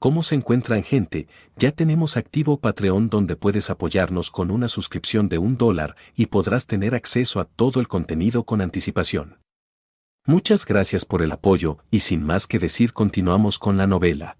¿Cómo se encuentran, gente? Ya tenemos activo Patreon, donde puedes apoyarnos con una suscripción de $1 y podrás tener acceso a todo el contenido con anticipación. Muchas gracias por el apoyo y sin más que decir continuamos con la novela.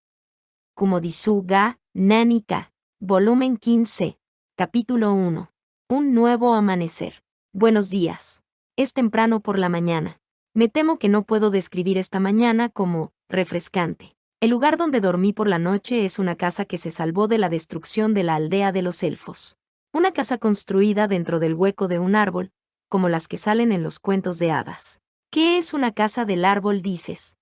Kumodisu ga Nanika, volumen 15, capítulo 1. Un nuevo amanecer. Buenos días. Es temprano por la mañana. Me temo que no puedo describir esta mañana como refrescante. El lugar donde dormí por la noche es una casa que se salvó de la destrucción de la aldea de los elfos. Una casa construida dentro del hueco de un árbol, como las que salen en los cuentos de hadas. ¿Qué es una casa del árbol, dices?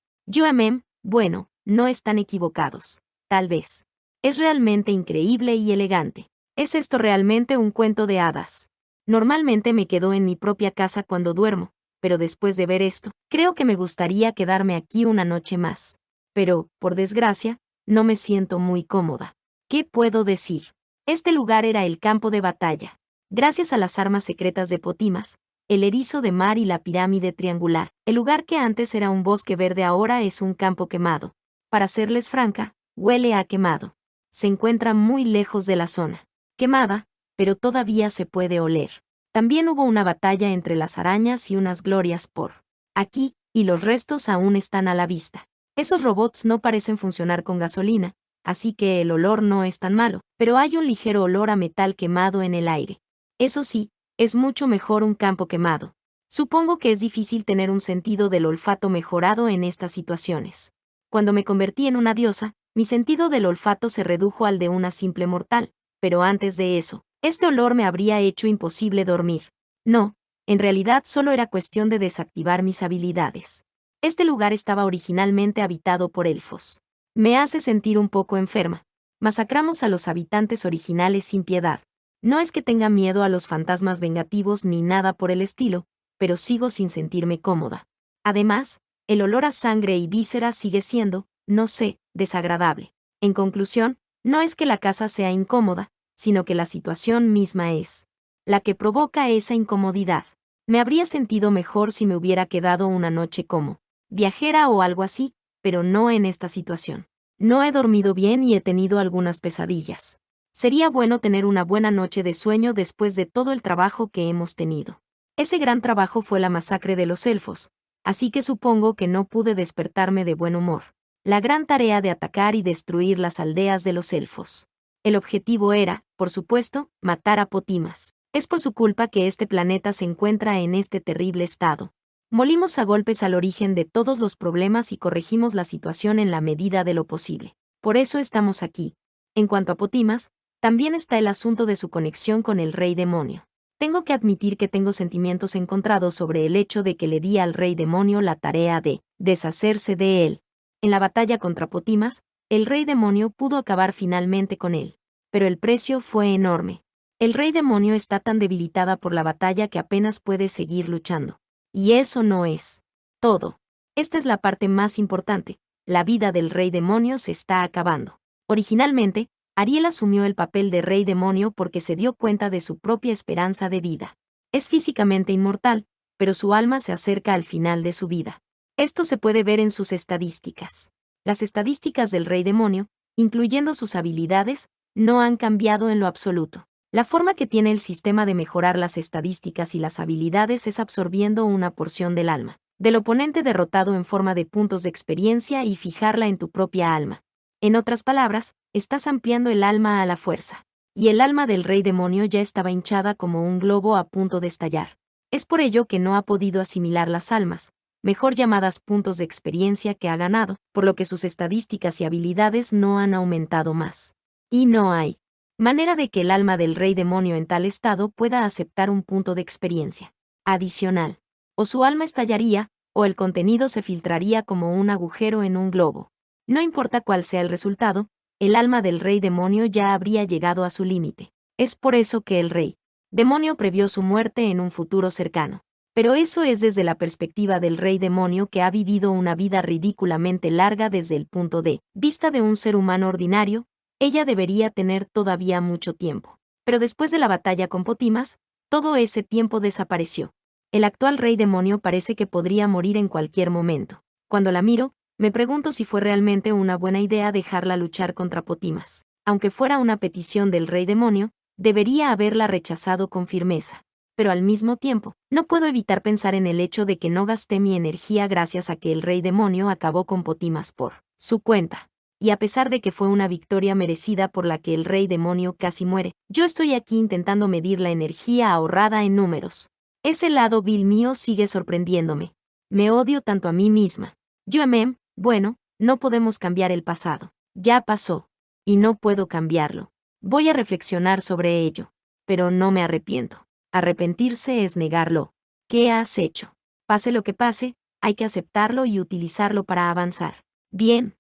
Bueno, no están equivocados. Tal vez. Es realmente increíble y elegante. ¿Es esto realmente un cuento de hadas? Normalmente me quedo en mi propia casa cuando duermo, pero después de ver esto, creo que me gustaría quedarme aquí una noche más. Pero, por desgracia, no me siento muy cómoda. ¿Qué puedo decir? Este lugar era el campo de batalla. Gracias a las armas secretas de Potimas, el erizo de mar y la pirámide triangular, el lugar que antes era un bosque verde ahora es un campo quemado. Para serles franca, huele a quemado. Se encuentra muy lejos de la zona quemada, pero todavía se puede oler. También hubo una batalla entre las arañas y unas glorias por aquí, y los restos aún están a la vista. Esos robots no parecen funcionar con gasolina, así que el olor no es tan malo, pero hay un ligero olor a metal quemado en el aire. Eso sí, es mucho mejor un campo quemado. Supongo que es difícil tener un sentido del olfato mejorado en estas situaciones. Cuando me convertí en una diosa, mi sentido del olfato se redujo al de una simple mortal, pero antes de eso, este olor me habría hecho imposible dormir. No, en realidad solo era cuestión de desactivar mis habilidades. Este lugar estaba originalmente habitado por elfos. Me hace sentir un poco enferma. Masacramos a los habitantes originales sin piedad. No es que tenga miedo a los fantasmas vengativos ni nada por el estilo, pero sigo sin sentirme cómoda. Además, el olor a sangre y vísceras sigue siendo, no sé, desagradable. En conclusión, no es que la casa sea incómoda, sino que la situación misma es la que provoca esa incomodidad. Me habría sentido mejor si me hubiera quedado una noche como viajera o algo así, pero no en esta situación. No he dormido bien y he tenido algunas pesadillas. Sería bueno tener una buena noche de sueño después de todo el trabajo que hemos tenido. Ese gran trabajo fue la masacre de los elfos, así que supongo que no pude despertarme de buen humor. La gran tarea de atacar y destruir las aldeas de los elfos. El objetivo era, por supuesto, matar a Potimas. Es por su culpa que este planeta se encuentra en este terrible estado. Molimos a golpes al origen de todos los problemas y corregimos la situación en la medida de lo posible. Por eso estamos aquí. En cuanto a Potimas, también está el asunto de su conexión con el Rey Demonio. Tengo que admitir que tengo sentimientos encontrados sobre el hecho de que le di al Rey Demonio la tarea de deshacerse de él. En la batalla contra Potimas, el Rey Demonio pudo acabar finalmente con él. Pero el precio fue enorme. El Rey Demonio está tan debilitada por la batalla que apenas puede seguir luchando. Y eso no es todo. Esta es la parte más importante. La vida del Rey Demonio se está acabando. Originalmente, Ariel asumió el papel de Rey Demonio porque se dio cuenta de su propia esperanza de vida. Es físicamente inmortal, pero su alma se acerca al final de su vida. Esto se puede ver en sus estadísticas. Las estadísticas del Rey Demonio, incluyendo sus habilidades, no han cambiado en lo absoluto. La forma que tiene el sistema de mejorar las estadísticas y las habilidades es absorbiendo una porción del alma del oponente derrotado en forma de puntos de experiencia y fijarla en tu propia alma. En otras palabras, estás ampliando el alma a la fuerza. Y el alma del Rey Demonio ya estaba hinchada como un globo a punto de estallar. Es por ello que no ha podido asimilar las almas, mejor llamadas puntos de experiencia que ha ganado, por lo que sus estadísticas y habilidades no han aumentado más. Y no hay manera de que el alma del Rey Demonio en tal estado pueda aceptar un punto de experiencia adicional. O su alma estallaría, o el contenido se filtraría como un agujero en un globo. No importa cuál sea el resultado, el alma del Rey Demonio ya habría llegado a su límite. Es por eso que el Rey Demonio previó su muerte en un futuro cercano. Pero eso es desde la perspectiva del Rey Demonio, que ha vivido una vida ridículamente larga desde el punto de vista de un ser humano ordinario. Ella debería tener todavía mucho tiempo. Pero después de la batalla con Potimas, todo ese tiempo desapareció. El actual Rey Demonio parece que podría morir en cualquier momento. Cuando la miro, Me pregunto si fue realmente una buena idea dejarla luchar contra Potimas. Aunque fuera una petición del rey demonio, debería haberla rechazado con firmeza. Pero al mismo tiempo, no puedo evitar pensar en el hecho de que no gasté mi energía gracias a que el rey demonio acabó con Potimas por su cuenta. Y a pesar de que fue una victoria merecida por la que el rey demonio casi muere, yo estoy aquí intentando medir la energía ahorrada en números. Ese lado vil mío sigue sorprendiéndome. Me odio tanto a mí misma. Bueno, no podemos cambiar el pasado. Ya pasó. Y no puedo cambiarlo. Voy a reflexionar sobre ello. Pero no me arrepiento. Arrepentirse es negarlo. ¿Qué has hecho? Pase lo que pase, hay que aceptarlo y utilizarlo para avanzar. Bien,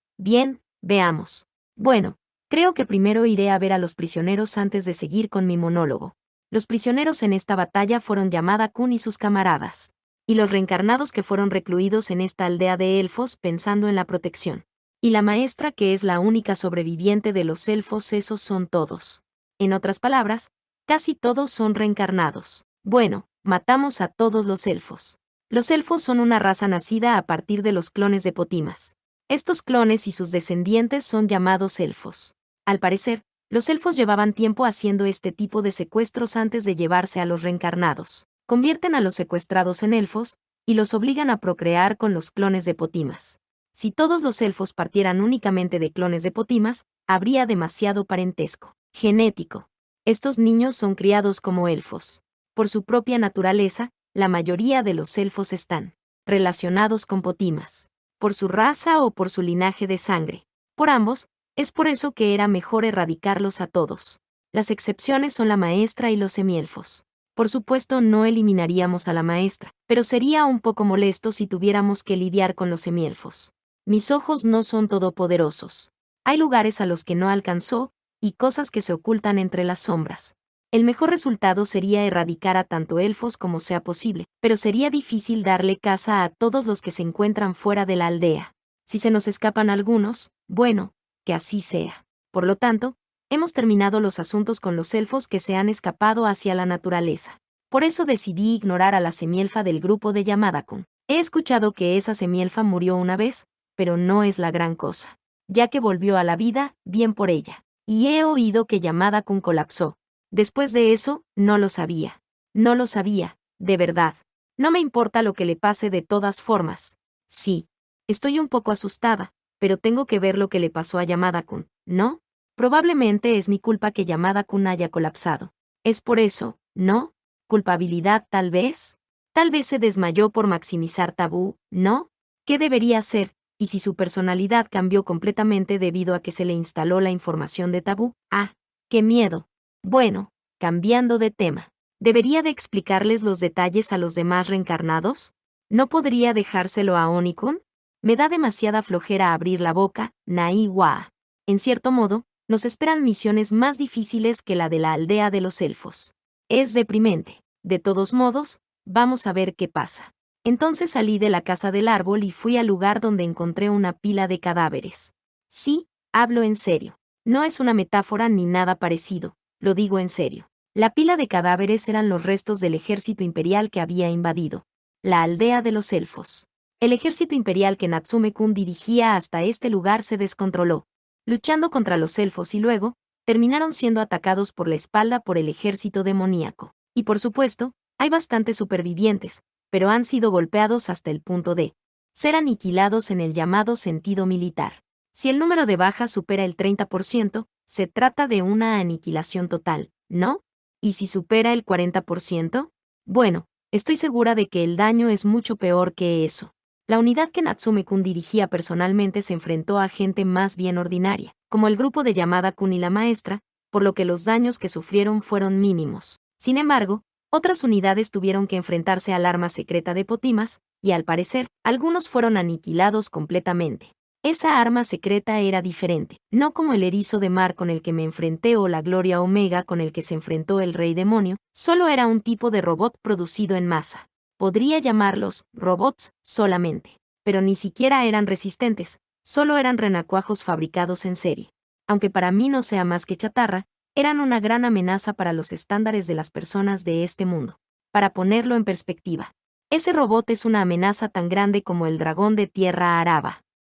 veamos. Bueno, creo que primero iré a ver a los prisioneros antes de seguir con mi monólogo. Los prisioneros en esta batalla fueron Yamada-kun y sus camaradas. Y los reencarnados que fueron recluidos en esta aldea de elfos pensando en la protección. Y la maestra que es la única sobreviviente de los elfos, esos son todos. En otras palabras, casi todos son reencarnados. Bueno, matamos a todos los elfos. Los elfos son una raza nacida a partir de los clones de Potimas. Estos clones y sus descendientes son llamados elfos. Al parecer, los elfos llevaban tiempo haciendo este tipo de secuestros antes de llevarse a los reencarnados. Convierten a los secuestrados en elfos, y los obligan a procrear con los clones de Potimas. Si todos los elfos partieran únicamente de clones de Potimas, habría demasiado parentesco genético. Estos niños son criados como elfos. Por su propia naturaleza, la mayoría de los elfos están relacionados con Potimas. Por su raza o por su linaje de sangre. Por ambos, es por eso que era mejor erradicarlos a todos. Las excepciones son la maestra y los semielfos. Por supuesto no eliminaríamos a la maestra, pero sería un poco molesto si tuviéramos que lidiar con los semielfos. Mis ojos no son todopoderosos. Hay lugares a los que no alcanzó, y cosas que se ocultan entre las sombras. El mejor resultado sería erradicar a tanto elfos como sea posible, pero sería difícil darle caza a todos los que se encuentran fuera de la aldea. Si se nos escapan algunos, bueno, que así sea. Por lo tanto, hemos terminado los asuntos con los elfos que se han escapado hacia la naturaleza. Por eso decidí ignorar a la semielfa del grupo de Yamada-kun. He escuchado que esa semielfa murió una vez, pero no es la gran cosa. Ya que volvió a la vida, bien por ella. Y he oído que Yamada-kun colapsó. Después de eso, no lo sabía. No lo sabía, de verdad. No me importa lo que le pase de todas formas. Sí. Estoy un poco asustada, pero tengo que ver lo que le pasó a Yamada-kun, ¿no? Probablemente es mi culpa que Yamada-kun haya colapsado. Es por eso, ¿no? ¿Culpabilidad tal vez? Tal vez se desmayó por maximizar tabú, ¿no? ¿Qué debería hacer? Y si su personalidad cambió completamente debido a que se le instaló la información de tabú, ¡ah! ¡Qué miedo! Bueno, cambiando de tema. ¿Debería de explicarles los detalles a los demás reencarnados? ¿No podría dejárselo a Oni-kun? Me da demasiada flojera abrir la boca, Nai-wa. En cierto modo, nos esperan misiones más difíciles que la de la aldea de los elfos. Es deprimente. De todos modos, vamos a ver qué pasa. Entonces salí de la casa del árbol y fui al lugar donde encontré una pila de cadáveres. Sí, hablo en serio. No es una metáfora ni nada parecido, lo digo en serio. La pila de cadáveres eran los restos del ejército imperial que había invadido la aldea de los elfos. El ejército imperial que Natsume-kun dirigía hasta este lugar se descontroló, luchando contra los elfos y luego, terminaron siendo atacados por la espalda por el ejército demoníaco. Y por supuesto, hay bastantes supervivientes, pero han sido golpeados hasta el punto de ser aniquilados en el llamado sentido militar. Si el número de bajas supera el 30%, se trata de una aniquilación total, ¿no? ¿Y si supera el 40%? Bueno, estoy segura de que el daño es mucho peor que eso. La unidad que Natsume-kun dirigía personalmente se enfrentó a gente más bien ordinaria, como el grupo de Yamada-kun y la maestra, por lo que los daños que sufrieron fueron mínimos. Sin embargo, otras unidades tuvieron que enfrentarse al arma secreta de Potimas, y al parecer, algunos fueron aniquilados completamente. Esa arma secreta era diferente, no como el erizo de mar con el que me enfrenté o la Gloria Omega con el que se enfrentó el Rey Demonio, solo era un tipo de robot producido en masa. Podría llamarlos robots solamente, pero ni siquiera eran resistentes, solo eran renacuajos fabricados en serie. Aunque para mí no sea más que chatarra, eran una gran amenaza para los estándares de las personas de este mundo. Para ponerlo en perspectiva, ese robot es una amenaza tan grande como el dragón de tierra Araba.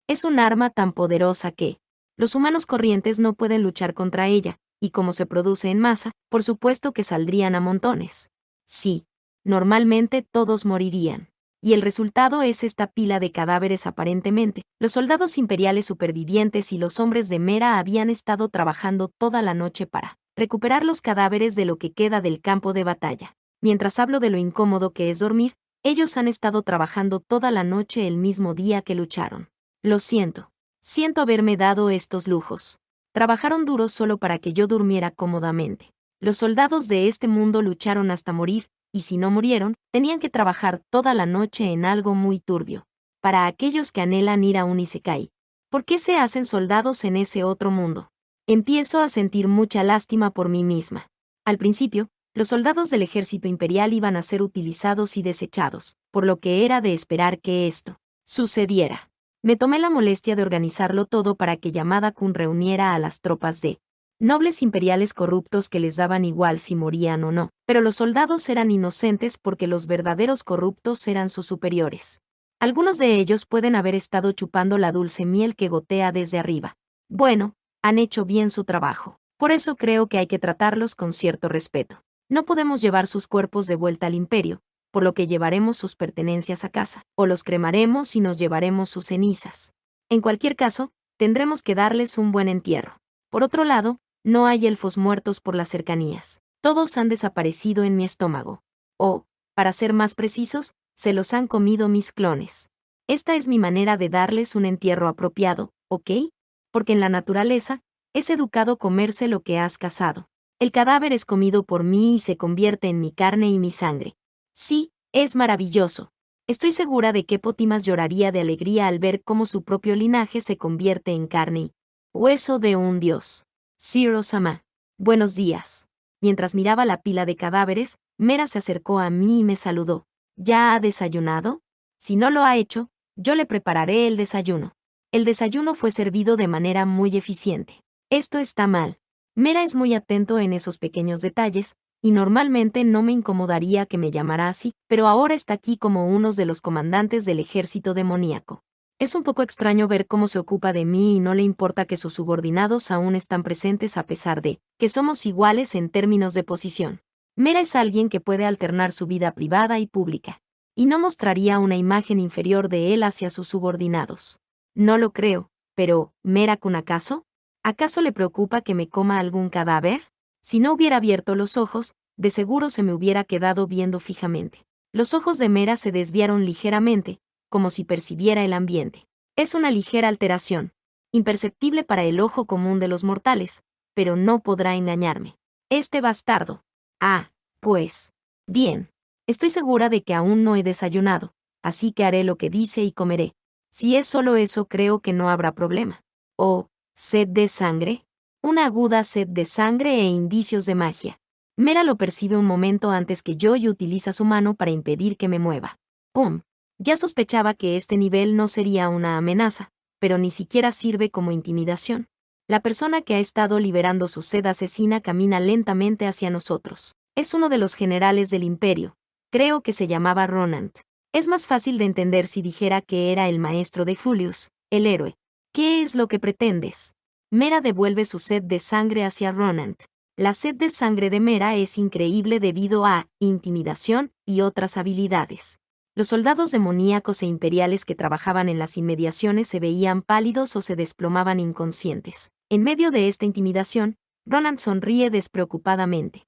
Es un arma tan poderosa que los humanos corrientes no pueden luchar contra ella, y como se produce en masa, por supuesto que saldrían a montones. Sí, normalmente todos morirían. Y el resultado es esta pila de cadáveres aparentemente. Los soldados imperiales supervivientes y los hombres de Mera habían estado trabajando toda la noche para recuperar los cadáveres de lo que queda del campo de batalla. Mientras hablo de lo incómodo que es dormir, ellos han estado trabajando toda la noche el mismo día que lucharon. Lo siento. Siento haberme dado estos lujos. Trabajaron duro solo para que yo durmiera cómodamente. Los soldados de este mundo lucharon hasta morir, y si no murieron, tenían que trabajar toda la noche en algo muy turbio. Para aquellos que anhelan ir a un Isekai, ¿por qué se hacen soldados en ese otro mundo? Empiezo a sentir mucha lástima por mí misma. Al principio, los soldados del ejército imperial iban a ser utilizados y desechados, por lo que era de esperar que esto sucediera. Me tomé la molestia de organizarlo todo para que Yamada-kun reuniera a las tropas de nobles imperiales corruptos que les daban igual si morían o no, pero los soldados eran inocentes porque los verdaderos corruptos eran sus superiores. Algunos de ellos pueden haber estado chupando la dulce miel que gotea desde arriba. Bueno, han hecho bien su trabajo. Por eso creo que hay que tratarlos con cierto respeto. No podemos llevar sus cuerpos de vuelta al imperio, por lo que llevaremos sus pertenencias a casa, o los cremaremos y nos llevaremos sus cenizas. En cualquier caso, tendremos que darles un buen entierro. Por otro lado, no hay elfos muertos por las cercanías. Todos han desaparecido en mi estómago. O, para ser más precisos, se los han comido mis clones. Esta es mi manera de darles un entierro apropiado, ¿ok? Porque en la naturaleza, es educado comerse lo que has cazado. El cadáver es comido por mí y se convierte en mi carne y mi sangre. Sí, es maravilloso. Estoy segura de que Potimas lloraría de alegría al ver cómo su propio linaje se convierte en carne y hueso de un dios. Zero-sama. Buenos días. Mientras miraba la pila de cadáveres, Mera se acercó a mí y me saludó. ¿Ya ha desayunado? Si no lo ha hecho, yo le prepararé el desayuno. El desayuno fue servido de manera muy eficiente. Esto está mal. Mera es muy atento en esos pequeños detalles, y normalmente no me incomodaría que me llamara así, pero ahora está aquí como uno de los comandantes del ejército demoníaco. Es un poco extraño ver cómo se ocupa de mí y no le importa que sus subordinados aún están presentes a pesar de que somos iguales en términos de posición. Mera es alguien que puede alternar su vida privada y pública, y no mostraría una imagen inferior de él hacia sus subordinados. No lo creo, pero, ¿Mera-kun acaso? ¿Acaso le preocupa que me coma algún cadáver? Si no hubiera abierto los ojos, de seguro se me hubiera quedado viendo fijamente. Los ojos de Mera se desviaron ligeramente, como si percibiera el ambiente. Es una ligera alteración, imperceptible para el ojo común de los mortales, pero no podrá engañarme. Este bastardo. Ah, pues. Bien. Estoy segura de que aún no he desayunado, así que haré lo que dice y comeré. Si es solo eso, creo que no habrá problema. Oh, ¿sed de sangre? Una aguda sed de sangre e indicios de magia. Mera lo percibe un momento antes que yo y utiliza su mano para impedir que me mueva. ¡Pum! Ya sospechaba que este nivel no sería una amenaza, pero ni siquiera sirve como intimidación. La persona que ha estado liberando su sed asesina camina lentamente hacia nosotros. Es uno de los generales del imperio. Creo que se llamaba Ronant. Es más fácil de entender si dijera que era el maestro de Julius, el héroe. ¿Qué es lo que pretendes? Mera devuelve su sed de sangre hacia Ronant. La sed de sangre de Mera es increíble debido a intimidación y otras habilidades. Los soldados demoníacos e imperiales que trabajaban en las inmediaciones se veían pálidos o se desplomaban inconscientes. En medio de esta intimidación, Ronant sonríe despreocupadamente.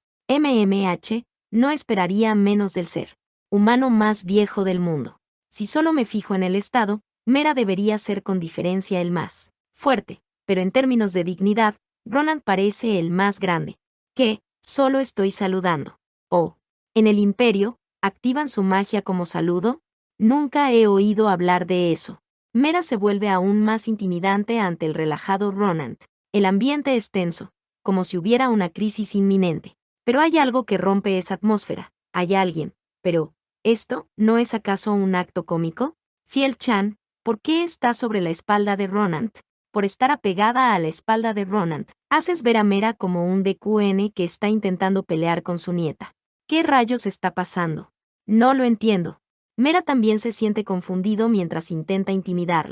No esperaría menos del ser humano más viejo del mundo. Si solo me fijo en el estado, Mera debería ser con diferencia el más fuerte, pero en términos de dignidad, Ronant parece el más grande. ¿Qué? Solo estoy saludando. Oh. En el imperio, ¿activan su magia como saludo? Nunca he oído hablar de eso. Mera se vuelve aún más intimidante ante el relajado Ronant. El ambiente es tenso, como si hubiera una crisis inminente. Pero hay algo que rompe esa atmósfera. Hay alguien. Pero, ¿esto no es acaso un acto cómico? Fiel-chan, ¿por qué está sobre la espalda de Ronant? Por estar apegada a la espalda de Ronant, haces ver a Mera como un DQN que está intentando pelear con su nieta. ¿Qué rayos está pasando? No lo entiendo. Mera también se siente confundido mientras intenta intimidarlos.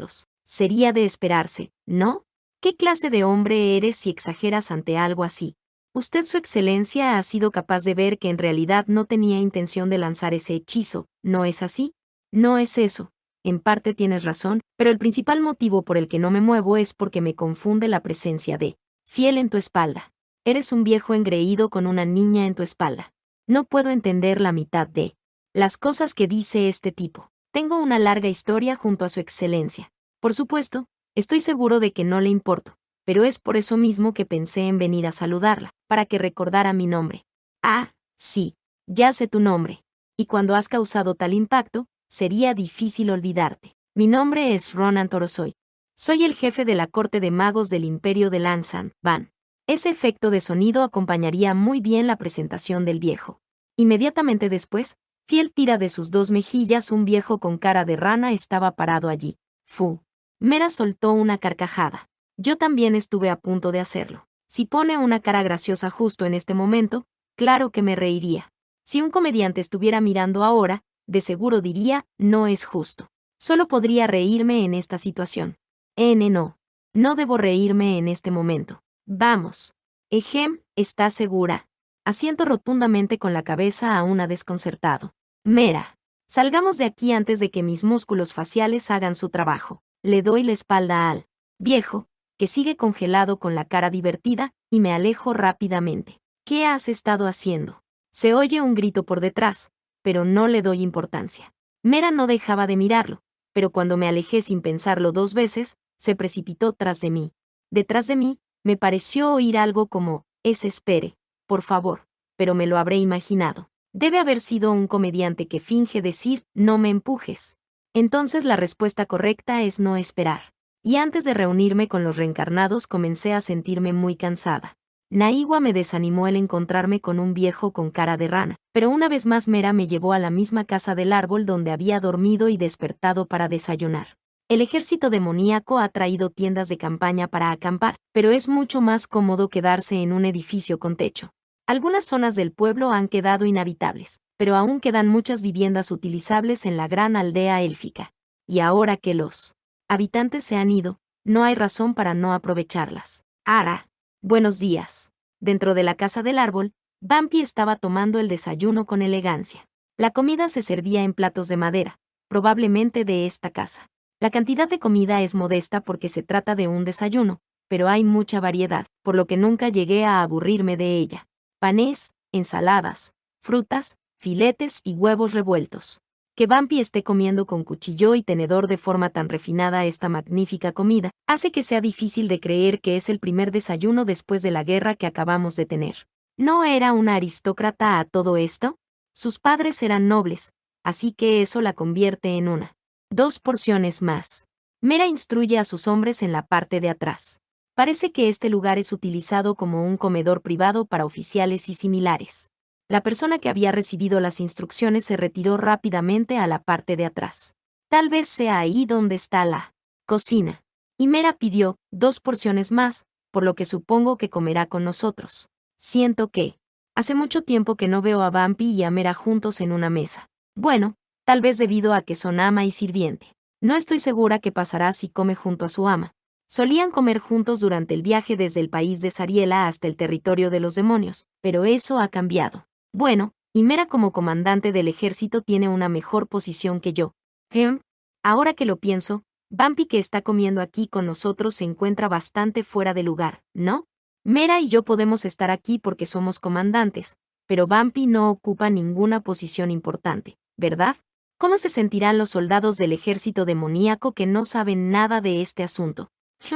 Sería de esperarse, ¿no? ¿Qué clase de hombre eres si exageras ante algo así? Usted, Su Excelencia, ha sido capaz de ver que en realidad no tenía intención de lanzar ese hechizo, ¿no es así? No es eso. En parte tienes razón, pero el principal motivo por el que no me muevo es porque me confunde la presencia de Fiel en tu espalda. Eres un viejo engreído con una niña en tu espalda. No puedo entender la mitad de las cosas que dice este tipo. Tengo una larga historia junto a Su Excelencia. Por supuesto, estoy seguro de que no le importo, pero es por eso mismo que pensé en venir a saludarla, para que recordara mi nombre. Ah, sí, ya sé tu nombre. Y cuando has causado tal impacto, sería difícil olvidarte. Mi nombre es Ronan Torosoy. Soy el jefe de la corte de magos del Imperio de Lansan, Van. Ese efecto de sonido acompañaría muy bien la presentación del viejo. Inmediatamente después, Fiel tira de sus dos mejillas un viejo con cara de rana estaba parado allí. Fu. Mera soltó una carcajada. Yo también estuve a punto de hacerlo. Si pone una cara graciosa justo en este momento, claro que me reiría. Si un comediante estuviera mirando ahora, de seguro diría, no es justo. Solo podría reírme en esta situación. No. No debo reírme en este momento. Vamos. Ejem, ¿estás segura? Asiento rotundamente con la cabeza aún desconcertado. Mera. Salgamos de aquí antes de que mis músculos faciales hagan su trabajo. Le doy la espalda al viejo, que sigue congelado con la cara divertida, y me alejo rápidamente. ¿Qué has estado haciendo? Se oye un grito por detrás, pero no le doy importancia. Mera no dejaba de mirarlo, pero cuando me alejé sin pensarlo dos veces, se precipitó tras de mí. Detrás de mí, me pareció oír algo como, espere, por favor, pero me lo habré imaginado. Debe haber sido un comediante que finge decir, no me empujes. Entonces la respuesta correcta es no esperar. Y antes de reunirme con los reencarnados comencé a sentirme muy cansada. Naiwa me desanimó el encontrarme con un viejo con cara de rana, pero una vez más Mera me llevó a la misma casa del árbol donde había dormido y despertado para desayunar. El ejército demoníaco ha traído tiendas de campaña para acampar, pero es mucho más cómodo quedarse en un edificio con techo. Algunas zonas del pueblo han quedado inhabitables, pero aún quedan muchas viviendas utilizables en la gran aldea élfica. Y ahora que los habitantes se han ido, no hay razón para no aprovecharlas. Ara. Buenos días. Dentro de la casa del árbol, Bumpy estaba tomando el desayuno con elegancia. La comida se servía en platos de madera, probablemente de esta casa. La cantidad de comida es modesta porque se trata de un desayuno, pero hay mucha variedad, por lo que nunca llegué a aburrirme de ella. Panés, ensaladas, frutas, filetes y huevos revueltos. Que Bumpy esté comiendo con cuchillo y tenedor de forma tan refinada esta magnífica comida, hace que sea difícil de creer que es el primer desayuno después de la guerra que acabamos de tener. ¿No era una aristócrata a todo esto? Sus padres eran nobles, así que eso la convierte en una. 2 porciones más. Mera instruye a sus hombres en la parte de atrás. Parece que este lugar es utilizado como un comedor privado para oficiales y similares. La persona que había recibido las instrucciones se retiró rápidamente a la parte de atrás. Tal vez sea ahí donde está la cocina. Y Mera pidió 2 porciones más, por lo que supongo que comerá con nosotros. Siento que hace mucho tiempo que no veo a Bumpy y a Mera juntos en una mesa. Bueno, tal vez debido a que son ama y sirviente. No estoy segura qué pasará si come junto a su ama. Solían comer juntos durante el viaje desde el país de Sariela hasta el territorio de los demonios, pero eso ha cambiado. Bueno, y Mera como comandante del ejército tiene una mejor posición que yo. Ahora que lo pienso, Bumpy que está comiendo aquí con nosotros se encuentra bastante fuera de lugar, ¿no? Mera y yo podemos estar aquí porque somos comandantes, pero Bumpy no ocupa ninguna posición importante, ¿verdad? ¿Cómo se sentirán los soldados del ejército demoníaco que no saben nada de este asunto?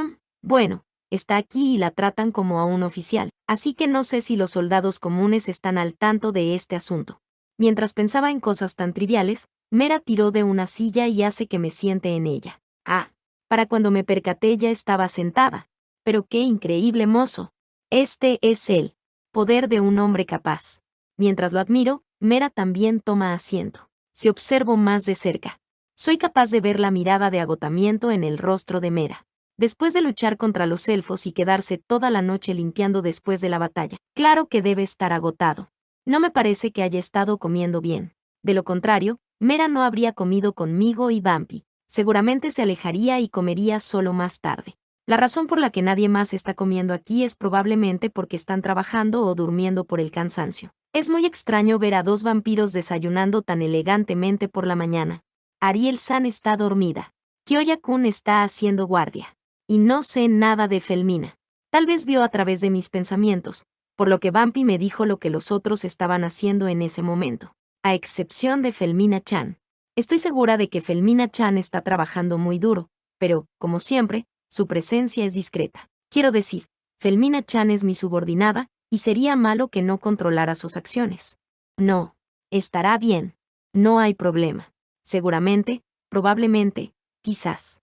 Bueno, está aquí y la tratan como a un oficial, así que no sé si los soldados comunes están al tanto de este asunto. Mientras pensaba en cosas tan triviales, Mera tiró de una silla y hace que me siente en ella. Ah, para cuando me percaté ya estaba sentada. Pero qué increíble mozo. Este es el poder de un hombre capaz. Mientras lo admiro, Mera también toma asiento. Si observo más de cerca, soy capaz de ver la mirada de agotamiento en el rostro de Mera. Después de luchar contra los elfos y quedarse toda la noche limpiando después de la batalla, claro que debe estar agotado. No me parece que haya estado comiendo bien. De lo contrario, Mera no habría comido conmigo y Bumpy. Seguramente se alejaría y comería solo más tarde. La razón por la que nadie más está comiendo aquí es probablemente porque están trabajando o durmiendo por el cansancio. Es muy extraño ver a dos vampiros desayunando tan elegantemente por la mañana. Ariel-san está dormida. Kyoya-kun está haciendo guardia. Y no sé nada de Felmina. Tal vez vio a través de mis pensamientos, por lo que Vampi me dijo lo que los otros estaban haciendo en ese momento. A excepción de Felmina-chan. Estoy segura de que Felmina-chan está trabajando muy duro, pero, como siempre, su presencia es discreta. Quiero decir, Felmina-chan es mi subordinada, y sería malo que no controlara sus acciones. No. Estará bien. No hay problema. Seguramente, probablemente, quizás.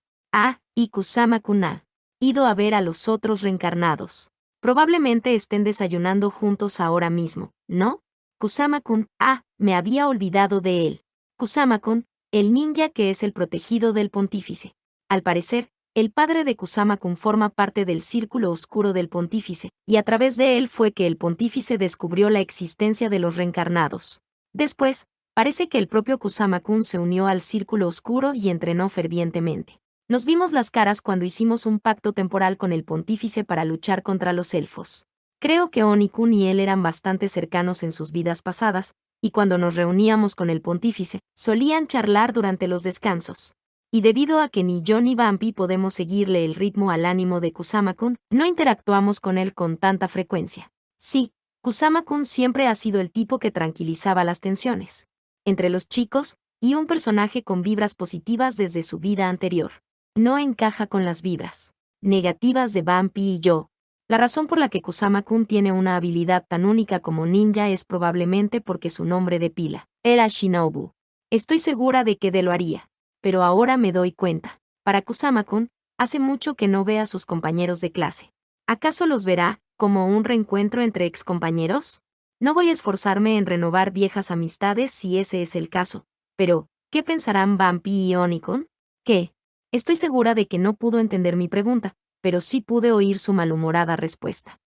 Y Kusama-kun ha ido a ver a los otros reencarnados. Probablemente estén desayunando juntos ahora mismo, ¿no? Kusama-kun, me había olvidado de él. Kusama-kun, el ninja que es el protegido del pontífice. Al parecer, el padre de Kusama-kun forma parte del círculo oscuro del pontífice, y a través de él fue que el pontífice descubrió la existencia de los reencarnados. Después, parece que el propio Kusama-kun se unió al círculo oscuro y entrenó fervientemente. Nos vimos las caras cuando hicimos un pacto temporal con el pontífice para luchar contra los elfos. Creo que Oni-kun y él eran bastante cercanos en sus vidas pasadas, y cuando nos reuníamos con el pontífice, solían charlar durante los descansos. Y debido a que ni yo ni Vampi podemos seguirle el ritmo al ánimo de Kusama-kun, no interactuamos con él con tanta frecuencia. Sí, Kusama-kun siempre ha sido el tipo que tranquilizaba las tensiones entre los chicos, y un personaje con vibras positivas desde su vida anterior. No encaja con las vibras negativas de Vampi y yo. La razón por la que Kusama-kun tiene una habilidad tan única como ninja es probablemente porque su nombre de pila era Shinobu. Estoy segura de que lo haría. Pero ahora me doy cuenta. Para Kusama-kun, hace mucho que no ve a sus compañeros de clase. ¿Acaso los verá como un reencuentro entre excompañeros? No voy a esforzarme en renovar viejas amistades si ese es el caso. Pero, ¿qué pensarán Vampi y Oni-kun? ¿Qué? Estoy segura de que no pudo entender mi pregunta, pero sí pude oír su malhumorada respuesta.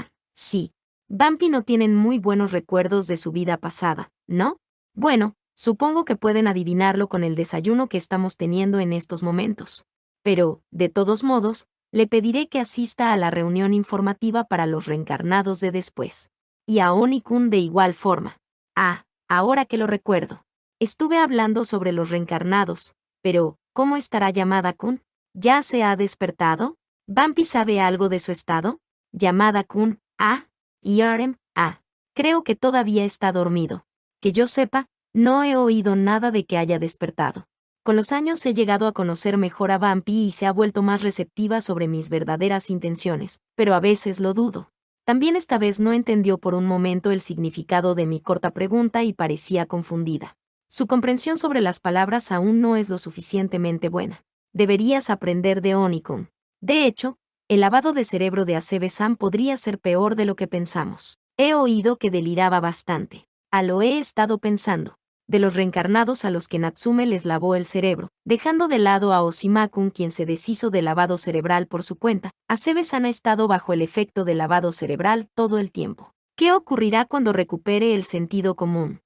Sí. Vampi no tienen muy buenos recuerdos de su vida pasada, ¿no? Bueno, supongo que pueden adivinarlo con el desayuno que estamos teniendo en estos momentos. Pero, de todos modos, le pediré que asista a la reunión informativa para los reencarnados de después. Y a Oni-kun de igual forma. Ahora que lo recuerdo. Estuve hablando sobre los reencarnados, pero, ¿cómo estará Yamada-kun? ¿Ya se ha despertado? ¿Vampi sabe algo de su estado? Yamada-kun, y Arem, creo que todavía está dormido. Que yo sepa, no he oído nada de que haya despertado. Con los años he llegado a conocer mejor a Vampi y se ha vuelto más receptiva sobre mis verdaderas intenciones, pero a veces lo dudo. También esta vez no entendió por un momento el significado de mi corta pregunta y parecía confundida. Su comprensión sobre las palabras aún no es lo suficientemente buena. Deberías aprender de Oni-kun. De hecho, el lavado de cerebro de Asebe-san podría ser peor de lo que pensamos. He oído que deliraba bastante. Lo he estado pensando. De los reencarnados a los que Natsume les lavó el cerebro, dejando de lado a Oshima-kun quien se deshizo del lavado cerebral por su cuenta, Asebe-san ha estado bajo el efecto del lavado cerebral todo el tiempo. ¿Qué ocurrirá cuando recupere el sentido común?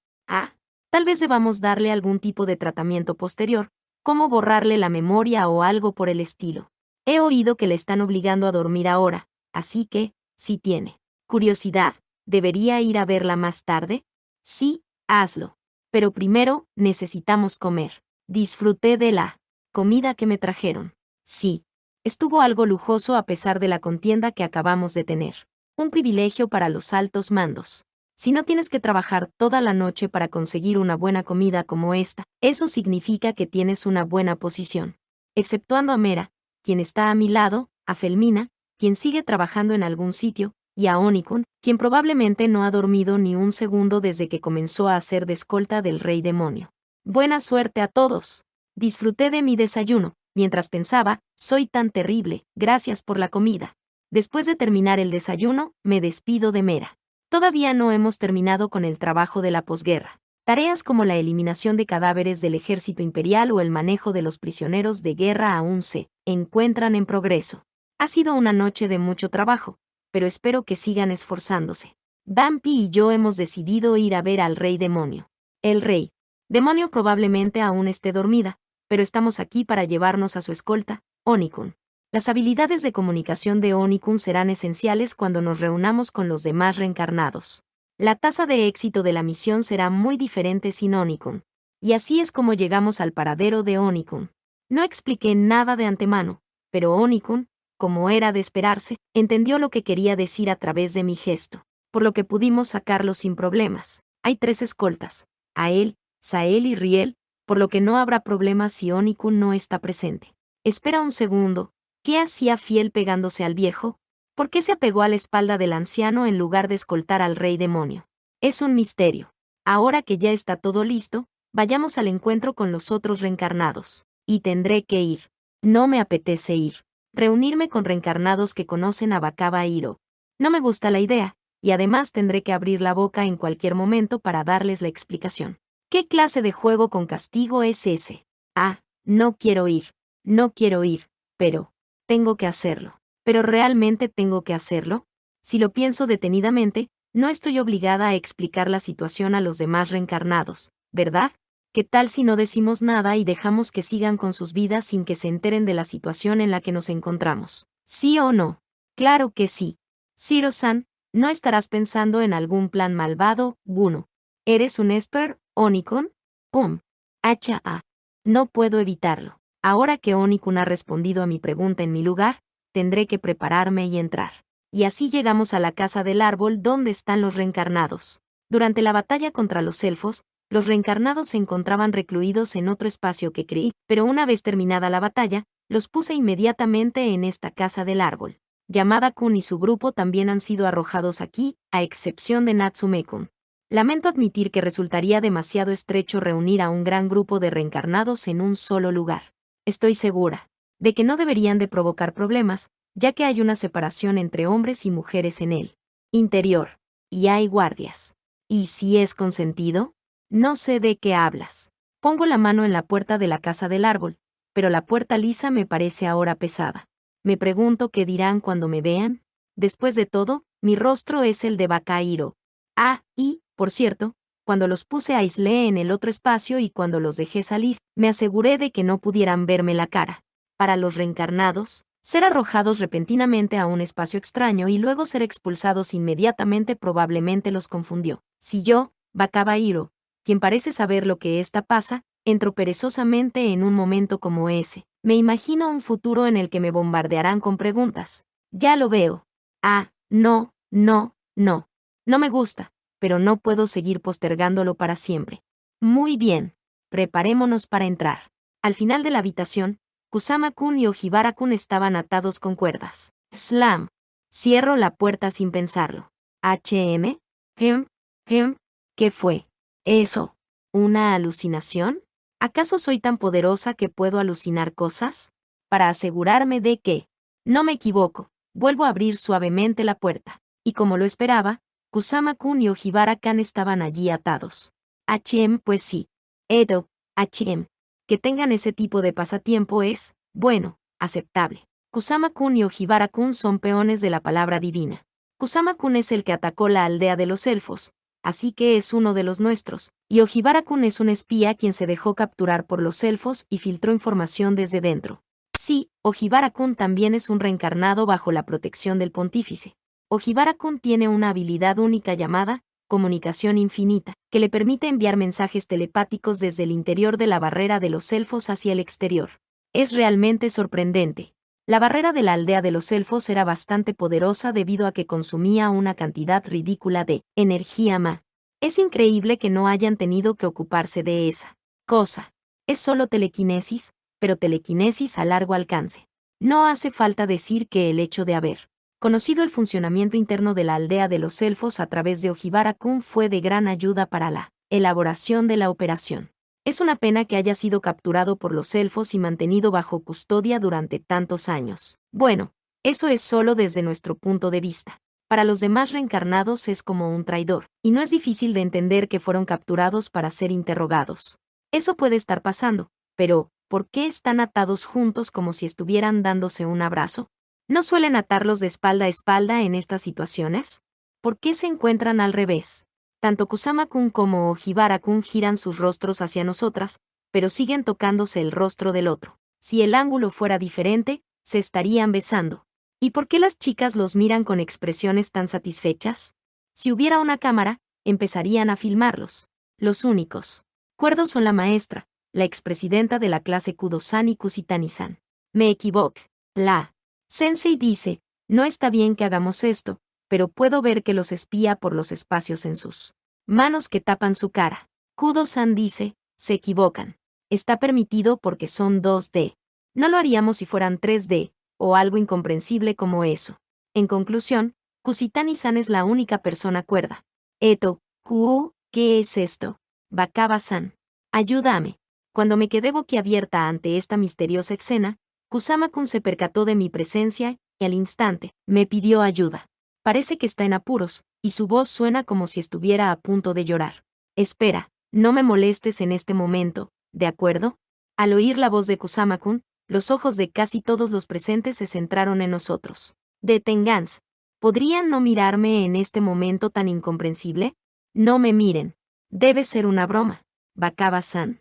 Tal vez debamos darle algún tipo de tratamiento posterior, como borrarle la memoria o algo por el estilo. He oído que le están obligando a dormir ahora, así que, si tiene curiosidad, ¿debería ir a verla más tarde? Sí, hazlo. Pero primero, necesitamos comer. Disfruté de la comida que me trajeron. Sí. Estuvo algo lujoso a pesar de la contienda que acabamos de tener. Un privilegio para los altos mandos. Si no tienes que trabajar toda la noche para conseguir una buena comida como esta, eso significa que tienes una buena posición. Exceptuando a Mera, quien está a mi lado, a Felmina, quien sigue trabajando en algún sitio, y a Oni-kun, quien probablemente no ha dormido ni un segundo desde que comenzó a hacer de escolta del rey demonio. Buena suerte a todos. Disfruté de mi desayuno, mientras pensaba, soy tan terrible, gracias por la comida. Después de terminar el desayuno, me despido de Mera. Todavía no hemos terminado con el trabajo de la posguerra. Tareas como la eliminación de cadáveres del ejército imperial o el manejo de los prisioneros de guerra aún se encuentran en progreso. Ha sido una noche de mucho trabajo, pero espero que sigan esforzándose. Vampi y yo hemos decidido ir a ver al rey demonio. El rey demonio probablemente aún esté dormida, pero estamos aquí para llevarnos a su escolta, Oni-kun. Las habilidades de comunicación de Oni-kun serán esenciales cuando nos reunamos con los demás reencarnados. La tasa de éxito de la misión será muy diferente sin Oni-kun. Y así es como llegamos al paradero de Oni-kun. No expliqué nada de antemano, pero Oni-kun, como era de esperarse, entendió lo que quería decir a través de mi gesto, por lo que pudimos sacarlo sin problemas. Hay 3 escoltas, Ael, Sael y Riel, por lo que no habrá problemas si Oni-kun no está presente. Espera un segundo, ¿qué hacía Fiel pegándose al viejo? ¿Por qué se apegó a la espalda del anciano en lugar de escoltar al rey demonio? Es un misterio. Ahora que ya está todo listo, vayamos al encuentro con los otros reencarnados. Y tendré que ir. No me apetece ir. Reunirme con reencarnados que conocen a Bakaba Hiro. No me gusta la idea, y además tendré que abrir la boca en cualquier momento para darles la explicación. ¿Qué clase de juego con castigo es ese? Ah, no quiero ir. No quiero ir, pero tengo que hacerlo. ¿Pero realmente tengo que hacerlo? Si lo pienso detenidamente, no estoy obligada a explicar la situación a los demás reencarnados, ¿verdad? ¿Qué tal si no decimos nada y dejamos que sigan con sus vidas sin que se enteren de la situación en la que nos encontramos? ¿Sí o no? Claro que sí. Shiro-san, ¿no estarás pensando en algún plan malvado, Guno? ¿Eres un Esper, Oni-kun? Hacha. No puedo evitarlo. Ahora que Oni-kun ha respondido a mi pregunta en mi lugar, tendré que prepararme y entrar. Y así llegamos a la casa del árbol donde están los reencarnados. Durante la batalla contra los elfos, los reencarnados se encontraban recluidos en otro espacio que creí, pero una vez terminada la batalla, los puse inmediatamente en esta casa del árbol. Yamada-kun y su grupo también han sido arrojados aquí, a excepción de Natsume-kun. Lamento admitir que resultaría demasiado estrecho reunir a un gran grupo de reencarnados en un solo lugar. Estoy segura de que no deberían de provocar problemas, ya que hay una separación entre hombres y mujeres en el interior, y hay guardias. ¿Y si es consentido? No sé de qué hablas. Pongo la mano en la puerta de la casa del árbol, pero la puerta lisa me parece ahora pesada. Me pregunto qué dirán cuando me vean. Después de todo, mi rostro es el de Bakahiro. Y, por cierto, cuando los puse aislé en el otro espacio y cuando los dejé salir, me aseguré de que no pudieran verme la cara. Para los reencarnados, ser arrojados repentinamente a un espacio extraño y luego ser expulsados inmediatamente probablemente los confundió. Si yo, Bakaba Hiro, quien parece saber lo que esta pasa, entro perezosamente en un momento como ese, me imagino un futuro en el que me bombardearán con preguntas. Ya lo veo. No. No me gusta, pero no puedo seguir postergándolo para siempre. Muy bien. Preparémonos para entrar. Al final de la habitación, Kusama-kun y Ojibara-kun estaban atados con cuerdas. Slam. Cierro la puerta sin pensarlo. ¿HM? ¿Qué fue? ¿Eso? ¿Una alucinación? ¿Acaso soy tan poderosa que puedo alucinar cosas? Para asegurarme de que no me equivoco, vuelvo a abrir suavemente la puerta. Y como lo esperaba, Kusama-kun y Ojibara-kan estaban allí atados. Pues sí. Edo, que tengan ese tipo de pasatiempo es, bueno, aceptable. Kusama-kun y Ojibara-kun son peones de la palabra divina. Kusama-kun es el que atacó la aldea de los elfos, así que es uno de los nuestros, y Ojibara-kun es un espía quien se dejó capturar por los elfos y filtró información desde dentro. Sí, Ojibara-kun también es un reencarnado bajo la protección del pontífice. Ojibara-kun tiene una habilidad única llamada comunicación infinita, que le permite enviar mensajes telepáticos desde el interior de la barrera de los elfos hacia el exterior. Es realmente sorprendente. La barrera de la aldea de los elfos era bastante poderosa debido a que consumía una cantidad ridícula de energía ma. Es increíble que no hayan tenido que ocuparse de esa cosa. Es solo telequinesis, pero telequinesis a largo alcance. No hace falta decir que el hecho de haber conocido el funcionamiento interno de la aldea de los elfos a través de Ojibara-kun fue de gran ayuda para la elaboración de la operación. Es una pena que haya sido capturado por los elfos y mantenido bajo custodia durante tantos años. Bueno, eso es solo desde nuestro punto de vista. Para los demás reencarnados es como un traidor, y no es difícil de entender que fueron capturados para ser interrogados. Eso puede estar pasando, pero ¿por qué están atados juntos como si estuvieran dándose un abrazo? ¿No suelen atarlos de espalda a espalda en estas situaciones? ¿Por qué se encuentran al revés? Tanto Kusama-kun como Ojibara-kun giran sus rostros hacia nosotras, pero siguen tocándose el rostro del otro. Si el ángulo fuera diferente, se estarían besando. ¿Y por qué las chicas los miran con expresiones tan satisfechas? Si hubiera una cámara, empezarían a filmarlos. Los únicos cuerdos son la maestra, la expresidenta de la clase Kudo-san y Kusitani-san. Me equivoco. La sensei dice, no está bien que hagamos esto, pero puedo ver que los espía por los espacios en sus manos que tapan su cara. Kudo-san dice, se equivocan. Está permitido porque son 2D. No lo haríamos si fueran 3D, o algo incomprensible como eso. En conclusión, Kusitani-san es la única persona cuerda. ¿Qué es esto? Wakaba-san. Ayúdame. Cuando me quedé boquiabierta ante esta misteriosa escena, Kusama-kun se percató de mi presencia y al instante me pidió ayuda. Parece que está en apuros, y su voz suena como si estuviera a punto de llorar. Espera, no me molestes en este momento, ¿de acuerdo? Al oír la voz de Kusama-kun, los ojos de casi todos los presentes se centraron en nosotros. Deténganse. ¿Podrían no mirarme en este momento tan incomprensible? No me miren. Debe ser una broma. Wakaba-san.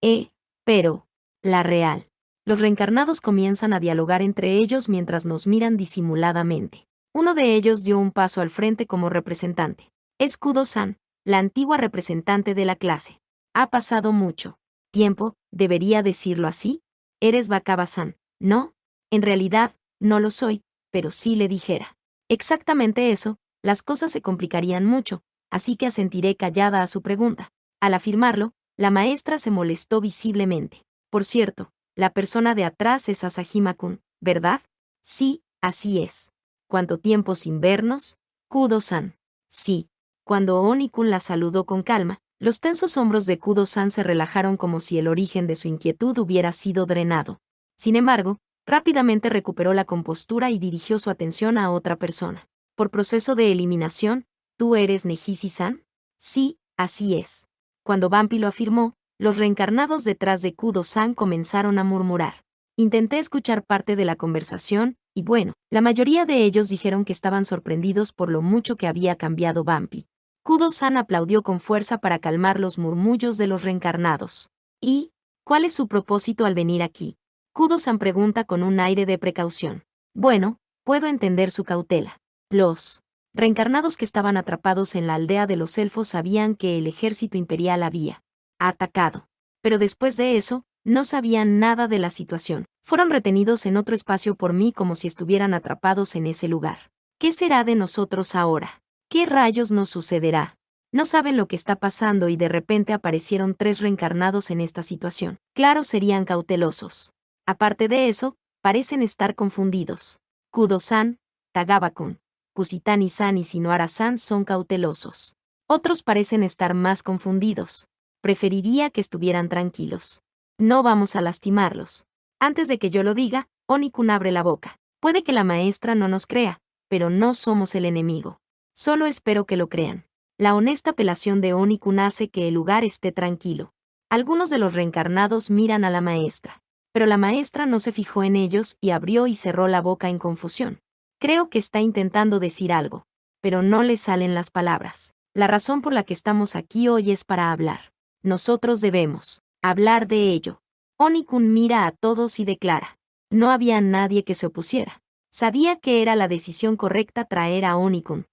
Pero, la real. Los reencarnados comienzan a dialogar entre ellos mientras nos miran disimuladamente. Uno de ellos dio un paso al frente como representante. Es Kudo-san, la antigua representante de la clase. Ha pasado mucho tiempo, ¿debería decirlo así? Eres Wakaba-san, ¿no? En realidad, no lo soy, pero sí le dijera. Exactamente eso, las cosas se complicarían mucho, así que asentiré callada a su pregunta. Al afirmarlo, la maestra se molestó visiblemente. Por cierto, la persona de atrás es Asahima-kun, ¿verdad? Sí, así es. ¿Cuánto tiempo sin vernos? Kudo-san. Sí. Cuando Oni-kun la saludó con calma, los tensos hombros de Kudo-san se relajaron como si el origen de su inquietud hubiera sido drenado. Sin embargo, rápidamente recuperó la compostura y dirigió su atención a otra persona. Por proceso de eliminación, ¿tú eres Nejisi-san? Sí, así es. Cuando Vampi lo afirmó, los reencarnados detrás de Kudo-san comenzaron a murmurar. Intenté escuchar parte de la conversación, y bueno, la mayoría de ellos dijeron que estaban sorprendidos por lo mucho que había cambiado Vampi. Kudo-san aplaudió con fuerza para calmar los murmullos de los reencarnados. ¿Y cuál es su propósito al venir aquí? Kudo-san pregunta con un aire de precaución. Bueno, puedo entender su cautela. Los reencarnados que estaban atrapados en la aldea de los elfos sabían que el ejército imperial había atacado. Pero después de eso, no sabían nada de la situación. Fueron retenidos en otro espacio por mí como si estuvieran atrapados en ese lugar. ¿Qué será de nosotros ahora? ¿Qué rayos nos sucederá? No saben lo que está pasando y de repente aparecieron 3 reencarnados en esta situación. Claro, serían cautelosos. Aparte de eso, parecen estar confundidos. Kudo-san, Tagaba-kun, Kusitani-san y Shinohara-san son cautelosos. Otros parecen estar más confundidos. Preferiría que estuvieran tranquilos. No vamos a lastimarlos. Antes de que yo lo diga, Oni-kun abre la boca. Puede que la maestra no nos crea, pero no somos el enemigo. Solo espero que lo crean. La honesta apelación de Oni-kun hace que el lugar esté tranquilo. Algunos de los reencarnados miran a la maestra, pero la maestra no se fijó en ellos y abrió y cerró la boca en confusión. Creo que está intentando decir algo, pero no le salen las palabras. La razón por la que estamos aquí hoy es para hablar. Nosotros debemos hablar de ello. Oni-kun mira a todos y declara. No había nadie que se opusiera. Sabía que era la decisión correcta traer a Oni-kun.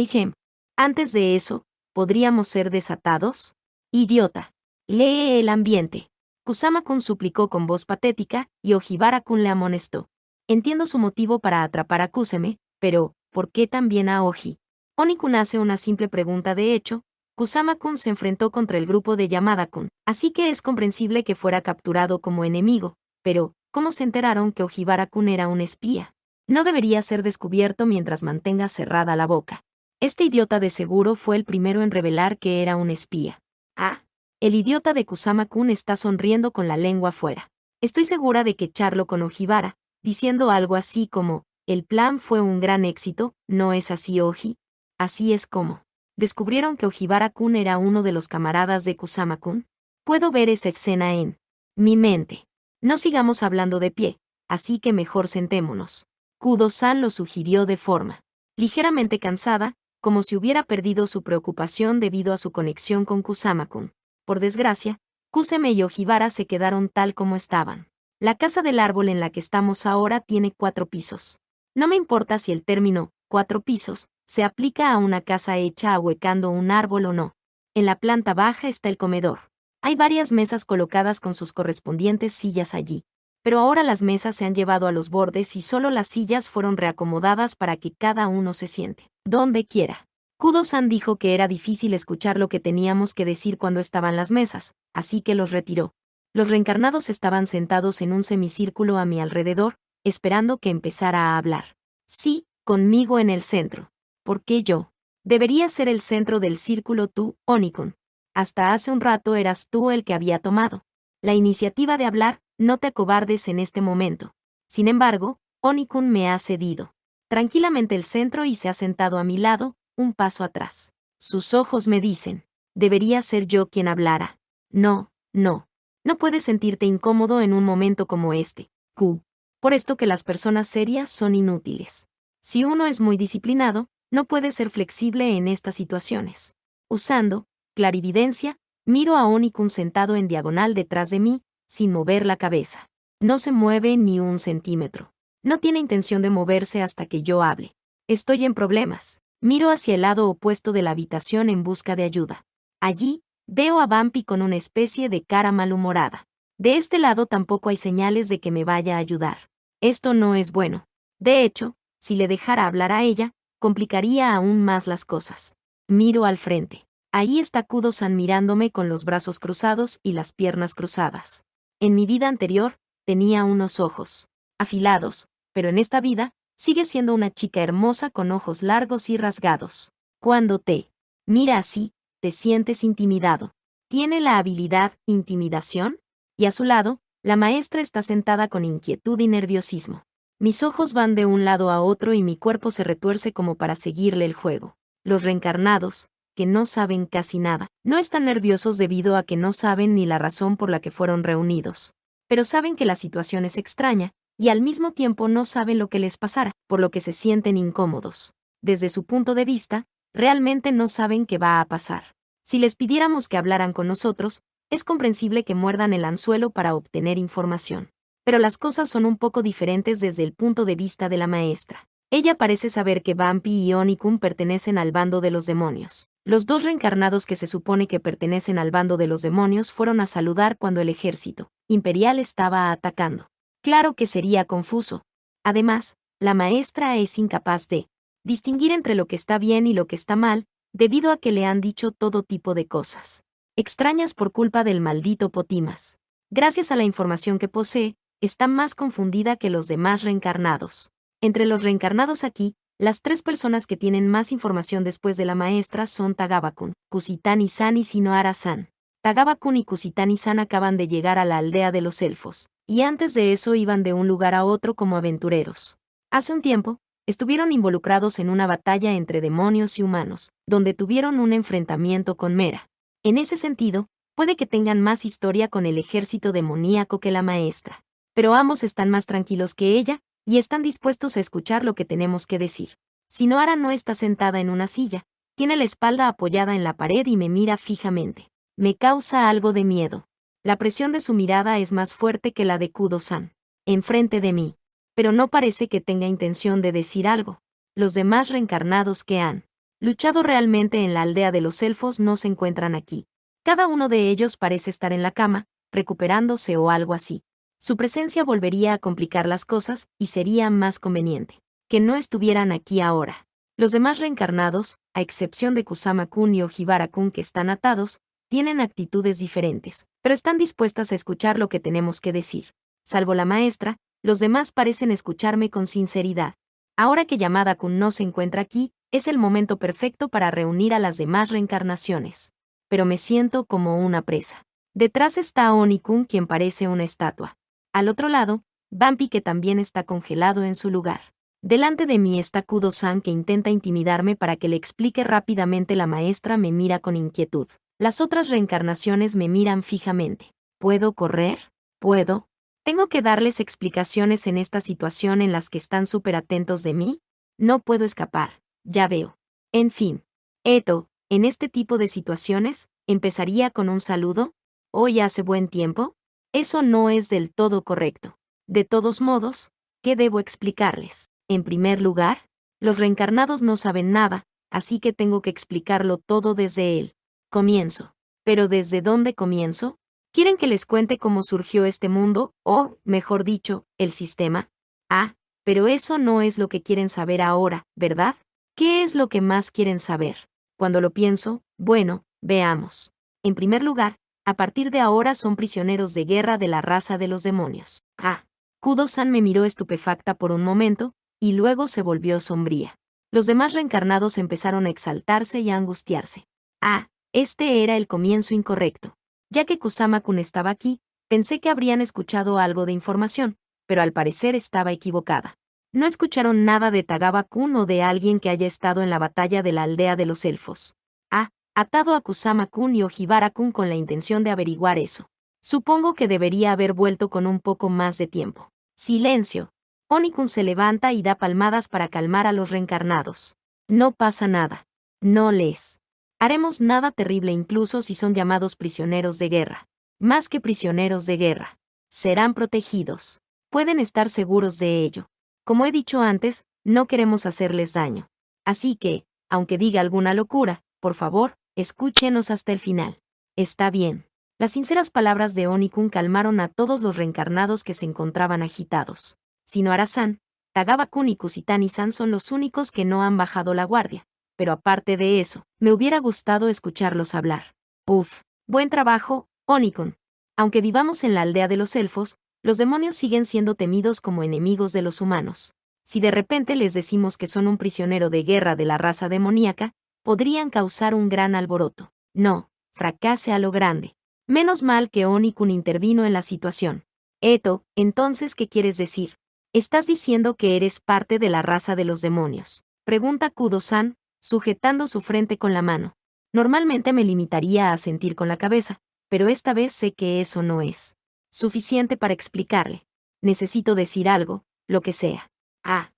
Antes de eso, ¿podríamos ser desatados? Idiota. Lee el ambiente. Kusama-kun suplicó con voz patética, y Ojibara-kun le amonestó. Entiendo su motivo para atrapar a Kuseme, pero, ¿por qué también a Oji? Oni-kun hace una simple pregunta de hecho. Kusama-kun se enfrentó contra el grupo de Yamada-kun, así que es comprensible que fuera capturado como enemigo, pero, ¿cómo se enteraron que Ojibara-kun era un espía? No debería ser descubierto mientras mantenga cerrada la boca. Este idiota de seguro fue el primero en revelar que era un espía. Ah, el idiota de Kusama-kun está sonriendo con la lengua fuera. Estoy segura de que charló con Ojibara, diciendo algo así como, el plan fue un gran éxito, ¿no es así, Oji? Así es como descubrieron que Ojibara-kun era uno de los camaradas de Kusama-kun. Puedo ver esa escena en mi mente. No sigamos hablando de pie, así que mejor sentémonos. Kudo-san lo sugirió de forma ligeramente cansada, como si hubiera perdido su preocupación debido a su conexión con Kusama-kun. Por desgracia, Kuseme y Ojibara se quedaron tal como estaban. La casa del árbol en la que estamos ahora tiene 4 pisos. No me importa si el término 4 pisos se aplica a una casa hecha ahuecando un árbol o no. En la planta baja está el comedor. Hay varias mesas colocadas con sus correspondientes sillas allí. Pero ahora las mesas se han llevado a los bordes y solo las sillas fueron reacomodadas para que cada uno se siente donde quiera. Kudo-san dijo que era difícil escuchar lo que teníamos que decir cuando estaban las mesas, así que los retiró. Los reencarnados estaban sentados en un semicírculo a mi alrededor, esperando que empezara a hablar. Sí, conmigo en el centro. ¿Por qué yo? Debería ser el centro del círculo tú, Onikun. Hasta hace un rato eras tú el que había tomado la iniciativa de hablar, no te acobardes en este momento. Sin embargo, Onikun me ha cedido tranquilamente el centro y se ha sentado a mi lado, un paso atrás. Sus ojos me dicen, debería ser yo quien hablara. No, no. No puedes sentirte incómodo en un momento como este, Q. Por esto que las personas serias son inútiles. Si uno es muy disciplinado, no puede ser flexible en estas situaciones. Usando clarividencia, miro a Onikun sentado en diagonal detrás de mí, sin mover la cabeza. No se mueve ni un centímetro. No tiene intención de moverse hasta que yo hable. Estoy en problemas. Miro hacia el lado opuesto de la habitación en busca de ayuda. Allí, veo a Bumpy con una especie de cara malhumorada. De este lado tampoco hay señales de que me vaya a ayudar. Esto no es bueno. De hecho, si le dejara hablar a ella, complicaría aún más las cosas. Miro al frente. Ahí está Kudo-san mirándome con los brazos cruzados y las piernas cruzadas. En mi vida anterior, tenía unos ojos afilados, pero en esta vida, sigue siendo una chica hermosa con ojos largos y rasgados. Cuando te mira así, te sientes intimidado. ¿Tiene la habilidad intimidación? Y a su lado, la maestra está sentada con inquietud y nerviosismo. Mis ojos van de un lado a otro y mi cuerpo se retuerce como para seguirle el juego. Los reencarnados, que no saben casi nada, no están nerviosos debido a que no saben ni la razón por la que fueron reunidos. Pero saben que la situación es extraña, y al mismo tiempo no saben lo que les pasará, por lo que se sienten incómodos. Desde su punto de vista, realmente no saben qué va a pasar. Si les pidiéramos que hablaran con nosotros, es comprensible que muerdan el anzuelo para obtener información. Pero las cosas son un poco diferentes desde el punto de vista de la maestra. Ella parece saber que Bumpy y Onikun pertenecen al bando de los demonios. Los 2 reencarnados que se supone que pertenecen al bando de los demonios fueron a saludar cuando el ejército imperial estaba atacando. Claro que sería confuso. Además, la maestra es incapaz de distinguir entre lo que está bien y lo que está mal, debido a que le han dicho todo tipo de cosas extrañas por culpa del maldito Potimas. Gracias a la información que posee, está más confundida que los demás reencarnados. Entre los reencarnados aquí, las 3 personas que tienen más información después de la maestra son Tagaba-kun, Kusitani-san y Shinohara-san. Tagaba-kun y Kusitani-san acaban de llegar a la aldea de los elfos, y antes de eso iban de un lugar a otro como aventureros. Hace un tiempo, estuvieron involucrados en una batalla entre demonios y humanos, donde tuvieron un enfrentamiento con Mera. En ese sentido, puede que tengan más historia con el ejército demoníaco que la maestra. Pero ambos están más tranquilos que ella, y están dispuestos a escuchar lo que tenemos que decir. Shinohara no está sentada en una silla, tiene la espalda apoyada en la pared y me mira fijamente. Me causa algo de miedo. La presión de su mirada es más fuerte que la de Kudo-san, enfrente de mí. Pero no parece que tenga intención de decir algo. Los demás reencarnados que han luchado realmente en la aldea de los elfos no se encuentran aquí. Cada uno de ellos parece estar en la cama, recuperándose o algo así. Su presencia volvería a complicar las cosas y sería más conveniente que no estuvieran aquí ahora. Los demás reencarnados, a excepción de Kusama-kun y Ojibara-kun que están atados, tienen actitudes diferentes, pero están dispuestas a escuchar lo que tenemos que decir. Salvo la maestra, los demás parecen escucharme con sinceridad. Ahora que Yamada-kun no se encuentra aquí, es el momento perfecto para reunir a las demás reencarnaciones. Pero me siento como una presa. Detrás está Oni-kun, quien parece una estatua. Al otro lado, Bumpy, que también está congelado en su lugar. Delante de mí está Kudo-san, que intenta intimidarme para que le explique rápidamente. La maestra me mira con inquietud. Las otras reencarnaciones me miran fijamente. ¿Puedo correr? ¿Puedo? ¿Tengo que darles explicaciones en esta situación en las que están súper atentos de mí? No puedo escapar, ya veo. En fin. En este tipo de situaciones, ¿empezaría con un saludo? ¿Hoy hace buen tiempo? Eso no es del todo correcto. De todos modos, ¿qué debo explicarles? En primer lugar, los reencarnados no saben nada, así que tengo que explicarlo todo desde el comienzo. ¿Pero desde dónde comienzo? ¿Quieren que les cuente cómo surgió este mundo, o, mejor dicho, el sistema? Ah, pero eso no es lo que quieren saber ahora, ¿verdad? ¿Qué es lo que más quieren saber? Cuando lo pienso, bueno, veamos. En primer lugar, a partir de ahora son prisioneros de guerra de la raza de los demonios. Ah. Kudo-san me miró estupefacta por un momento, y luego se volvió sombría. Los demás reencarnados empezaron a exaltarse y a angustiarse. Ah, este era el comienzo incorrecto. Ya que Kusama-kun estaba aquí, pensé que habrían escuchado algo de información, pero al parecer estaba equivocada. No escucharon nada de Tagawa-kun o de alguien que haya estado en la batalla de la aldea de los elfos. Ah, atado a Kusama-kun y Ojibara-kun con la intención de averiguar eso. Supongo que debería haber vuelto con un poco más de tiempo. Silencio. Oni-kun se levanta y da palmadas para calmar a los reencarnados. No pasa nada. No les haremos nada terrible incluso si son llamados prisioneros de guerra. Más que prisioneros de guerra. Serán protegidos. Pueden estar seguros de ello. Como he dicho antes, no queremos hacerles daño. Así que, aunque diga alguna locura, por favor, escúchenos hasta el final. Está bien. Las sinceras palabras de Oni-kun calmaron a todos los reencarnados que se encontraban agitados. Shinohara-san, Tagawa-kun y Kusitani-san son los únicos que no han bajado la guardia. Pero aparte de eso, me hubiera gustado escucharlos hablar. Uf, buen trabajo, Oni-kun. Aunque vivamos en la aldea de los elfos, los demonios siguen siendo temidos como enemigos de los humanos. Si de repente les decimos que son un prisionero de guerra de la raza demoníaca, podrían causar un gran alboroto. No, fracase a lo grande. Menos mal que Oni-kun intervino en la situación. Eto, entonces, ¿qué quieres decir? ¿Estás diciendo que eres parte de la raza de los demonios? Pregunta Kudo-san, sujetando su frente con la mano. Normalmente me limitaría a asentir con la cabeza, pero esta vez sé que eso no es suficiente para explicarle. Necesito decir algo, lo que sea. Ah.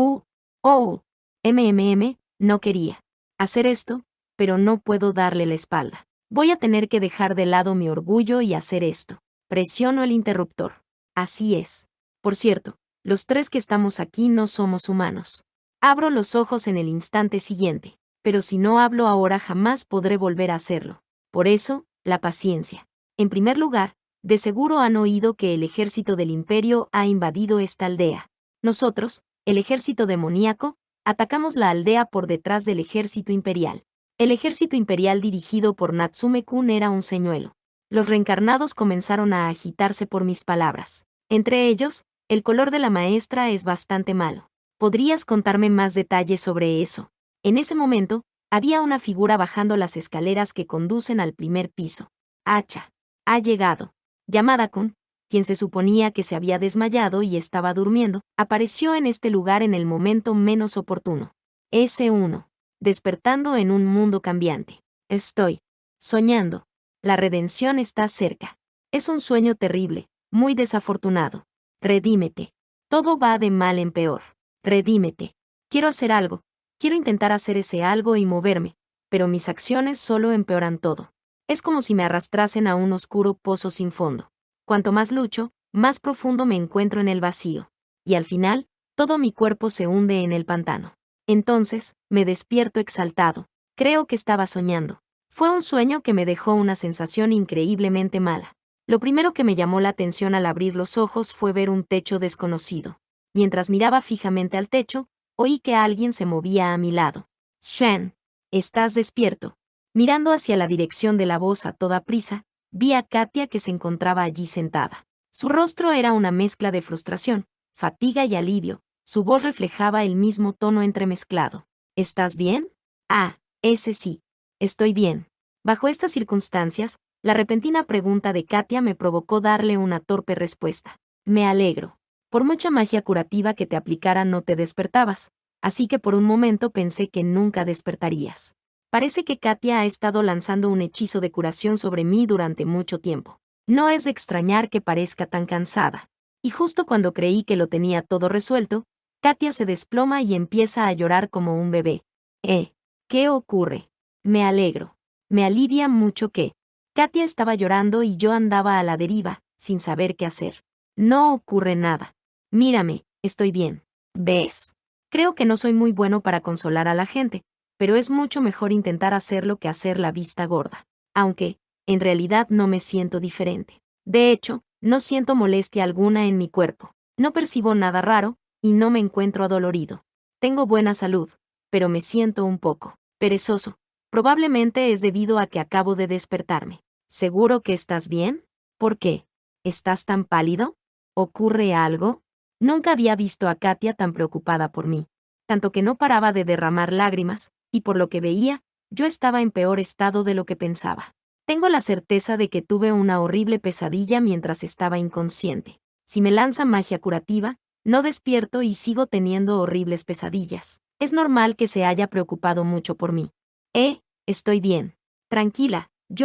No quería hacer esto, pero no puedo darle la espalda. Voy a tener que dejar de lado mi orgullo y hacer esto. Presiono el interruptor. Así es. Por cierto, los tres que estamos aquí no somos humanos. Abro los ojos en el instante siguiente, pero si no hablo ahora jamás podré volver a hacerlo. Por eso, la paciencia. En primer lugar, de seguro han oído que el ejército del Imperio ha invadido esta aldea. Nosotros, el ejército demoníaco, atacamos la aldea por detrás del ejército imperial. El ejército imperial dirigido por Natsume-kun era un señuelo. Los reencarnados comenzaron a agitarse por mis palabras. Entre ellos, el color de la maestra es bastante malo. ¿Podrías contarme más detalles sobre eso? En ese momento, había una figura bajando las escaleras que conducen al primer piso. Hacha. Ha llegado. Yamada-kun, quien se suponía que se había desmayado y estaba durmiendo, apareció en este lugar en el momento menos oportuno. S1. Despertando en un mundo cambiante. Estoy soñando. La redención está cerca. Es un sueño terrible, muy desafortunado. Redímete. Todo va de mal en peor. Redímete. Quiero hacer algo. Quiero intentar hacer ese algo y moverme, pero mis acciones solo empeoran todo. Es como si me arrastrasen a un oscuro pozo sin fondo. Cuanto más lucho, más profundo me encuentro en el vacío. Y al final, todo mi cuerpo se hunde en el pantano. Entonces, me despierto exaltado. Creo que estaba soñando. Fue un sueño que me dejó una sensación increíblemente mala. Lo primero que me llamó la atención al abrir los ojos fue ver un techo desconocido. Mientras miraba fijamente al techo, oí que alguien se movía a mi lado. Shen, ¿estás despierto? Mirando hacia la dirección de la voz a toda prisa, vi a Katia que se encontraba allí sentada. Su rostro era una mezcla de frustración, fatiga y alivio. Su voz reflejaba el mismo tono entremezclado. ¿Estás bien? Ah, ese sí. Estoy bien. Bajo estas circunstancias, la repentina pregunta de Katia me provocó darle una torpe respuesta. Me alegro. Por mucha magia curativa que te aplicara no te despertabas, así que por un momento pensé que nunca despertarías. Parece que Katia ha estado lanzando un hechizo de curación sobre mí durante mucho tiempo. No es de extrañar que parezca tan cansada. Y justo cuando creí que lo tenía todo resuelto, Katia se desploma y empieza a llorar como un bebé. ¿Qué ocurre? Me alegro. Me alivia mucho que Katia estaba llorando y yo andaba a la deriva, sin saber qué hacer. No ocurre nada. Mírame, estoy bien. ¿Ves? Creo que no soy muy bueno para consolar a la gente, pero es mucho mejor intentar hacerlo que hacer la vista gorda. Aunque, en realidad no me siento diferente. De hecho, no siento molestia alguna en mi cuerpo. No percibo nada raro, y no me encuentro adolorido. Tengo buena salud, pero me siento un poco perezoso. Probablemente es debido a que acabo de despertarme. ¿Seguro que estás bien? ¿Por qué? ¿Estás tan pálido? ¿Ocurre algo? Nunca había visto a Katia tan preocupada por mí. Tanto que no paraba de derramar lágrimas, y por lo que veía, yo estaba en peor estado de lo que pensaba. Tengo la certeza de que tuve una horrible pesadilla mientras estaba inconsciente. Si me lanza magia curativa, no despierto y sigo teniendo horribles pesadillas. Es normal que se haya preocupado mucho por mí. Estoy bien. Tranquila,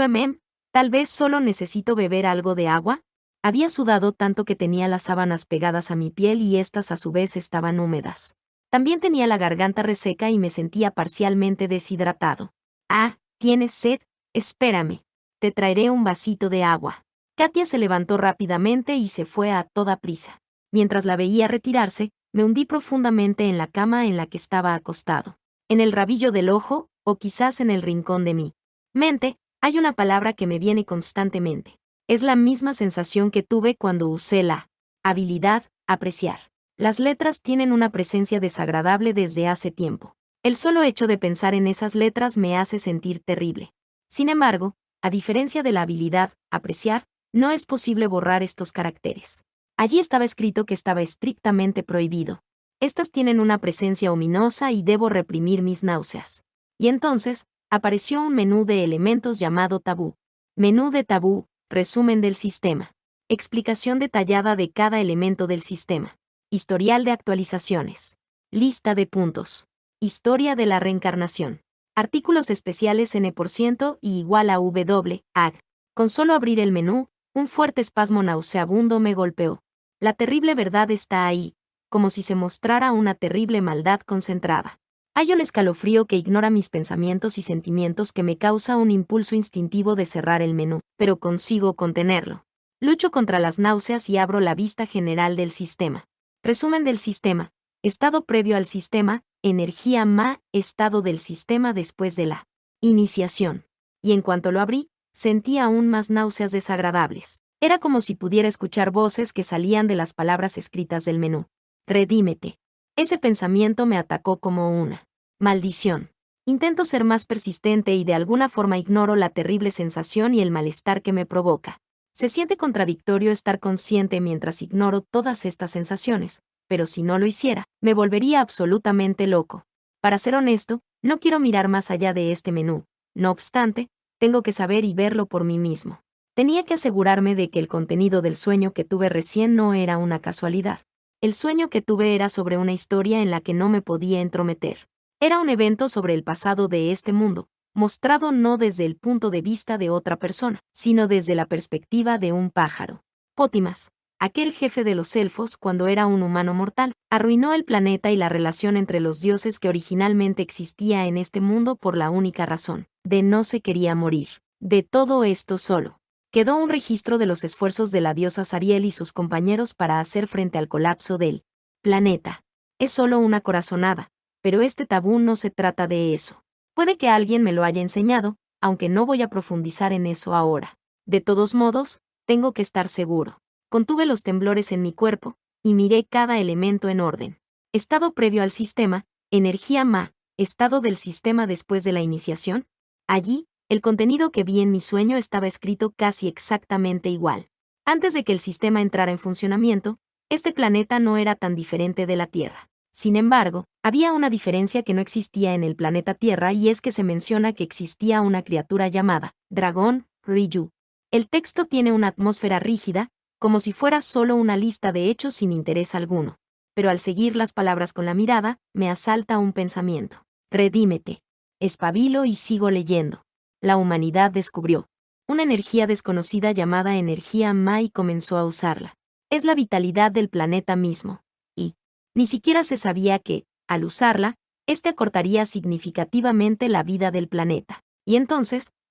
tal vez solo necesito beber algo de agua. Había sudado tanto que tenía las sábanas pegadas a mi piel y estas a su vez estaban húmedas. También tenía la garganta reseca y me sentía parcialmente deshidratado. ¿Tienes sed? Espérame. Te traeré un vasito de agua. Katia se levantó rápidamente y se fue a toda prisa. Mientras la veía retirarse, me hundí profundamente en la cama en la que estaba acostado. En el rabillo del ojo, o quizás en el rincón de mi mente, hay una palabra que me viene constantemente. Es la misma sensación que tuve cuando usé la habilidad apreciar. Las letras tienen una presencia desagradable desde hace tiempo. El solo hecho de pensar en esas letras me hace sentir terrible. Sin embargo, a diferencia de la habilidad apreciar, no es posible borrar estos caracteres. Allí estaba escrito que estaba estrictamente prohibido. Estas tienen una presencia ominosa y debo reprimir mis náuseas. Y entonces, apareció un menú de elementos llamado tabú. Menú de tabú, resumen del sistema. Explicación detallada de cada elemento del sistema. Historial de actualizaciones. Lista de puntos. Historia de la reencarnación. Artículos especiales N% y igual a W, AG. Con solo abrir el menú, un fuerte espasmo nauseabundo me golpeó. La terrible verdad está ahí, como si se mostrara una terrible maldad concentrada. Hay un escalofrío que ignora mis pensamientos y sentimientos que me causa un impulso instintivo de cerrar el menú, pero consigo contenerlo. Lucho contra las náuseas y abro la vista general del sistema. Resumen del sistema. Estado previo al sistema, energía Ma, estado del sistema después de la iniciación. Y en cuanto lo abrí, sentí aún más náuseas desagradables. Era como si pudiera escuchar voces que salían de las palabras escritas del menú. Redímete. Ese pensamiento me atacó como una maldición. Intento ser más persistente y de alguna forma ignoro la terrible sensación y el malestar que me provoca. Se siente contradictorio estar consciente mientras ignoro todas estas sensaciones, pero si no lo hiciera, me volvería absolutamente loco. Para ser honesto, no quiero mirar más allá de este menú. No obstante, tengo que saber y verlo por mí mismo. Tenía que asegurarme de que el contenido del sueño que tuve recién no era una casualidad. El sueño que tuve era sobre una historia en la que no me podía entrometer. Era un evento sobre el pasado de este mundo, mostrado no desde el punto de vista de otra persona, sino desde la perspectiva de un pájaro. Pótimas, aquel jefe de los elfos cuando era un humano mortal, arruinó el planeta y la relación entre los dioses que originalmente existía en este mundo por la única razón, de no se quería morir. De todo esto solo quedó un registro de los esfuerzos de la diosa Zariel y sus compañeros para hacer frente al colapso del planeta. Es solo una corazonada, pero este tabú no se trata de eso. Puede que alguien me lo haya enseñado, aunque no voy a profundizar en eso ahora. De todos modos, tengo que estar seguro. Contuve los temblores en mi cuerpo, y miré cada elemento en orden. Estado previo al sistema, energía Ma, estado del sistema después de la iniciación. Allí, el contenido que vi en mi sueño estaba escrito casi exactamente igual. Antes de que el sistema entrara en funcionamiento, este planeta no era tan diferente de la Tierra. Sin embargo, había una diferencia que no existía en el planeta Tierra y es que se menciona que existía una criatura llamada dragón Ryu. El texto tiene una atmósfera rígida, como si fuera solo una lista de hechos sin interés alguno. Pero al seguir las palabras con la mirada, me asalta un pensamiento. Redímete. Espabilo y sigo leyendo. La humanidad descubrió una energía desconocida llamada energía Ma y comenzó a usarla. Es la vitalidad del planeta mismo. Y ni siquiera se sabía que, al usarla, acortaría significativamente la vida del planeta. Y entonces,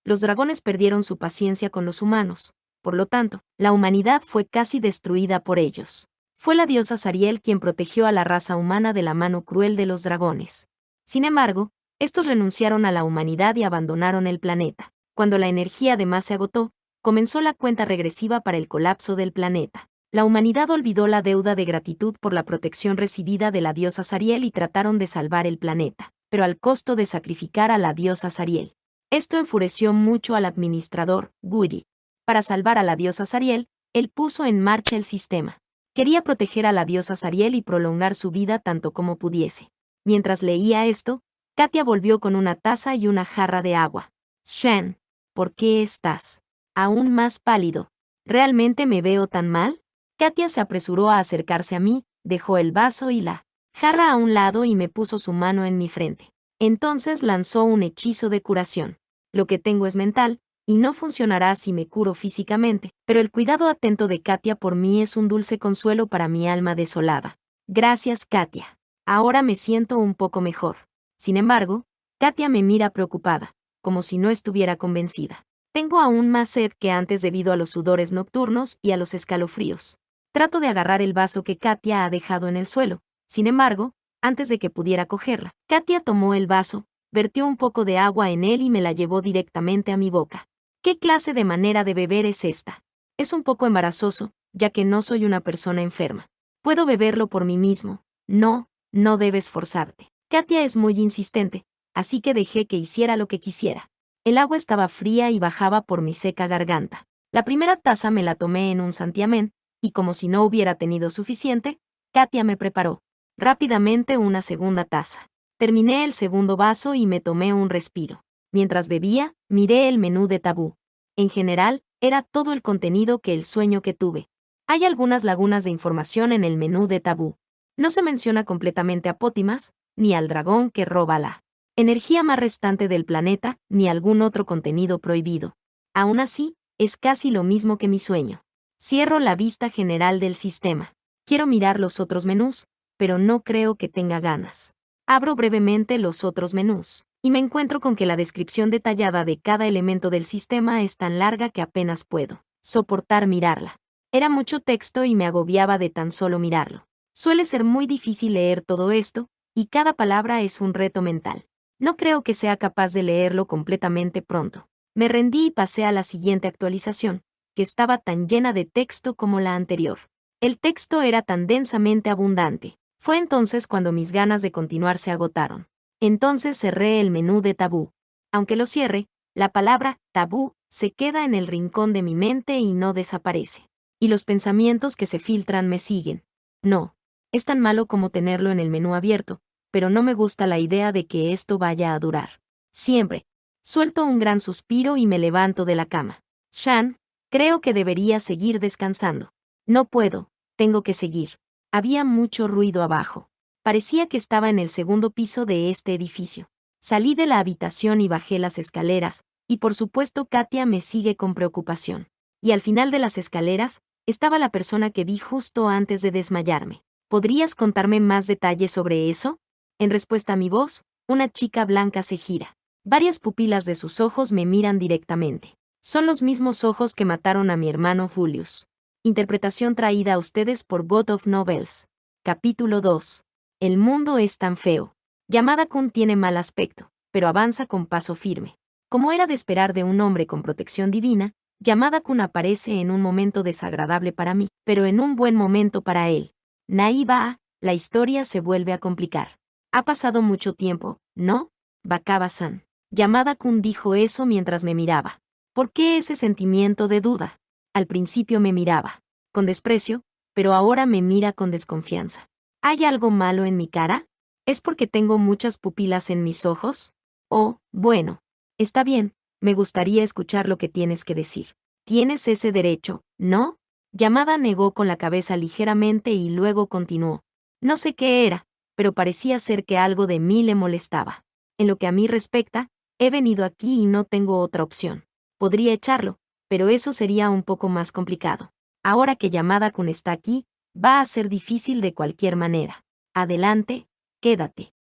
Los dragones perdieron su paciencia con los humanos. Por lo tanto, la humanidad fue casi destruida por ellos. Fue la diosa Zariel quien protegió a la raza humana de la mano cruel de los dragones. Sin embargo, estos renunciaron a la humanidad y abandonaron el planeta. Cuando la energía además se agotó, comenzó la cuenta regresiva para el colapso del planeta. La humanidad olvidó la deuda de gratitud por la protección recibida de la diosa Zariel y trataron de salvar el planeta, pero al costo de sacrificar a la diosa Zariel. Esto enfureció mucho al administrador, Guri. Para salvar a la diosa Zariel, él puso en marcha el sistema. Quería proteger a la diosa Zariel y prolongar su vida tanto como pudiese. Mientras leía esto, Katia volvió con una taza y una jarra de agua. Shan, ¿por qué estás aún más pálido? ¿Realmente me veo tan mal? Katia se apresuró a acercarse a mí, dejó el vaso y la jarra a un lado y me puso su mano en mi frente. Entonces lanzó un hechizo de curación. Lo que tengo es mental, y no funcionará si me curo físicamente, pero el cuidado atento de Katia por mí es un dulce consuelo para mi alma desolada. Gracias, Katia. Ahora me siento un poco mejor. Sin embargo, Katia me mira preocupada, como si no estuviera convencida. Tengo aún más sed que antes debido a los sudores nocturnos y a los escalofríos. Trato de agarrar el vaso que Katia ha dejado en el suelo. Sin embargo, antes de que pudiera cogerla, Katia tomó el vaso, vertió un poco de agua en él y me la llevó directamente a mi boca. ¿Qué clase de manera de beber es esta? Es un poco embarazoso, ya que no soy una persona enferma. Puedo beberlo por mí mismo. No, no debes forzarte. Katia es muy insistente, así que dejé que hiciera lo que quisiera. El agua estaba fría y bajaba por mi seca garganta. La primera taza me la tomé en un santiamén, y como si no hubiera tenido suficiente, Katia me preparó rápidamente una segunda taza. Terminé el segundo vaso y me tomé un respiro. Mientras bebía, miré el menú de Tabú. En general, era todo el contenido que el sueño que tuve. Hay algunas lagunas de información en el menú de Tabú. No se menciona completamente a Pótimas, ni al dragón que roba la energía más restante del planeta, ni algún otro contenido prohibido. Aún así, es casi lo mismo que mi sueño. Cierro la vista general del sistema. Quiero mirar los otros menús, pero no creo que tenga ganas. Abro brevemente los otros menús, y me encuentro con que la descripción detallada de cada elemento del sistema es tan larga que apenas puedo soportar mirarla. Era mucho texto y me agobiaba de tan solo mirarlo. Suele ser muy difícil leer todo esto, y cada palabra es un reto mental. No creo que sea capaz de leerlo completamente pronto. Me rendí y pasé a la siguiente actualización, que estaba tan llena de texto como la anterior. El texto era tan densamente abundante. Fue entonces cuando mis ganas de continuar se agotaron. Entonces cerré el menú de Tabú. Aunque lo cierre, la palabra tabú se queda en el rincón de mi mente y no desaparece. Y los pensamientos que se filtran me siguen. No, es tan malo como tenerlo en el menú abierto, pero no me gusta la idea de que esto vaya a durar. Siempre. Suelto un gran suspiro y me levanto de la cama. Shan, creo que debería seguir descansando. No puedo, tengo que seguir. Había mucho ruido abajo. Parecía que estaba en el segundo piso de este edificio. Salí de la habitación y bajé las escaleras, y por supuesto Katia me sigue con preocupación. Y al final de las escaleras, estaba la persona que vi justo antes de desmayarme. ¿Podrías contarme más detalles sobre eso? En respuesta a mi voz, una chica blanca se gira. Varias pupilas de sus ojos me miran directamente. Son los mismos ojos que mataron a mi hermano Julius. Interpretación traída a ustedes por God of Novels. Capítulo 2. El mundo es tan feo. Yamada-kun tiene mal aspecto, pero avanza con paso firme. Como era de esperar de un hombre con protección divina, Yamada-kun aparece en un momento desagradable para mí, pero en un buen momento para él. Naiba, la historia se vuelve a complicar. Ha pasado mucho tiempo, ¿no? Bakaba-san. Yamada-kun dijo eso mientras me miraba. ¿Por qué ese sentimiento de duda? Al principio me miraba con desprecio, pero ahora me mira con desconfianza. ¿Hay algo malo en mi cara? ¿Es porque tengo muchas pupilas en mis ojos? Oh, bueno. Está bien, me gustaría escuchar lo que tienes que decir. Tienes ese derecho, ¿no? Yamada negó con la cabeza ligeramente y luego continuó. No sé qué era, pero parecía ser que algo de mí le molestaba. En lo que a mí respecta, he venido aquí y no tengo otra opción. Podría echarlo, pero eso sería un poco más complicado. Ahora que Yamada-kun está aquí, va a ser difícil de cualquier manera. Adelante, quédate.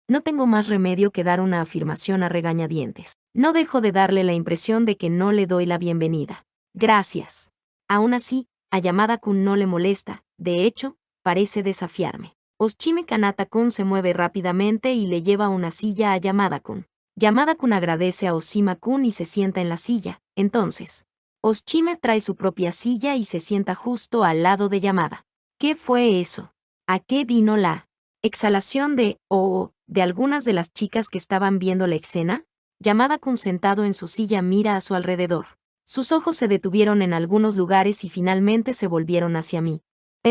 No tengo más remedio que dar una afirmación a regañadientes. No dejo de darle la impresión de que no le doy la bienvenida. Gracias. Aún así, a Yamada-kun no le molesta, de hecho, parece desafiarme. Oshime Kanata-kun se mueve rápidamente y le lleva una silla a Yamada-kun. Yamada-kun agradece a Oshima-kun y se sienta en la silla. Entonces, Oshime trae su propia silla y se sienta justo al lado de Yamada. ¿Qué fue eso? ¿A qué vino la exhalación de algunas de las chicas que estaban viendo la escena? Yamada-kun sentado en su silla mira a su alrededor. Sus ojos se detuvieron en algunos lugares y finalmente se volvieron hacia mí.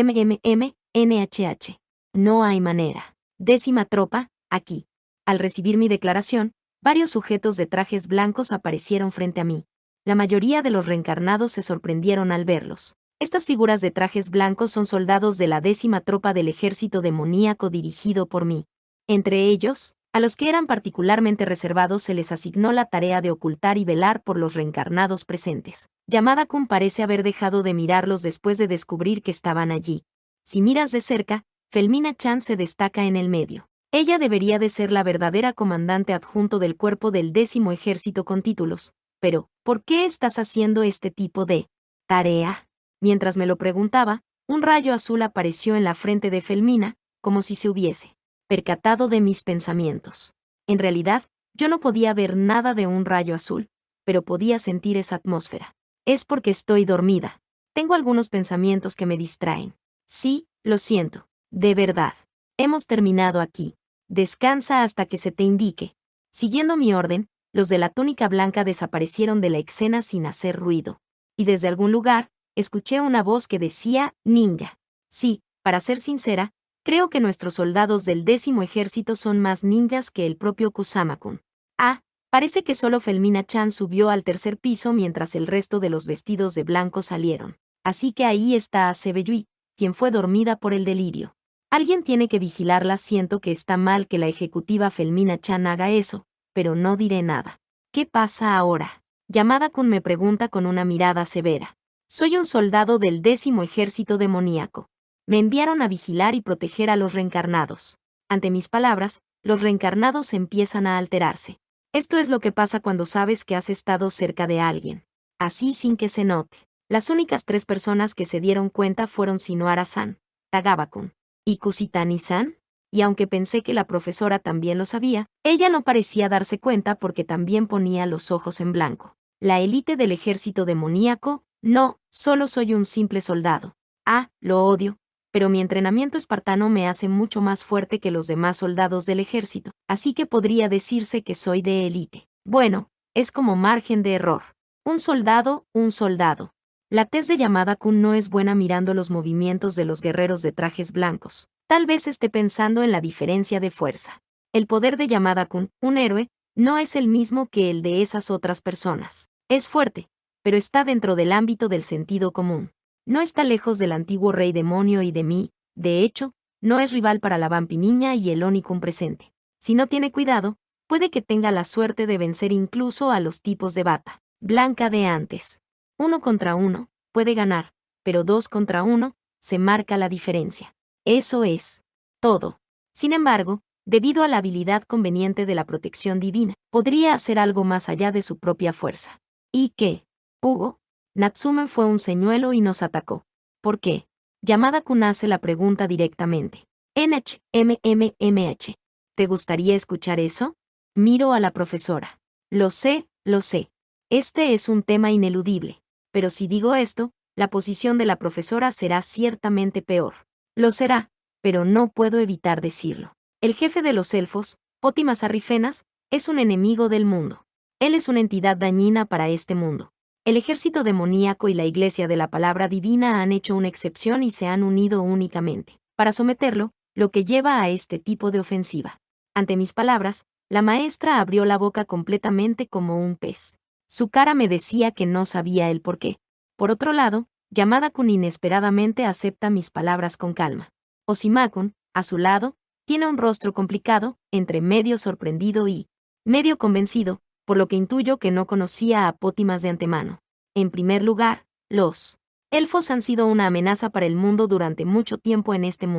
NHH. No hay manera. 10ª tropa, aquí. Al recibir mi declaración, varios sujetos de trajes blancos aparecieron frente a mí. La mayoría de los reencarnados se sorprendieron al verlos. Estas figuras de trajes blancos son soldados de la 10ª tropa del ejército demoníaco dirigido por mí. Entre ellos, a los que eran particularmente reservados se les asignó la tarea de ocultar y velar por los reencarnados presentes. Yamada-kun parece haber dejado de mirarlos después de descubrir que estaban allí. Si miras de cerca, Felmina-chan se destaca en el medio. Ella debería de ser la verdadera comandante adjunto del cuerpo del 10º ejército con títulos. Pero, ¿por qué estás haciendo este tipo de tarea? Mientras me lo preguntaba, un rayo azul apareció en la frente de Felmina, como si se hubiese percatado de mis pensamientos. En realidad, yo no podía ver nada de un rayo azul, pero podía sentir esa atmósfera. Es porque estoy dormida. Tengo algunos pensamientos que me distraen. Sí, lo siento. De verdad. Hemos terminado aquí. Descansa hasta que se te indique. Siguiendo mi orden, los de la túnica blanca desaparecieron de la escena sin hacer ruido. Y desde algún lugar, escuché una voz que decía, ninja. Sí, para ser sincera, creo que nuestros soldados del 10º ejército son más ninjas que el propio Kusama-kun. Parece que solo Felmina-chan subió al 3er piso mientras el resto de los vestidos de blanco salieron. Así que ahí está Asebeyui, quien fue dormida por el delirio. Alguien tiene que vigilarla. Siento que está mal que la ejecutiva Felmina-chan haga eso, pero no diré nada. ¿Qué pasa ahora? Yamada-kun me pregunta con una mirada severa. Soy un soldado del 10º ejército demoníaco. Me enviaron a vigilar y proteger a los reencarnados. Ante mis palabras, los reencarnados empiezan a alterarse. Esto es lo que pasa cuando sabes que has estado cerca de alguien. Así sin que se note. Las únicas 3 personas que se dieron cuenta fueron Shinohara-san, Tagawa-kun y Kusitani-san, y aunque pensé que la profesora también lo sabía, ella no parecía darse cuenta porque también ponía los ojos en blanco. La élite del ejército demoníaco, no, solo soy un simple soldado. Lo odio, pero mi entrenamiento espartano me hace mucho más fuerte que los demás soldados del ejército, así que podría decirse que soy de élite. Bueno, es como margen de error. Un soldado. La tez de Yamada-kun no es buena mirando los movimientos de los guerreros de trajes blancos. Tal vez esté pensando en la diferencia de fuerza. El poder de Yamada-kun, un héroe, no es el mismo que el de esas otras personas. Es fuerte, pero está dentro del ámbito del sentido común. No está lejos del antiguo rey demonio y de mí. De hecho, no es rival para la vampi niña y el Oni-kun presente. Si no tiene cuidado, puede que tenga la suerte de vencer incluso a los tipos de bata blanca de antes. 1 contra 1, puede ganar, pero 2 contra 1, se marca la diferencia. Eso es todo. Sin embargo, debido a la habilidad conveniente de la protección divina, podría hacer algo más allá de su propia fuerza. ¿Y qué? Hugo, Natsume fue un señuelo y nos atacó. ¿Por qué? Yamada-kun hace la pregunta directamente. MMMH. ¿Te gustaría escuchar eso? Miro a la profesora. Lo sé. Este es un tema ineludible. Pero si digo esto, la posición de la profesora será ciertamente peor. Lo será, pero no puedo evitar decirlo. El jefe de los elfos, Pótimas Arrifenas, es un enemigo del mundo. Él es una entidad dañina para este mundo. El ejército demoníaco y la iglesia de la palabra divina han hecho una excepción y se han unido únicamente para someterlo, lo que lleva a este tipo de ofensiva. Ante mis palabras, la maestra abrió la boca completamente como un pez. Su cara me decía que no sabía el por qué. Por otro lado, Yamada-kun inesperadamente acepta mis palabras con calma. Oshima-kun, a su lado, tiene un rostro complicado, entre medio sorprendido y medio convencido, por lo que intuyo que no conocía a Pótimas de antemano. En primer lugar, los elfos han sido una amenaza para el mundo durante mucho tiempo en este mundo.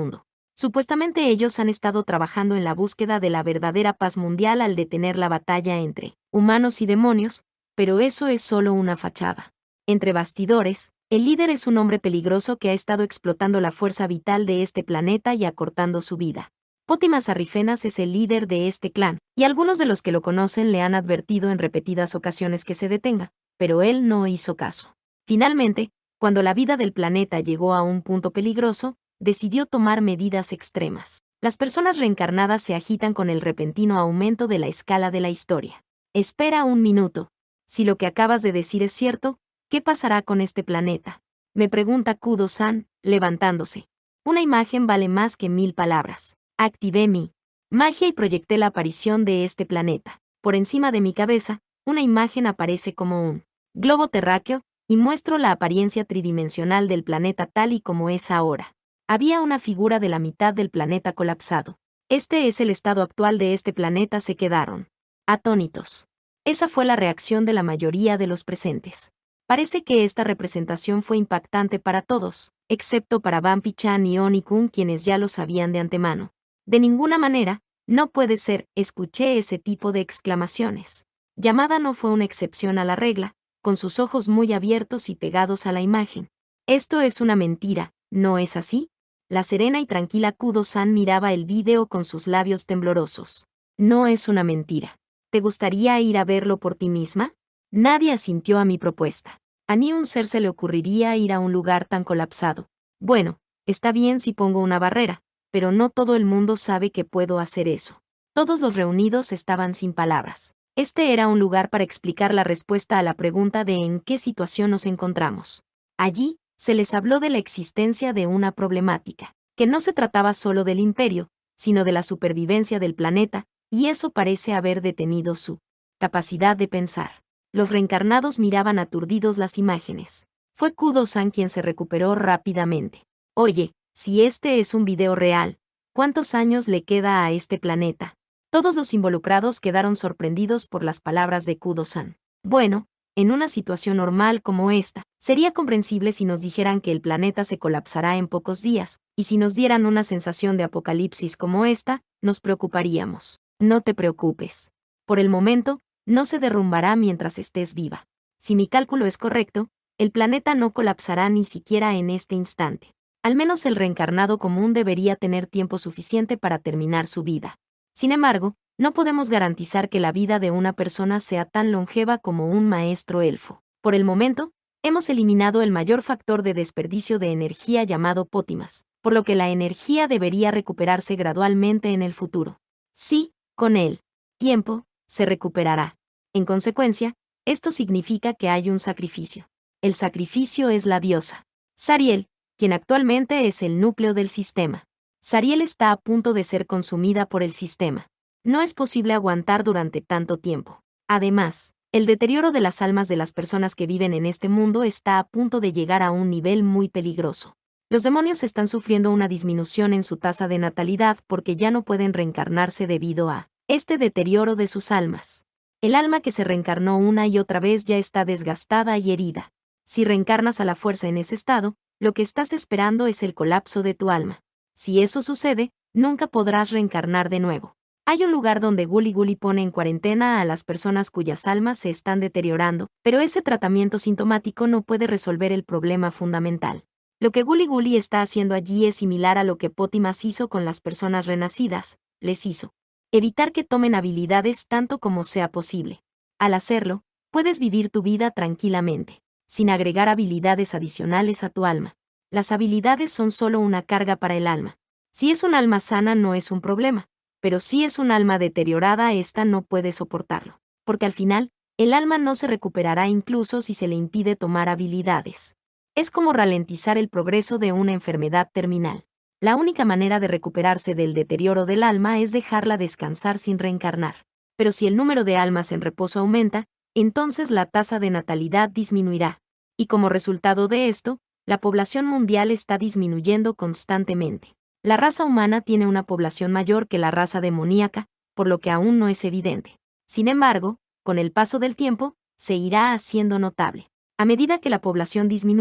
Supuestamente ellos han estado trabajando en la búsqueda de la verdadera paz mundial al detener la batalla entre humanos y demonios, pero eso es solo una fachada. Entre bastidores, el líder es un hombre peligroso que ha estado explotando la fuerza vital de este planeta y acortando su vida. Potimas Arrifenas es el líder de este clan, y algunos de los que lo conocen le han advertido en repetidas ocasiones que se detenga, pero él no hizo caso. Finalmente, cuando la vida del planeta llegó a un punto peligroso, decidió tomar medidas extremas. Las personas reencarnadas se agitan con el repentino aumento de la escala de la historia. Espera un minuto. Si lo que acabas de decir es cierto, ¿qué pasará con este planeta? Me pregunta Kudo-san, levantándose. Una imagen vale más que 1000 palabras. Activé mi magia y proyecté la aparición de este planeta. Por encima de mi cabeza, una imagen aparece como un globo terráqueo, y muestro la apariencia tridimensional del planeta tal y como es ahora. Había una figura de la mitad del planeta colapsado. Este es el estado actual de este planeta. Se quedaron atónitos. Esa fue la reacción de la mayoría de los presentes. Parece que esta representación fue impactante para todos, excepto para Vampi-chan y Oni-kun, quienes ya lo sabían de antemano. De ninguna manera, no puede ser, escuché ese tipo de exclamaciones. Yamada no fue una excepción a la regla, con sus ojos muy abiertos y pegados a la imagen. Esto es una mentira, ¿no es así? La serena y tranquila Kudo-san miraba el vídeo con sus labios temblorosos. No es una mentira. ¿Te gustaría ir a verlo por ti misma? Nadie asintió a mi propuesta. A ni un ser se le ocurriría ir a un lugar tan colapsado. Bueno, está bien si pongo una barrera, pero no todo el mundo sabe que puedo hacer eso. Todos los reunidos estaban sin palabras. Este era un lugar para explicar la respuesta a la pregunta de en qué situación nos encontramos. Allí, se les habló de la existencia de una problemática, que no se trataba solo del imperio, sino de la supervivencia del planeta, y eso parece haber detenido su capacidad de pensar. Los reencarnados miraban aturdidos las imágenes. Fue Kudo-san quien se recuperó rápidamente. Oye, si este es un video real, ¿cuántos años le queda a este planeta? Todos los involucrados quedaron sorprendidos por las palabras de Kudo-san. Bueno, en una situación normal como esta, sería comprensible si nos dijeran que el planeta se colapsará en pocos días, y si nos dieran una sensación de apocalipsis como esta, nos preocuparíamos. No te preocupes. Por el momento, no se derrumbará mientras estés viva. Si mi cálculo es correcto, el planeta no colapsará ni siquiera en este instante. Al menos el reencarnado común debería tener tiempo suficiente para terminar su vida. Sin embargo, no podemos garantizar que la vida de una persona sea tan longeva como un maestro elfo. Por el momento, hemos eliminado el mayor factor de desperdicio de energía llamado Potimas, por lo que la energía debería recuperarse gradualmente en el futuro. Sí, con el tiempo, se recuperará. En consecuencia, esto significa que hay un sacrificio. El sacrificio es la diosa Zariel, quien actualmente es el núcleo del sistema. Zariel está a punto de ser consumida por el sistema. No es posible aguantar durante tanto tiempo. Además, el deterioro de las almas de las personas que viven en este mundo está a punto de llegar a un nivel muy peligroso. Los demonios están sufriendo una disminución en su tasa de natalidad porque ya no pueden reencarnarse debido a este deterioro de sus almas. El alma que se reencarnó una y otra vez ya está desgastada y herida. Si reencarnas a la fuerza en ese estado, lo que estás esperando es el colapso de tu alma. Si eso sucede, nunca podrás reencarnar de nuevo. Hay un lugar donde Guli Guli pone en cuarentena a las personas cuyas almas se están deteriorando, pero ese tratamiento sintomático no puede resolver el problema fundamental. Lo que Guli Guli está haciendo allí es similar a lo que Potimas hizo con las personas renacidas, les hizo evitar que tomen habilidades tanto como sea posible. Al hacerlo, puedes vivir tu vida tranquilamente, sin agregar habilidades adicionales a tu alma. Las habilidades son solo una carga para el alma. Si es un alma sana no es un problema, pero si es un alma deteriorada esta no puede soportarlo, porque al final, el alma no se recuperará incluso si se le impide tomar habilidades. Es como ralentizar el progreso de una enfermedad terminal. La única manera de recuperarse del deterioro del alma es dejarla descansar sin reencarnar. Pero si el número de almas en reposo aumenta, entonces la tasa de natalidad disminuirá. Y como resultado de esto, la población mundial está disminuyendo constantemente. La raza humana tiene una población mayor que la raza demoníaca, por lo que aún no es evidente. Sin embargo, con el paso del tiempo, se irá haciendo notable. A medida que la población disminuya,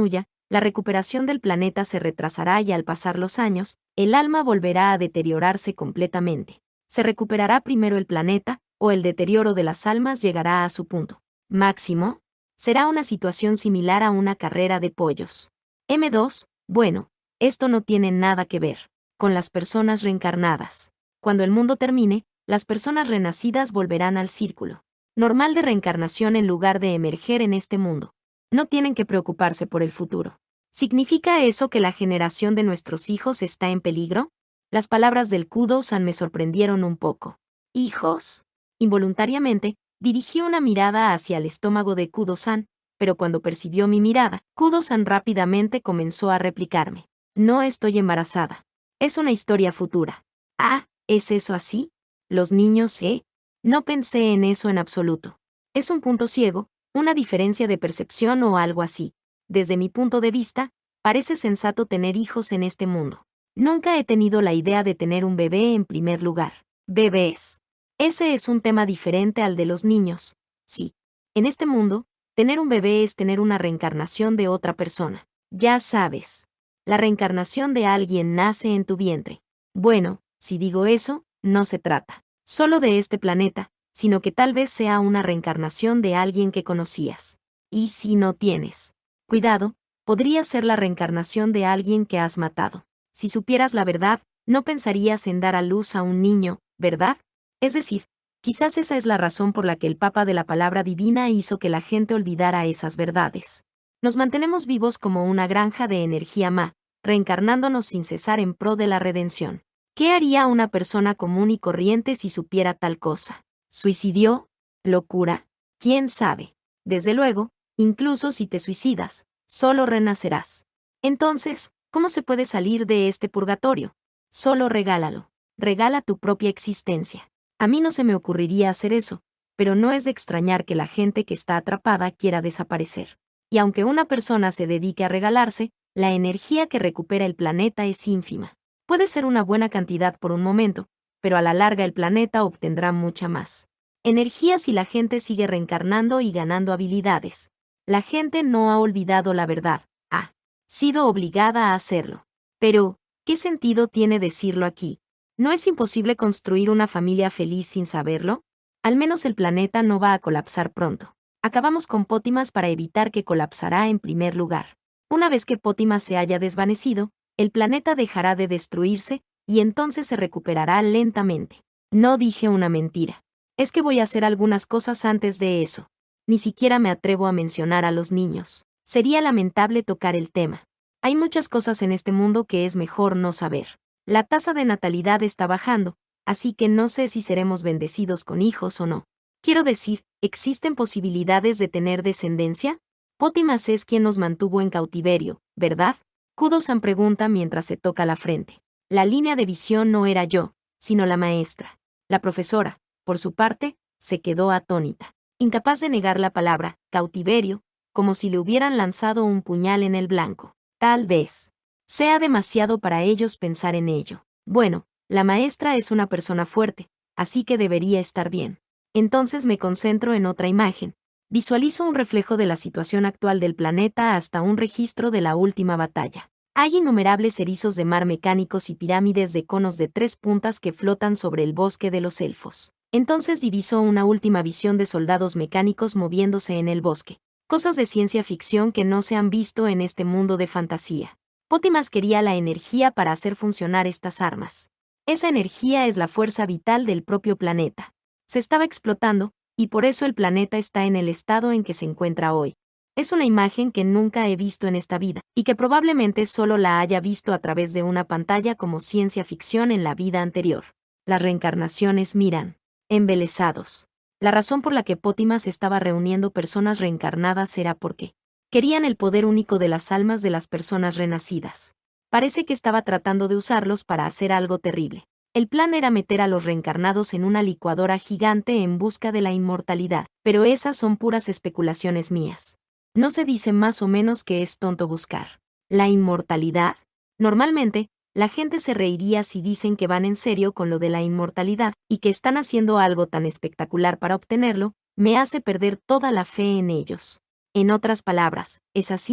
La recuperación del planeta se retrasará y al pasar los años, el alma volverá a deteriorarse completamente. ¿Se recuperará primero el planeta, o el deterioro de las almas llegará a su punto máximo? Será una situación similar a una carrera de pollos. M2, bueno, esto no tiene nada que ver con las personas reencarnadas. Cuando el mundo termine, las personas renacidas volverán al círculo normal de reencarnación en lugar de emerger en este mundo. No tienen que preocuparse por el futuro. ¿Significa eso que la generación de nuestros hijos está en peligro? Las palabras del Kudo-san me sorprendieron un poco. ¿Hijos? Involuntariamente, dirigí una mirada hacia el estómago de Kudo-san, pero cuando percibió mi mirada, Kudo-san rápidamente comenzó a replicarme. No estoy embarazada. Es una historia futura. Ah, ¿es eso así? Los niños, ¿eh? No pensé en eso en absoluto. Es un punto ciego, una diferencia de percepción o algo así. Desde mi punto de vista, parece sensato tener hijos en este mundo. Nunca he tenido la idea de tener un bebé en primer lugar. Bebés. Ese es un tema diferente al de los niños. Sí. En este mundo, tener un bebé es tener una reencarnación de otra persona. Ya sabes. La reencarnación de alguien nace en tu vientre. Bueno, si digo eso, no se trata solo de este planeta, sino que tal vez sea una reencarnación de alguien que conocías. Y si no tienes cuidado, podría ser la reencarnación de alguien que has matado. Si supieras la verdad, no pensarías en dar a luz a un niño, ¿verdad? Es decir, quizás esa es la razón por la que el Papa de la Palabra Divina hizo que la gente olvidara esas verdades. Nos mantenemos vivos como una granja de energía ma, reencarnándonos sin cesar en pro de la redención. ¿Qué haría una persona común y corriente si supiera tal cosa? ¿Suicidio? ¿Locura? ¿Quién sabe? Desde luego, incluso si te suicidas, solo renacerás. Entonces, ¿cómo se puede salir de este purgatorio? Solo regálalo. Regala tu propia existencia. A mí no se me ocurriría hacer eso, pero no es de extrañar que la gente que está atrapada quiera desaparecer. Y aunque una persona se dedique a regalarse, la energía que recupera el planeta es ínfima. Puede ser una buena cantidad por un momento, pero a la larga el planeta obtendrá mucha más energía si la gente sigue reencarnando y ganando habilidades. La gente no ha olvidado la verdad, ha sido obligada a hacerlo. Pero, ¿qué sentido tiene decirlo aquí? ¿No es imposible construir una familia feliz sin saberlo? Al menos el planeta no va a colapsar pronto. Acabamos con Pótimas para evitar que colapsará en primer lugar. Una vez que Pótimas se haya desvanecido, el planeta dejará de destruirse, y entonces se recuperará lentamente. No dije una mentira. Es que voy a hacer algunas cosas antes de eso. Ni siquiera me atrevo a mencionar a los niños. Sería lamentable tocar el tema. Hay muchas cosas en este mundo que es mejor no saber. La tasa de natalidad está bajando, así que no sé si seremos bendecidos con hijos o no. Quiero decir, ¿existen posibilidades de tener descendencia? Pótimas es quien nos mantuvo en cautiverio, ¿verdad? Kudo-san pregunta mientras se toca la frente. La línea de visión no era yo, sino la maestra. La profesora, por su parte, se quedó atónita, incapaz de negar la palabra cautiverio, como si le hubieran lanzado un puñal en el blanco. Tal vez sea demasiado para ellos pensar en ello. Bueno, la maestra es una persona fuerte, así que debería estar bien. Entonces me concentro en otra imagen. Visualizo un reflejo de la situación actual del planeta hasta un registro de la última batalla. Hay innumerables erizos de mar mecánicos y pirámides de conos de 3 puntas que flotan sobre el bosque de los elfos. Entonces diviso una última visión de soldados mecánicos moviéndose en el bosque. Cosas de ciencia ficción que no se han visto en este mundo de fantasía. Pótimas quería la energía para hacer funcionar estas armas. Esa energía es la fuerza vital del propio planeta. Se estaba explotando, y por eso el planeta está en el estado en que se encuentra hoy. Es una imagen que nunca he visto en esta vida, y que probablemente solo la haya visto a través de una pantalla como ciencia ficción en la vida anterior. Las reencarnaciones miran embelesados. La razón por la que Pótimas estaba reuniendo personas reencarnadas era porque querían el poder único de las almas de las personas renacidas. Parece que estaba tratando de usarlos para hacer algo terrible. El plan era meter a los reencarnados en una licuadora gigante en busca de la inmortalidad, pero esas son puras especulaciones mías. No se dice más o menos que es tonto buscar la inmortalidad. Normalmente, la gente se reiría si dicen que van en serio con lo de la inmortalidad, y que están haciendo algo tan espectacular para obtenerlo, me hace perder toda la fe en ellos. En otras palabras, ¿es así?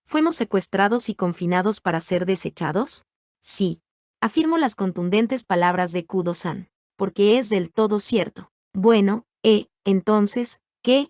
¿Fuimos secuestrados y confinados para ser desechados? Sí. Afirmo las contundentes palabras de Kudo-san, porque es del todo cierto. Bueno, entonces, ¿qué,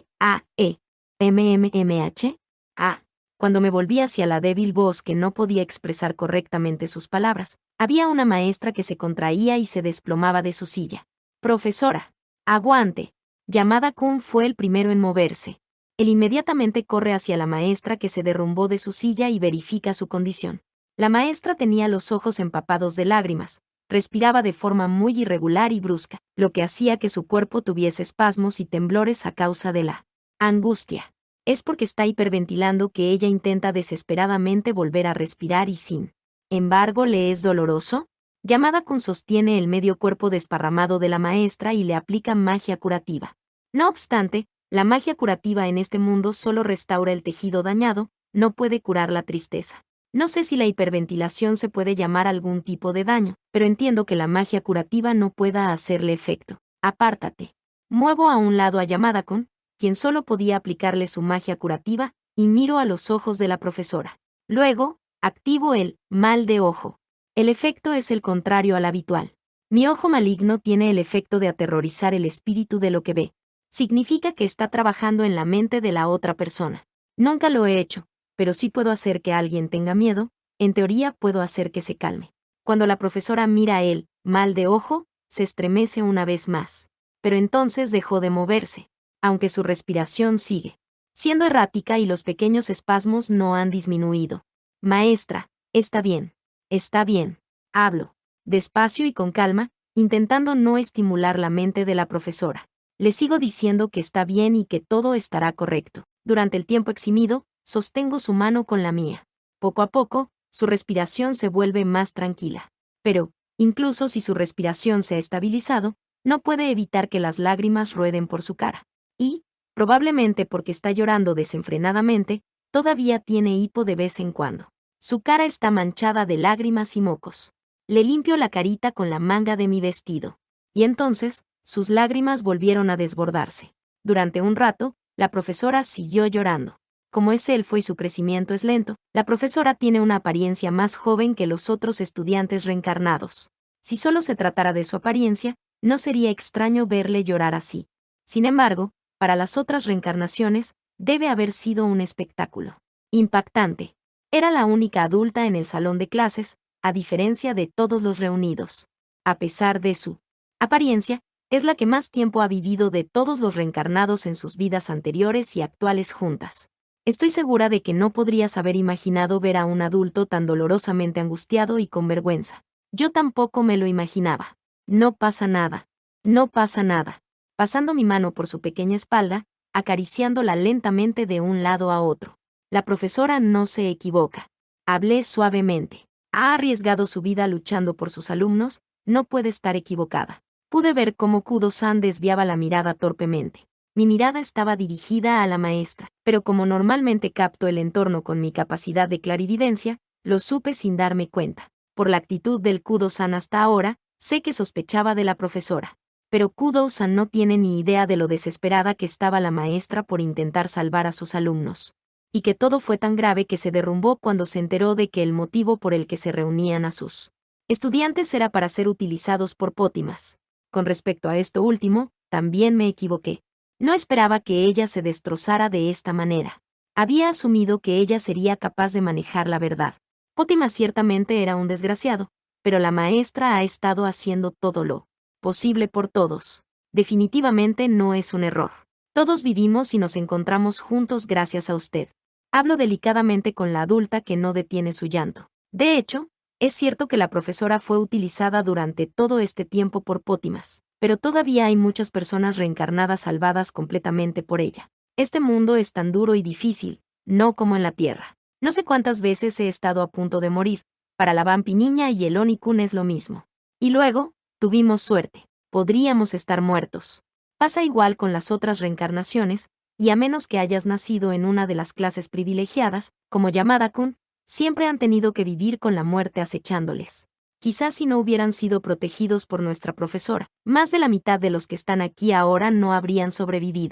MMMH? Cuando me volví hacia la débil voz que no podía expresar correctamente sus palabras, había una maestra que se contraía y se desplomaba de su silla. Profesora, aguante. Yamada-kun fue el primero en moverse. Él inmediatamente corre hacia la maestra que se derrumbó de su silla y verifica su condición. La maestra tenía los ojos empapados de lágrimas, respiraba de forma muy irregular y brusca, lo que hacía que su cuerpo tuviese espasmos y temblores a causa de la angustia. Es porque está hiperventilando que ella intenta desesperadamente volver a respirar y sin embargo le es doloroso. Yamada-kun sostiene el medio cuerpo desparramado de la maestra y le aplica magia curativa. No obstante, la magia curativa en este mundo solo restaura el tejido dañado, no puede curar la tristeza. No sé si la hiperventilación se puede llamar algún tipo de daño, pero entiendo que la magia curativa no pueda hacerle efecto. Apártate. Muevo a un lado a Yamada-kun, quien solo podía aplicarle su magia curativa, y miro a los ojos de la profesora. Luego, activo el mal de ojo. El efecto es el contrario al habitual. Mi ojo maligno tiene el efecto de aterrorizar el espíritu de lo que ve. Significa que está trabajando en la mente de la otra persona. Nunca lo he hecho, pero sí puedo hacer que alguien tenga miedo, en teoría puedo hacer que se calme. Cuando la profesora mira el mal de ojo, se estremece una vez más. Pero entonces dejó de moverse, aunque su respiración sigue siendo errática y los pequeños espasmos no han disminuido. Maestra, está bien. Está bien. Hablo, despacio y con calma, intentando no estimular la mente de la profesora. Le sigo diciendo que está bien y que todo estará correcto. Durante el tiempo eximido, sostengo su mano con la mía. Poco a poco, su respiración se vuelve más tranquila. Pero, incluso si su respiración se ha estabilizado, no puede evitar que las lágrimas rueden por su cara. Y, probablemente porque está llorando desenfrenadamente, todavía tiene hipo de vez en cuando. Su cara está manchada de lágrimas y mocos. Le limpio la carita con la manga de mi vestido. Y entonces, sus lágrimas volvieron a desbordarse. Durante un rato, la profesora siguió llorando. Como es elfo y su crecimiento es lento, la profesora tiene una apariencia más joven que los otros estudiantes reencarnados. Si solo se tratara de su apariencia, no sería extraño verle llorar así. Sin embargo, para las otras reencarnaciones, debe haber sido un espectáculo impactante. Era la única adulta en el salón de clases, a diferencia de todos los reunidos. A pesar de su apariencia, es la que más tiempo ha vivido de todos los reencarnados en sus vidas anteriores y actuales juntas. Estoy segura de que no podrías haber imaginado ver a un adulto tan dolorosamente angustiado y con vergüenza. Yo tampoco me lo imaginaba. No pasa nada. No pasa nada. Pasando mi mano por su pequeña espalda, acariciándola lentamente de un lado a otro. La profesora no se equivoca. Hablé suavemente. Ha arriesgado su vida luchando por sus alumnos, no puede estar equivocada. Pude ver cómo Kudo-san desviaba la mirada torpemente. Mi mirada estaba dirigida a la maestra, pero como normalmente capto el entorno con mi capacidad de clarividencia, lo supe sin darme cuenta. Por la actitud del Kudo-san hasta ahora, sé que sospechaba de la profesora. Pero Kudo-san no tiene ni idea de lo desesperada que estaba la maestra por intentar salvar a sus alumnos. Y que todo fue tan grave que se derrumbó cuando se enteró de que el motivo por el que se reunían a sus estudiantes era para ser utilizados por Pótimas. Con respecto a esto último, también me equivoqué. No esperaba que ella se destrozara de esta manera. Había asumido que ella sería capaz de manejar la verdad. Pótimas ciertamente era un desgraciado, pero la maestra ha estado haciendo todo lo posible por todos. Definitivamente no es un error. Todos vivimos y nos encontramos juntos gracias a usted. Hablo delicadamente con la adulta que no detiene su llanto. De hecho, es cierto que la profesora fue utilizada durante todo este tiempo por Pótimas, pero todavía hay muchas personas reencarnadas salvadas completamente por ella. Este mundo es tan duro y difícil, no como en la Tierra. No sé cuántas veces he estado a punto de morir. Para la Vampi Niña y el Oni-kun es lo mismo. Y luego, tuvimos suerte. Podríamos estar muertos. Pasa igual con las otras reencarnaciones, y a menos que hayas nacido en una de las clases privilegiadas, como Yamada-kun, siempre han tenido que vivir con la muerte acechándoles. Quizás si no hubieran sido protegidos por nuestra profesora, más de la mitad de los que están aquí ahora no habrían sobrevivido.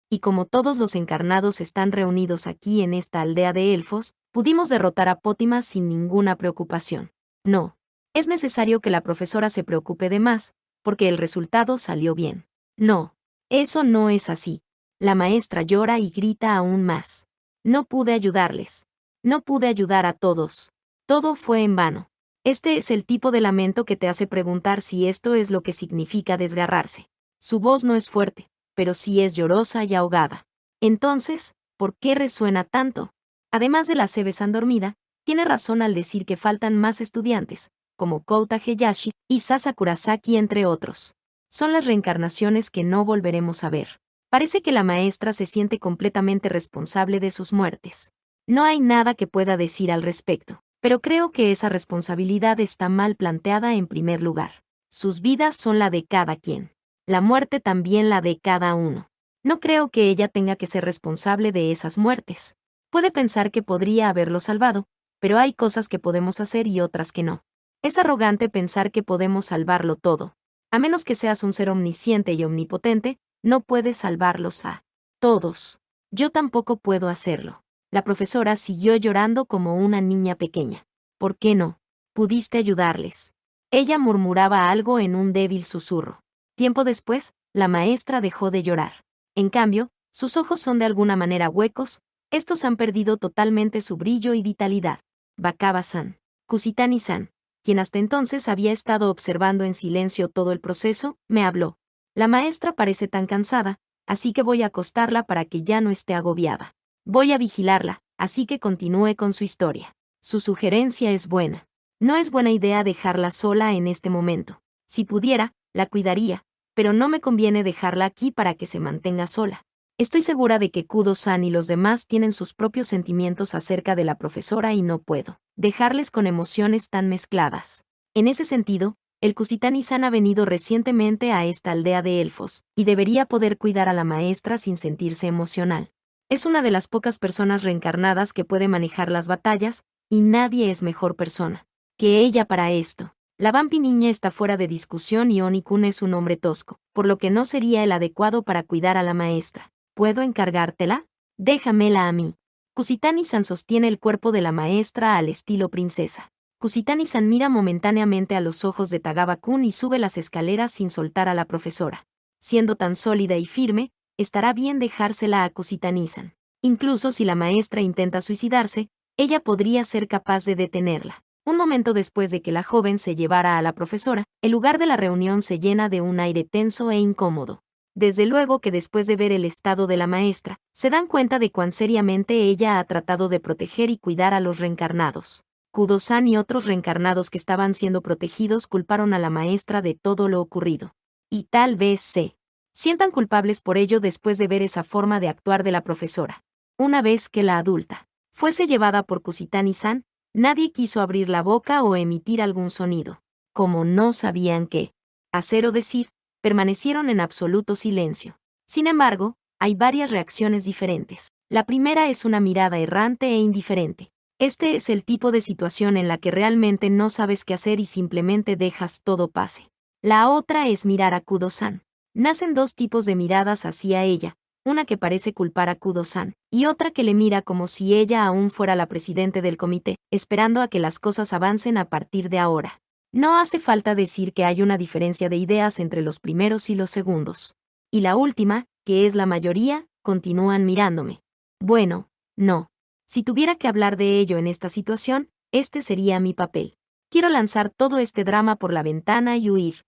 Y como todos los encarnados están reunidos aquí en esta aldea de elfos, pudimos derrotar a Pótimas sin ninguna preocupación. No. Es necesario que la profesora se preocupe de más, porque el resultado salió bien. No. Eso no es así. La maestra llora y grita aún más. No pude ayudarles. No pude ayudar a todos. Todo fue en vano. Este es el tipo de lamento que te hace preguntar si esto es lo que significa desgarrarse. Su voz no es fuerte, pero sí es llorosa y ahogada. Entonces, ¿por qué resuena tanto? Además de la Sebe-san dormida, tiene razón al decir que faltan más estudiantes, como Kouta Heyashi y Sasa Kurasaki entre otros. Son las reencarnaciones que no volveremos a ver. Parece que la maestra se siente completamente responsable de sus muertes. No hay nada que pueda decir al respecto, pero creo que esa responsabilidad está mal planteada en primer lugar. Sus vidas son la de cada quien. La muerte también la de cada uno. No creo que ella tenga que ser responsable de esas muertes. Puede pensar que podría haberlo salvado, pero hay cosas que podemos hacer y otras que no. Es arrogante pensar que podemos salvarlo todo. A menos que seas un ser omnisciente y omnipotente, no puedes salvarlos a todos. Yo tampoco puedo hacerlo. La profesora siguió llorando como una niña pequeña. ¿Por qué no? Pudiste ayudarles. Ella murmuraba algo en un débil susurro. Tiempo después, la maestra dejó de llorar. En cambio, sus ojos son de alguna manera huecos, estos han perdido totalmente su brillo y vitalidad. Wakaba-san. Kusitani-san, quien hasta entonces había estado observando en silencio todo el proceso, me habló. La maestra parece tan cansada, así que voy a acostarla para que ya no esté agobiada. Voy a vigilarla, así que continúe con su historia. Su sugerencia es buena. No es buena idea dejarla sola en este momento. Si pudiera, la cuidaría, pero no me conviene dejarla aquí para que se mantenga sola. Estoy segura de que Kudo-san y los demás tienen sus propios sentimientos acerca de la profesora y no puedo dejarles con emociones tan mezcladas. En ese sentido, el Kusitani-san ha venido recientemente a esta aldea de elfos, y debería poder cuidar a la maestra sin sentirse emocional. Es una de las pocas personas reencarnadas que puede manejar las batallas, y nadie es mejor persona que ella para esto. La vampi niña está fuera de discusión y Oni-kun es un hombre tosco, por lo que no sería el adecuado para cuidar a la maestra. ¿Puedo encargártela? Déjamela a mí. Kusitani-san sostiene el cuerpo de la maestra al estilo princesa. Kusitani-san mira momentáneamente a los ojos de Tagawa-kun y sube las escaleras sin soltar a la profesora. Siendo tan sólida y firme, estará bien dejársela a Kusitani-san. Incluso si la maestra intenta suicidarse, ella podría ser capaz de detenerla. Un momento después de que la joven se llevara a la profesora, el lugar de la reunión se llena de un aire tenso e incómodo. Desde luego que después de ver el estado de la maestra, se dan cuenta de cuán seriamente ella ha tratado de proteger y cuidar a los reencarnados. Kudo-san y otros reencarnados que estaban siendo protegidos culparon a la maestra de todo lo ocurrido. Y tal vez se sientan culpables por ello después de ver esa forma de actuar de la profesora. Una vez que la adulta fuese llevada por Kusitani-san, nadie quiso abrir la boca o emitir algún sonido. Como no sabían qué hacer o decir, permanecieron en absoluto silencio. Sin embargo, hay varias reacciones diferentes. La primera es una mirada errante e indiferente. Este es el tipo de situación en la que realmente no sabes qué hacer y simplemente dejas todo pase. La otra es mirar a Kudo-san. Nacen dos tipos de miradas hacia ella, una que parece culpar a Kudo-san, y otra que le mira como si ella aún fuera la presidente del comité, esperando a que las cosas avancen a partir de ahora. No hace falta decir que hay una diferencia de ideas entre los primeros y los segundos. Y la última, que es la mayoría, continúan mirándome. Bueno, no. Si tuviera que hablar de ello en esta situación, este sería mi papel. Quiero lanzar todo este drama por la ventana y huir.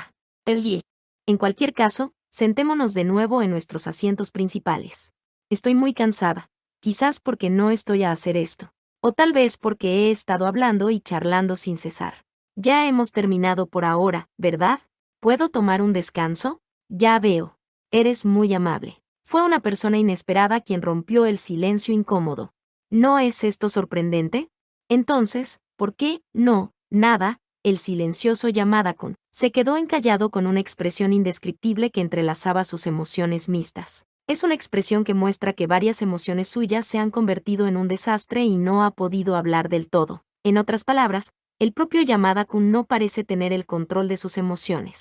En cualquier caso, sentémonos de nuevo en nuestros asientos principales. Estoy muy cansada, quizás porque no estoy a hacer esto, o tal vez porque he estado hablando y charlando sin cesar. Ya hemos terminado por ahora, ¿verdad? ¿Puedo tomar un descanso? Ya veo. Eres muy amable. Fue una persona inesperada quien rompió el silencio incómodo. ¿No es esto sorprendente? Entonces, ¿por qué? No, nada. El silencioso Yamada-kun se quedó encallado con una expresión indescriptible que entrelazaba sus emociones mixtas. Es una expresión que muestra que varias emociones suyas se han convertido en un desastre y no ha podido hablar del todo. En otras palabras, el propio Yamada-kun no parece tener el control de sus emociones.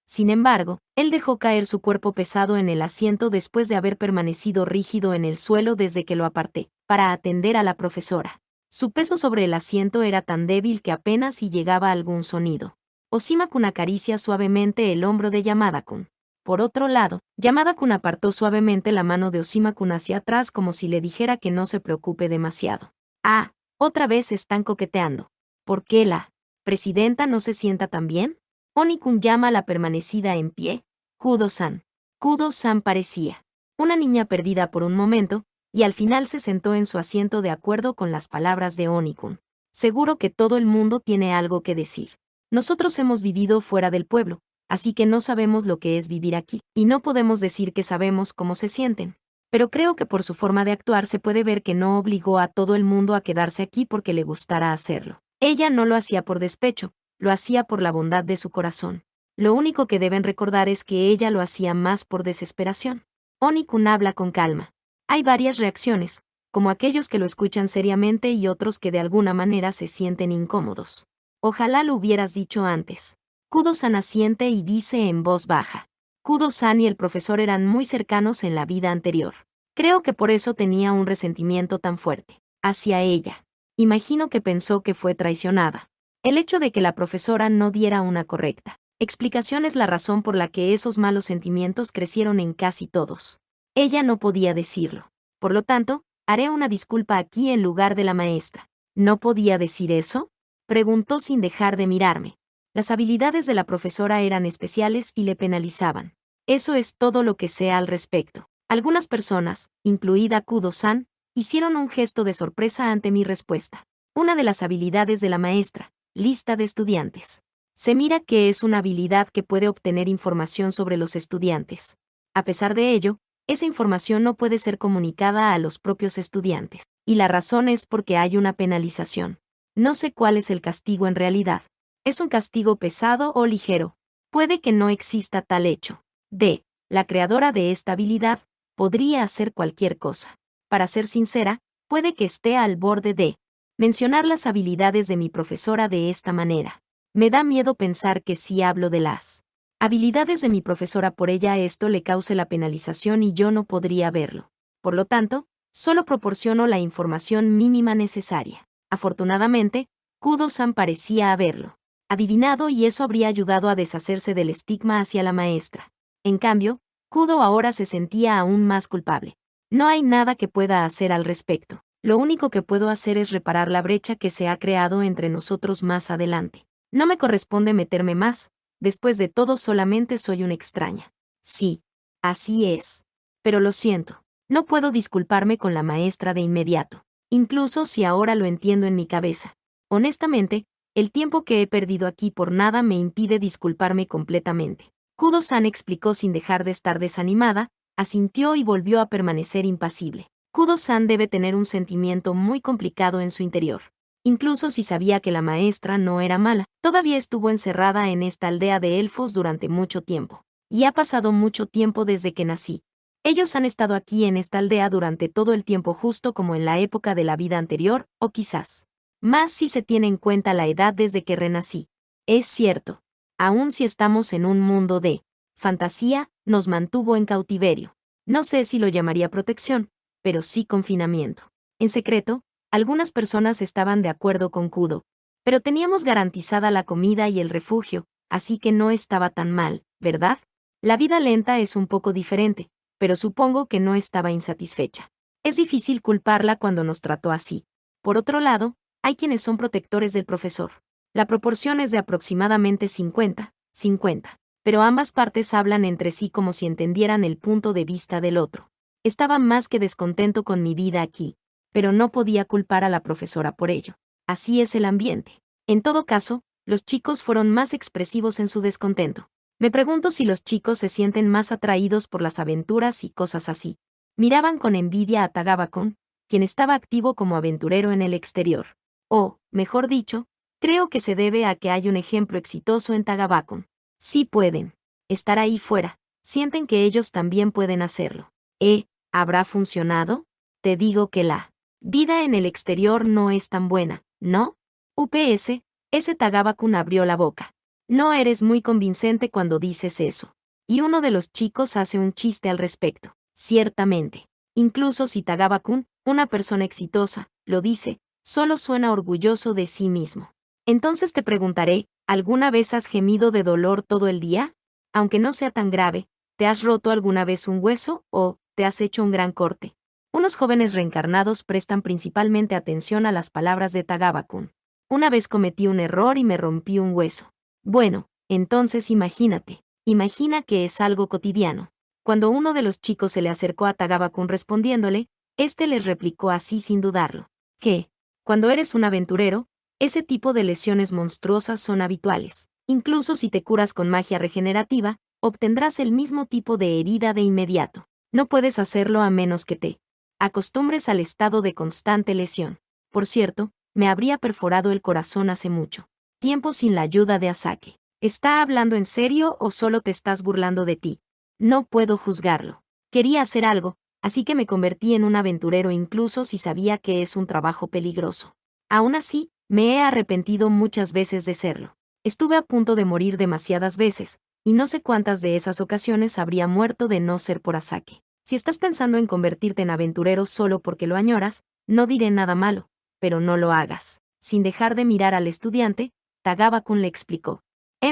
Sin embargo, él dejó caer su cuerpo pesado en el asiento después de haber permanecido rígido en el suelo desde que lo aparté, para atender a la profesora. Su peso sobre el asiento era tan débil que apenas si llegaba algún sonido. Osima-kun acaricia suavemente el hombro de Yamada-kun. Por otro lado, Yamada-kun apartó suavemente la mano de Osima-kun hacia atrás como si le dijera que no se preocupe demasiado. Ah, otra vez están coqueteando. ¿Por qué la presidenta no se sienta tan bien? Oni-kun llama a la permanecida en pie, Kudo-san. Kudo-san parecía una niña perdida por un momento, y al final se sentó en su asiento de acuerdo con las palabras de Oni-kun. Seguro que todo el mundo tiene algo que decir. Nosotros hemos vivido fuera del pueblo, así que no sabemos lo que es vivir aquí, y no podemos decir que sabemos cómo se sienten. Pero creo que por su forma de actuar se puede ver que no obligó a todo el mundo a quedarse aquí porque le gustara hacerlo. Ella no lo hacía por despecho, lo hacía por la bondad de su corazón. Lo único que deben recordar es que ella lo hacía más por desesperación. Oni-kun habla con calma. Hay varias reacciones, como aquellos que lo escuchan seriamente y otros que de alguna manera se sienten incómodos. Ojalá lo hubieras dicho antes. Kudo-san asiente y dice en voz baja. Kudo-san y el profesor eran muy cercanos en la vida anterior. Creo que por eso tenía un resentimiento tan fuerte hacia ella. Imagino que pensó que fue traicionada. El hecho de que la profesora no diera una correcta explicación es la razón por la que esos malos sentimientos crecieron en casi todos. Ella no podía decirlo. Por lo tanto, haré una disculpa aquí en lugar de la maestra. ¿No podía decir eso? Preguntó sin dejar de mirarme. Las habilidades de la profesora eran especiales y le penalizaban. Eso es todo lo que sé al respecto. Algunas personas, incluida Kudo-san, hicieron un gesto de sorpresa ante mi respuesta. Una de las habilidades de la maestra, lista de estudiantes. Se mira que es una habilidad que puede obtener información sobre los estudiantes. A pesar de ello, esa información no puede ser comunicada a los propios estudiantes, y la razón es porque hay una penalización. No sé cuál es el castigo en realidad. ¿Es un castigo pesado o ligero? Puede que no exista tal hecho. D. La creadora de esta habilidad podría hacer cualquier cosa. Para ser sincera, puede que esté al borde de mencionar las habilidades de mi profesora de esta manera. Me da miedo pensar que si hablo de las habilidades de mi profesora por ella esto le cause la penalización y yo no podría verlo. Por lo tanto, solo proporciono la información mínima necesaria. Afortunadamente, Kudo-san parecía haberlo adivinado y eso habría ayudado a deshacerse del estigma hacia la maestra. En cambio, Kudo ahora se sentía aún más culpable. No hay nada que pueda hacer al respecto. Lo único que puedo hacer es reparar la brecha que se ha creado entre nosotros más adelante. No me corresponde meterme más, después de todo solamente soy una extraña. Sí, así es. Pero lo siento, no puedo disculparme con la maestra de inmediato, incluso si ahora lo entiendo en mi cabeza. Honestamente, el tiempo que he perdido aquí por nada me impide disculparme completamente. Kudo-san explicó sin dejar de estar desanimada, asintió y volvió a permanecer impasible. Kudo-san debe tener un sentimiento muy complicado en su interior. Incluso si sabía que la maestra no era mala, todavía estuvo encerrada en esta aldea de elfos durante mucho tiempo. Y ha pasado mucho tiempo desde que nací. Ellos han estado aquí en esta aldea durante todo el tiempo justo como en la época de la vida anterior, o quizás más si se tiene en cuenta la edad desde que renací. Es cierto. Aun si estamos en un mundo de fantasía, nos mantuvo en cautiverio. No sé si lo llamaría protección, pero sí confinamiento. En secreto, algunas personas estaban de acuerdo con Kudo, pero teníamos garantizada la comida y el refugio, así que no estaba tan mal, ¿verdad? La vida lenta es un poco diferente, pero supongo que no estaba insatisfecha. Es difícil culparla cuando nos trató así. Por otro lado, hay quienes son protectores del profesor. La proporción es de aproximadamente 50-50, pero ambas partes hablan entre sí como si entendieran el punto de vista del otro. Estaba más que descontento con mi vida aquí, pero no podía culpar a la profesora por ello. Así es el ambiente. En todo caso, los chicos fueron más expresivos en su descontento. Me pregunto si los chicos se sienten más atraídos por las aventuras y cosas así. Miraban con envidia a Tagaba-kun, quien estaba activo como aventurero en el exterior. O, mejor dicho, creo que se debe a que hay un ejemplo exitoso en Tagaba-kun. Sí pueden estar ahí fuera, sienten que ellos también pueden hacerlo. ¿Habrá funcionado? Te digo que la vida en el exterior no es tan buena, ¿no? UPS, ese Tagaba-kun abrió la boca. No eres muy convincente cuando dices eso. Y uno de los chicos hace un chiste al respecto. Ciertamente. Incluso si Tagaba-kun, una persona exitosa, lo dice, solo suena orgulloso de sí mismo. Entonces te preguntaré, ¿alguna vez has gemido de dolor todo el día? Aunque no sea tan grave, ¿te has roto alguna vez un hueso o te has hecho un gran corte? Unos jóvenes reencarnados prestan principalmente atención a las palabras de Tagaba-kun. Una vez cometí un error y me rompí un hueso. Bueno, entonces imagina que es algo cotidiano. Cuando uno de los chicos se le acercó a Tagaba-kun respondiéndole, este les replicó así sin dudarlo, que, cuando eres un aventurero, ese tipo de lesiones monstruosas son habituales. Incluso si te curas con magia regenerativa, obtendrás el mismo tipo de herida de inmediato. No puedes hacerlo a menos que te acostumbres al estado de constante lesión. Por cierto, me habría perforado el corazón hace mucho tiempo sin la ayuda de Asake. ¿Está hablando en serio o solo te estás burlando de ti? No puedo juzgarlo. Quería hacer algo, así que me convertí en un aventurero incluso si sabía que es un trabajo peligroso. Aún así, me he arrepentido muchas veces de serlo. Estuve a punto de morir demasiadas veces, y no sé cuántas de esas ocasiones habría muerto de no ser por Asake. Si estás pensando en convertirte en aventurero solo porque lo añoras, no diré nada malo, pero no lo hagas. Sin dejar de mirar al estudiante, Tagaba-kun le explicó.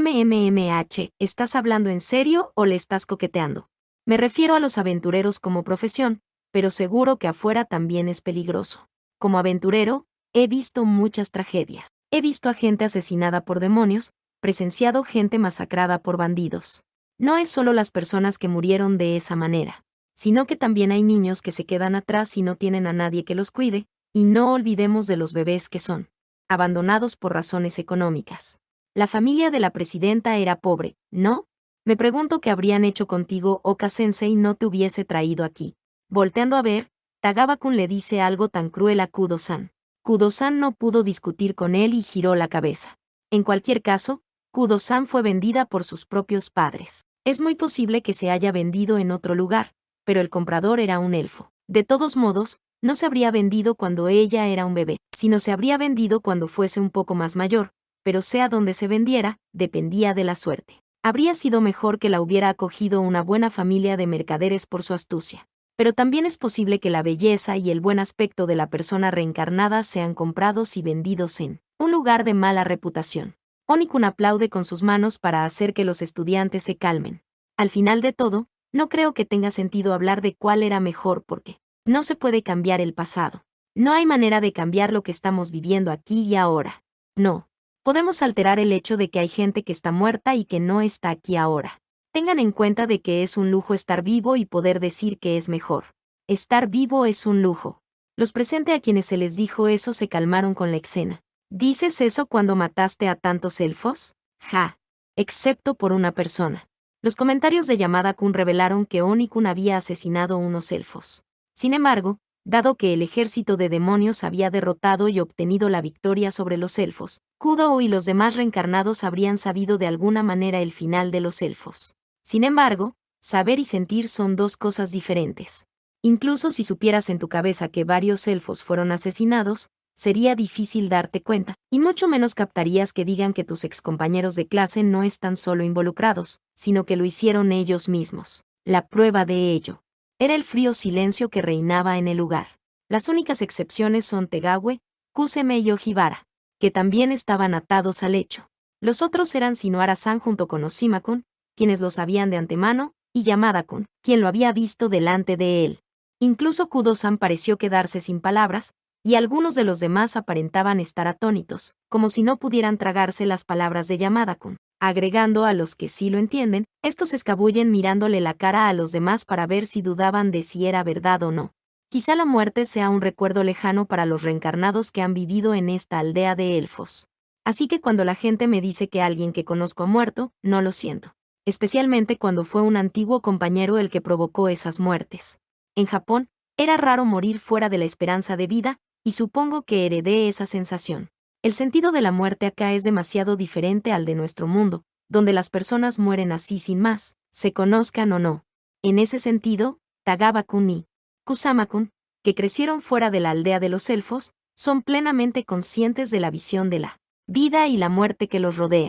¿Estás hablando en serio o le estás coqueteando? Me refiero a los aventureros como profesión, pero seguro que afuera también es peligroso. Como aventurero, he visto muchas tragedias. He visto a gente asesinada por demonios, presenciado gente masacrada por bandidos. No es solo las personas que murieron de esa manera, sino que también hay niños que se quedan atrás y no tienen a nadie que los cuide, y no olvidemos de los bebés que son abandonados por razones económicas. La familia de la presidenta era pobre, ¿no? Me pregunto qué habrían hecho contigo Oka-sensei no te hubiese traído aquí. Volteando a ver, Tagaba-kun le dice algo tan cruel a Kudo-san. Kudo-san no pudo discutir con él y giró la cabeza. En cualquier caso, Kudo-san fue vendida por sus propios padres. Es muy posible que se haya vendido en otro lugar, pero el comprador era un elfo. De todos modos, no se habría vendido cuando ella era un bebé, sino se habría vendido cuando fuese un poco más mayor, pero sea donde se vendiera, dependía de la suerte. Habría sido mejor que la hubiera acogido una buena familia de mercaderes por su astucia. Pero también es posible que la belleza y el buen aspecto de la persona reencarnada sean comprados y vendidos en un lugar de mala reputación. Onikun aplaude con sus manos para hacer que los estudiantes se calmen. Al final de todo, no creo que tenga sentido hablar de cuál era mejor porque no se puede cambiar el pasado. No hay manera de cambiar lo que estamos viviendo aquí y ahora. No. Podemos alterar el hecho de que hay gente que está muerta y que no está aquí ahora. Tengan en cuenta de que es un lujo estar vivo y poder decir que es mejor. Estar vivo es un lujo. Los presentes a quienes se les dijo eso se calmaron con la escena. ¿Dices eso cuando mataste a tantos elfos? Ja. Excepto por una persona. Los comentarios de Yamada-kun revelaron que Oni-kun había asesinado unos elfos. Sin embargo, dado que el ejército de demonios había derrotado y obtenido la victoria sobre los elfos, Kudo y los demás reencarnados habrían sabido de alguna manera el final de los elfos. Sin embargo, saber y sentir son dos cosas diferentes. Incluso si supieras en tu cabeza que varios elfos fueron asesinados, sería difícil darte cuenta, y mucho menos captarías que digan que tus excompañeros de clase no están solo involucrados, sino que lo hicieron ellos mismos. La prueba de ello era el frío silencio que reinaba en el lugar. Las únicas excepciones son Tegawe, Kuseme y Ojibara, que también estaban atados al hecho. Los otros eran Shinohara-san junto con Oshima-kun, quienes lo sabían de antemano, y Yamada-kun, quien lo había visto delante de él. Incluso Kudo-san pareció quedarse sin palabras, y algunos de los demás aparentaban estar atónitos, como si no pudieran tragarse las palabras de Yamada-kun. Agregando a los que sí lo entienden, estos escabullen mirándole la cara a los demás para ver si dudaban de si era verdad o no. Quizá la muerte sea un recuerdo lejano para los reencarnados que han vivido en esta aldea de elfos. Así que cuando la gente me dice que alguien que conozco ha muerto, no lo siento. Especialmente cuando fue un antiguo compañero el que provocó esas muertes. En Japón, era raro morir fuera de la esperanza de vida, y supongo que heredé esa sensación. El sentido de la muerte acá es demasiado diferente al de nuestro mundo, donde las personas mueren así sin más, se conozcan o no. En ese sentido, Tagaba-kun y Kusama-kun, que crecieron fuera de la aldea de los elfos, son plenamente conscientes de la visión de la vida y la muerte que los rodea.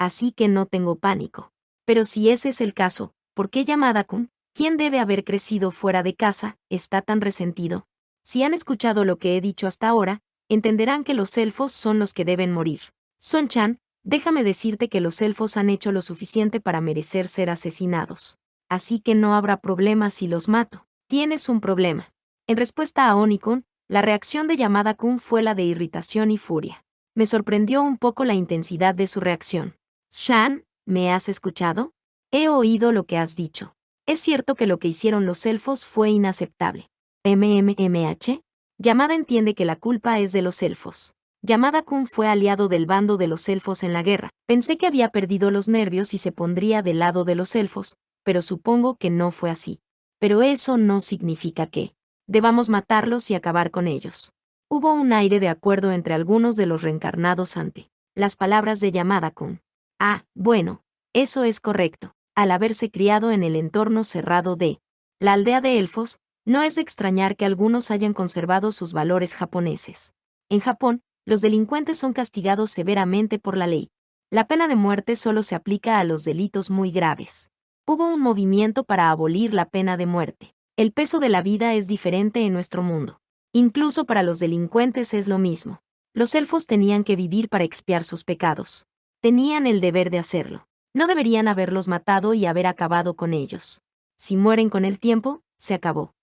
así que no tengo pánico. Pero si ese es el caso, ¿por qué Yamada-kun, quien debe haber crecido fuera de casa, está tan resentido? Si han escuchado lo que he dicho hasta ahora, entenderán que los elfos son los que deben morir. Son-chan, déjame decirte que los elfos han hecho lo suficiente para merecer ser asesinados. Así que no habrá problema si los mato. Tienes un problema. En respuesta a Oni-kun, la reacción de Yamada-kun fue la de irritación y furia. Me sorprendió un poco la intensidad de su reacción. Shan, ¿me has escuchado? He oído lo que has dicho. Es cierto que lo que hicieron los elfos fue inaceptable. ¿MMMH? Yamada entiende que la culpa es de los elfos. Yamada-kun fue aliado del bando de los elfos en la guerra. Pensé que había perdido los nervios y se pondría del lado de los elfos, pero supongo que no fue así. Pero eso no significa que debamos matarlos y acabar con ellos. Hubo un aire de acuerdo entre algunos de los reencarnados ante las palabras de Yamada-kun. Ah, bueno, eso es correcto. Al haberse criado en el entorno cerrado de la aldea de elfos, no es de extrañar que algunos hayan conservado sus valores japoneses. En Japón, los delincuentes son castigados severamente por la ley. La pena de muerte solo se aplica a los delitos muy graves. Hubo un movimiento para abolir la pena de muerte. El peso de la vida es diferente en nuestro mundo. Incluso para los delincuentes es lo mismo. Los elfos tenían que vivir para expiar sus pecados. Tenían el deber de hacerlo. No deberían haberlos matado y haber acabado con ellos. Si mueren con el tiempo, se acabó.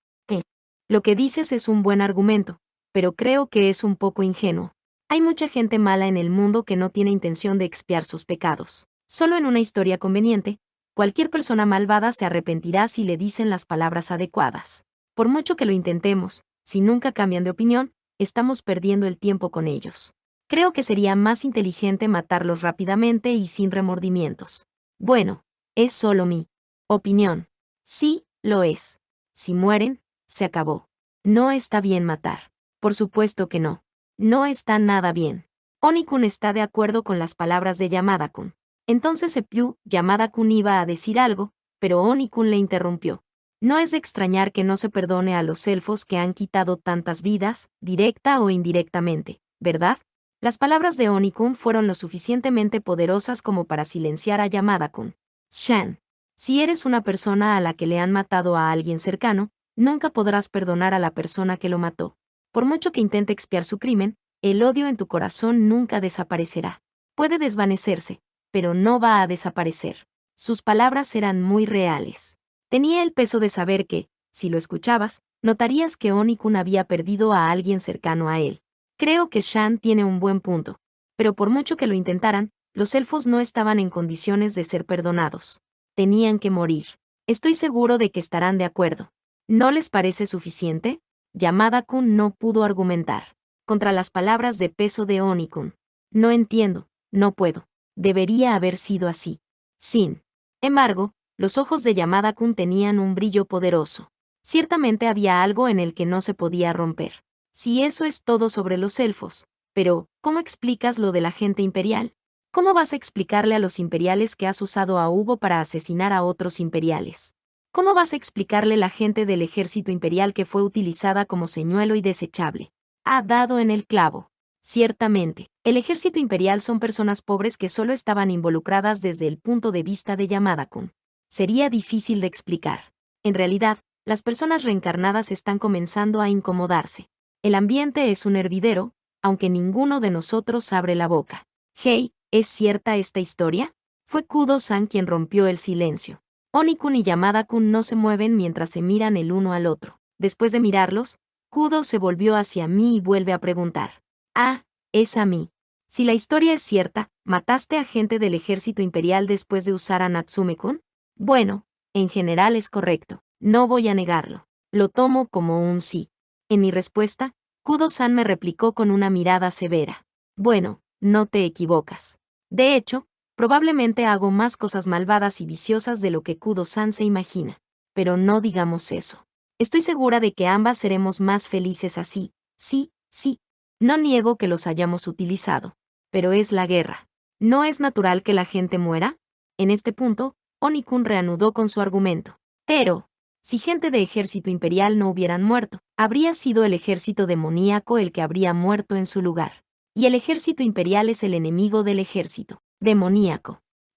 Lo que dices es un buen argumento, pero creo que es un poco ingenuo. Hay mucha gente mala en el mundo que no tiene intención de expiar sus pecados. Solo en una historia conveniente, cualquier persona malvada se arrepentirá si le dicen las palabras adecuadas. Por mucho que lo intentemos, si nunca cambian de opinión, estamos perdiendo el tiempo con ellos. Creo que sería más inteligente matarlos rápidamente y sin remordimientos. Bueno, es solo mi opinión. Sí, lo es. Si mueren, se acabó. No está bien matar. Por supuesto que no. No está nada bien. Oni-kun está de acuerdo con las palabras de Yamada-kun. Entonces Epyu, Yamada-kun iba a decir algo, pero Oni-kun le interrumpió. No es de extrañar que no se perdone a los elfos que han quitado tantas vidas, directa o indirectamente, ¿verdad? Las palabras de Oni-kun fueron lo suficientemente poderosas como para silenciar a Yamada-kun. Shan, si eres una persona a la que le han matado a alguien cercano, nunca podrás perdonar a la persona que lo mató. Por mucho que intente expiar su crimen, el odio en tu corazón nunca desaparecerá. Puede desvanecerse, pero no va a desaparecer. Sus palabras eran muy reales. Tenía el peso de saber que, si lo escuchabas, notarías que Oni-kun había perdido a alguien cercano a él. Creo que Shan tiene un buen punto. Pero por mucho que lo intentaran, los elfos no estaban en condiciones de ser perdonados. Tenían que morir. Estoy seguro de que estarán de acuerdo. ¿No les parece suficiente? Yamada-kun no pudo argumentar contra las palabras de peso de Oni-kun. No entiendo, no puedo. Debería haber sido así. Sin embargo, los ojos de Yamada-kun tenían un brillo poderoso. Ciertamente había algo en el que no se podía romper. Si eso es todo sobre los elfos, pero, ¿cómo explicas lo de la gente imperial? ¿Cómo vas a explicarle a los imperiales que has usado a Hugo para asesinar a otros imperiales? ¿Cómo vas a explicarle la gente del ejército imperial que fue utilizada como señuelo y desechable? Ha dado en el clavo. Ciertamente, el ejército imperial son personas pobres que solo estaban involucradas desde el punto de vista de Yamada-kun. Sería difícil de explicar. En realidad, las personas reencarnadas están comenzando a incomodarse. El ambiente es un hervidero, aunque ninguno de nosotros abre la boca. Hey, ¿es cierta esta historia? Fue Kudo-san quien rompió el silencio. Oni-kun y Yamada-kun no se mueven mientras se miran el uno al otro. Después de mirarlos, Kudo se volvió hacia mí y vuelve a preguntar. Ah, es a mí. Si la historia es cierta, ¿mataste a gente del ejército imperial después de usar a Natsume-kun? Bueno, en general es correcto. No voy a negarlo. Lo tomo como un sí. En mi respuesta, Kudo-san me replicó con una mirada severa. Bueno, no te equivocas. De hecho, probablemente hago más cosas malvadas y viciosas de lo que Kudo-san se imagina. Pero no digamos eso. Estoy segura de que ambas seremos más felices así. Sí, sí. No niego que los hayamos utilizado. Pero es la guerra. ¿No es natural que la gente muera? En este punto, Oni-kun reanudó con su argumento. Pero, si gente de ejército imperial no hubieran muerto, habría sido el ejército demoníaco el que habría muerto en su lugar. Y el ejército imperial es el enemigo del ejército demoníaco.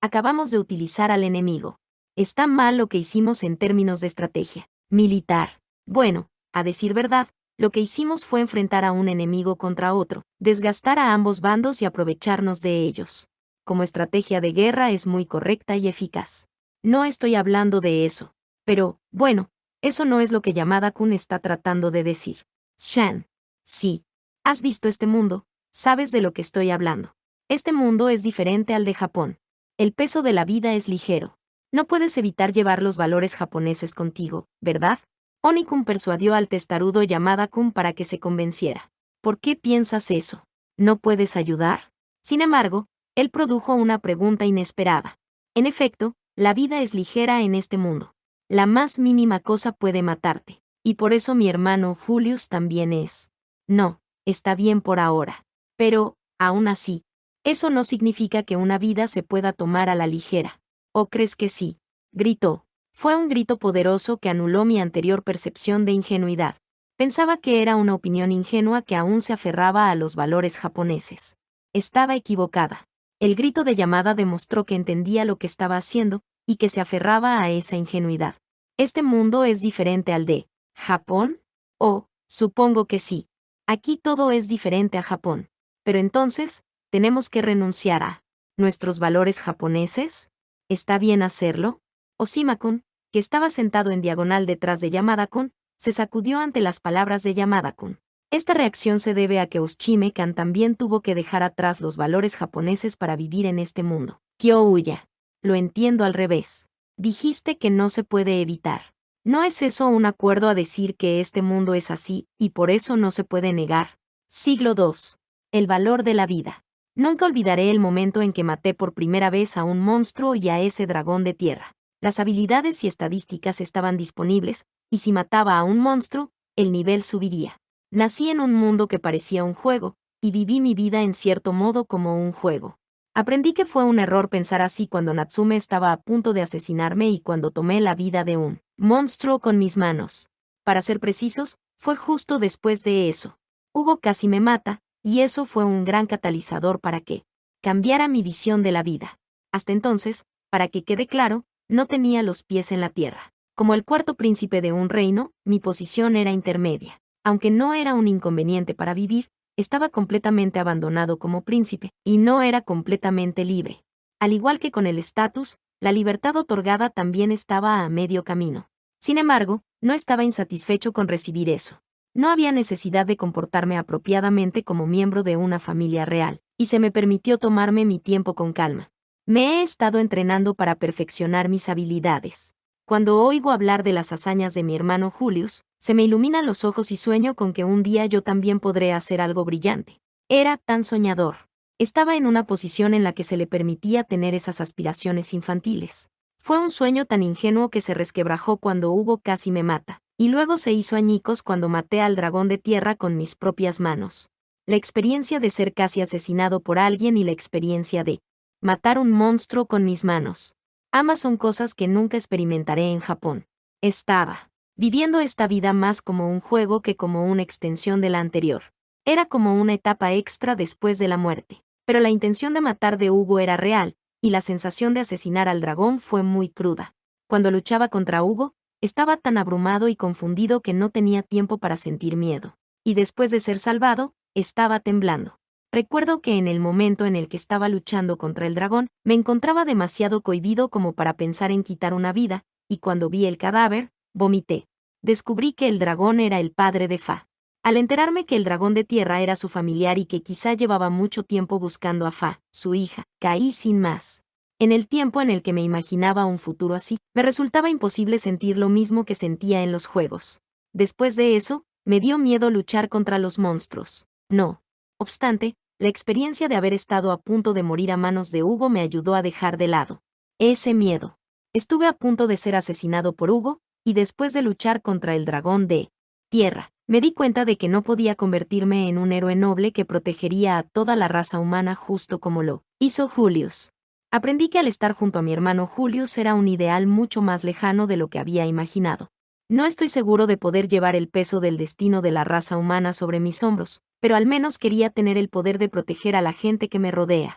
Acabamos de utilizar al enemigo. Está mal lo que hicimos en términos de estrategia militar. Bueno, a decir verdad, lo que hicimos fue enfrentar a un enemigo contra otro, desgastar a ambos bandos y aprovecharnos de ellos. Como estrategia de guerra es muy correcta y eficaz. No estoy hablando de eso. Pero, bueno, eso no es lo que Yamada-kun está tratando de decir. Shan. Sí. Has visto este mundo, sabes de lo que estoy hablando. Este mundo es diferente al de Japón. El peso de la vida es ligero. No puedes evitar llevar los valores japoneses contigo, ¿verdad? Oni-kun persuadió al testarudo Yamada-kun para que se convenciera. ¿Por qué piensas eso? ¿No puedes ayudar? Sin embargo, él produjo una pregunta inesperada. En efecto, la vida es ligera en este mundo. La más mínima cosa puede matarte. Y por eso mi hermano Julius también es. No, está bien por ahora. Pero, aún así, eso no significa que una vida se pueda tomar a la ligera. ¿O crees que sí? Gritó. Fue un grito poderoso que anuló mi anterior percepción de ingenuidad. Pensaba que era una opinión ingenua que aún se aferraba a los valores japoneses. Estaba equivocada. El grito de Yamada demostró que entendía lo que estaba haciendo, y que se aferraba a esa ingenuidad. ¿Este mundo es diferente al de Japón? Oh, supongo que sí. Aquí todo es diferente a Japón. Pero entonces, ¿tenemos que renunciar a nuestros valores japoneses? ¿Está bien hacerlo? Oshima-kun, que estaba sentado en diagonal detrás de Yamada-kun, se sacudió ante las palabras de Yamada-kun. Esta reacción se debe a que Oshime-kan también tuvo que dejar atrás los valores japoneses para vivir en este mundo. Kyouya. Lo entiendo al revés. Dijiste que no se puede evitar. ¿No es eso un acuerdo a decir que este mundo es así, y por eso no se puede negar? Siglo II. El valor de la vida. Nunca olvidaré el momento en que maté por primera vez a un monstruo y a ese dragón de tierra. Las habilidades y estadísticas estaban disponibles, y si mataba a un monstruo, el nivel subiría. Nací en un mundo que parecía un juego, y viví mi vida en cierto modo como un juego. Aprendí que fue un error pensar así cuando Natsume estaba a punto de asesinarme y cuando tomé la vida de un monstruo con mis manos. Para ser precisos, fue justo después de eso. Hugo casi me mata, y eso fue un gran catalizador para que cambiara mi visión de la vida. Hasta entonces, para que quede claro, no tenía los pies en la tierra. Como el cuarto príncipe de un reino, mi posición era intermedia. Aunque no era un inconveniente para vivir, estaba completamente abandonado como príncipe, y no era completamente libre. Al igual que con el estatus, la libertad otorgada también estaba a medio camino. Sin embargo, no estaba insatisfecho con recibir eso. No había necesidad de comportarme apropiadamente como miembro de una familia real, y se me permitió tomarme mi tiempo con calma. Me he estado entrenando para perfeccionar mis habilidades. Cuando oigo hablar de las hazañas de mi hermano Julius, se me iluminan los ojos y sueño con que un día yo también podré hacer algo brillante. Era tan soñador. Estaba en una posición en la que se le permitía tener esas aspiraciones infantiles. Fue un sueño tan ingenuo que se resquebrajó cuando Hugo casi me mata, y luego se hizo añicos cuando maté al dragón de tierra con mis propias manos. La experiencia de ser casi asesinado por alguien y la experiencia de matar un monstruo con mis manos. Ambas son cosas que nunca experimentaré en Japón. Estaba viviendo esta vida más como un juego que como una extensión de la anterior. Era como una etapa extra después de la muerte. Pero la intención de matar de Hugo era real, y la sensación de asesinar al dragón fue muy cruda. Cuando luchaba contra Hugo, estaba tan abrumado y confundido que no tenía tiempo para sentir miedo. Y después de ser salvado, estaba temblando. Recuerdo que en el momento en el que estaba luchando contra el dragón, me encontraba demasiado cohibido como para pensar en quitar una vida, y cuando vi el cadáver, vomité. Descubrí que el dragón era el padre de Fa. Al enterarme que el dragón de tierra era su familiar y que quizá llevaba mucho tiempo buscando a Fa, su hija, caí sin más. En el tiempo en el que me imaginaba un futuro así, me resultaba imposible sentir lo mismo que sentía en los juegos. Después de eso, me dio miedo luchar contra los monstruos. No obstante, la experiencia de haber estado a punto de morir a manos de Hugo me ayudó a dejar de lado ese miedo. Estuve a punto de ser asesinado por Hugo, y después de luchar contra el dragón de tierra, me di cuenta de que no podía convertirme en un héroe noble que protegería a toda la raza humana justo como lo hizo Julius. Aprendí que al estar junto a mi hermano Julius era un ideal mucho más lejano de lo que había imaginado. No estoy seguro de poder llevar el peso del destino de la raza humana sobre mis hombros, pero al menos quería tener el poder de proteger a la gente que me rodea.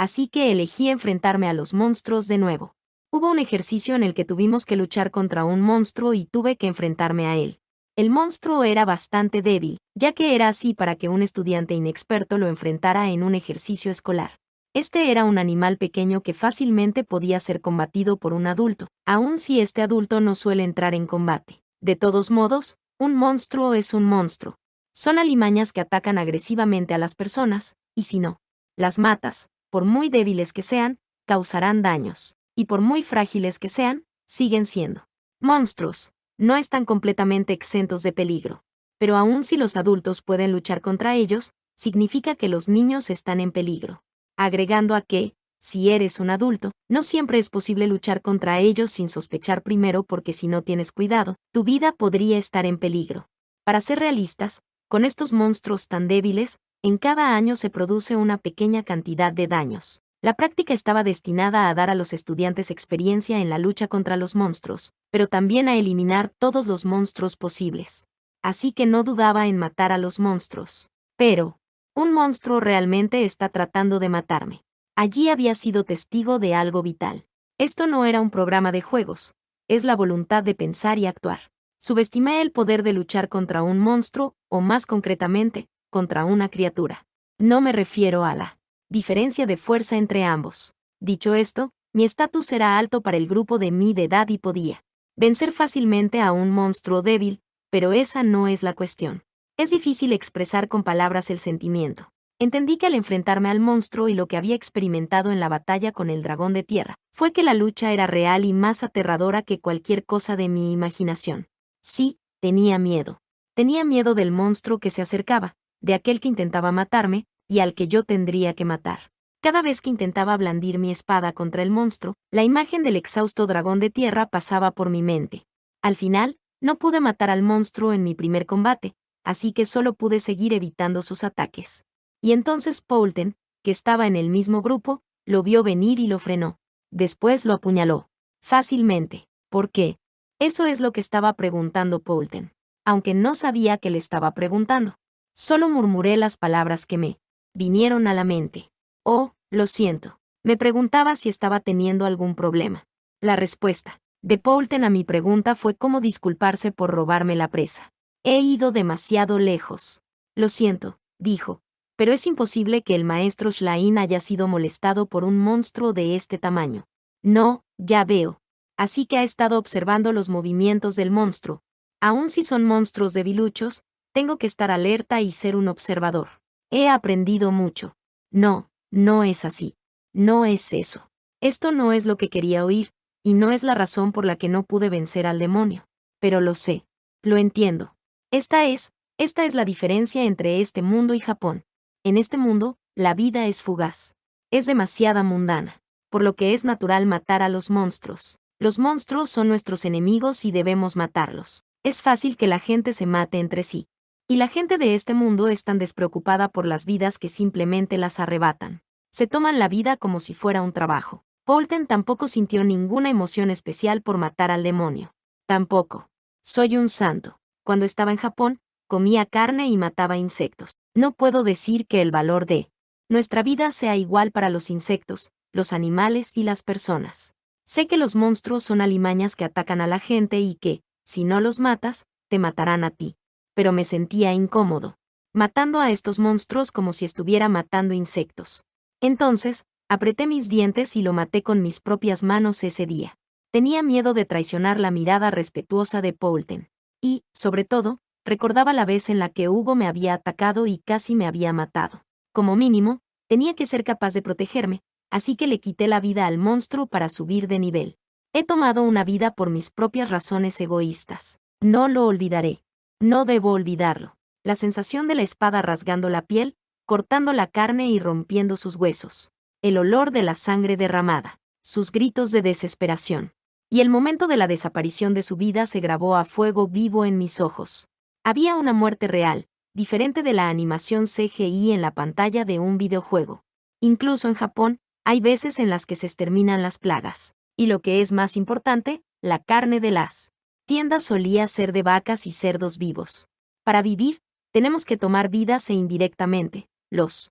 así que elegí enfrentarme a los monstruos de nuevo. Hubo un ejercicio en el que tuvimos que luchar contra un monstruo y tuve que enfrentarme a él. El monstruo era bastante débil, ya que era así para que un estudiante inexperto lo enfrentara en un ejercicio escolar. Este era un animal pequeño que fácilmente podía ser combatido por un adulto, aun si este adulto no suele entrar en combate. De todos modos, un monstruo es un monstruo. Son alimañas que atacan agresivamente a las personas, y si no las matas, por muy débiles que sean, causarán daños, y por muy frágiles que sean, siguen siendo monstruos. No están completamente exentos de peligro. Pero aun si los adultos pueden luchar contra ellos, significa que los niños están en peligro. Agregando a que, si eres un adulto, no siempre es posible luchar contra ellos sin sospechar primero porque si no tienes cuidado, tu vida podría estar en peligro. Para ser realistas, con estos monstruos tan débiles, en cada año se produce una pequeña cantidad de daños. La práctica estaba destinada a dar a los estudiantes experiencia en la lucha contra los monstruos, pero también a eliminar todos los monstruos posibles. Así que no dudaba en matar a los monstruos. Pero, un monstruo realmente está tratando de matarme. Allí había sido testigo de algo vital. Esto no era un programa de juegos, es la voluntad de pensar y actuar. Subestimé el poder de luchar contra un monstruo, o más concretamente, contra una criatura. No me refiero a la diferencia de fuerza entre ambos. Dicho esto, mi estatus era alto para el grupo de mi edad y podía vencer fácilmente a un monstruo débil, pero esa no es la cuestión. Es difícil expresar con palabras el sentimiento. Entendí que al enfrentarme al monstruo y lo que había experimentado en la batalla con el dragón de tierra, fue que la lucha era real y más aterradora que cualquier cosa de mi imaginación. Sí, tenía miedo. Tenía miedo del monstruo que se acercaba, de aquel que intentaba matarme, y al que yo tendría que matar. Cada vez que intentaba blandir mi espada contra el monstruo, la imagen del exhausto dragón de tierra pasaba por mi mente. Al final, no pude matar al monstruo en mi primer combate, así que solo pude seguir evitando sus ataques. Y entonces Poulten, que estaba en el mismo grupo, lo vio venir y lo frenó. Después lo apuñaló. Fácilmente. ¿Por qué? Eso es lo que estaba preguntando Poulten. Aunque no sabía que le estaba preguntando. Solo murmuré las palabras que me vinieron a la mente. Oh, lo siento. Me preguntaba si estaba teniendo algún problema. La respuesta de Poulten a mi pregunta fue cómo disculparse por robarme la presa. He ido demasiado lejos. Lo siento, dijo, pero es imposible que el maestro Schlein haya sido molestado por un monstruo de este tamaño. No, ya veo. Así que ha estado observando los movimientos del monstruo. Aun si son monstruos debiluchos, tengo que estar alerta y ser un observador. He aprendido mucho. No, no es así. No es eso. Esto no es lo que quería oír, y no es la razón por la que no pude vencer al demonio. Pero lo sé. Lo entiendo. Esta es la diferencia entre este mundo y Japón. En este mundo, la vida es fugaz. Es demasiada mundana, por lo que es natural matar a los monstruos. Los monstruos son nuestros enemigos y debemos matarlos. Es fácil que la gente se mate entre sí. Y la gente de este mundo es tan despreocupada por las vidas que simplemente las arrebatan. Se toman la vida como si fuera un trabajo. Poulten tampoco sintió ninguna emoción especial por matar al demonio. Tampoco. Soy un santo. Cuando estaba en Japón, comía carne y mataba insectos. No puedo decir que el valor de nuestra vida sea igual para los insectos, los animales y las personas. Sé que los monstruos son alimañas que atacan a la gente y que, si no los matas, te matarán a ti. Pero me sentía incómodo, matando a estos monstruos como si estuviera matando insectos. Entonces, apreté mis dientes y lo maté con mis propias manos ese día. Tenía miedo de traicionar la mirada respetuosa de Poulten. Y, sobre todo, recordaba la vez en la que Hugo me había atacado y casi me había matado. Como mínimo, tenía que ser capaz de protegerme, así que le quité la vida al monstruo para subir de nivel. He tomado una vida por mis propias razones egoístas. No lo olvidaré. No debo olvidarlo. La sensación de la espada rasgando la piel, cortando la carne y rompiendo sus huesos. El olor de la sangre derramada. Sus gritos de desesperación. Y el momento de la desaparición de su vida se grabó a fuego vivo en mis ojos. Había una muerte real, diferente de la animación CGI en la pantalla de un videojuego. Incluso en Japón, hay veces en las que se exterminan las plagas. Y lo que es más importante, la carne de las tiendas solía ser de vacas y cerdos vivos. Para vivir, tenemos que tomar vidas e indirectamente, los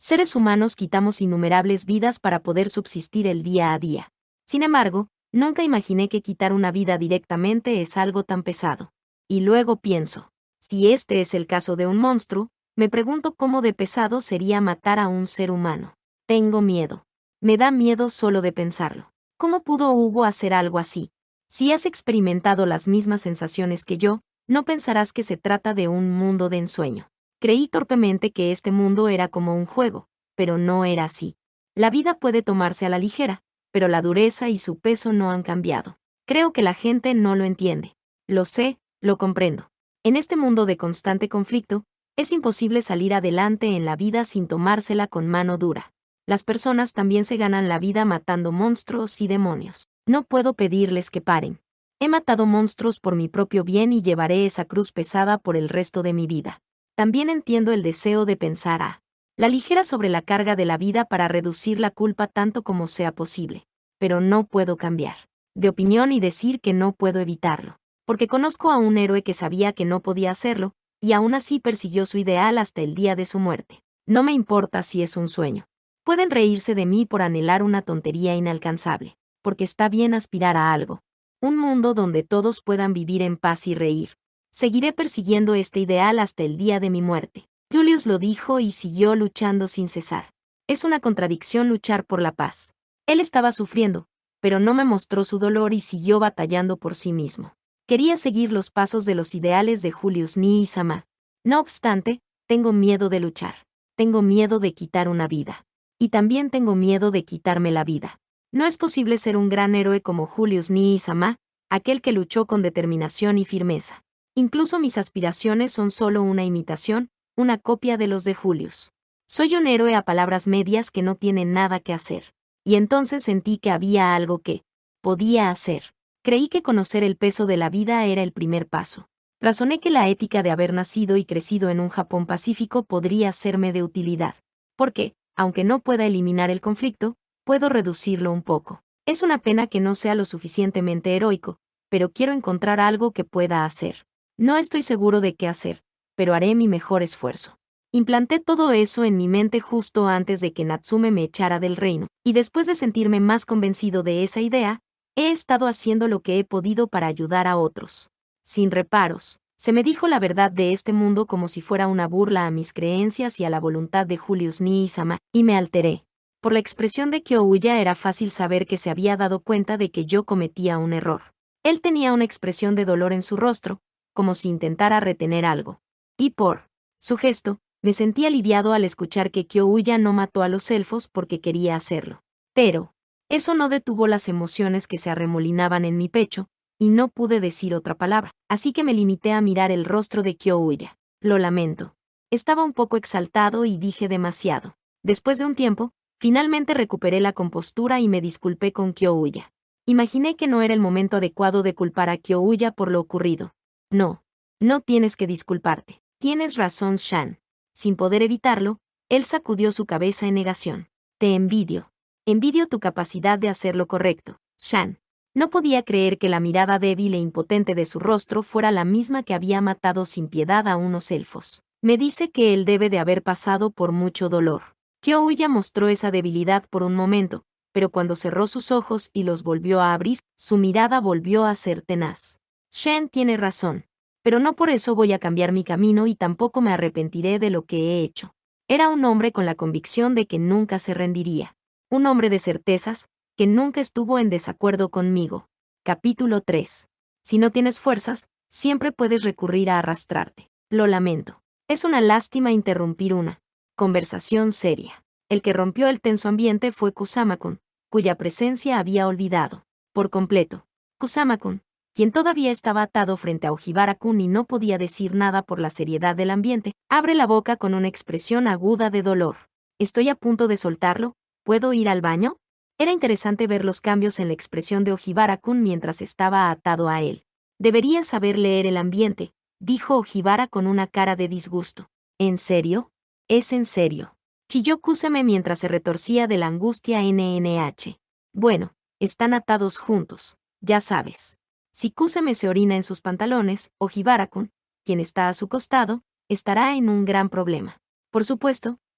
Seres humanos quitamos innumerables vidas para poder subsistir el día a día. Sin embargo, nunca imaginé que quitar una vida directamente es algo tan pesado. Y luego pienso, si este es el caso de un monstruo, me pregunto cómo de pesado sería matar a un ser humano. Tengo miedo. Me da miedo solo de pensarlo. ¿Cómo pudo Hugo hacer algo así? Si has experimentado las mismas sensaciones que yo, no pensarás que se trata de un mundo de ensueño. Creí torpemente que este mundo era como un juego, pero no era así. La vida puede tomarse a la ligera, pero la dureza y su peso no han cambiado. Creo que la gente no lo entiende. Lo sé, lo comprendo. En este mundo de constante conflicto, es imposible salir adelante en la vida sin tomársela con mano dura. Las personas también se ganan la vida matando monstruos y demonios. No puedo pedirles que paren. He matado monstruos por mi propio bien y llevaré esa cruz pesada por el resto de mi vida. También entiendo el deseo de pensar a la ligera sobre la carga de la vida para reducir la culpa tanto como sea posible. Pero no puedo cambiar de opinión y decir que no puedo evitarlo. Porque conozco a un héroe que sabía que no podía hacerlo, y aún así persiguió su ideal hasta el día de su muerte. No me importa si es un sueño. Pueden reírse de mí por anhelar una tontería inalcanzable, porque está bien aspirar a algo. Un mundo donde todos puedan vivir en paz y reír. Seguiré persiguiendo este ideal hasta el día de mi muerte. Julius lo dijo y siguió luchando sin cesar. Es una contradicción luchar por la paz. Él estaba sufriendo, pero no me mostró su dolor y siguió batallando por sí mismo. Quería seguir los pasos de los ideales de Julius Nii-sama. No obstante, tengo miedo de luchar. Tengo miedo de quitar una vida. Y también tengo miedo de quitarme la vida. No es posible ser un gran héroe como Julius Nii-sama, aquel que luchó con determinación y firmeza. Incluso mis aspiraciones son solo una imitación, una copia de los de Julius. Soy un héroe a palabras medias que no tiene nada que hacer. Y entonces sentí que había algo que podía hacer. Creí que conocer el peso de la vida era el primer paso. Razoné que la ética de haber nacido y crecido en un Japón pacífico podría serme de utilidad. Porque, aunque no pueda eliminar el conflicto, puedo reducirlo un poco. Es una pena que no sea lo suficientemente heroico, pero quiero encontrar algo que pueda hacer. No estoy seguro de qué hacer, pero haré mi mejor esfuerzo. Implanté todo eso en mi mente justo antes de que Natsume me echara del reino, y después de sentirme más convencido de esa idea, he estado haciendo lo que he podido para ayudar a otros. Sin reparos, se me dijo la verdad de este mundo como si fuera una burla a mis creencias y a la voluntad de Julius Nii-sama, y me alteré. Por la expresión de Kyoya era fácil saber que se había dado cuenta de que yo cometía un error. Él tenía una expresión de dolor en su rostro, como si intentara retener algo. Y por su gesto, me sentí aliviado al escuchar que Kyoya no mató a los elfos porque quería hacerlo. Pero eso no detuvo las emociones que se arremolinaban en mi pecho, y no pude decir otra palabra, así que me limité a mirar el rostro de Kyoya. Lo lamento. Estaba un poco exaltado y dije demasiado. Después de un tiempo, finalmente recuperé la compostura y me disculpé con Kyoya. Imaginé que no era el momento adecuado de culpar a Kyoya por lo ocurrido. No. No tienes que disculparte. Tienes razón, Shan. Sin poder evitarlo, él sacudió su cabeza en negación. Te envidio. Envidio tu capacidad de hacer lo correcto, Shan. No podía creer que la mirada débil e impotente de su rostro fuera la misma que había matado sin piedad a unos elfos. Me dice que él debe de haber pasado por mucho dolor. Kyoya mostró esa debilidad por un momento, pero cuando cerró sus ojos y los volvió a abrir, su mirada volvió a ser tenaz. Shen tiene razón. Pero no por eso voy a cambiar mi camino y tampoco me arrepentiré de lo que he hecho. Era un hombre con la convicción de que nunca se rendiría. Un hombre de certezas, que nunca estuvo en desacuerdo conmigo. Capítulo 3. Si no tienes fuerzas, siempre puedes recurrir a arrastrarte. Lo lamento. Es una lástima interrumpir una conversación seria. El que rompió el tenso ambiente fue Kusama-kun, cuya presencia había olvidado por completo. Kusama-kun, quien todavía estaba atado frente a Ojibara-kun y no podía decir nada por la seriedad del ambiente, abre la boca con una expresión aguda de dolor. Estoy a punto de soltarlo. ¿Puedo ir al baño? Era interesante ver los cambios en la expresión de Ojibara-kun mientras estaba atado a él. Deberías saber leer el ambiente, dijo Ojibara con una cara de disgusto. ¿En serio? ¿Es en serio? Chilló Kusame mientras se retorcía de la angustia NNH. Bueno, están atados juntos, ya sabes. Si Kusame se orina en sus pantalones, Ojibara-kun, quien está a su costado, estará en un gran problema. Por supuesto,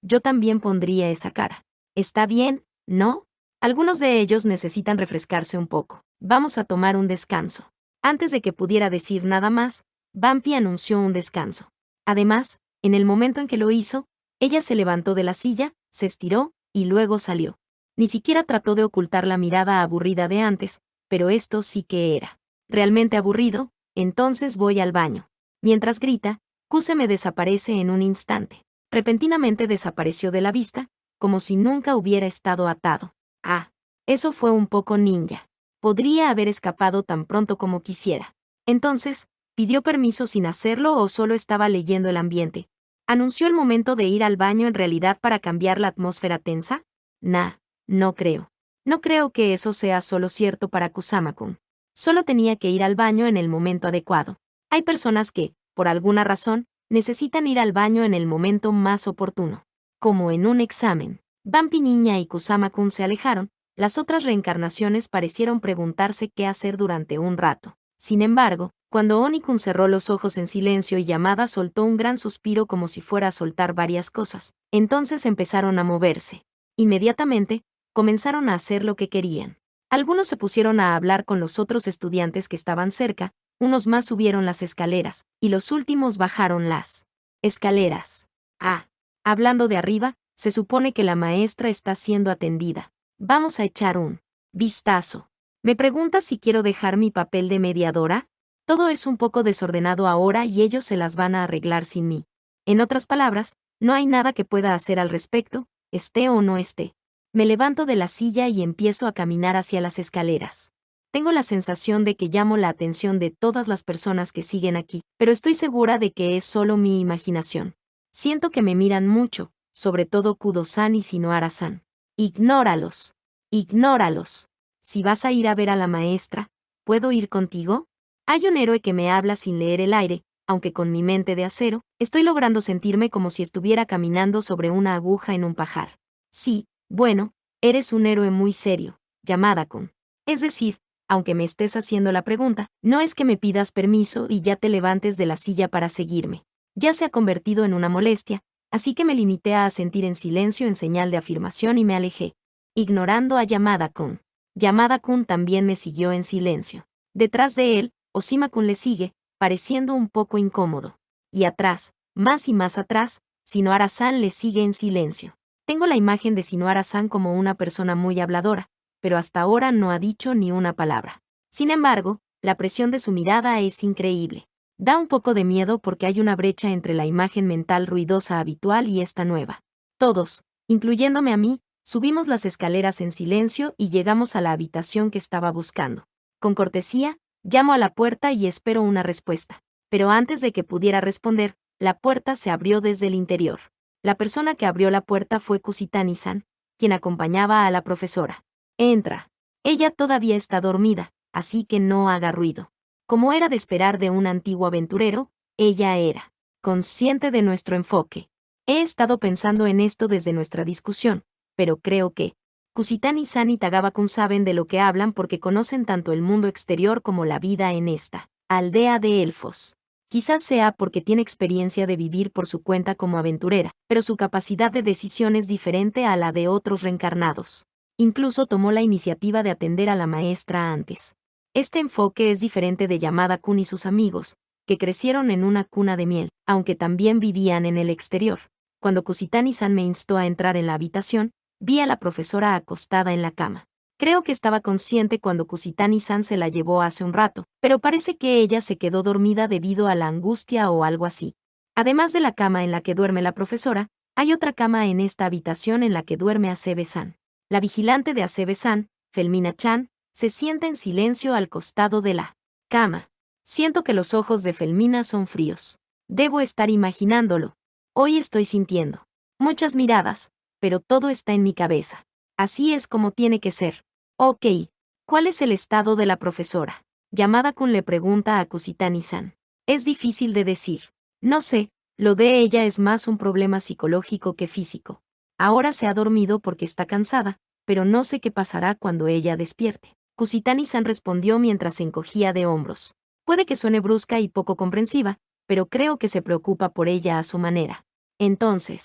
yo también pondría esa cara. Está bien, ¿no? Algunos de ellos necesitan refrescarse un poco. Vamos a tomar un descanso. Antes de que pudiera decir nada más, Bumpy anunció un descanso. Además, en el momento en que lo hizo, ella se levantó de la silla, se estiró, y luego salió. Ni siquiera trató de ocultar la mirada aburrida de antes, pero esto sí que era realmente aburrido. Entonces voy al baño. Mientras grita, Kuseme desaparece en un instante. Repentinamente desapareció de la vista, como si nunca hubiera estado atado. Ah, eso fue un poco ninja. Podría haber escapado tan pronto como quisiera. Entonces, ¿pidió permiso sin hacerlo o solo estaba leyendo el ambiente? ¿Anunció el momento de ir al baño en realidad para cambiar la atmósfera tensa? Nah, no creo. No creo que eso sea solo cierto para Kusama-kun. Solo tenía que ir al baño en el momento adecuado. Hay personas que, por alguna razón, necesitan ir al baño en el momento más oportuno. Como en un examen. Bumpy Niña y Kusama-kun se alejaron. Las otras reencarnaciones parecieron preguntarse qué hacer durante un rato. Sin embargo, cuando Oni-kun cerró los ojos en silencio y Yamada soltó un gran suspiro como si fuera a soltar varias cosas, entonces empezaron a moverse. Inmediatamente, comenzaron a hacer lo que querían. Algunos se pusieron a hablar con los otros estudiantes que estaban cerca, unos más subieron las escaleras, y los últimos bajaron las escaleras. Ah, hablando de arriba, se supone que la maestra está siendo atendida. Vamos a echar un vistazo. ¿Me preguntas si quiero dejar mi papel de mediadora? Todo es un poco desordenado ahora y ellos se las van a arreglar sin mí. En otras palabras, no hay nada que pueda hacer al respecto, esté o no esté. Me levanto de la silla y empiezo a caminar hacia las escaleras. Tengo la sensación de que llamo la atención de todas las personas que siguen aquí, pero estoy segura de que es solo mi imaginación. Siento que me miran mucho, sobre todo Kudo-san y Shinohara-san. Ignóralos. Ignóralos. Si vas a ir a ver a la maestra, ¿puedo ir contigo? Hay un héroe que me habla sin leer el aire, aunque con mi mente de acero, estoy logrando sentirme como si estuviera caminando sobre una aguja en un pajar. Sí, bueno, eres un héroe muy serio, Yamada-kun. Es decir, aunque me estés haciendo la pregunta, no es que me pidas permiso y ya te levantes de la silla para seguirme. Ya se ha convertido en una molestia, así que me limité a asentir en silencio en señal de afirmación y me alejé, ignorando a Yamada-kun. Yamada-kun también me siguió en silencio. Detrás de él, Oshima-kun le sigue, pareciendo un poco incómodo. Y atrás, más y más atrás, Shinohara-san le sigue en silencio. Tengo la imagen de Shinohara-san como una persona muy habladora, pero hasta ahora no ha dicho ni una palabra. Sin embargo, la presión de su mirada es increíble. Da un poco de miedo porque hay una brecha entre la imagen mental ruidosa habitual y esta nueva. Todos, incluyéndome a mí, subimos las escaleras en silencio y llegamos a la habitación que estaba buscando. Con cortesía, llamo a la puerta y espero una respuesta. Pero antes de que pudiera responder, la puerta se abrió desde el interior. La persona que abrió la puerta fue Kushitani-san, quien acompañaba a la profesora. Entra. Ella todavía está dormida, así que no haga ruido. Como era de esperar de un antiguo aventurero, ella era consciente de nuestro enfoque. He estado pensando en esto desde nuestra discusión, pero creo que Kushitani-san y Tagawa-kun saben de lo que hablan porque conocen tanto el mundo exterior como la vida en esta aldea de elfos. Quizás sea porque tiene experiencia de vivir por su cuenta como aventurera, pero su capacidad de decisión es diferente a la de otros reencarnados. Incluso tomó la iniciativa de atender a la maestra antes. Este enfoque es diferente de Yamada-kun y sus amigos, que crecieron en una cuna de miel, aunque también vivían en el exterior. Cuando Kushitani-san me instó a entrar en la habitación, vi a la profesora acostada en la cama. Creo que estaba consciente cuando Kushitani-san se la llevó hace un rato, pero parece que ella se quedó dormida debido a la angustia o algo así. Además de la cama en la que duerme la profesora, hay otra cama en esta habitación en la que duerme Asebe-san. La vigilante de Asebe-san, Felmina-chan, se sienta en silencio al costado de la cama. Siento que los ojos de Felmina son fríos. Debo estar imaginándolo. Hoy estoy sintiendo muchas miradas, pero todo está en mi cabeza. Así es como tiene que ser. Ok. ¿Cuál es el estado de la profesora? Yamada-kun le pregunta a Kushitani-san. Es difícil de decir. No sé, lo de ella es más un problema psicológico que físico. Ahora se ha dormido porque está cansada, pero no sé qué pasará cuando ella despierte. Kushitani-san respondió mientras se encogía de hombros. Puede que suene brusca y poco comprensiva, pero creo que se preocupa por ella a su manera. Entonces,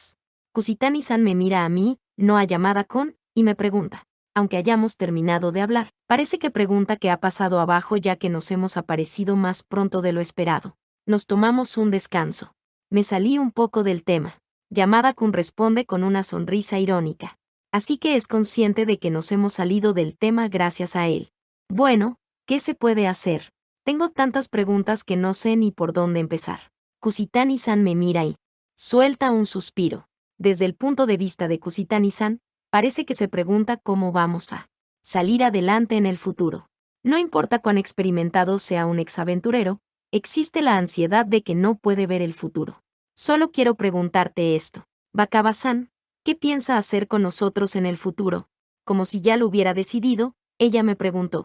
Kusitani-san me mira a mí, no a Yamada-kun, y me pregunta. Aunque hayamos terminado de hablar, parece que pregunta qué ha pasado abajo ya que nos hemos aparecido más pronto de lo esperado. Nos tomamos un descanso. Me salí un poco del tema. Yamada-kun responde con una sonrisa irónica. Así que es consciente de que nos hemos salido del tema gracias a él. Bueno, ¿qué se puede hacer? Tengo tantas preguntas que no sé ni por dónde empezar. Kusitani-san me mira y suelta un suspiro. Desde el punto de vista de Kusitani-san, parece que se pregunta cómo vamos a salir adelante en el futuro. No importa cuán experimentado sea un exaventurero, existe la ansiedad de que no puede ver el futuro. Solo quiero preguntarte esto. Wakaba-san, ¿qué piensa hacer con nosotros en el futuro? Como si ya lo hubiera decidido, ella me preguntó.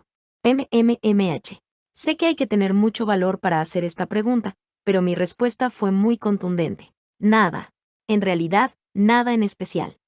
MMMH. Sé que hay que tener mucho valor para hacer esta pregunta, pero mi respuesta fue muy contundente. Nada. En realidad, nada en especial.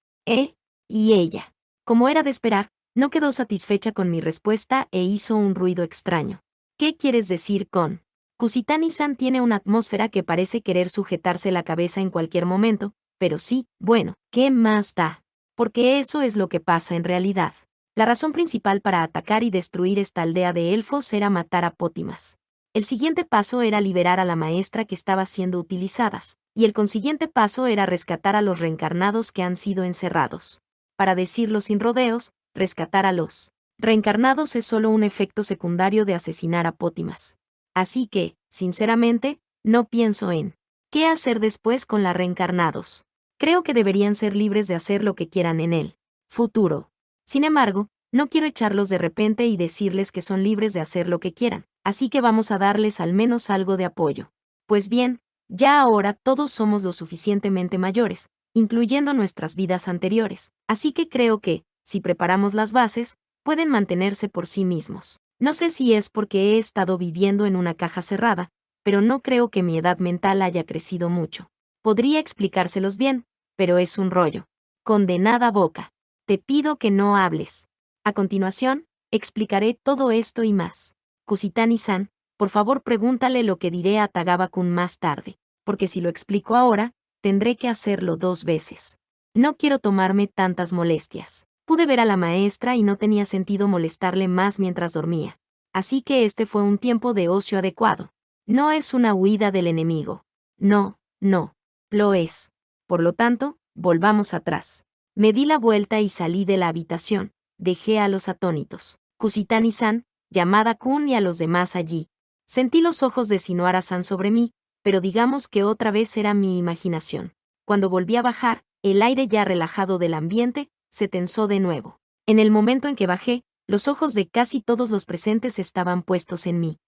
Y ella. Como era de esperar, no quedó satisfecha con mi respuesta e hizo un ruido extraño. ¿Qué quieres decir con? Kusitani-san tiene una atmósfera que parece querer sujetarse la cabeza en cualquier momento, pero sí, bueno, ¿qué más da? Porque eso es lo que pasa en realidad. La razón principal para atacar y destruir esta aldea de elfos era matar a Pótimas. El siguiente paso era liberar a la maestra que estaba siendo utilizadas, y el consiguiente paso era rescatar a los reencarnados que han sido encerrados. Para decirlo sin rodeos, rescatar a los reencarnados es solo un efecto secundario de asesinar a Pótimas. Así que, sinceramente, no pienso en qué hacer después con la reencarnados. Creo que deberían ser libres de hacer lo que quieran en el futuro. Sin embargo, no quiero echarlos de repente y decirles que son libres de hacer lo que quieran, así que vamos a darles al menos algo de apoyo. Pues bien, ya ahora todos somos lo suficientemente mayores, incluyendo nuestras vidas anteriores, así que creo que, si preparamos las bases, pueden mantenerse por sí mismos. No sé si es porque he estado viviendo en una caja cerrada, pero no creo que mi edad mental haya crecido mucho. Podría explicárselos bien, pero es un rollo. Condenada boca. Te pido que no hables. A continuación, explicaré todo esto y más. Kusitani-san, por favor pregúntale lo que diré a Tagaba-kun más tarde, porque si lo explico ahora, tendré que hacerlo 2 veces. No quiero tomarme tantas molestias. Pude ver a la maestra y no tenía sentido molestarle más mientras dormía. Así que este fue un tiempo de ocio adecuado. No es una huida del enemigo. No, no. Lo es. Por lo tanto, volvamos atrás. Me di la vuelta y salí de la habitación. Dejé a los atónitos. Kusitani-san, Yamada-kun y a los demás allí. Sentí los ojos de Shinohara-san sobre mí, pero digamos que otra vez era mi imaginación. Cuando volví a bajar, el aire ya relajado del ambiente se tensó de nuevo. En el momento en que bajé, los ojos de casi todos los presentes estaban puestos en mí.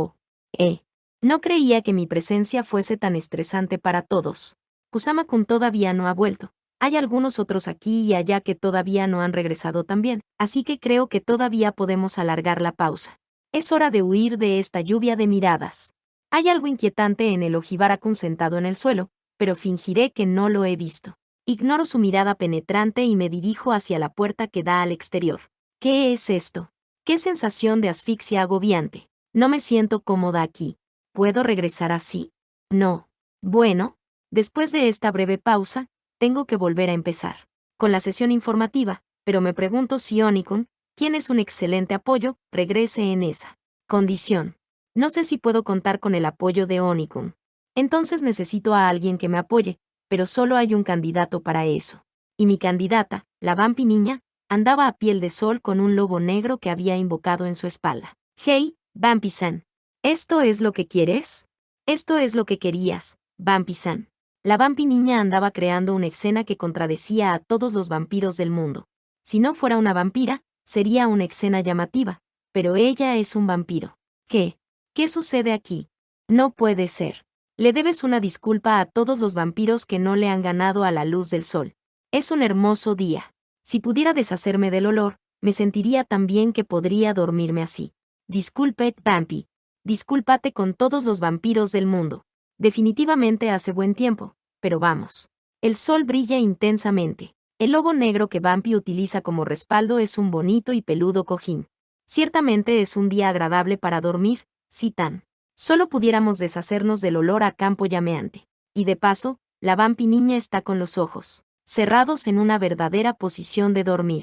No creía que mi presencia fuese tan estresante para todos. Kusama-kun todavía no ha vuelto. Hay algunos otros aquí y allá que todavía no han regresado también, así que creo que todavía podemos alargar la pausa. Es hora de huir de esta lluvia de miradas. Hay algo inquietante en el Ojibara-kun sentado en el suelo, pero fingiré que no lo he visto. Ignoro su mirada penetrante y me dirijo hacia la puerta que da al exterior. ¿Qué es esto? ¿Qué sensación de asfixia agobiante? No me siento cómoda aquí. ¿Puedo regresar así? No. Bueno, después de esta breve pausa, tengo que volver a empezar con la sesión informativa, pero me pregunto si Oni-kun, quien es un excelente apoyo, regrese en esa condición. No sé si puedo contar con el apoyo de Oni-kun. Entonces necesito a alguien que me apoye, pero solo hay un candidato para eso. Y mi candidata, la vampi niña, andaba a piel de sol con un lobo negro que había invocado en su espalda. Hey, Vampi-san. ¿Esto es lo que quieres? Esto es lo que querías, Vampi-san. La vampi niña andaba creando una escena que contradecía a todos los vampiros del mundo. Si no fuera una vampira, sería una escena llamativa, pero ella es un vampiro. ¿Qué? ¿Qué sucede aquí? No puede ser. Le debes una disculpa a todos los vampiros que no le han ganado a la luz del sol. Es un hermoso día. Si pudiera deshacerme del olor, me sentiría tan bien que podría dormirme así. Disculpe, Vampi. Discúlpate con todos los vampiros del mundo. Definitivamente hace buen tiempo, pero vamos. El sol brilla intensamente. El lobo negro que Vampi utiliza como respaldo es un bonito y peludo cojín. Ciertamente es un día agradable para dormir, si tan solo pudiéramos deshacernos del olor a campo llameante. Y de paso, la vampi niña está con los ojos cerrados en una verdadera posición de dormir.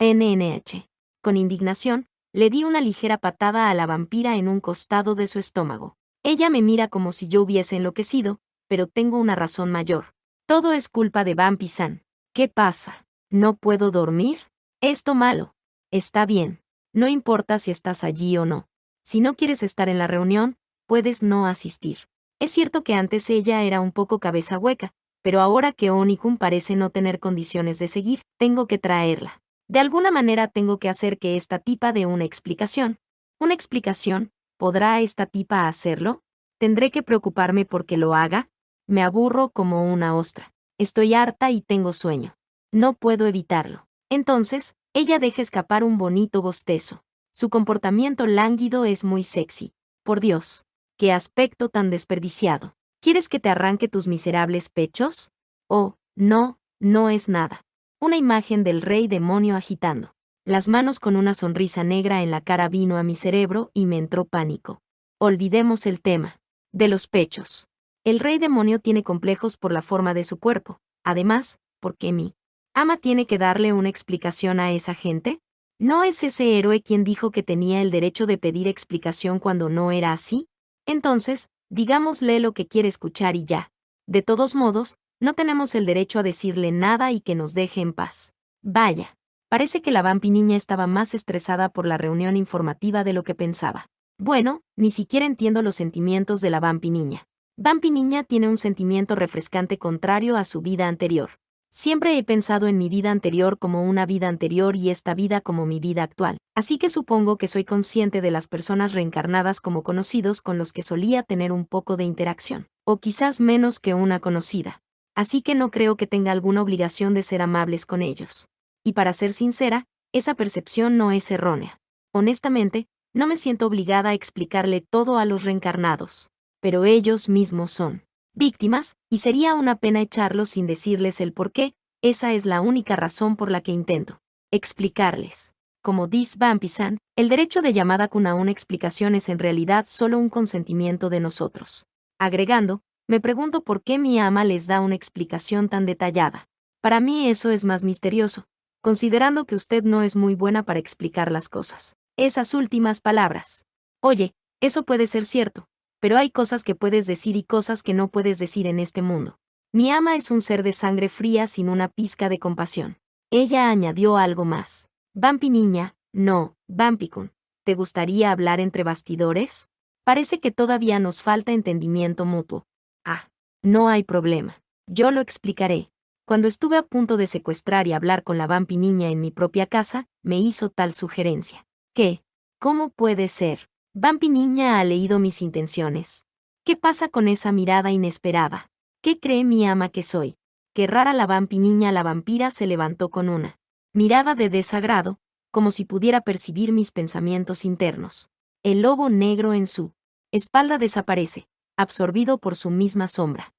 NNH. Con indignación, le di una ligera patada a la vampira en un costado de su estómago. Ella me mira como si yo hubiese enloquecido, pero tengo una razón mayor. Todo es culpa de Vampi-san. ¿Qué pasa? ¿No puedo dormir? Esto malo. Está bien. No importa si estás allí o no. Si no quieres estar en la reunión, puedes no asistir. Es cierto que antes ella era un poco cabeza hueca, pero ahora que Oni-kun parece no tener condiciones de seguir, tengo que traerla. De alguna manera tengo que hacer que esta tipa dé una explicación. ¿Una explicación? ¿Podrá esta tipa hacerlo? ¿Tendré que preocuparme porque lo haga? Me aburro como una ostra. Estoy harta y tengo sueño. No puedo evitarlo. Entonces, ella deja escapar un bonito bostezo. Su comportamiento lánguido es muy sexy. Por Dios, qué aspecto tan desperdiciado. ¿Quieres que te arranque tus miserables pechos? Oh, no, no es nada. Una imagen del rey demonio agitando las manos con una sonrisa negra en la cara vino a mi cerebro y me entró pánico. Olvidemos el tema. De los pechos. El rey demonio tiene complejos por la forma de su cuerpo. Además, ¿por qué mi ama tiene que darle una explicación a esa gente? ¿No es ese héroe quien dijo que tenía el derecho de pedir explicación cuando no era así? Entonces, digámosle lo que quiere escuchar y ya. De todos modos, no tenemos el derecho a decirle nada y que nos deje en paz. Vaya. Parece que la vampi niña estaba más estresada por la reunión informativa de lo que pensaba. Bueno, ni siquiera entiendo los sentimientos de la vampi niña. Vampi niña tiene un sentimiento refrescante contrario a su vida anterior. Siempre he pensado en mi vida anterior como una vida anterior y esta vida como mi vida actual, así que supongo que soy consciente de las personas reencarnadas como conocidos con los que solía tener un poco de interacción, o quizás menos que una conocida. Así que no creo que tenga alguna obligación de ser amables con ellos. Y para ser sincera, esa percepción no es errónea. Honestamente, no me siento obligada a explicarle todo a los reencarnados. Pero ellos mismos son víctimas, y sería una pena echarlos sin decirles el por qué. Esa es la única razón por la que intento explicarles. Como dice Vampi-san, el derecho de Yamada-kun a una explicación es en realidad solo un consentimiento de nosotros. Agregando, me pregunto por qué mi ama les da una explicación tan detallada. Para mí eso es más misterioso, considerando que usted no es muy buena para explicar las cosas. Esas últimas palabras. Oye, eso puede ser cierto, pero hay cosas que puedes decir y cosas que no puedes decir en este mundo. Mi ama es un ser de sangre fría sin una pizca de compasión. Ella añadió algo más. Vampi niña, no, Vampi-kun, ¿te gustaría hablar entre bastidores? Parece que todavía nos falta entendimiento mutuo. Ah, no hay problema. Yo lo explicaré. Cuando estuve a punto de secuestrar y hablar con la vampi niña en mi propia casa, me hizo tal sugerencia. ¿Qué? ¿Cómo puede ser? Vampi niña ha leído mis intenciones. ¿Qué pasa con esa mirada inesperada? ¿Qué cree mi ama que soy? Qué rara la vampi niña. La vampira se levantó con una mirada de desagrado, como si pudiera percibir mis pensamientos internos. El lobo negro en su espalda desaparece, absorbido por su misma sombra.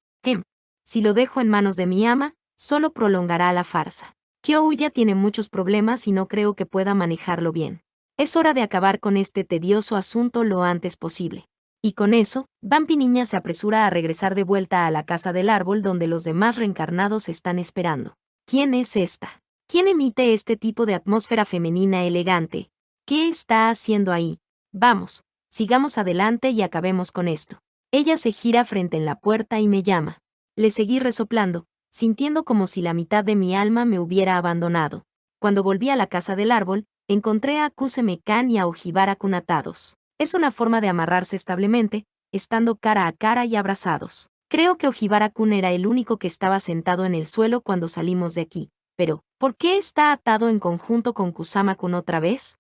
Si lo dejo en manos de mi ama, solo prolongará la farsa. Kyo-ya tiene muchos problemas y no creo que pueda manejarlo bien. Es hora de acabar con este tedioso asunto lo antes posible. Y con eso, Vampi niña se apresura a regresar de vuelta a la casa del árbol donde los demás reencarnados están esperando. ¿Quién es esta? ¿Quién emite este tipo de atmósfera femenina elegante? ¿Qué está haciendo ahí? Vamos, sigamos adelante y acabemos con esto. Ella se gira frente en la puerta y me llama. Le seguí resoplando, sintiendo como si la mitad de mi alma me hubiera abandonado. Cuando volví a la casa del árbol, encontré a Kuseme-kan y a Ojibara-kun atados. Es una forma de amarrarse establemente, estando cara a cara y abrazados. Creo que Ojibara-kun era el único que estaba sentado en el suelo cuando salimos de aquí. Pero, ¿por qué está atado en conjunto con Kusama-kun otra vez?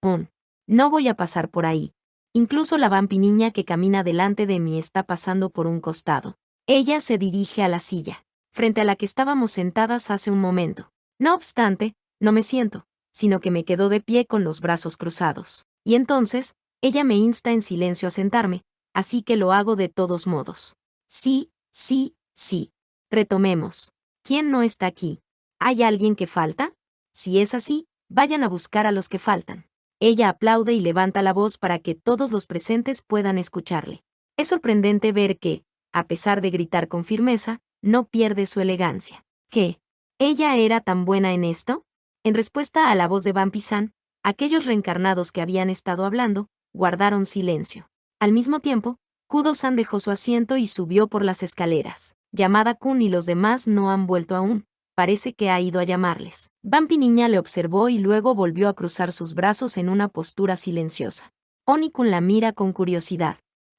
No voy a pasar por ahí. Incluso la vampi niña que camina delante de mí está pasando por un costado. Ella se dirige a la silla, frente a la que estábamos sentadas hace un momento. No obstante, no me siento, sino que me quedo de pie con los brazos cruzados. Y entonces, ella me insta en silencio a sentarme, así que lo hago de todos modos. Sí, sí, sí. Retomemos. ¿Quién no está aquí? ¿Hay alguien que falta? Si es así, vayan a buscar a los que faltan. Ella aplaude y levanta la voz para que todos los presentes puedan escucharle. Es sorprendente ver que, a pesar de gritar con firmeza, no pierde su elegancia. ¿Qué? ¿Ella era tan buena en esto? En respuesta a la voz de Vampi-san, aquellos reencarnados que habían estado hablando, guardaron silencio. Al mismo tiempo, Kudo-san dejó su asiento y subió por las escaleras. Yamada-kun y los demás no han vuelto aún. Parece que ha ido a llamarles. Vampi niña le observó y luego volvió a cruzar sus brazos en una postura silenciosa. Oni-kun la mira con curiosidad.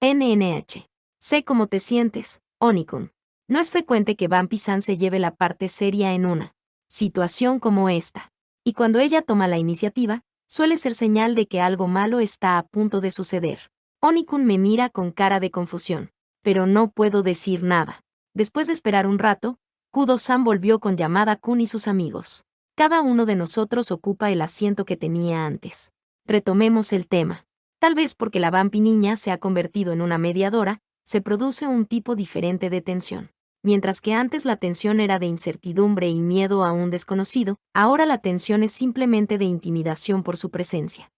NNH. Sé cómo te sientes, Oni-kun. No es frecuente que Vampi-san se lleve la parte seria en una situación como esta. Y cuando ella toma la iniciativa, suele ser señal de que algo malo está a punto de suceder. Oni-kun me mira con cara de confusión, pero no puedo decir nada. Después de esperar un rato, Kudo-san volvió con Yamada-kun y sus amigos. Cada uno de nosotros ocupa el asiento que tenía antes. Retomemos el tema. Tal vez porque la Vampi niña se ha convertido en una mediadora, se produce un tipo diferente de tensión. Mientras que antes la tensión era de incertidumbre y miedo a un desconocido, ahora la tensión es simplemente de intimidación por su presencia.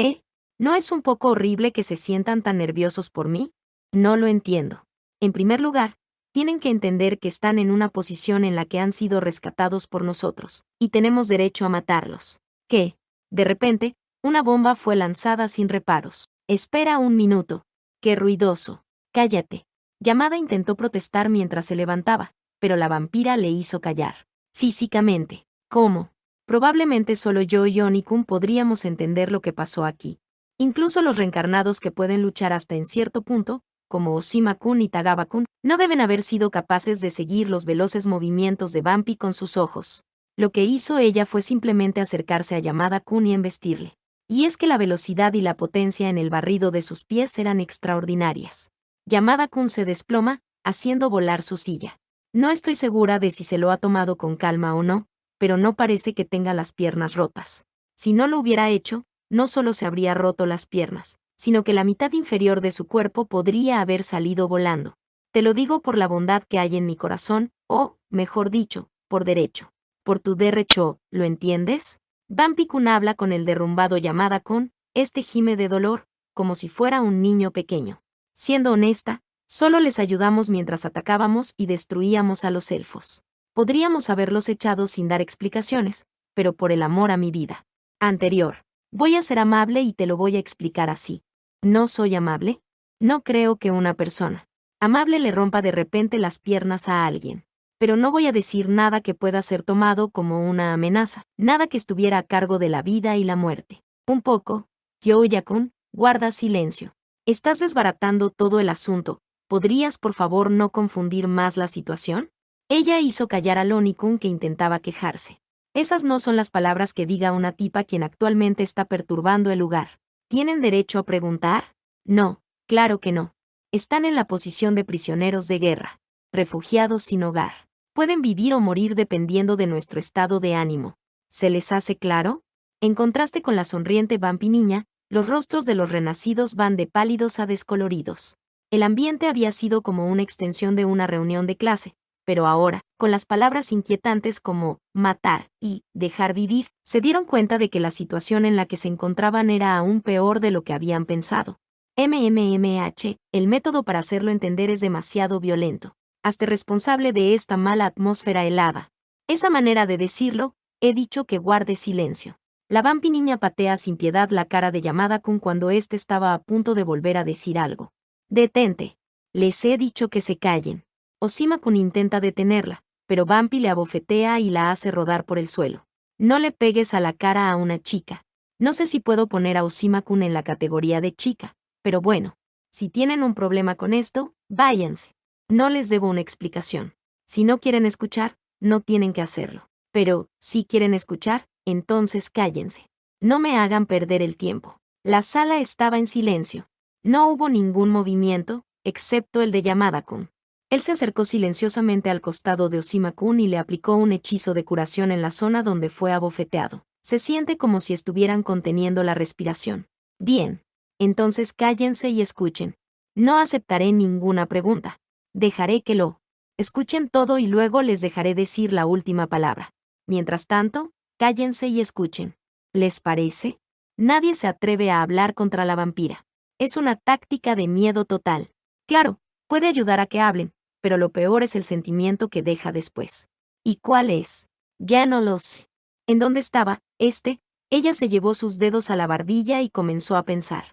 ¿No es un poco horrible que se sientan tan nerviosos por mí? No lo entiendo. En primer lugar, tienen que entender que están en una posición en la que han sido rescatados por nosotros, y tenemos derecho a matarlos. ¿Qué? De repente, una bomba fue lanzada sin reparos. Espera un minuto. ¡Qué ruidoso! Cállate. Yamada intentó protestar mientras se levantaba, pero la vampira le hizo callar. Físicamente. ¿Cómo? Probablemente solo yo y Oni-kun podríamos entender lo que pasó aquí. Incluso los reencarnados que pueden luchar hasta en cierto punto, como Oshima-kun y Tagawa-kun, no deben haber sido capaces de seguir los veloces movimientos de Vampi con sus ojos. Lo que hizo ella fue simplemente acercarse a Yamada-kun y embestirle. Y es que la velocidad y la potencia en el barrido de sus pies eran extraordinarias. Yamada-kun se desploma, haciendo volar su silla. No estoy segura de si se lo ha tomado con calma o no, pero no parece que tenga las piernas rotas. Si no lo hubiera hecho, no solo se habría roto las piernas, sino que la mitad inferior de su cuerpo podría haber salido volando. Te lo digo por la bondad que hay en mi corazón, o, mejor dicho, por derecho. Por tu derecho, ¿lo entiendes? Vampi-kun habla con el derrumbado Yamada-kun, gime de dolor, como si fuera un niño pequeño. Siendo honesta, solo les ayudamos mientras atacábamos y destruíamos a los elfos. Podríamos haberlos echado sin dar explicaciones, pero por el amor a mi vida anterior. Voy a ser amable y te lo voy a explicar así. ¿No soy amable? No creo que una persona amable le rompa de repente las piernas a alguien. Pero no voy a decir nada que pueda ser tomado como una amenaza, nada que estuviera a cargo de la vida y la muerte. Un poco, Kyoya-kun, guarda silencio. Estás desbaratando todo el asunto. ¿Podrías por favor no confundir más la situación? Ella hizo callar a Oni-kun que intentaba quejarse. Esas no son las palabras que diga una tipa quien actualmente está perturbando el lugar. ¿Tienen derecho a preguntar? No, claro que no. Están en la posición de prisioneros de guerra, refugiados sin hogar. Pueden vivir o morir dependiendo de nuestro estado de ánimo. ¿Se les hace claro? En contraste con la sonriente Vampi niña, los rostros de los renacidos van de pálidos a descoloridos. El ambiente había sido como una extensión de una reunión de clase, pero ahora, con las palabras inquietantes como matar y dejar vivir, se dieron cuenta de que la situación en la que se encontraban era aún peor de lo que habían pensado. El método para hacerlo entender es demasiado violento. Hazte responsable de esta mala atmósfera helada. Esa manera de decirlo, he dicho que guarde silencio. La Vampi niña patea sin piedad la cara de Yamada-kun cuando éste estaba a punto de volver a decir algo. Detente. Les he dicho que se callen. Oshima-kun intenta detenerla, pero Vampi le abofetea y la hace rodar por el suelo. No le pegues a la cara a una chica. No sé si puedo poner a Oshima-kun en la categoría de chica, pero bueno, si tienen un problema con esto, váyanse. No les debo una explicación. Si no quieren escuchar, no tienen que hacerlo. Pero, si quieren escuchar, entonces cállense. No me hagan perder el tiempo. La sala estaba en silencio. No hubo ningún movimiento, excepto el de Yamada-kun. Él se acercó silenciosamente al costado de Oshima-kun y le aplicó un hechizo de curación en la zona donde fue abofeteado. Se siente como si estuvieran conteniendo la respiración. Bien. Entonces cállense y escuchen. No aceptaré ninguna pregunta. Dejaré que lo escuchen todo y luego les dejaré decir la última palabra. Mientras tanto, cállense y escuchen. ¿Les parece? Nadie se atreve a hablar contra la vampira. Es una táctica de miedo total. Claro, puede ayudar a que hablen, pero lo peor es el sentimiento que deja después. ¿Y cuál es? Ya no lo sé. ¿En dónde estaba? Ella se llevó sus dedos a la barbilla y comenzó a pensar.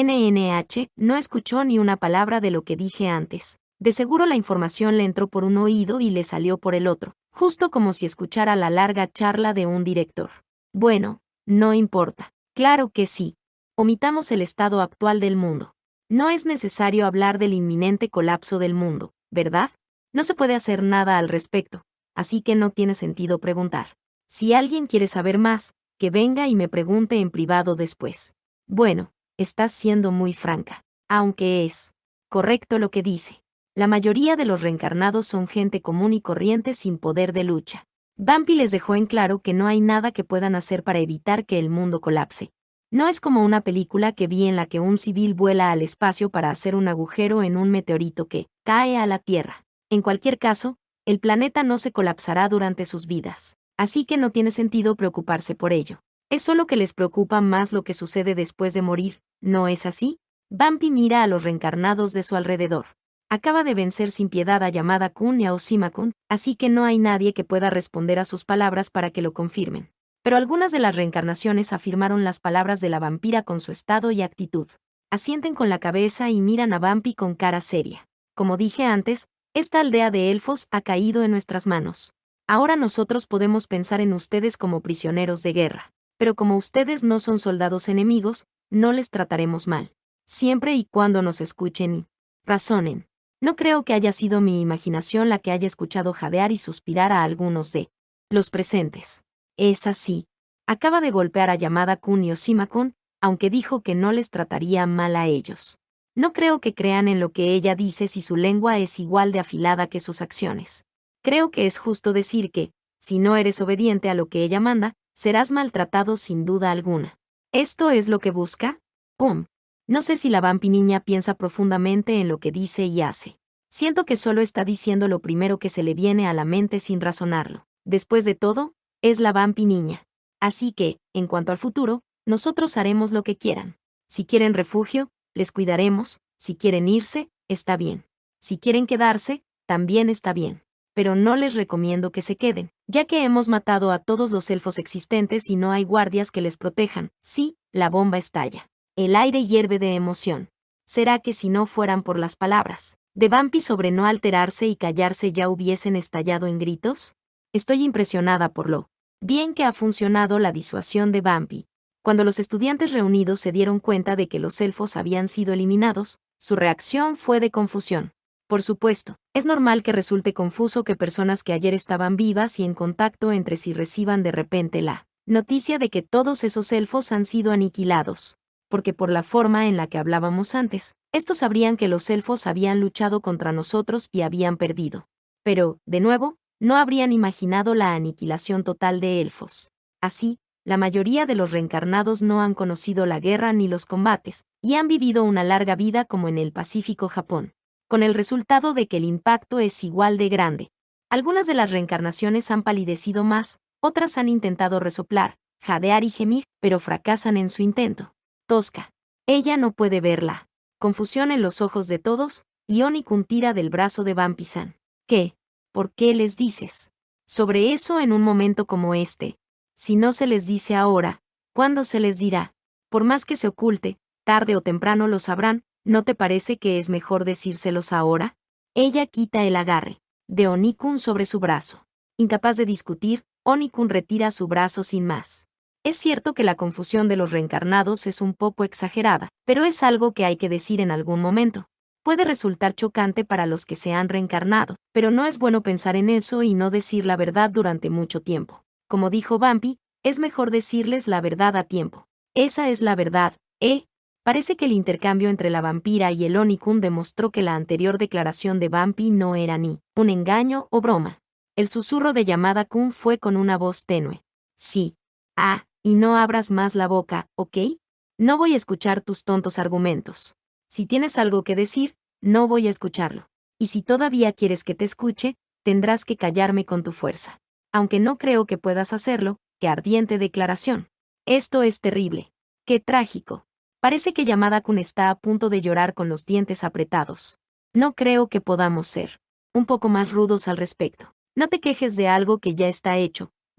No escuchó ni una palabra de lo que dije antes. De seguro la información le entró por un oído y le salió por el otro, justo como si escuchara la larga charla de un director. Bueno, no importa. Claro que sí. Omitamos el estado actual del mundo. No es necesario hablar del inminente colapso del mundo, ¿verdad? No se puede hacer nada al respecto, así que no tiene sentido preguntar. Si alguien quiere saber más, que venga y me pregunte en privado después. Bueno, estás siendo muy franca, aunque es correcto lo que dice. La mayoría de los reencarnados son gente común y corriente sin poder de lucha. Bumpy les dejó en claro que no hay nada que puedan hacer para evitar que el mundo colapse. No es como una película que vi en la que un civil vuela al espacio para hacer un agujero en un meteorito que cae a la Tierra. En cualquier caso, el planeta no se colapsará durante sus vidas, así que no tiene sentido preocuparse por ello. Es solo que les preocupa más lo que sucede después de morir, ¿no es así? Bumpy mira a los reencarnados de su alrededor. Acaba de vencer sin piedad a Yamada-kun y a Oshima-kun, así que no hay nadie que pueda responder a sus palabras para que lo confirmen. Pero algunas de las reencarnaciones afirmaron las palabras de la vampira con su estado y actitud. Asienten con la cabeza y miran a Bumpy con cara seria. Como dije antes, esta aldea de elfos ha caído en nuestras manos. Ahora nosotros podemos pensar en ustedes como prisioneros de guerra. Pero como ustedes no son soldados enemigos, no les trataremos mal. Siempre y cuando nos escuchen y razonen. No creo que haya sido mi imaginación la que haya escuchado jadear y suspirar a algunos de los presentes. Es así. Acaba de golpear a Yamada-kun y Oshima-kun, aunque dijo que no les trataría mal a ellos. No creo que crean en lo que ella dice si su lengua es igual de afilada que sus acciones. Creo que es justo decir que, si no eres obediente a lo que ella manda, serás maltratado sin duda alguna. ¿Esto es lo que busca? ¡Pum! No sé si la vampi niña piensa profundamente en lo que dice y hace. Siento que solo está diciendo lo primero que se le viene a la mente sin razonarlo. Después de todo, es la vampi niña. Así que, en cuanto al futuro, nosotros haremos lo que quieran. Si quieren refugio, les cuidaremos, si quieren irse, está bien. Si quieren quedarse, también está bien. Pero no les recomiendo que se queden, ya que hemos matado a todos los elfos existentes y no hay guardias que les protejan. Sí, la bomba estalla. El aire hierve de emoción. ¿Será que si no fueran por las palabras de Bumpy sobre no alterarse y callarse ya hubiesen estallado en gritos? Estoy impresionada por lo bien que ha funcionado la disuasión de Bumpy. Cuando los estudiantes reunidos se dieron cuenta de que los elfos habían sido eliminados, su reacción fue de confusión. Por supuesto, es normal que resulte confuso que personas que ayer estaban vivas y en contacto entre sí reciban de repente la noticia de que todos esos elfos han sido aniquilados. Porque por la forma en la que hablábamos antes, estos sabrían que los elfos habían luchado contra nosotros y habían perdido. Pero, de nuevo, no habrían imaginado la aniquilación total de elfos. Así, la mayoría de los reencarnados no han conocido la guerra ni los combates, y han vivido una larga vida como en el Pacífico Japón, con el resultado de que el impacto es igual de grande. Algunas de las reencarnaciones han palidecido más, otras han intentado resoplar, jadear y gemir, pero fracasan en su intento. Tosca. Ella no puede verla. Confusión en los ojos de todos, y Oni-kun tira del brazo de Bumpy-san. ¿Qué? ¿Por qué les dices sobre eso en un momento como este? Si no se les dice ahora, ¿cuándo se les dirá? Por más que se oculte, tarde o temprano lo sabrán, ¿no te parece que es mejor decírselos ahora? Ella quita el agarre de Oni-kun sobre su brazo. Incapaz de discutir, Oni-kun retira su brazo sin más. Es cierto que la confusión de los reencarnados es un poco exagerada, pero es algo que hay que decir en algún momento. Puede resultar chocante para los que se han reencarnado, pero no es bueno pensar en eso y no decir la verdad durante mucho tiempo. Como dijo Bumpy, es mejor decirles la verdad a tiempo. Esa es la verdad, ¿eh? Parece que el intercambio entre la vampira y el Oni-kun demostró que la anterior declaración de Bumpy no era ni un engaño o broma. El susurro de Yamada-kun fue con una voz tenue. Sí. Ah, y no abras más la boca, ¿ok? No voy a escuchar tus tontos argumentos. Si tienes algo que decir, no voy a escucharlo. Y si todavía quieres que te escuche, tendrás que callarme con tu fuerza. Aunque no creo que puedas hacerlo, qué ardiente declaración. Esto es terrible. Qué trágico. Parece que Yamada-kun está a punto de llorar con los dientes apretados. No creo que podamos ser un poco más rudos al respecto. No te quejes de algo que ya está hecho.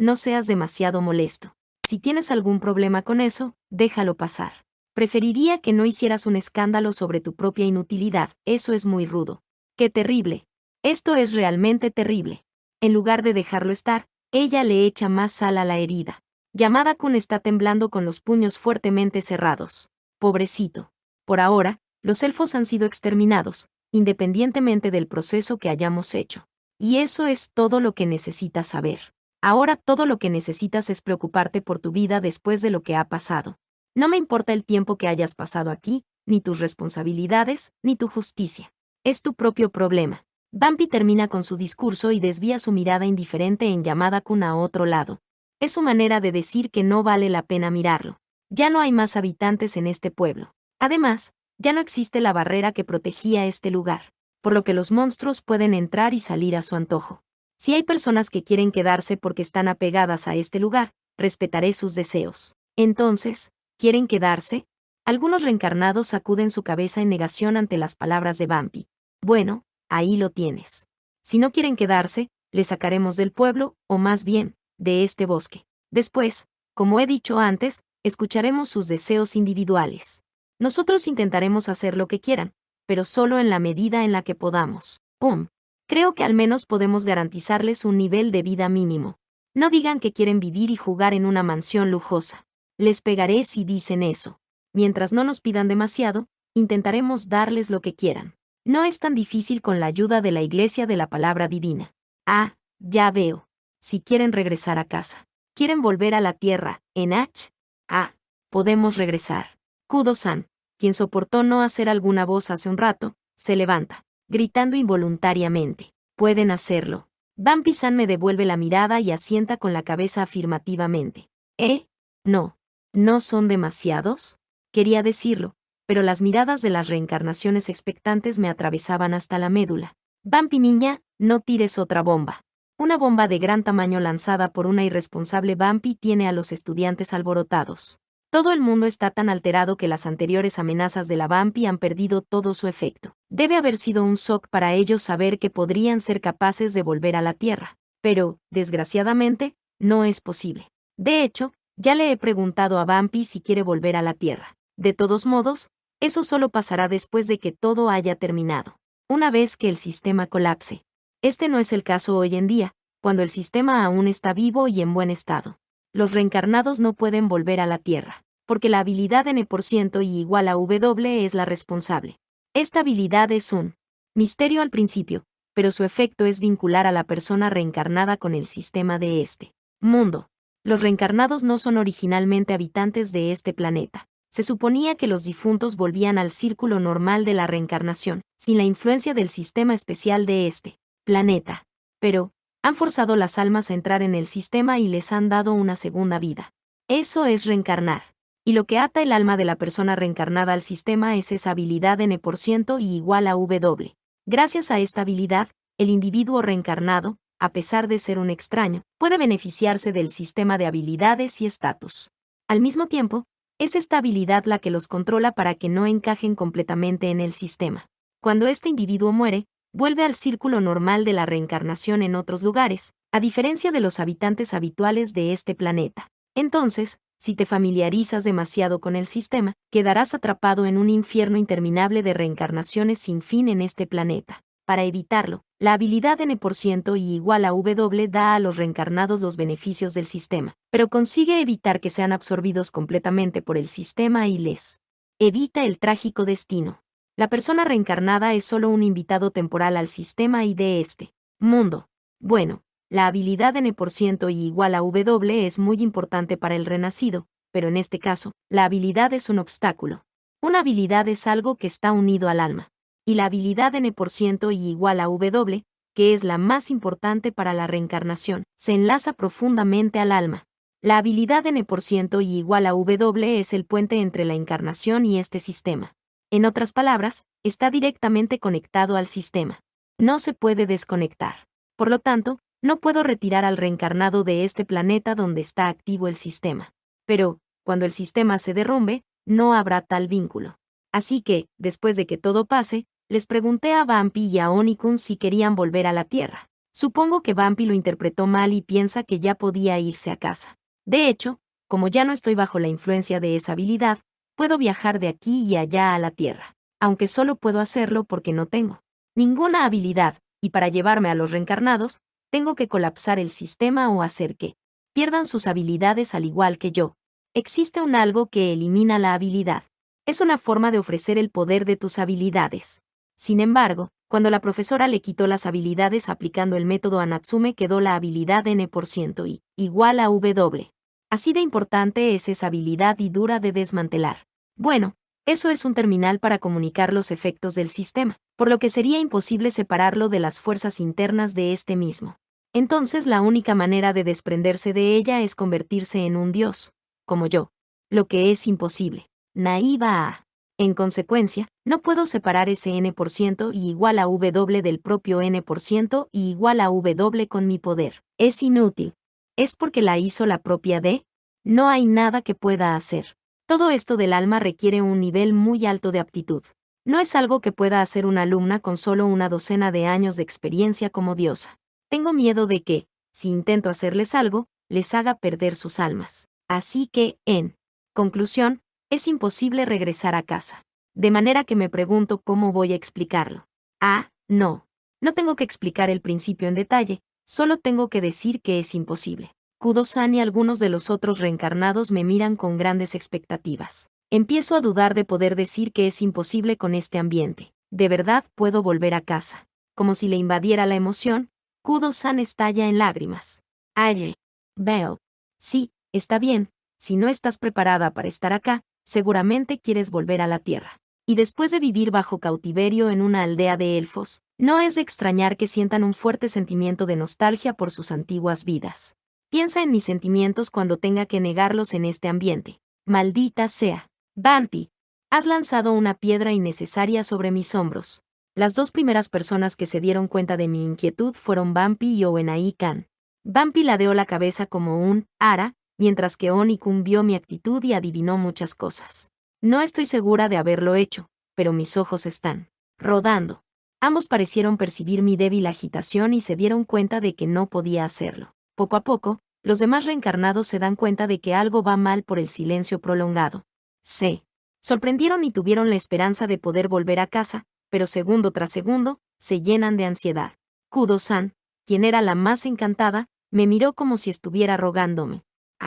no seas demasiado molesto. Si tienes algún problema con eso, déjalo pasar. Preferiría que no hicieras un escándalo sobre tu propia inutilidad, eso es muy rudo. ¡Qué terrible! Esto es realmente terrible. En lugar de dejarlo estar, ella le echa más sal a la herida. Yamada-kun está temblando con los puños fuertemente cerrados. Pobrecito. Por ahora, los elfos han sido exterminados, independientemente del proceso que hayamos hecho. Y eso es todo lo que necesitas saber. Ahora todo lo que necesitas es preocuparte por tu vida después de lo que ha pasado. No me importa el tiempo que hayas pasado aquí, ni tus responsabilidades, ni tu justicia. Es tu propio problema. Bambi termina con su discurso y desvía su mirada indiferente en Yamada-kun a otro lado. Es su manera de decir que no vale la pena mirarlo. Ya no hay más habitantes en este pueblo. Además, ya no existe la barrera que protegía este lugar, por lo que los monstruos pueden entrar y salir a su antojo. Si hay personas que quieren quedarse porque están apegadas a este lugar, respetaré sus deseos. Entonces, ¿quieren quedarse? Algunos reencarnados sacuden su cabeza en negación ante las palabras de Bambi. Bueno, ahí lo tienes. Si no quieren quedarse, les sacaremos del pueblo, o más bien, de este bosque. Después, como he dicho antes, escucharemos sus deseos individuales. Nosotros intentaremos hacer lo que quieran, pero solo en la medida en la que podamos. Creo que al menos podemos garantizarles un nivel de vida mínimo. No digan que quieren vivir y jugar en una mansión lujosa. Les pegaré si dicen eso. Mientras no nos pidan demasiado, intentaremos darles lo que quieran. No es tan difícil con la ayuda de la Iglesia de la Palabra Divina. Ah, ya veo. Si quieren regresar a casa. ¿Quieren volver a la Tierra, en H? Ah, podemos regresar. Kudo-san, quien soportó no hacer alguna voz hace un rato, se levanta, gritando involuntariamente. Pueden hacerlo. Bambi-san me devuelve la mirada y asienta con la cabeza afirmativamente. No. ¿No son demasiados? Quería decirlo, pero las miradas de las reencarnaciones expectantes me atravesaban hasta la médula. Bambi niña, no tires otra bomba. Una bomba de gran tamaño lanzada por una irresponsable Bambi tiene a los estudiantes alborotados. Todo el mundo está tan alterado que las anteriores amenazas de la Bambi han perdido todo su efecto. Debe haber sido un shock para ellos saber que podrían ser capaces de volver a la Tierra. Pero, desgraciadamente, no es posible. De hecho, ya le he preguntado a Bambi si quiere volver a la Tierra. De todos modos, eso solo pasará después de que todo haya terminado. Una vez que el sistema colapse. Este no es el caso hoy en día, cuando el sistema aún está vivo y en buen estado. Los reencarnados no pueden volver a la Tierra, porque la habilidad N% y igual a W es la responsable. Esta habilidad es un misterio al principio, pero su efecto es vincular a la persona reencarnada con el sistema de este mundo. Los reencarnados no son originalmente habitantes de este planeta. Se suponía que los difuntos volvían al círculo normal de la reencarnación, sin la influencia del sistema especial de este planeta. Pero, han forzado las almas a entrar en el sistema y les han dado una segunda vida. Eso es reencarnar. Y lo que ata el alma de la persona reencarnada al sistema es esa habilidad N% y igual a W. Gracias a esta habilidad, el individuo reencarnado, a pesar de ser un extraño, puede beneficiarse del sistema de habilidades y estatus. Al mismo tiempo, es esta habilidad la que los controla para que no encajen completamente en el sistema. Cuando este individuo muere, vuelve al círculo normal de la reencarnación en otros lugares, a diferencia de los habitantes habituales de este planeta. Entonces, si te familiarizas demasiado con el sistema, quedarás atrapado en un infierno interminable de reencarnaciones sin fin en este planeta. Para evitarlo, la habilidad N% y igual a W da a los reencarnados los beneficios del sistema, pero consigue evitar que sean absorbidos completamente por el sistema y les evita el trágico destino. La persona reencarnada es solo un invitado temporal al sistema y de este mundo. Bueno, la habilidad N% y igual a W es muy importante para el renacido, pero en este caso, la habilidad es un obstáculo. Una habilidad es algo que está unido al alma. Y la habilidad N% y igual a W, que es la más importante para la reencarnación, se enlaza profundamente al alma. La habilidad N% y igual a W es el puente entre la encarnación y este sistema. En otras palabras, está directamente conectado al sistema. No se puede desconectar. Por lo tanto, no puedo retirar al reencarnado de este planeta donde está activo el sistema. Pero, cuando el sistema se derrumbe, no habrá tal vínculo. Así que, después de que todo pase, les pregunté a Bambi y a Oni-kun si querían volver a la Tierra. Supongo que Bumpy lo interpretó mal y piensa que ya podía irse a casa. De hecho, como ya no estoy bajo la influencia de esa habilidad, puedo viajar de aquí y allá a la Tierra, aunque solo puedo hacerlo porque no tengo ninguna habilidad, y para llevarme a los reencarnados, tengo que colapsar el sistema o hacer que pierdan sus habilidades al igual que yo. Existe un algo que elimina la habilidad. Es una forma de ofrecer el poder de tus habilidades. Sin embargo, cuando la profesora le quitó las habilidades aplicando el método a Natsume, quedó la habilidad n% y igual a W. Así de importante es esa habilidad y dura de desmantelar. Bueno, eso es un terminal para comunicar los efectos del sistema, por lo que sería imposible separarlo de las fuerzas internas de este mismo. Entonces la única manera de desprenderse de ella es convertirse en un dios, como yo. Lo que es imposible. Naiva a. En consecuencia, no puedo separar ese n% y igual a W del propio n% y igual a W con mi poder. Es inútil. ¿Es porque la hizo la propia D? No hay nada que pueda hacer. Todo esto del alma requiere un nivel muy alto de aptitud. No es algo que pueda hacer una alumna con solo una docena de años de experiencia como diosa. Tengo miedo de que, si intento hacerles algo, les haga perder sus almas. Así que, en conclusión, es imposible regresar a casa. De manera que me pregunto cómo voy a explicarlo. No. No tengo que explicar el principio en detalle, solo tengo que decir que es imposible. Kudo-san y algunos de los otros reencarnados me miran con grandes expectativas. Empiezo a dudar de poder decir que es imposible con este ambiente. ¿De verdad puedo volver a casa? Como si le invadiera la emoción, Kudo-san estalla en lágrimas. Ay, veo. Sí, está bien, si no estás preparada para estar acá, seguramente quieres volver a la Tierra. Y después de vivir bajo cautiverio en una aldea de elfos, no es de extrañar que sientan un fuerte sentimiento de nostalgia por sus antiguas vidas. Piensa en mis sentimientos cuando tenga que negarlos en este ambiente. Maldita sea. Bumpy, has lanzado una piedra innecesaria sobre mis hombros. Las dos primeras personas que se dieron cuenta de mi inquietud fueron Bumpy y Oenai-kan. Bumpy ladeó la cabeza como un ara, mientras que Oni-kun vio mi actitud y adivinó muchas cosas. No estoy segura de haberlo hecho, pero mis ojos están rodando. Ambos parecieron percibir mi débil agitación y se dieron cuenta de que no podía hacerlo. Poco a poco, los demás reencarnados se dan cuenta de que algo va mal por el silencio prolongado. Se sorprendieron y tuvieron la esperanza de poder volver a casa, pero segundo tras segundo, se llenan de ansiedad. Kudo-san, quien era la más encantada, me miró como si estuviera rogándome.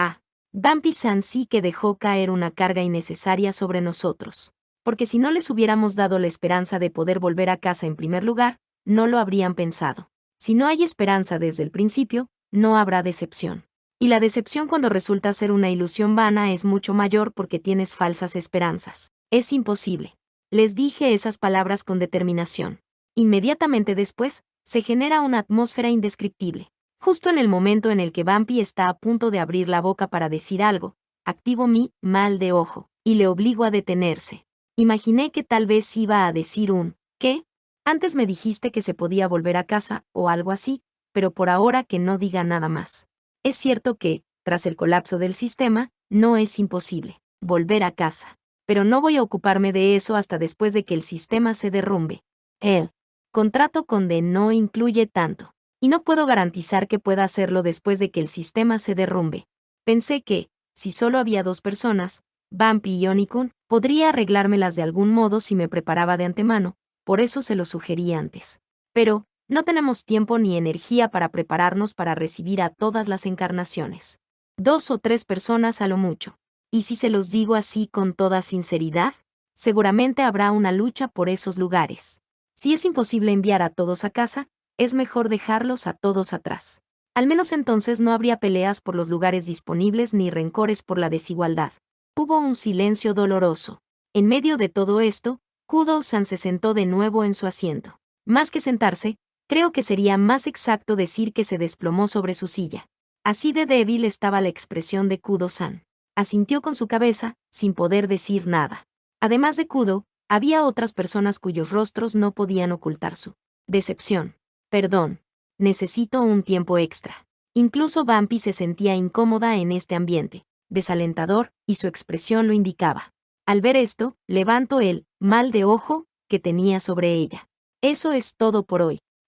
Bumpy-san sí que dejó caer una carga innecesaria sobre nosotros. Porque si no les hubiéramos dado la esperanza de poder volver a casa en primer lugar, no lo habrían pensado. Si no hay esperanza desde el principio, no habrá decepción. Y la decepción cuando resulta ser una ilusión vana es mucho mayor porque tienes falsas esperanzas. Es imposible. Les dije esas palabras con determinación. Inmediatamente después, se genera una atmósfera indescriptible. Justo en el momento en el que Bumpy está a punto de abrir la boca para decir algo, activo mi mal de ojo, y le obligo a detenerse. Imaginé que tal vez iba a decir ¿qué? Antes me dijiste que se podía volver a casa, o algo así, pero por ahora que no diga nada más. Es cierto que, tras el colapso del sistema, no es imposible volver a casa. Pero no voy a ocuparme de eso hasta después de que el sistema se derrumbe. El contrato con D no incluye tanto. Y no puedo garantizar que pueda hacerlo después de que el sistema se derrumbe. Pensé que, si solo había dos personas, Bumpy y Oni-kun, podría arreglármelas de algún modo si me preparaba de antemano, por eso se lo sugerí antes. Pero, no tenemos tiempo ni energía para prepararnos para recibir a todas las encarnaciones. 2 o 3 personas a lo mucho. Y si se los digo así con toda sinceridad, seguramente habrá una lucha por esos lugares. Si es imposible enviar a todos a casa, es mejor dejarlos a todos atrás. Al menos entonces no habría peleas por los lugares disponibles ni rencores por la desigualdad. Hubo un silencio doloroso. En medio de todo esto, Kudo-san se sentó de nuevo en su asiento. Más que sentarse, creo que sería más exacto decir que se desplomó sobre su silla. Así de débil estaba la expresión de Kudo-san. Asintió con su cabeza, sin poder decir nada. Además de Kudo, había otras personas cuyos rostros no podían ocultar su decepción. Perdón. Necesito un tiempo extra. Incluso Bumpy se sentía incómoda en este ambiente, desalentador, y su expresión lo indicaba. Al ver esto, levanto el mal de ojo que tenía sobre ella. Eso es todo por hoy.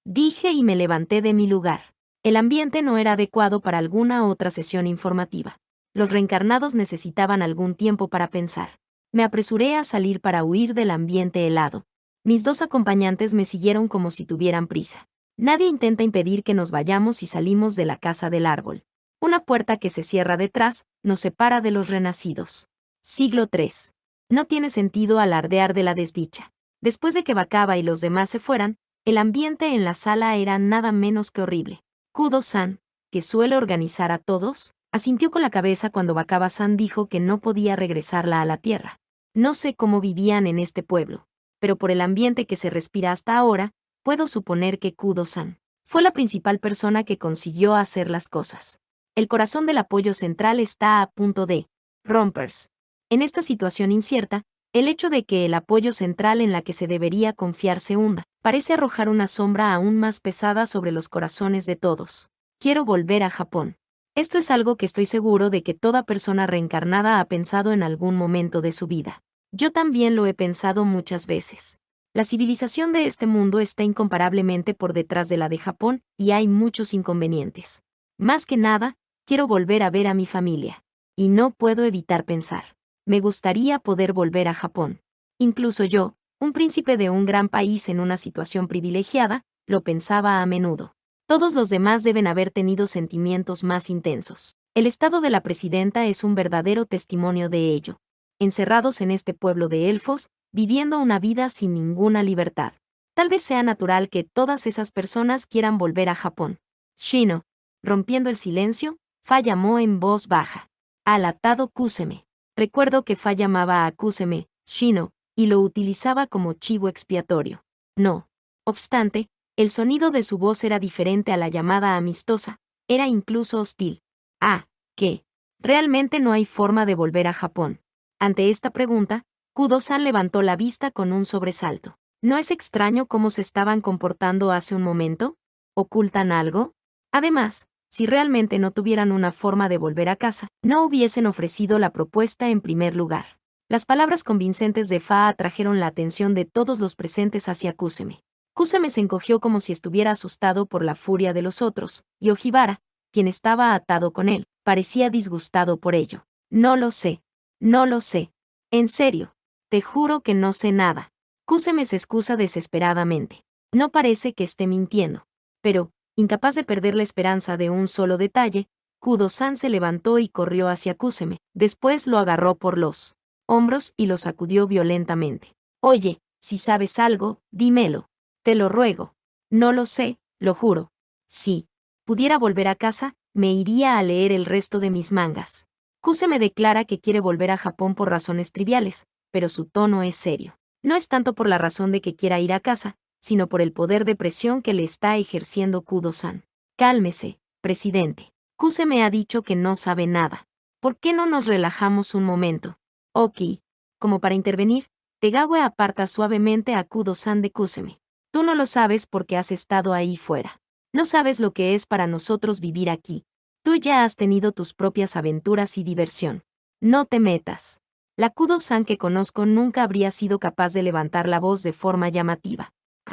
dije y me levanté de mi lugar. El ambiente no era adecuado para alguna otra sesión informativa. Los reencarnados necesitaban algún tiempo para pensar. Me apresuré a salir para huir del ambiente helado. Mis dos acompañantes me siguieron como si tuvieran prisa. Nadie intenta impedir que nos vayamos y salimos de la casa del árbol. Una puerta que se cierra detrás nos separa de los renacidos. Siglo III. No tiene sentido alardear de la desdicha. Después de que Bakaba y los demás se fueran, el ambiente en la sala era nada menos que horrible. Kudo-san, que suele organizar a todos, asintió con la cabeza cuando Bakaba-san dijo que no podía regresarla a la tierra. No sé cómo vivían en este pueblo, pero por el ambiente que se respira hasta ahora, puedo suponer que Kudo-san fue la principal persona que consiguió hacer las cosas. El corazón del apoyo central está a punto de romperse. En esta situación incierta, el hecho de que el apoyo central en la que se debería confiar se hunda, parece arrojar una sombra aún más pesada sobre los corazones de todos. Quiero volver a Japón. Esto es algo que estoy seguro de que toda persona reencarnada ha pensado en algún momento de su vida. Yo también lo he pensado muchas veces. La civilización de este mundo está incomparablemente por detrás de la de Japón y hay muchos inconvenientes. Más que nada, quiero volver a ver a mi familia. Y no puedo evitar pensar. Me gustaría poder volver a Japón. Incluso yo, un príncipe de un gran país en una situación privilegiada, lo pensaba a menudo. Todos los demás deben haber tenido sentimientos más intensos. El estado de la presidenta es un verdadero testimonio de ello. Encerrados en este pueblo de elfos, viviendo una vida sin ninguna libertad. Tal vez sea natural que todas esas personas quieran volver a Japón. Shino, rompiendo el silencio, Fa llamó en voz baja. Al atado Kuseme. Recuerdo que Fa llamaba a Kuseme, Shino, y lo utilizaba como chivo expiatorio. No obstante, el sonido de su voz era diferente a la llamada amistosa, era incluso hostil. ¿Qué? Realmente no hay forma de volver a Japón. Ante esta pregunta, Kudo-san levantó la vista con un sobresalto. ¿No es extraño cómo se estaban comportando hace un momento? ¿Ocultan algo? Además, si realmente no tuvieran una forma de volver a casa, no hubiesen ofrecido la propuesta en primer lugar. Las palabras convincentes de Fa atrajeron la atención de todos los presentes hacia Kuseme. Kuseme se encogió como si estuviera asustado por la furia de los otros, y Ojibara, quien estaba atado con él, parecía disgustado por ello. No lo sé. No lo sé. En serio. Te juro que no sé nada. Kuseme se excusa desesperadamente. No parece que esté mintiendo. Pero, incapaz de perder la esperanza de un solo detalle, Kudo-san se levantó y corrió hacia Kuseme. Después lo agarró por los hombros y lo sacudió violentamente. Oye, si sabes algo, dímelo. Te lo ruego. No lo sé, lo juro. Si pudiera volver a casa, me iría a leer el resto de mis mangas. Kuseme declara que quiere volver a Japón por razones triviales, pero su tono es serio. No es tanto por la razón de que quiera ir a casa, sino por el poder de presión que le está ejerciendo Kudo-san. Cálmese, presidente. Kuseme ha dicho que no sabe nada. ¿Por qué no nos relajamos un momento? Oki. Como para intervenir, Tegawa aparta suavemente a Kudo-san de Kuseme. Tú no lo sabes porque has estado ahí fuera. No sabes lo que es para nosotros vivir aquí. Tú ya has tenido tus propias aventuras y diversión. No te metas. La Kudo-san que conozco nunca habría sido capaz de levantar la voz de forma llamativa.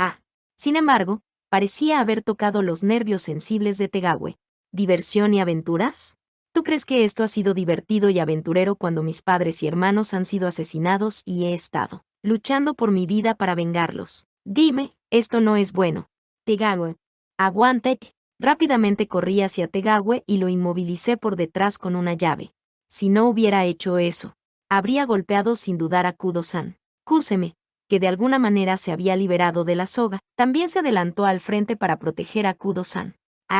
Sin embargo, parecía haber tocado los nervios sensibles de Tegawa. ¿Diversión y aventuras? ¿Tú crees que esto ha sido divertido y aventurero cuando mis padres y hermanos han sido asesinados y he estado luchando por mi vida para vengarlos? Dime, esto no es bueno. Tegawa. Aguántate. Rápidamente corrí hacia Tegawa y lo inmovilicé por detrás con una llave. Si no hubiera hecho eso, habría golpeado sin dudar a Kudo-san. Kuseme, que de alguna manera se había liberado de la soga, también se adelantó al frente para proteger a Kudo-san.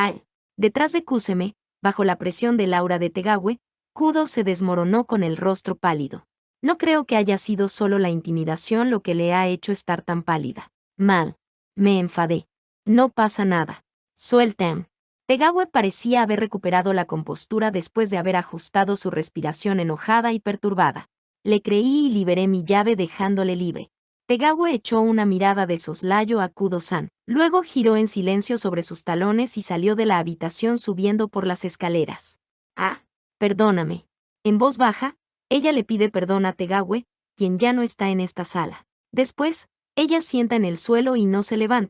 Detrás de Kuseme, bajo la presión del aura de Tegawa, Kudo se desmoronó con el rostro pálido. No creo que haya sido solo la intimidación lo que le ha hecho estar tan pálida. Mal. Me enfadé. No pasa nada. Suelten. Tegawa parecía haber recuperado la compostura después de haber ajustado su respiración enojada y perturbada. Le creí y liberé mi llave dejándole libre. Tegawa echó una mirada de soslayo a Kudo-san, luego giró en silencio sobre sus talones y salió de la habitación subiendo por las escaleras. Perdóname. En voz baja, ella le pide perdón a Tegawa, quien ya no está en esta sala. Después, ella sienta en el suelo y no se levanta,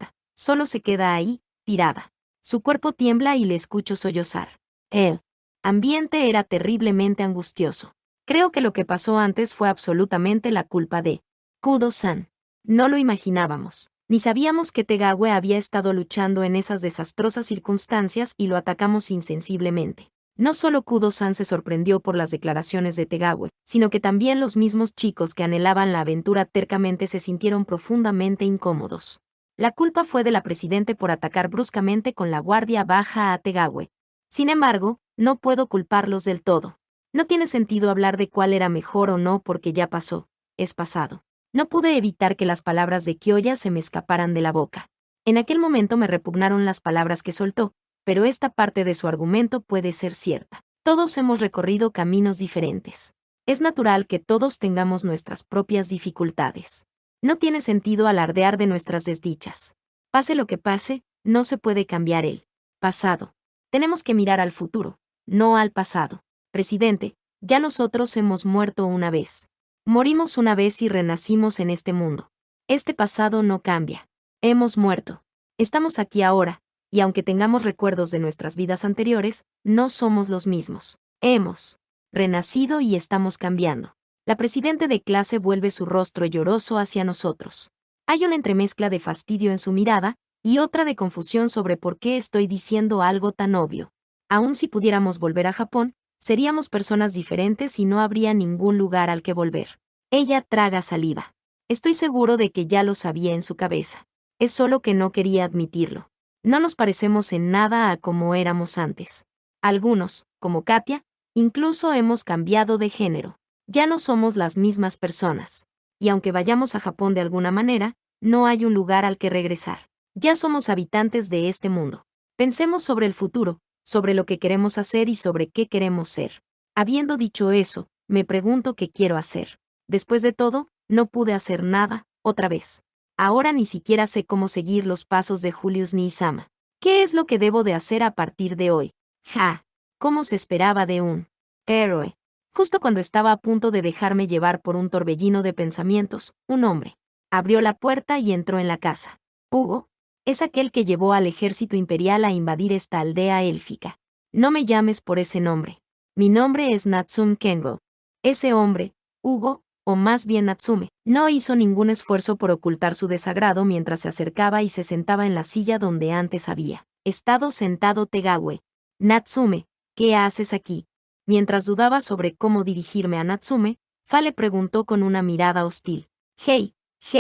solo se queda ahí, tirada. Su cuerpo tiembla y le escucho sollozar. El ambiente era terriblemente angustioso. Creo que lo que pasó antes fue absolutamente la culpa de Kudo-san. No lo imaginábamos. Ni sabíamos que Tegawe había estado luchando en esas desastrosas circunstancias y lo atacamos insensiblemente. No solo Kudo-san se sorprendió por las declaraciones de Tegawe, sino que también los mismos chicos que anhelaban la aventura tercamente se sintieron profundamente incómodos. La culpa fue de la presidente por atacar bruscamente con la guardia baja a Tegawe. Sin embargo, no puedo culparlos del todo. No tiene sentido hablar de cuál era mejor o no porque ya pasó, es pasado. No pude evitar que las palabras de Kyoya se me escaparan de la boca. En aquel momento me repugnaron las palabras que soltó, pero esta parte de su argumento puede ser cierta. Todos hemos recorrido caminos diferentes. Es natural que todos tengamos nuestras propias dificultades. No tiene sentido alardear de nuestras desdichas. Pase lo que pase, no se puede cambiar el pasado. Tenemos que mirar al futuro, no al pasado. Presidente, ya nosotros hemos muerto una vez. Morimos una vez y renacimos en este mundo. Este pasado no cambia. Hemos muerto. Estamos aquí ahora, y aunque tengamos recuerdos de nuestras vidas anteriores, no somos los mismos. Hemos renacido y estamos cambiando. La presidente de clase vuelve su rostro lloroso hacia nosotros. Hay una entremezcla de fastidio en su mirada, y otra de confusión sobre por qué estoy diciendo algo tan obvio. Aun si pudiéramos volver a Japón, seríamos personas diferentes y no habría ningún lugar al que volver. Ella traga saliva. Estoy seguro de que ya lo sabía en su cabeza. Es solo que no quería admitirlo. No nos parecemos en nada a como éramos antes. Algunos, como Katia, incluso hemos cambiado de género. Ya no somos las mismas personas. Y aunque vayamos a Japón de alguna manera, no hay un lugar al que regresar. Ya somos habitantes de este mundo. Pensemos sobre el futuro, sobre lo que queremos hacer y sobre qué queremos ser. Habiendo dicho eso, me pregunto qué quiero hacer. Después de todo, no pude hacer nada, otra vez. Ahora ni siquiera sé cómo seguir los pasos de Julius Niisama. ¿Qué es lo que debo de hacer a partir de hoy? ¡Ja! ¿Cómo se esperaba de un héroe? Justo cuando estaba a punto de dejarme llevar por un torbellino de pensamientos, un hombre abrió la puerta y entró en la casa. Hugo, es aquel que llevó al ejército imperial a invadir esta aldea élfica. No me llames por ese nombre. Mi nombre es Natsume Kengo. Ese hombre, Hugo, o más bien Natsume, no hizo ningún esfuerzo por ocultar su desagrado mientras se acercaba y se sentaba en la silla donde antes había estado sentado Tegawe. Natsume, ¿qué haces aquí? Mientras dudaba sobre cómo dirigirme a Natsume, Fa le preguntó con una mirada hostil. Hey,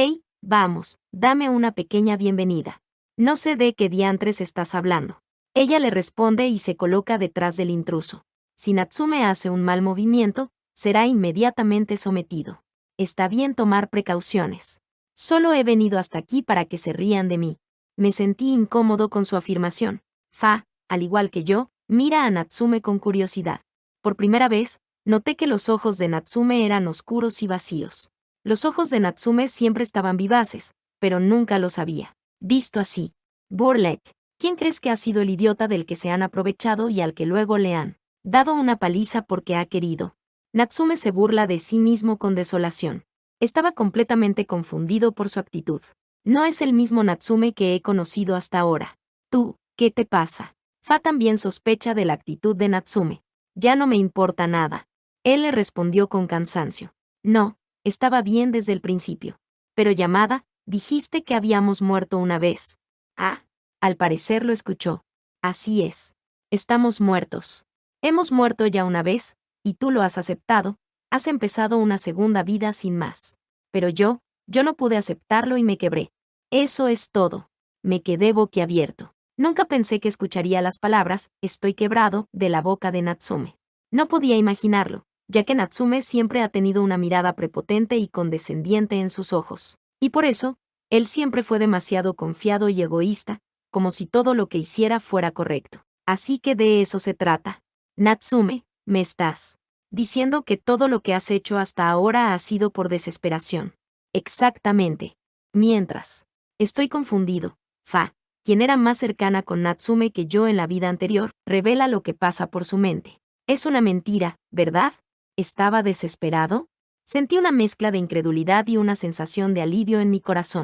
vamos, dame una pequeña bienvenida. No sé de qué diantres estás hablando. Ella le responde y se coloca detrás del intruso. Si Natsume hace un mal movimiento, será inmediatamente sometido. Está bien tomar precauciones. Solo he venido hasta aquí para que se rían de mí. Me sentí incómodo con su afirmación. Fa, al igual que yo, mira a Natsume con curiosidad. Por primera vez, noté que los ojos de Natsume eran oscuros y vacíos. Los ojos de Natsume siempre estaban vivaces, pero nunca los había visto así. Burlet, ¿quién crees que ha sido el idiota del que se han aprovechado y al que luego le han dado una paliza porque ha querido? Natsume se burla de sí mismo con desolación. Estaba completamente confundido por su actitud. No es el mismo Natsume que he conocido hasta ahora. Tú, ¿qué te pasa? Fa también sospecha de la actitud de Natsume. Ya no me importa nada. Él le respondió con cansancio. No, estaba bien desde el principio. Pero Yamada, dijiste que habíamos muerto una vez. Ah, al parecer lo escuchó. Así es. Estamos muertos. Hemos muerto ya una vez, y tú lo has aceptado, has empezado una segunda vida sin más. Pero yo no pude aceptarlo y me quebré. Eso es todo. Me quedé boquiabierto. Nunca pensé que escucharía las palabras, estoy quebrado, de la boca de Natsume. No podía imaginarlo, ya que Natsume siempre ha tenido una mirada prepotente y condescendiente en sus ojos. Y por eso, él siempre fue demasiado confiado y egoísta, como si todo lo que hiciera fuera correcto. Así que de eso se trata. Natsume, me estás diciendo que todo lo que has hecho hasta ahora ha sido por desesperación. Exactamente. Mientras. Estoy confundido. Fa, quien era más cercana con Natsume que yo en la vida anterior, revela lo que pasa por su mente. Es una mentira, ¿verdad? ¿Estaba desesperado? Sentí una mezcla de incredulidad y una sensación de alivio en mi corazón.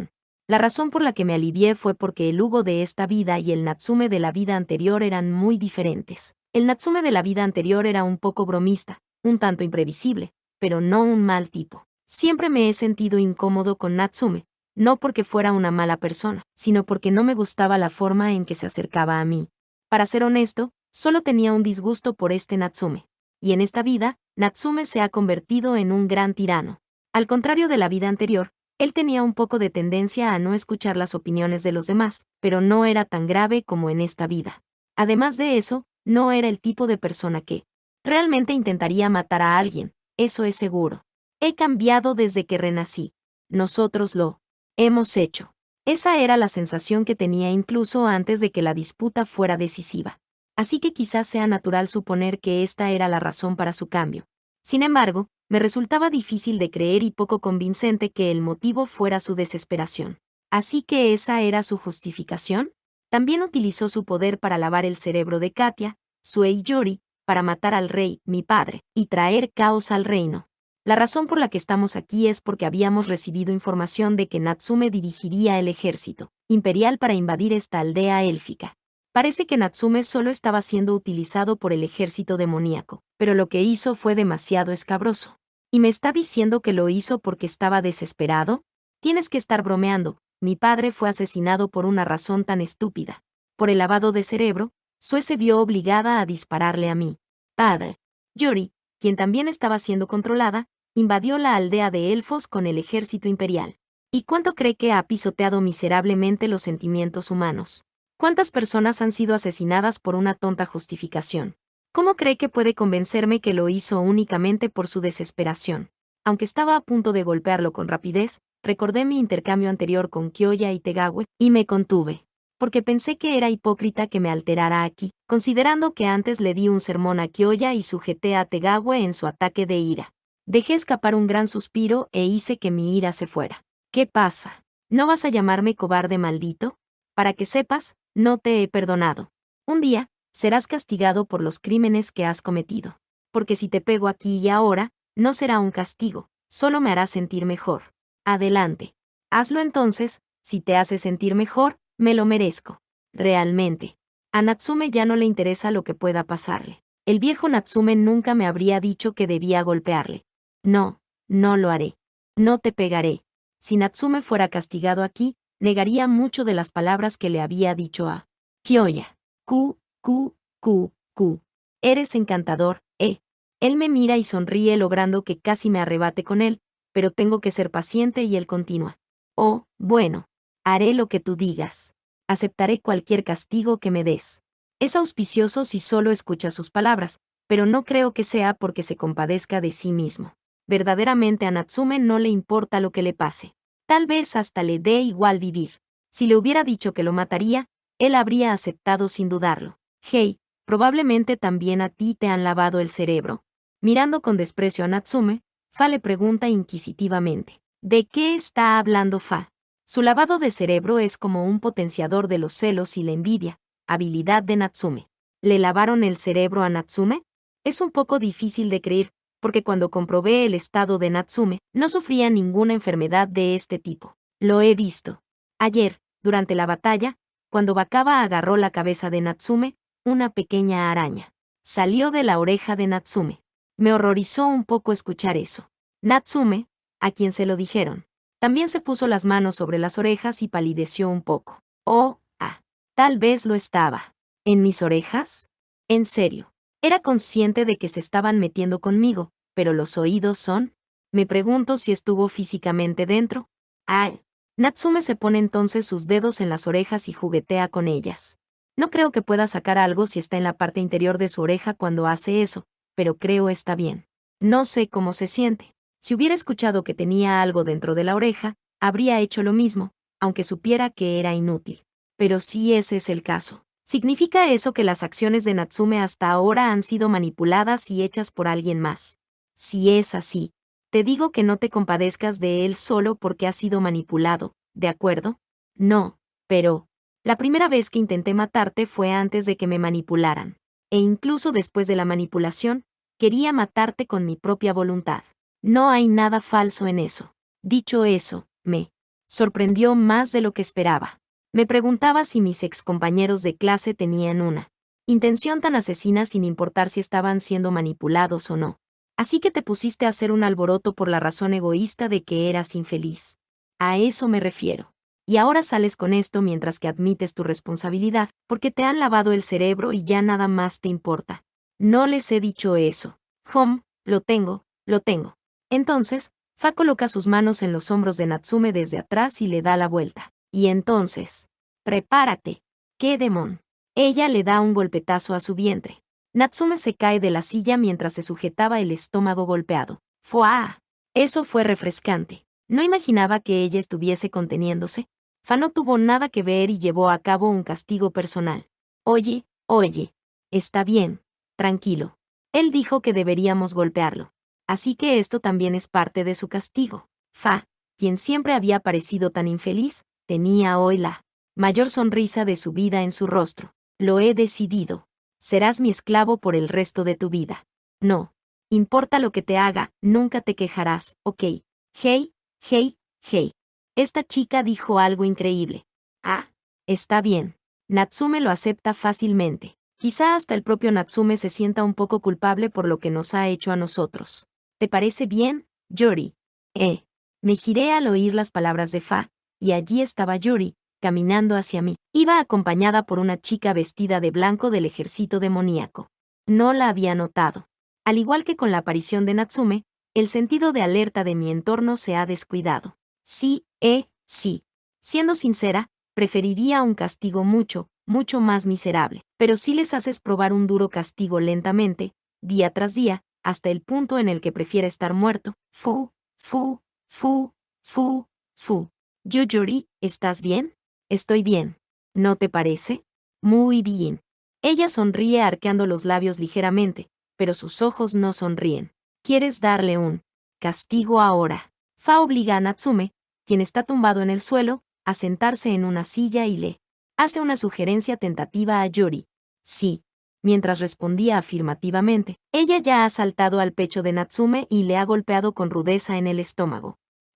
La razón por la que me alivié fue porque el Hugo de esta vida y el Natsume de la vida anterior eran muy diferentes. El Natsume de la vida anterior era un poco bromista, un tanto imprevisible, pero no un mal tipo. Siempre me he sentido incómodo con Natsume, no porque fuera una mala persona, sino porque no me gustaba la forma en que se acercaba a mí. Para ser honesto, solo tenía un disgusto por este Natsume. Y en esta vida, Natsume se ha convertido en un gran tirano. Al contrario de la vida anterior, él tenía un poco de tendencia a no escuchar las opiniones de los demás, pero no era tan grave como en esta vida. Además de eso, no era el tipo de persona que realmente intentaría matar a alguien, eso es seguro. He cambiado desde que renací. Nosotros lo hemos hecho. Esa era la sensación que tenía incluso antes de que la disputa fuera decisiva. Así que quizás sea natural suponer que esta era la razón para su cambio. Sin embargo, me resultaba difícil de creer y poco convincente que el motivo fuera su desesperación. ¿Así que esa era su justificación? También utilizó su poder para lavar el cerebro de Katia, Sue y Yori, para matar al rey, mi padre, y traer caos al reino. La razón por la que estamos aquí es porque habíamos recibido información de que Natsume dirigiría el ejército imperial para invadir esta aldea élfica. Parece que Natsume solo estaba siendo utilizado por el ejército demoníaco, pero lo que hizo fue demasiado escabroso. ¿Y me está diciendo que lo hizo porque estaba desesperado? Tienes que estar bromeando, mi padre fue asesinado por una razón tan estúpida. Por el lavado de cerebro, Sue se vio obligada a dispararle a mí. Padre. Yori, quien también estaba siendo controlada, invadió la aldea de elfos con el ejército imperial. ¿Y cuánto cree que ha pisoteado miserablemente los sentimientos humanos? ¿Cuántas personas han sido asesinadas por una tonta justificación? ¿Cómo cree que puede convencerme que lo hizo únicamente por su desesperación? Aunque estaba a punto de golpearlo con rapidez, recordé mi intercambio anterior con Kyoya y Tegawe, y me contuve. Porque pensé que era hipócrita que me alterara aquí, considerando que antes le di un sermón a Kyoya y sujeté a Tegawe en su ataque de ira. Dejé escapar un gran suspiro e hice que mi ira se fuera. ¿Qué pasa? ¿No vas a llamarme cobarde maldito? Para que sepas, no te he perdonado. Un día, serás castigado por los crímenes que has cometido. Porque si te pego aquí y ahora, no será un castigo, solo me hará sentir mejor. Adelante. Hazlo entonces, si te hace sentir mejor, me lo merezco. Realmente. A Natsume ya no le interesa lo que pueda pasarle. El viejo Natsume nunca me habría dicho que debía golpearle. No, no lo haré. No te pegaré. Si Natsume fuera castigado aquí, negaría mucho de las palabras que le había dicho a Kyoya. Q. Eres encantador, Él me mira y sonríe logrando que casi me arrebate con él, pero tengo que ser paciente y él continúa. Oh, bueno. Haré lo que tú digas. Aceptaré cualquier castigo que me des. Es auspicioso si solo escucha sus palabras, pero no creo que sea porque se compadezca de sí mismo. Verdaderamente a Natsume no le importa lo que le pase. Tal vez hasta le dé igual vivir. Si le hubiera dicho que lo mataría, él habría aceptado sin dudarlo. Hey, probablemente también a ti te han lavado el cerebro. Mirando con desprecio a Natsume, Fa le pregunta inquisitivamente. ¿De qué está hablando Fa? Su lavado de cerebro es como un potenciador de los celos y la envidia, habilidad de Natsume. ¿Le lavaron el cerebro a Natsume? Es un poco difícil de creer, porque cuando comprobé el estado de Natsume, no sufría ninguna enfermedad de este tipo. Lo he visto. Ayer, durante la batalla, cuando Bakaba agarró la cabeza de Natsume, una pequeña araña salió de la oreja de Natsume. Me horrorizó un poco escuchar eso. Natsume, a quien se lo dijeron, también se puso las manos sobre las orejas y palideció un poco. Tal vez lo estaba. ¿En mis orejas? En serio. Era consciente de que se estaban metiendo conmigo, pero los oídos son. Me pregunto si estuvo físicamente dentro. Natsume se pone entonces sus dedos en las orejas y juguetea con ellas. No creo que pueda sacar algo si está en la parte interior de su oreja cuando hace eso, pero creo está bien. No sé cómo se siente. Si hubiera escuchado que tenía algo dentro de la oreja, habría hecho lo mismo, aunque supiera que era inútil. Pero si ese es el caso, ¿significa eso que las acciones de Natsume hasta ahora han sido manipuladas y hechas por alguien más? Si es así, te digo que no te compadezcas de él solo porque ha sido manipulado, ¿de acuerdo? No, pero la primera vez que intenté matarte fue antes de que me manipularan. E incluso después de la manipulación, quería matarte con mi propia voluntad. No hay nada falso en eso. Dicho eso, me Sorprendió más de lo que esperaba. Me preguntaba si mis excompañeros de clase tenían una intención tan asesina sin importar si estaban siendo manipulados o no. Así que te pusiste a hacer un alboroto por la razón egoísta de que eras infeliz. A eso me refiero. Y ahora sales con esto mientras que admites tu responsabilidad, porque te han lavado el cerebro y ya nada más te importa. No les he dicho eso. Lo tengo, lo tengo. Entonces, Fa coloca sus manos en los hombros de Natsume desde atrás y le da la vuelta. Y entonces, prepárate. ¡Qué demon! Ella le da un golpetazo a su vientre. Natsume se cae de la silla mientras se sujetaba el estómago golpeado. ¡Fua! Eso fue refrescante. No imaginaba que ella estuviese conteniéndose. Fa no tuvo nada que ver y llevó a cabo un castigo personal. Oye, está bien, tranquilo. Él dijo que deberíamos golpearlo. Así que esto también es parte de su castigo. Fa, quien siempre había parecido tan infeliz, tenía hoy la mayor sonrisa de su vida en su rostro. Lo he decidido. Serás mi esclavo por el resto de tu vida. No. Importa lo que te haga, nunca te quejarás, ¿ok? Hey. Esta chica dijo algo increíble. Ah, está bien. Natsume lo acepta fácilmente. Quizá hasta el propio Natsume se sienta un poco culpable por lo que nos ha hecho a nosotros. ¿Te parece bien, Yuri? Me giré al oír las palabras de Fa, y allí estaba Yuri, caminando hacia mí. Iba acompañada por una chica vestida de blanco del ejército demoníaco. No la había notado. Al igual que con la aparición de Natsume, el sentido de alerta de mi entorno se ha descuidado. Sí. Siendo sincera, preferiría un castigo mucho más miserable. Pero si les haces probar un duro castigo lentamente, día tras día, hasta el punto en el que prefiere estar muerto. Yuri, ¿estás bien? Estoy bien. ¿No te parece? Muy bien. Ella sonríe arqueando los labios ligeramente, pero sus ojos no sonríen. ¿Quieres darle un castigo ahora? Fa obliga a Natsume, quien está tumbado en el suelo, a sentarse en una silla y le hace una sugerencia tentativa a Yuri. Sí. Mientras respondía afirmativamente, ella ya ha saltado al pecho de Natsume y le ha golpeado con rudeza en el estómago.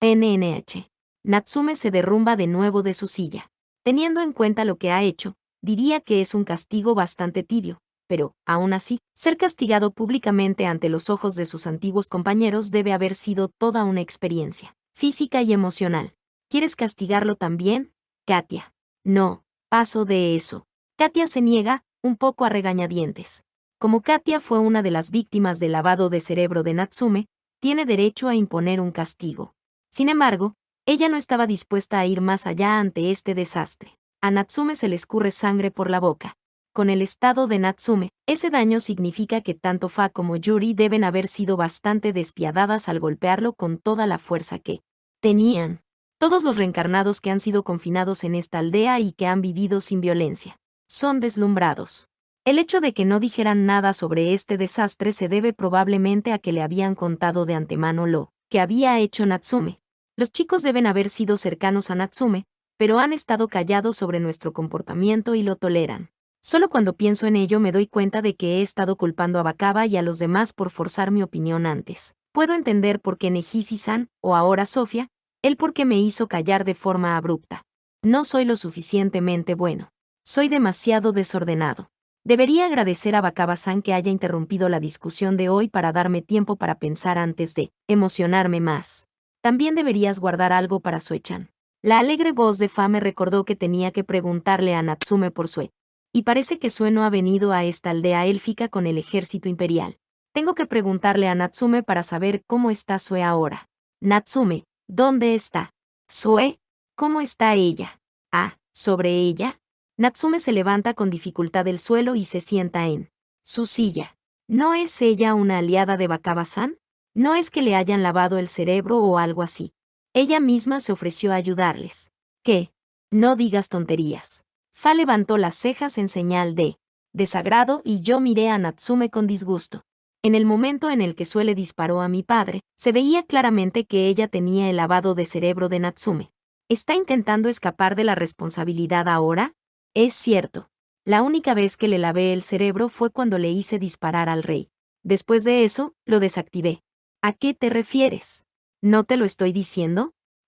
NNH. Natsume se derrumba de nuevo de su silla. Teniendo en cuenta lo que ha hecho, diría que es un castigo bastante tibio, pero, aún así, ser castigado públicamente ante los ojos de sus antiguos compañeros debe haber sido toda una experiencia, física y emocional. ¿Quieres castigarlo también, Katia? No, paso de eso. Katia se niega, un poco a regañadientes. Como Katia fue una de las víctimas del lavado de cerebro de Natsume, tiene derecho a imponer un castigo. Sin embargo, ella no estaba dispuesta a ir más allá ante este desastre. A Natsume se le escurre sangre por la boca. Con el estado de Natsume, ese daño significa que tanto Fa como Yuri deben haber sido bastante despiadadas al golpearlo con toda la fuerza que tenían. Todos los reencarnados que han sido confinados en esta aldea y que han vivido sin violencia son deslumbrados. El hecho de que no dijeran nada sobre este desastre se debe probablemente a que le habían contado de antemano lo que había hecho Natsume. Los chicos deben haber sido cercanos a Natsume, pero han estado callados sobre nuestro comportamiento y lo toleran. Solo cuando pienso en ello me doy cuenta de que he estado culpando a Bakaba y a los demás por forzar mi opinión antes. Puedo entender por qué Nejisi-san, o ahora Sofía, el por qué me hizo callar de forma abrupta. No soy lo suficientemente bueno. Soy demasiado desordenado. Debería agradecer a Bakaba-san que haya interrumpido la discusión de hoy para darme tiempo para pensar antes de emocionarme más. También deberías guardar algo para Sue-chan. La alegre voz de Fa me recordó que tenía que preguntarle a Natsume por Sue. Y parece que Sue no ha venido a esta aldea élfica con el ejército imperial. Tengo que preguntarle a Natsume para saber cómo está Sue ahora. Natsume, ¿dónde está? Sue, ¿cómo está ella? Ah, ¿sobre ella? Natsume se levanta con dificultad del suelo y se sienta en su silla. ¿No es ella una aliada de Bakaba-san? No es que le hayan lavado el cerebro o algo así. Ella misma se ofreció a ayudarles. ¿Qué? No digas tonterías. Fa levantó las cejas en señal de desagrado y yo miré a Natsume con disgusto. En el momento en el que Sue le disparó a mi padre, se veía claramente que ella tenía el lavado de cerebro de Natsume. ¿Está intentando escapar de la responsabilidad ahora? Es cierto. La única vez que le lavé el cerebro fue cuando le hice disparar al rey. Después de eso, lo desactivé. ¿A qué te refieres? ¿No te lo estoy diciendo?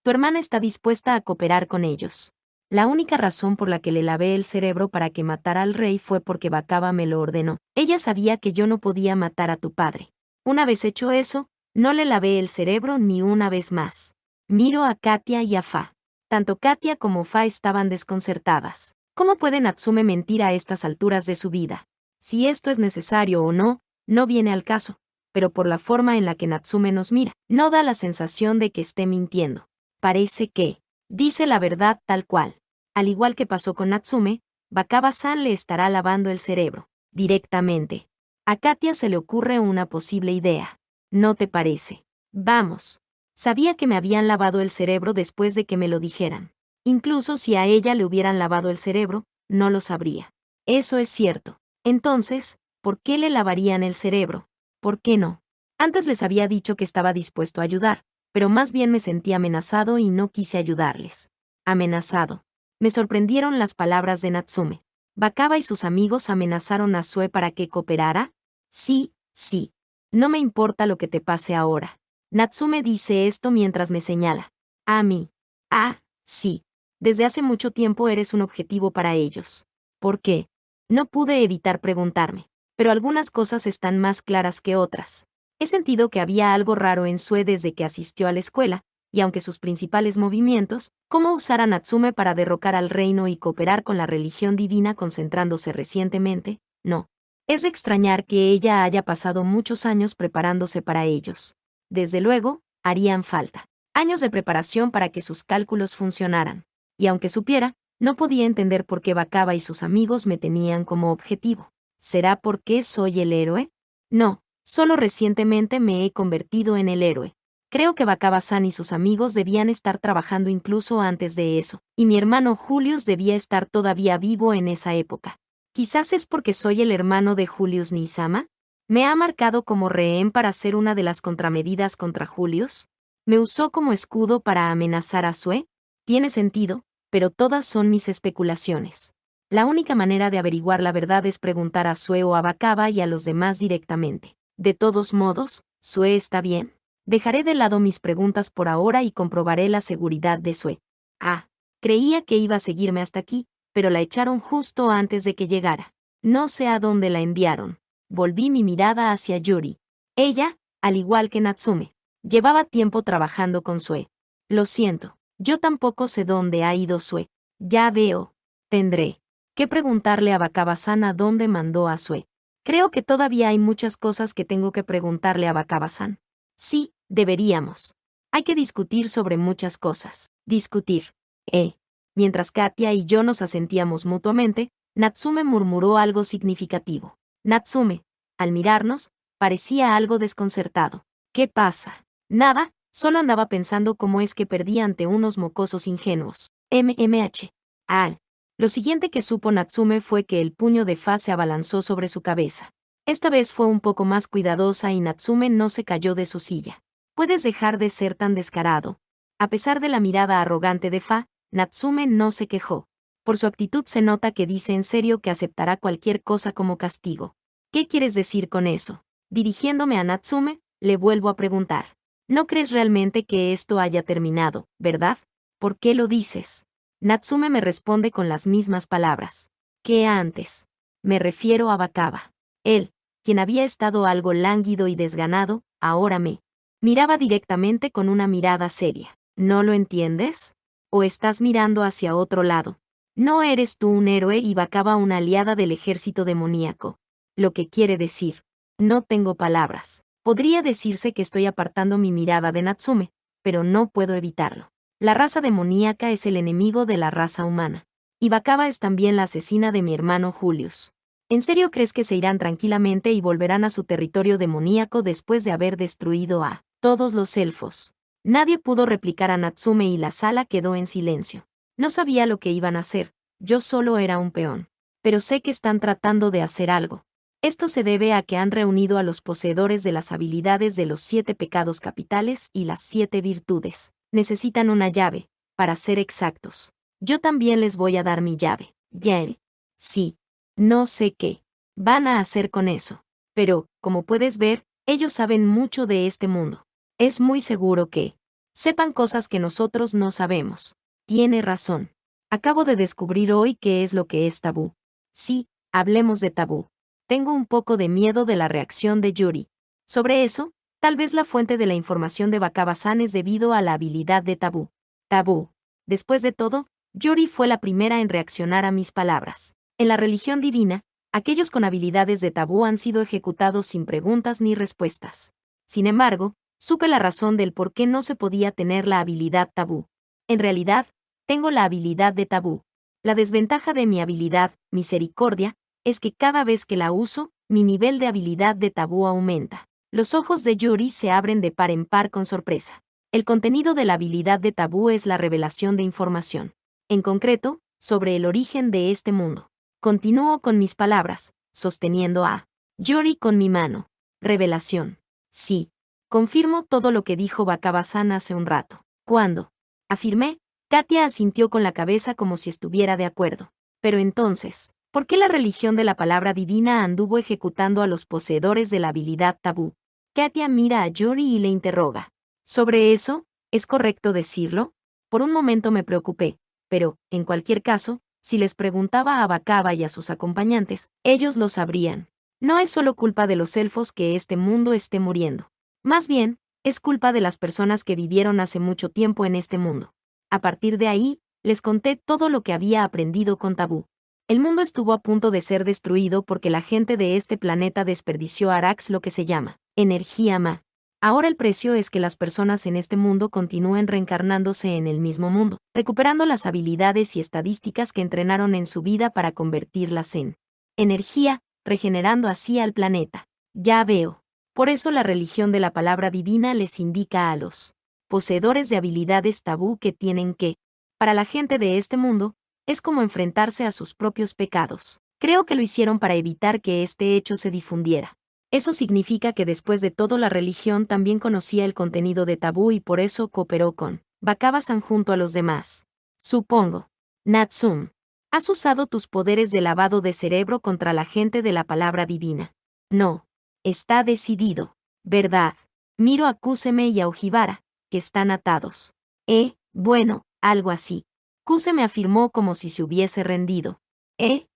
Tu hermana está dispuesta a cooperar con ellos. La única razón por la que le lavé el cerebro para que matara al rey fue porque Bacaba me lo ordenó. Ella sabía que yo no podía matar a tu padre. Una vez hecho eso, no le lavé el cerebro ni una vez más. Miro a Katia y a Fa. Tanto Katia como Fa estaban desconcertadas. ¿Cómo puede Natsume mentir a estas alturas de su vida? Si esto es necesario o no, no viene al caso, pero por la forma en la que Natsume nos mira, no da la sensación de que esté mintiendo. Parece que dice la verdad tal cual. Al igual que pasó con Natsume, Bakaba-san le estará lavando el cerebro, directamente. A Katia se le ocurre una posible idea. ¿No te parece? Vamos. Sabía que me habían lavado el cerebro después de que me lo dijeran. Incluso si a ella le hubieran lavado el cerebro, no lo sabría. Eso es cierto. Entonces, ¿por qué le lavarían el cerebro? ¿Por qué no? Antes les había dicho que estaba dispuesto a ayudar, pero más bien me sentí amenazado y no quise ayudarles. Amenazado. Me sorprendieron las palabras de Natsume. ¿Bakaba y sus amigos amenazaron a Sue para que cooperara? Sí, sí. No me importa lo que te pase ahora. Natsume dice esto mientras me señala. A mí. Ah, sí. Desde hace mucho tiempo eres un objetivo para ellos. ¿Por qué? No pude evitar preguntarme. Pero algunas cosas están más claras que otras. He sentido que había algo raro en Sue desde que asistió a la escuela, y aunque sus principales movimientos, cómo usar a Natsume para derrocar al reino y cooperar con la religión divina concentrándose recientemente, no. Es de extrañar que ella haya pasado muchos años preparándose para ellos. Desde luego, harían falta años de preparación para que sus cálculos funcionaran. Y aunque supiera, no podía entender por qué Bakaba y sus amigos me tenían como objetivo. ¿Será porque soy el héroe? No, solo recientemente me he convertido en el héroe. Creo que Bakaba-san y sus amigos debían estar trabajando incluso antes de eso, y mi hermano Julius debía estar todavía vivo en esa época. Quizás es porque soy el hermano de Julius Nisama. ¿Me ha marcado como rehén para hacer una de las contramedidas contra Julius? ¿Me usó como escudo para amenazar a Sue? Tiene sentido, pero todas son mis especulaciones. La única manera de averiguar la verdad es preguntar a Sue o a Bakaba y a los demás directamente. De todos modos, ¿Sue está bien? Dejaré de lado mis preguntas por ahora y comprobaré la seguridad de Sue. Ah, creía que iba a seguirme hasta aquí, pero la echaron justo antes de que llegara. No sé a dónde la enviaron. Volví mi mirada hacia Yuri. Ella, al igual que Natsume, llevaba tiempo trabajando con Sue. Lo siento, yo tampoco sé dónde ha ido Sue. Ya veo. Tendré que preguntarle a Bakaba-san a dónde mandó a Sue. Creo que todavía hay muchas cosas que tengo que preguntarle a Bakaba-san. Sí, deberíamos. Hay que discutir sobre muchas cosas. Discutir. Mientras Katia y yo nos asentíamos mutuamente, Natsume murmuró algo significativo. Natsume, al mirarnos, parecía algo desconcertado. ¿Qué pasa? Nada, solo andaba pensando cómo es que perdí ante unos mocosos ingenuos. MMH. Lo siguiente que supo Natsume fue que el puño de Fa se abalanzó sobre su cabeza. Esta vez fue un poco más cuidadosa y Natsume no se cayó de su silla. ¿Puedes dejar de ser tan descarado? A pesar de la mirada arrogante de Fa, Natsume no se quejó. Por su actitud se nota que dice en serio que aceptará cualquier cosa como castigo. ¿Qué quieres decir con eso? Dirigiéndome a Natsume, le vuelvo a preguntar. No crees realmente que esto haya terminado, ¿verdad? ¿Por qué lo dices? Natsume me responde con las mismas palabras. ¿Qué antes? Me refiero a Bakaba. Él, quien había estado algo lánguido y desganado, ahora me miraba directamente con una mirada seria. ¿No lo entiendes? ¿O estás mirando hacia otro lado? No eres tú un héroe y Bakaba una aliada del ejército demoníaco. Lo que quiere decir. No tengo palabras. Podría decirse que estoy apartando mi mirada de Natsume, pero no puedo evitarlo. La raza demoníaca es el enemigo de la raza humana. Y Bakaba es también la asesina de mi hermano Julius. ¿En serio crees que se irán tranquilamente y volverán a su territorio demoníaco después de haber destruido a todos los elfos? Nadie pudo replicar a Natsume y la sala quedó en silencio. No sabía lo que iban a hacer, yo solo era un peón. Pero sé que están tratando de hacer algo. Esto se debe a que han reunido a los poseedores de las habilidades de los 7 pecados capitales y las 7 virtudes. Necesitan una llave, para ser exactos. Yo también les voy a dar mi llave. Yael. Sí. No sé qué van a hacer con eso. Pero, como puedes ver, ellos saben mucho de este mundo. Es muy seguro que sepan cosas que nosotros no sabemos. Tiene razón. Acabo de descubrir hoy qué es lo que es tabú. Sí, hablemos de tabú. Tengo un poco de miedo de la reacción de Yuri. Sobre eso, tal vez la fuente de la información de Wakaba-san es debido a la habilidad de tabú. Tabú. Después de todo, Yuri fue la primera en reaccionar a mis palabras. En la religión divina, aquellos con habilidades de tabú han sido ejecutados sin preguntas ni respuestas. Sin embargo, supe la razón del por qué no se podía tener la habilidad tabú. En realidad, tengo la habilidad de tabú. La desventaja de mi habilidad, misericordia, es que cada vez que la uso, mi nivel de habilidad de tabú aumenta. Los ojos de Yuri se abren de par en par con sorpresa. El contenido de la habilidad de tabú es la revelación de información. En concreto, sobre el origen de este mundo. Continúo con mis palabras, sosteniendo a Yuri con mi mano. Revelación. Sí. Confirmo todo lo que dijo Wakaba-san hace un rato. ¿Cuándo? Afirmé. Katia asintió con la cabeza como si estuviera de acuerdo. Pero entonces, ¿por qué la religión de la palabra divina anduvo ejecutando a los poseedores de la habilidad tabú? Katia mira a Yuri y le interroga. Sobre eso, ¿es correcto decirlo? Por un momento me preocupé, pero, en cualquier caso, si les preguntaba a Wakaba y a sus acompañantes, ellos lo sabrían. No es solo culpa de los elfos que este mundo esté muriendo. Más bien, es culpa de las personas que vivieron hace mucho tiempo en este mundo. A partir de ahí, les conté todo lo que había aprendido con Tabú. El mundo estuvo a punto de ser destruido porque la gente de este planeta desperdició Arax, lo que se llama energía ma. Ahora el precio es que las personas en este mundo continúen reencarnándose en el mismo mundo, recuperando las habilidades y estadísticas que entrenaron en su vida para convertirlas en energía, regenerando así al planeta. Ya veo. Por eso la religión de la palabra divina les indica a los poseedores de habilidades tabú que tienen que, para la gente de este mundo, es como enfrentarse a sus propios pecados. Creo que lo hicieron para evitar que este hecho se difundiera. Eso significa que después de todo la religión también conocía el contenido de tabú y por eso cooperó con Wakaba-san junto a los demás. Supongo. Natsum. ¿Has usado tus poderes de lavado de cerebro contra la gente de la palabra divina? No. Está decidido. ¿Verdad? Miro a Kuseme y a Ojibara, que están atados. Bueno, algo así. Kuseme afirmó como si se hubiese rendido. Eh.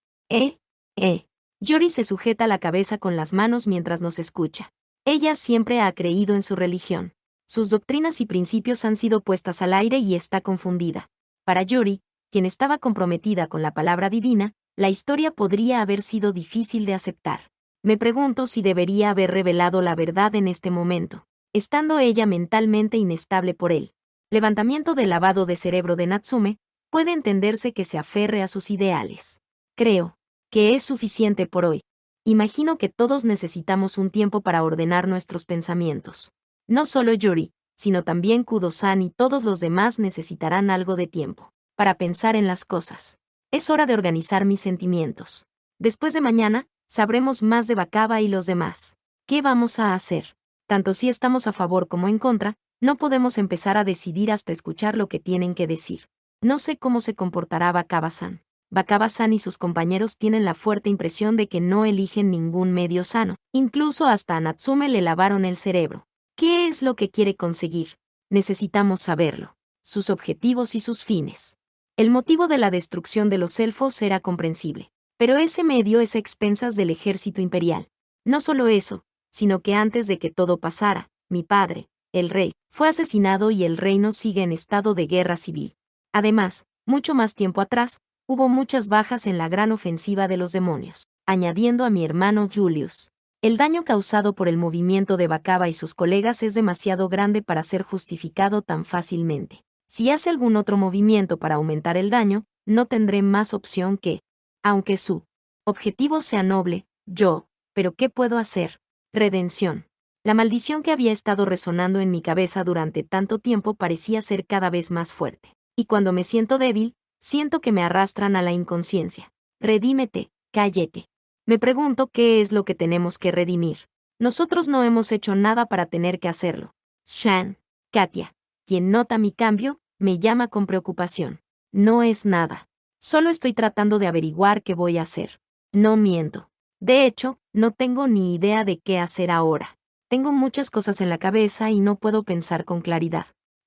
Yori se sujeta la cabeza con las manos mientras nos escucha. Ella siempre ha creído en su religión. Sus doctrinas y principios han sido puestas al aire y está confundida. Para Yori, quien estaba comprometida con la palabra divina, la historia podría haber sido difícil de aceptar. Me pregunto si debería haber revelado la verdad en este momento, estando ella mentalmente inestable por él. Levantamiento del lavado de cerebro de Natsume, puede entenderse que se aferre a sus ideales. Creo que es suficiente por hoy. Imagino que todos necesitamos un tiempo para ordenar nuestros pensamientos. No solo Yuri, sino también Kudo-san y todos los demás necesitarán algo de tiempo para pensar en las cosas. Es hora de organizar mis sentimientos. Después de mañana, sabremos más de Wakaba y los demás. ¿Qué vamos a hacer? Tanto si estamos a favor como en contra, no podemos empezar a decidir hasta escuchar lo que tienen que decir. No sé cómo se comportará Wakaba-san. Wakaba-san y sus compañeros tienen la fuerte impresión de que no eligen ningún medio sano. Incluso hasta a Natsume le lavaron el cerebro. ¿Qué es lo que quiere conseguir? Necesitamos saberlo. Sus objetivos y sus fines. El motivo de la destrucción de los elfos era comprensible. Pero ese medio es a expensas del ejército imperial. No solo eso, sino que antes de que todo pasara, mi padre, el rey, fue asesinado y el reino sigue en estado de guerra civil. Además, mucho más tiempo atrás, hubo muchas bajas en la gran ofensiva de los demonios, añadiendo a mi hermano Julius. El daño causado por el movimiento de Wakaba y sus colegas es demasiado grande para ser justificado tan fácilmente. Si hace algún otro movimiento para aumentar el daño, no tendré más opción que, aunque su objetivo sea noble, pero ¿qué puedo hacer? Redención. La maldición que había estado resonando en mi cabeza durante tanto tiempo parecía ser cada vez más fuerte. Y cuando me siento débil, siento que me arrastran a la inconsciencia. Redímete, cállate. Me pregunto qué es lo que tenemos que redimir. Nosotros no hemos hecho nada para tener que hacerlo. Shan, Katia, quien nota mi cambio, me llama con preocupación. No es nada. Solo estoy tratando de averiguar qué voy a hacer. No miento. De hecho, no tengo ni idea de qué hacer ahora. Tengo muchas cosas en la cabeza y no puedo pensar con claridad.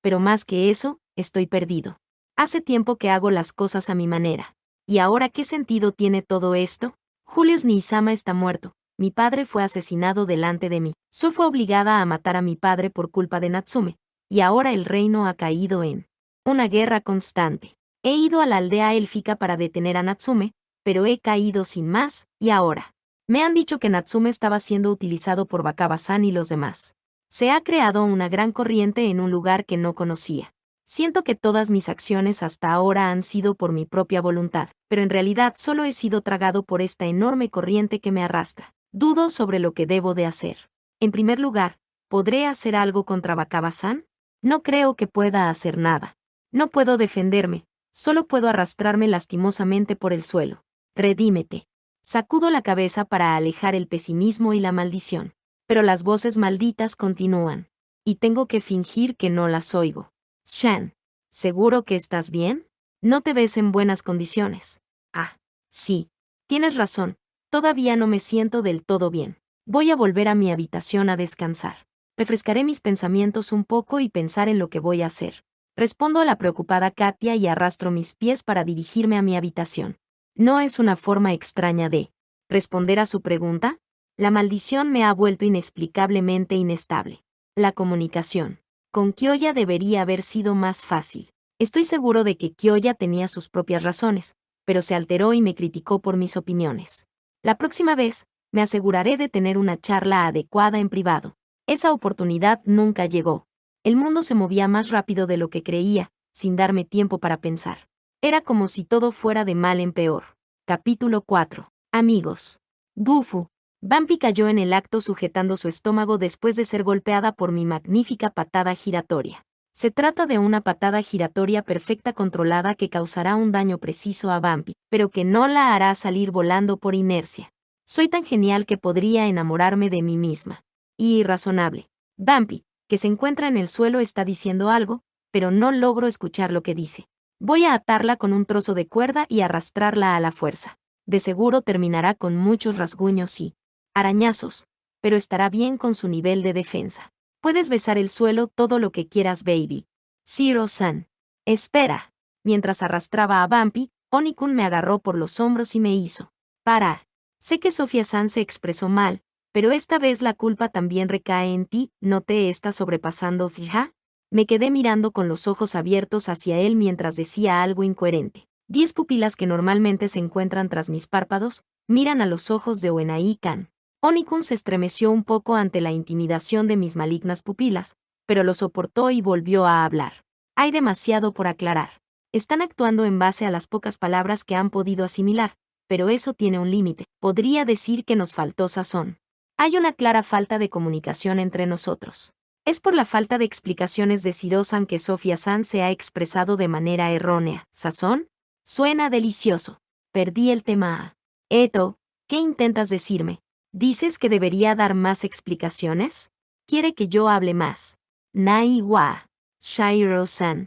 pero más que eso, estoy perdido. Hace tiempo que hago las cosas a mi manera. ¿Y ahora qué sentido tiene todo esto? Julius Niizama está muerto. Mi padre fue asesinado delante de mí. Sue fue obligada a matar a mi padre por culpa de Natsume, y ahora el reino ha caído en una guerra constante. He ido a la aldea élfica para detener a Natsume, pero he caído sin más, y ahora. Me han dicho que Natsume estaba siendo utilizado por Wakaba-san y los demás. Se ha creado una gran corriente en un lugar que no conocía. Siento que todas mis acciones hasta ahora han sido por mi propia voluntad, pero en realidad solo he sido tragado por esta enorme corriente que me arrastra. Dudo sobre lo que debo de hacer. En primer lugar, ¿podré hacer algo contra Wakaba-san? No creo que pueda hacer nada. No puedo defenderme, solo puedo arrastrarme lastimosamente por el suelo. Redímete. Sacudo la cabeza para alejar el pesimismo y la maldición. Pero las voces malditas continúan. Y tengo que fingir que no las oigo. Shan, ¿seguro que estás bien? No te ves en buenas condiciones. Ah, sí. Tienes razón. Todavía no me siento del todo bien. Voy a volver a mi habitación a descansar. Refrescaré mis pensamientos un poco y pensar en lo que voy a hacer. Respondo a la preocupada Katia y arrastro mis pies para dirigirme a mi habitación. ¿No es una forma extraña de responder a su pregunta? La maldición me ha vuelto inexplicablemente inestable. La comunicación con Kyoya debería haber sido más fácil. Estoy seguro de que Kyoya tenía sus propias razones, pero se alteró y me criticó por mis opiniones. La próxima vez, me aseguraré de tener una charla adecuada en privado. Esa oportunidad nunca llegó. El mundo se movía más rápido de lo que creía, sin darme tiempo para pensar. Era como si todo fuera de mal en peor. Capítulo 4. Amigos. Gufu. Bambi cayó en el acto sujetando su estómago después de ser golpeada por mi magnífica patada giratoria. Se trata de una patada giratoria perfecta controlada que causará un daño preciso a Bambi, pero que no la hará salir volando por inercia. Soy tan genial que podría enamorarme de mí misma. Y irrazonable. Bambi, que se encuentra en el suelo, está diciendo algo, pero no logro escuchar lo que dice. Voy a atarla con un trozo de cuerda y arrastrarla a la fuerza. De seguro terminará con muchos rasguños y arañazos, pero estará bien con su nivel de defensa. Puedes besar el suelo todo lo que quieras, baby. Zero-san. Espera. Mientras arrastraba a Bambi, Oni-kun me agarró por los hombros y me hizo parar. Sé que Sofía-san se expresó mal, pero esta vez la culpa también recae en ti, ¿no te estás sobrepasando, fija? Me quedé mirando con los ojos abiertos hacia él mientras decía algo incoherente. 10 pupilas que normalmente se encuentran tras mis párpados, miran a los ojos de Uenai-kan. Oni-kun se estremeció un poco ante la intimidación de mis malignas pupilas, pero lo soportó y volvió a hablar. Hay demasiado por aclarar. Están actuando en base a las pocas palabras que han podido asimilar, pero eso tiene un límite. Podría decir que nos faltó sazón. Hay una clara falta de comunicación entre nosotros. Es por la falta de explicaciones de Zero-san que Sofía-san se ha expresado de manera errónea. ¿Sazón? Suena delicioso. Perdí el tema. Eto, ¿qué intentas decirme? ¿Dices que debería dar más explicaciones? Quiere que yo hable más. Nai wa. Shiro-san.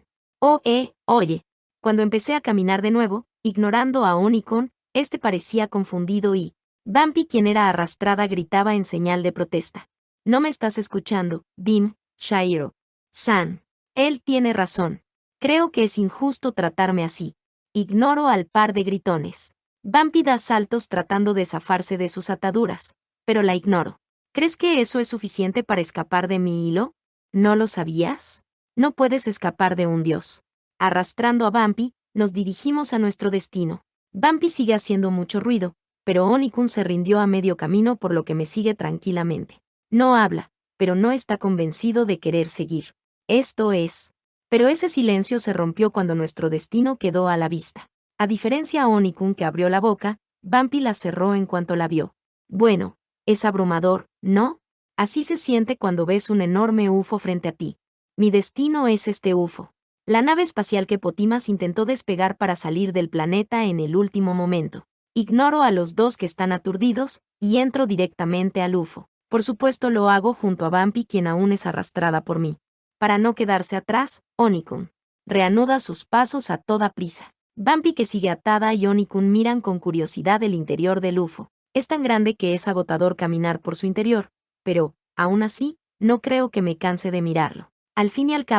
Oye. Cuando empecé a caminar de nuevo, ignorando a Oni-kun, este parecía confundido y Bambi, quien era arrastrada, gritaba en señal de protesta. No me estás escuchando, Dim, Shiro-san. Él tiene razón. Creo que es injusto tratarme así. Ignoro al par de gritones. Bambi da saltos tratando de zafarse de sus ataduras, pero la ignoro. ¿Crees que eso es suficiente para escapar de mi hilo? ¿No lo sabías? No puedes escapar de un dios. Arrastrando a Bambi, nos dirigimos a nuestro destino. Bambi sigue haciendo mucho ruido, pero Oni-kun se rindió a medio camino, por lo que me sigue tranquilamente. No habla, pero no está convencido de querer seguir. Esto es. Pero ese silencio se rompió cuando nuestro destino quedó a la vista. A diferencia de Oni-kun, que abrió la boca, Bambi la cerró en cuanto la vio. Bueno, es abrumador, ¿no? Así se siente cuando ves un enorme UFO frente a ti. Mi destino es este UFO. La nave espacial que Potimas intentó despegar para salir del planeta en el último momento. Ignoro a los dos que están aturdidos, y entro directamente al UFO. Por supuesto lo hago junto a Bambi, quien aún es arrastrada por mí. Para no quedarse atrás, Oni-kun reanuda sus pasos a toda prisa. Bambi, que sigue atada, y Oni-kun miran con curiosidad el interior del UFO. Es tan grande que es agotador caminar por su interior, pero, aún así, no creo que me canse de mirarlo. Al fin y al cabo,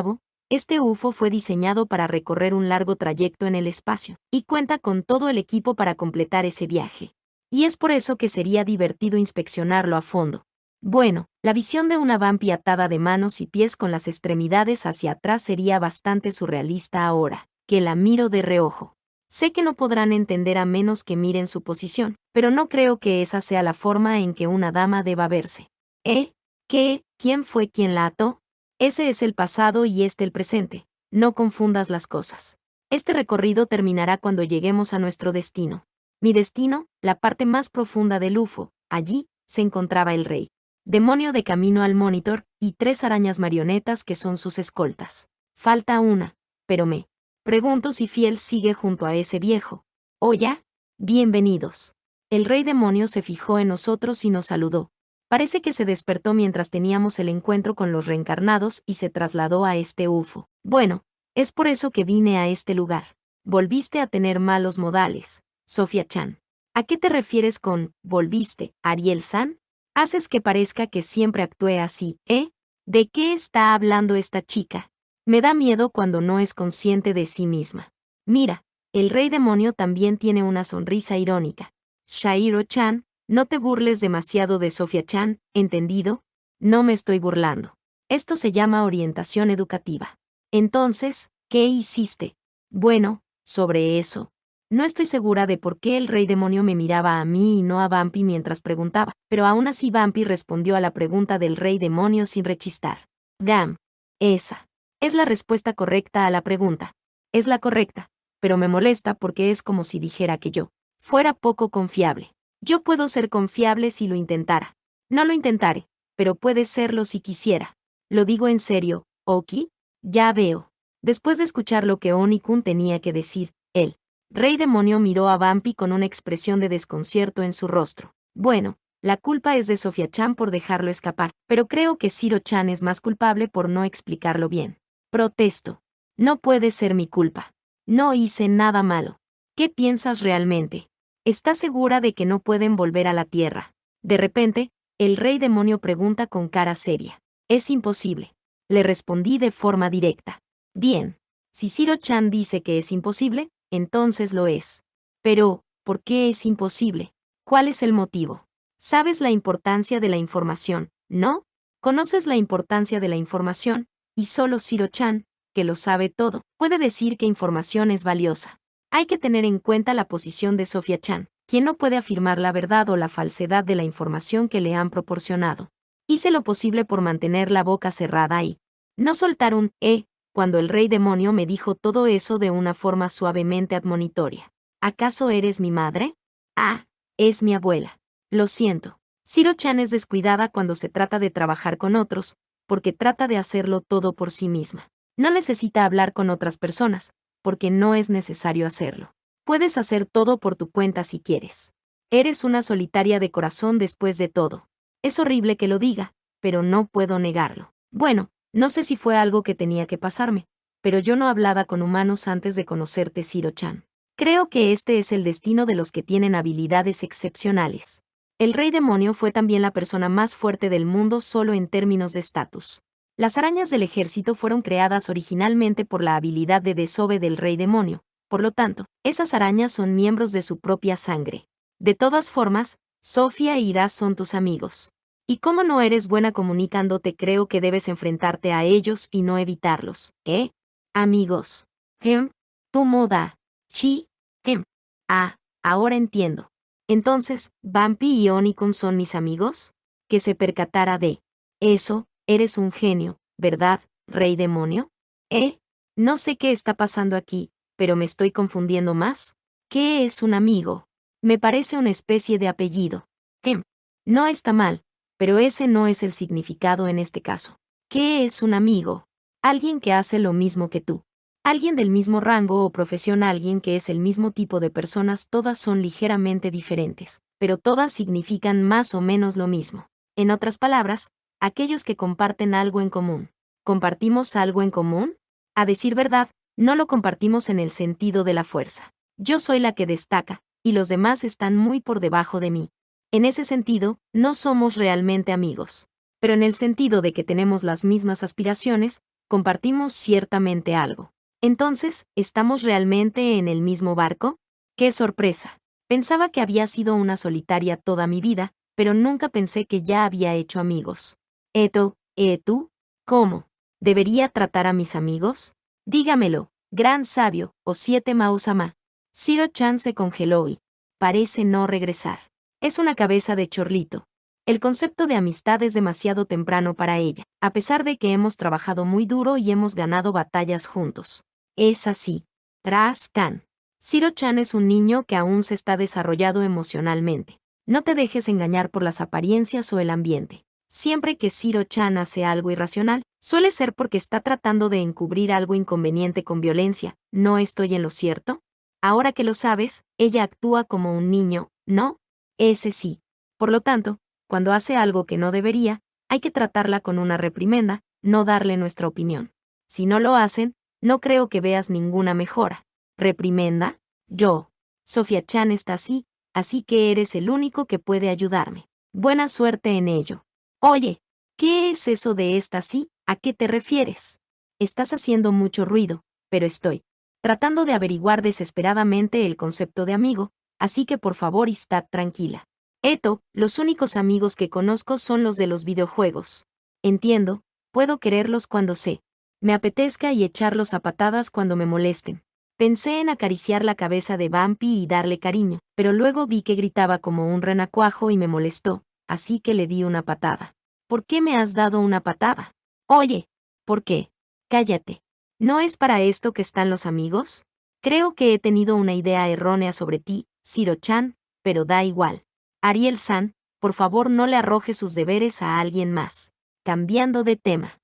Este UFO fue diseñado para recorrer un largo trayecto en el espacio, y cuenta con todo el equipo para completar ese viaje. Y es por eso que sería divertido inspeccionarlo a fondo. Bueno, la visión de una vampi atada de manos y pies con las extremidades hacia atrás sería bastante surrealista ahora, que la miro de reojo. Sé que no podrán entender a menos que miren su posición, pero no creo que esa sea la forma en que una dama deba verse. ¿Qué? ¿Quién fue quien la ató? Ese es el pasado y este el presente. No confundas las cosas. Este recorrido terminará cuando lleguemos a nuestro destino. Mi destino, la parte más profunda del UFO. Allí se encontraba el rey demonio de camino al monitor, y 3 arañas marionetas que son sus escoltas. Falta una, pero me pregunto si Fiel sigue junto a ese viejo. ¿Oh ya? Bienvenidos. El rey demonio se fijó en nosotros y nos saludó. Parece que se despertó mientras teníamos el encuentro con los reencarnados y se trasladó a este UFO. Bueno, es por eso que vine a este lugar. Volviste a tener malos modales, Sofía-chan. ¿A qué te refieres con volviste, Ariel-san? Haces que parezca que siempre actúe así, ¿eh? ¿De qué está hablando esta chica? Me da miedo cuando no es consciente de sí misma. Mira, el rey demonio también tiene una sonrisa irónica. Shairo-chan, no te burles demasiado de Sofía-chan, ¿entendido? No me estoy burlando. Esto se llama orientación educativa. Entonces, ¿qué hiciste? Bueno, sobre eso. No estoy segura de por qué el rey demonio me miraba a mí y no a Vampi mientras preguntaba, pero aún así Vampi respondió a la pregunta del rey demonio sin rechistar. Esa es la respuesta correcta a la pregunta. Es la correcta, pero me molesta porque es como si dijera que yo fuera poco confiable. Yo puedo ser confiable si lo intentara. No lo intentaré, pero puede serlo si quisiera. Lo digo en serio, Oki. Ya veo. Después de escuchar lo que Oni-kun tenía que decir, él Rey demonio miró a Vampi con una expresión de desconcierto en su rostro. Bueno, la culpa es de Sofía-chan por dejarlo escapar, pero creo que Shiro-chan es más culpable por no explicarlo bien. Protesto. No puede ser mi culpa. No hice nada malo. ¿Qué piensas realmente? ¿Estás segura de que no pueden volver a la Tierra? De repente, el rey demonio pregunta con cara seria. Es imposible. Le respondí de forma directa. Bien. Si Shiro-chan dice que es imposible, entonces lo es. Pero, ¿por qué es imposible? ¿Cuál es el motivo? Sabes la importancia de la información, ¿no? Conoces la importancia de la información, y solo Shiro-chan, que lo sabe todo, puede decir que información es valiosa. Hay que tener en cuenta la posición de Sofía-chan, quien no puede afirmar la verdad o la falsedad de la información que le han proporcionado. Hice lo posible por mantener la boca cerrada y no soltar un cuando el rey demonio me dijo todo eso de una forma suavemente admonitoria. ¿Acaso eres mi madre? Ah, es mi abuela. Lo siento. Shiro-chan es descuidada cuando se trata de trabajar con otros, porque trata de hacerlo todo por sí misma. No necesita hablar con otras personas, porque no es necesario hacerlo. Puedes hacer todo por tu cuenta si quieres. Eres una solitaria de corazón después de todo. Es horrible que lo diga, pero no puedo negarlo. Bueno, no sé si fue algo que tenía que pasarme, pero yo no hablaba con humanos antes de conocerte, Shiro-chan. Creo que este es el destino de los que tienen habilidades excepcionales. El rey demonio fue también la persona más fuerte del mundo solo en términos de estatus. Las arañas del ejército fueron creadas originalmente por la habilidad de desove del rey demonio, por lo tanto, esas arañas son miembros de su propia sangre. De todas formas, Sofía e Ira son tus amigos. Y como no eres buena comunicándote, creo que debes enfrentarte a ellos y no evitarlos, ¿eh? Amigos. Tomoda. Chi. Ahora entiendo. Entonces, ¿Vampi y Oni-kun son mis amigos? Que se percatara de eso, eres un genio, ¿verdad, rey demonio? No sé qué está pasando aquí, pero me estoy confundiendo más. ¿Qué es un amigo? Me parece una especie de apellido. No está mal, pero ese no es el significado en este caso. ¿Qué es un amigo? Alguien que hace lo mismo que tú. Alguien del mismo rango o profesión, alguien que es el mismo tipo de personas, todas son ligeramente diferentes, pero todas significan más o menos lo mismo. En otras palabras, aquellos que comparten algo en común. ¿Compartimos algo en común? A decir verdad, no lo compartimos en el sentido de la fuerza. Yo soy la que destaca, y los demás están muy por debajo de mí. En ese sentido, no somos realmente amigos. Pero en el sentido de que tenemos las mismas aspiraciones, Compartimos ciertamente algo. Entonces, ¿estamos realmente en el mismo barco? ¡Qué sorpresa! Pensaba que había sido una solitaria toda mi vida, pero nunca pensé que ya había hecho amigos. ¿Tú? ¿Cómo? ¿Debería tratar a mis amigos? Dígamelo, gran sabio, o 7 Mausama. Zero-chan se congeló y parece no regresar. Es una cabeza de chorlito. El concepto de amistad es demasiado temprano para ella, a pesar de que hemos trabajado muy duro y hemos ganado batallas juntos. Es así. Ras-kan. Zero-chan es un niño que aún se está desarrollando emocionalmente. No te dejes engañar por las apariencias o el ambiente. Siempre que Zero-chan hace algo irracional, suele ser porque está tratando de encubrir algo inconveniente con violencia. ¿No estoy en lo cierto? Ahora que lo sabes, ella actúa como un niño, ¿no? Ese sí. Por lo tanto, cuando hace algo que no debería, hay que tratarla con una reprimenda, no darle nuestra opinión. Si no lo hacen, no creo que veas ninguna mejora. ¿Reprimenda? Yo. Sofía-chan está así que eres el único que puede ayudarme. Buena suerte en ello. Oye, ¿qué es eso de esta sí? ¿A qué te refieres? Estás haciendo mucho ruido, pero estoy tratando de averiguar desesperadamente el concepto de amigo, así que por favor estad tranquila. Los únicos amigos que conozco son los de los videojuegos. Entiendo, puedo quererlos cuando me apetezca y echarlos a patadas cuando me molesten. Pensé en acariciar la cabeza de Bumpy y darle cariño, pero luego vi que gritaba como un renacuajo y me molestó, así que le di una patada. ¿Por qué me has dado una patada? Oye, ¿por qué? Cállate. ¿No es para esto que están los amigos? Creo que he tenido una idea errónea sobre ti, Zero-chan, pero da igual. Ariel-san, por favor no le arroje sus deberes a alguien más. Cambiando de tema.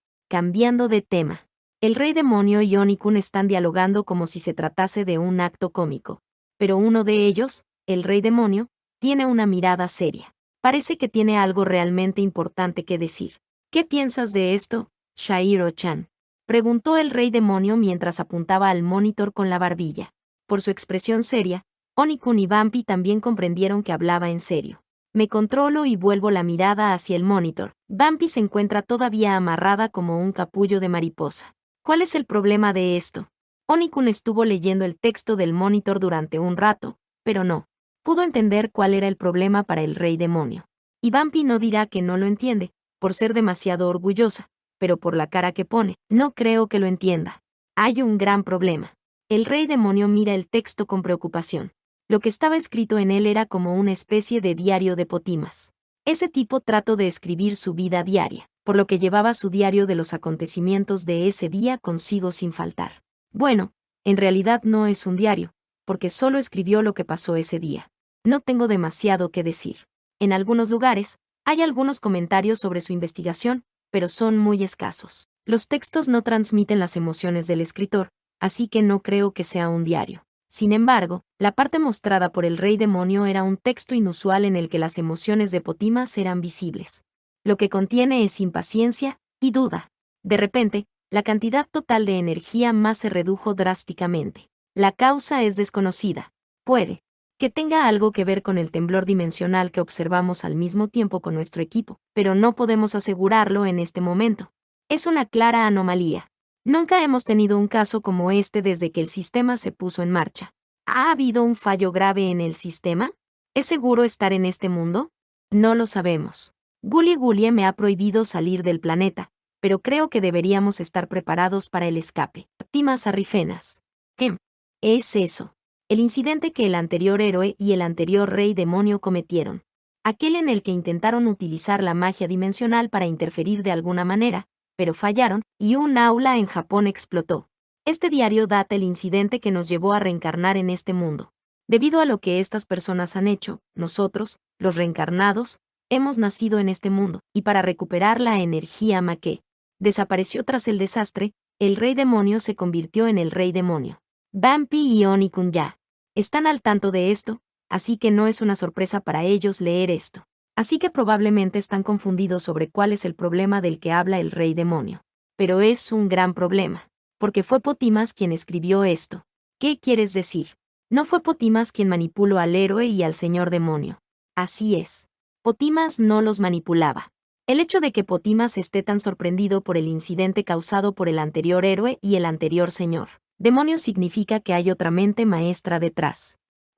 El rey demonio y Oni-kun están dialogando como si se tratase de un acto cómico. Pero uno de ellos, el rey demonio, tiene una mirada seria. Parece que tiene algo realmente importante que decir. ¿Qué piensas de esto, Shairo-chan? Preguntó el rey demonio mientras apuntaba al monitor con la barbilla. Por su expresión seria, Oni-kun y Bumpy también comprendieron que hablaba en serio. Me controlo y vuelvo la mirada hacia el monitor. Bumpy se encuentra todavía amarrada como un capullo de mariposa. ¿Cuál es el problema de esto? Oni-kun estuvo leyendo el texto del monitor durante un rato, pero no pudo entender cuál era el problema para el rey demonio. Y Bumpy no dirá que no lo entiende, por ser demasiado orgullosa, pero por la cara que pone, no creo que lo entienda. Hay un gran problema. El rey demonio mira el texto con preocupación. Lo que estaba escrito en él era como una especie de diario de Potimas. Ese tipo trató de escribir su vida diaria, por lo que llevaba su diario de los acontecimientos de ese día consigo sin faltar. Bueno, en realidad no es un diario, porque solo escribió lo que pasó ese día. No tengo demasiado que decir. En algunos lugares, hay algunos comentarios sobre su investigación, pero son muy escasos. Los textos no transmiten las emociones del escritor, así que no creo que sea un diario. Sin embargo, la parte mostrada por el rey demonio era un texto inusual en el que las emociones de Potimas eran visibles. Lo que contiene es impaciencia y duda. De repente, la cantidad total de energía más se redujo drásticamente. La causa es desconocida. Puede que tenga algo que ver con el temblor dimensional que observamos al mismo tiempo con nuestro equipo, pero no podemos asegurarlo en este momento. Es una clara anomalía. Nunca hemos tenido un caso como este desde que el sistema se puso en marcha. ¿Ha habido un fallo grave en el sistema? ¿Es seguro estar en este mundo? No lo sabemos. Guli Gulie me ha prohibido salir del planeta, pero creo que deberíamos estar preparados para el escape. Timas arrifenas. ¿Qué es eso? El incidente que el anterior héroe y el anterior rey demonio cometieron. Aquel en el que intentaron utilizar la magia dimensional para interferir de alguna manera, pero fallaron, y un aula en Japón explotó. Este diario data el incidente que nos llevó a reencarnar en este mundo. Debido a lo que estas personas han hecho, nosotros, los reencarnados, hemos nacido en este mundo, y para recuperar la energía ma que desapareció tras el desastre, el rey demonio se convirtió en el rey demonio. Bumpy y Oni-kun ya están al tanto de esto, así que no es una sorpresa para ellos leer esto. Así que probablemente están confundidos sobre cuál es el problema del que habla el rey demonio. Pero es un gran problema, porque fue Potimas quien escribió esto. ¿Qué quieres decir? No fue Potimas quien manipuló al héroe y al señor demonio. Así es. Potimas no los manipulaba. El hecho de que Potimas esté tan sorprendido por el incidente causado por el anterior héroe y el anterior señor demonio significa que hay otra mente maestra detrás.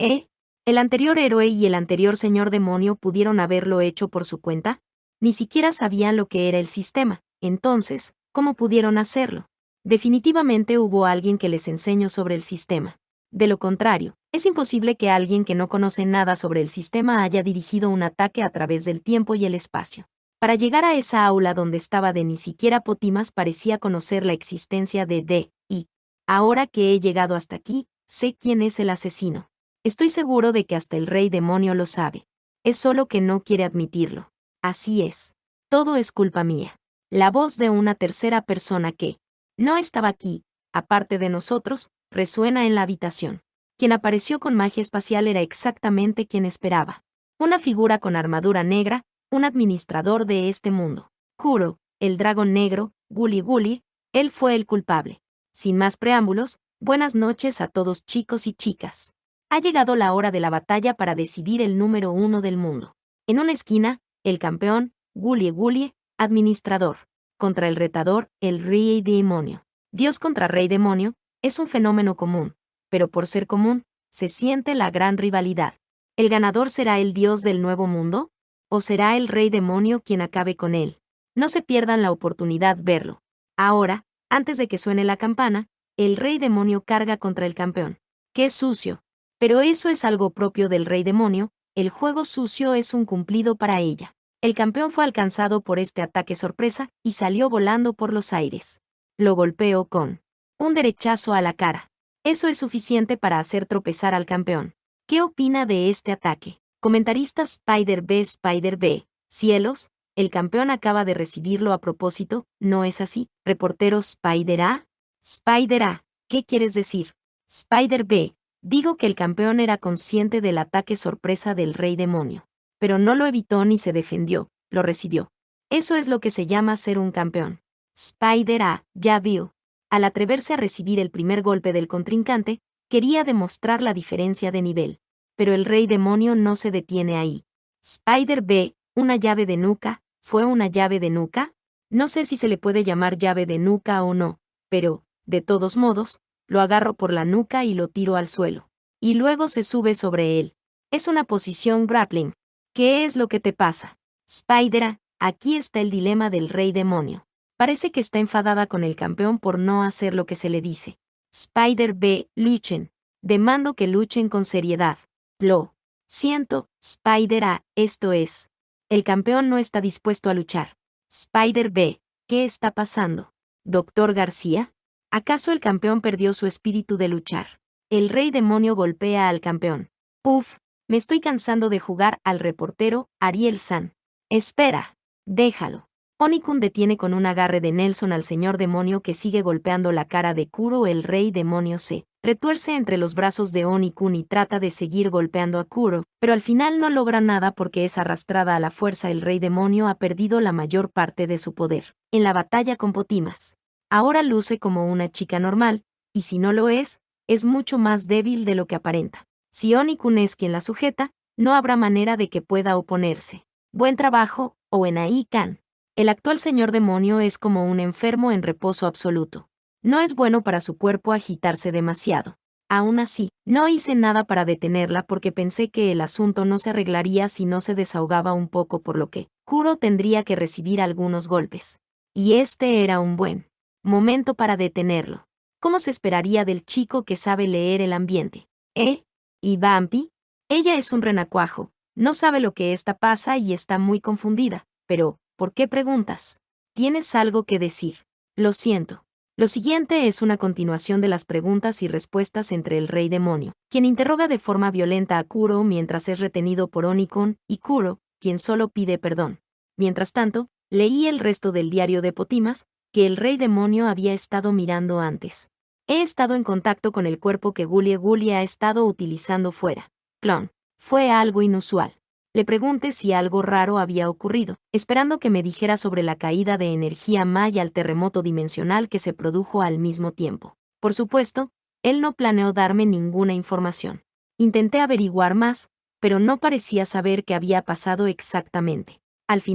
¿El anterior héroe y el anterior señor demonio pudieron haberlo hecho por su cuenta? Ni siquiera sabían lo que era el sistema, entonces, ¿cómo pudieron hacerlo? Definitivamente hubo alguien que les enseñó sobre el sistema. De lo contrario, es imposible que alguien que no conoce nada sobre el sistema haya dirigido un ataque a través del tiempo y el espacio. Para llegar a esa aula donde estaba D, ni siquiera Potimas parecía conocer la existencia de D, y, ahora que he llegado hasta aquí, sé quién es el asesino. Estoy seguro de que hasta el rey demonio lo sabe. Es solo que no quiere admitirlo. Así es. Todo es culpa mía. La voz de una tercera persona que no estaba aquí, aparte de nosotros, resuena en la habitación. Quien apareció con magia espacial era exactamente quien esperaba. Una figura con armadura negra, un administrador de este mundo. Kuro, el dragón negro, Guli Guli, él fue el culpable. Sin más preámbulos, buenas noches a todos chicos y chicas. Ha llegado la hora de la batalla para decidir el número 1 del mundo. En una esquina, el campeón, Guli Guli, administrador. Contra el retador, el rey demonio. Dios contra rey demonio, es un fenómeno común, pero por ser común, se siente la gran rivalidad. ¿El ganador será el dios del nuevo mundo? ¿O será el rey demonio quien acabe con él? No se pierdan la oportunidad verlo. Ahora, antes de que suene la campana, el rey demonio carga contra el campeón. ¡Qué sucio! Pero eso es algo propio del rey demonio, el juego sucio es un cumplido para ella. El campeón fue alcanzado por este ataque sorpresa y salió volando por los aires. Lo golpeó con un derechazo a la cara. Eso es suficiente para hacer tropezar al campeón. ¿Qué opina de este ataque? Comentarista Spider-B, cielos, el campeón acaba de recibirlo a propósito, ¿no es así? Reportero Spider-A, ¿qué quieres decir? Spider-B, digo que el campeón era consciente del ataque sorpresa del rey demonio. Pero no lo evitó ni se defendió, lo recibió. Eso es lo que se llama ser un campeón. Spider-A, ya vio. Al atreverse a recibir el primer golpe del contrincante, quería demostrar la diferencia de nivel. Pero el rey demonio no se detiene ahí. Spider-B, una llave de nuca, ¿fue una llave de nuca? No sé si se le puede llamar llave de nuca o no, pero, de todos modos, lo agarro por la nuca y lo tiro al suelo. Y luego se sube sobre él. Es una posición grappling. ¿Qué es lo que te pasa? Spider-A, aquí está el dilema del rey demonio. Parece que está enfadada con el campeón por no hacer lo que se le dice. Spider-B, luchen. Demando que luchen con seriedad. Lo siento, Spider-A, esto es. El campeón no está dispuesto a luchar. Spider-B, ¿qué está pasando? ¿Doctor García? ¿Acaso el campeón perdió su espíritu de luchar? El rey demonio golpea al campeón. Uf, me estoy cansando de jugar al reportero, Ariel-san. Espera, déjalo. Oni-kun detiene con un agarre de Nelson al señor demonio que sigue golpeando la cara de Kuro. El rey demonio se retuerce entre los brazos de Oni-kun y trata de seguir golpeando a Kuro, pero al final no logra nada porque es arrastrada a la fuerza. El rey demonio ha perdido la mayor parte de su poder en la batalla con Potimas. Ahora luce como una chica normal, y si no lo es mucho más débil de lo que aparenta. Si Oni-kun es quien la sujeta, no habrá manera de que pueda oponerse. Buen trabajo, Oenai-kan. El actual señor demonio es como un enfermo en reposo absoluto. No es bueno para su cuerpo agitarse demasiado. Aún así, no hice nada para detenerla porque pensé que el asunto no se arreglaría si no se desahogaba un poco, por lo que Kuro tendría que recibir algunos golpes. Y este era un buen momento para detenerlo. ¿Cómo se esperaría del chico que sabe leer el ambiente? ¿Y Vampi? Ella es un renacuajo, no sabe lo que esta pasa y está muy confundida, pero ¿por qué preguntas? ¿Tienes algo que decir? Lo siento. Lo siguiente es una continuación de las preguntas y respuestas entre el rey demonio, quien interroga de forma violenta a Kuro mientras es retenido por Oni-kun, y Kuro, quien solo pide perdón. Mientras tanto, leí el resto del diario de Potimas, que el rey demonio había estado mirando antes. He estado en contacto con el cuerpo que Guli Guli ha estado utilizando fuera. Clon. Fue algo inusual. Le pregunté si algo raro había ocurrido, esperando que me dijera sobre la caída de energía Ma y al terremoto dimensional que se produjo al mismo tiempo. Por supuesto, él no planeó darme ninguna información. Intenté averiguar más, pero no parecía saber qué había pasado exactamente. Al final,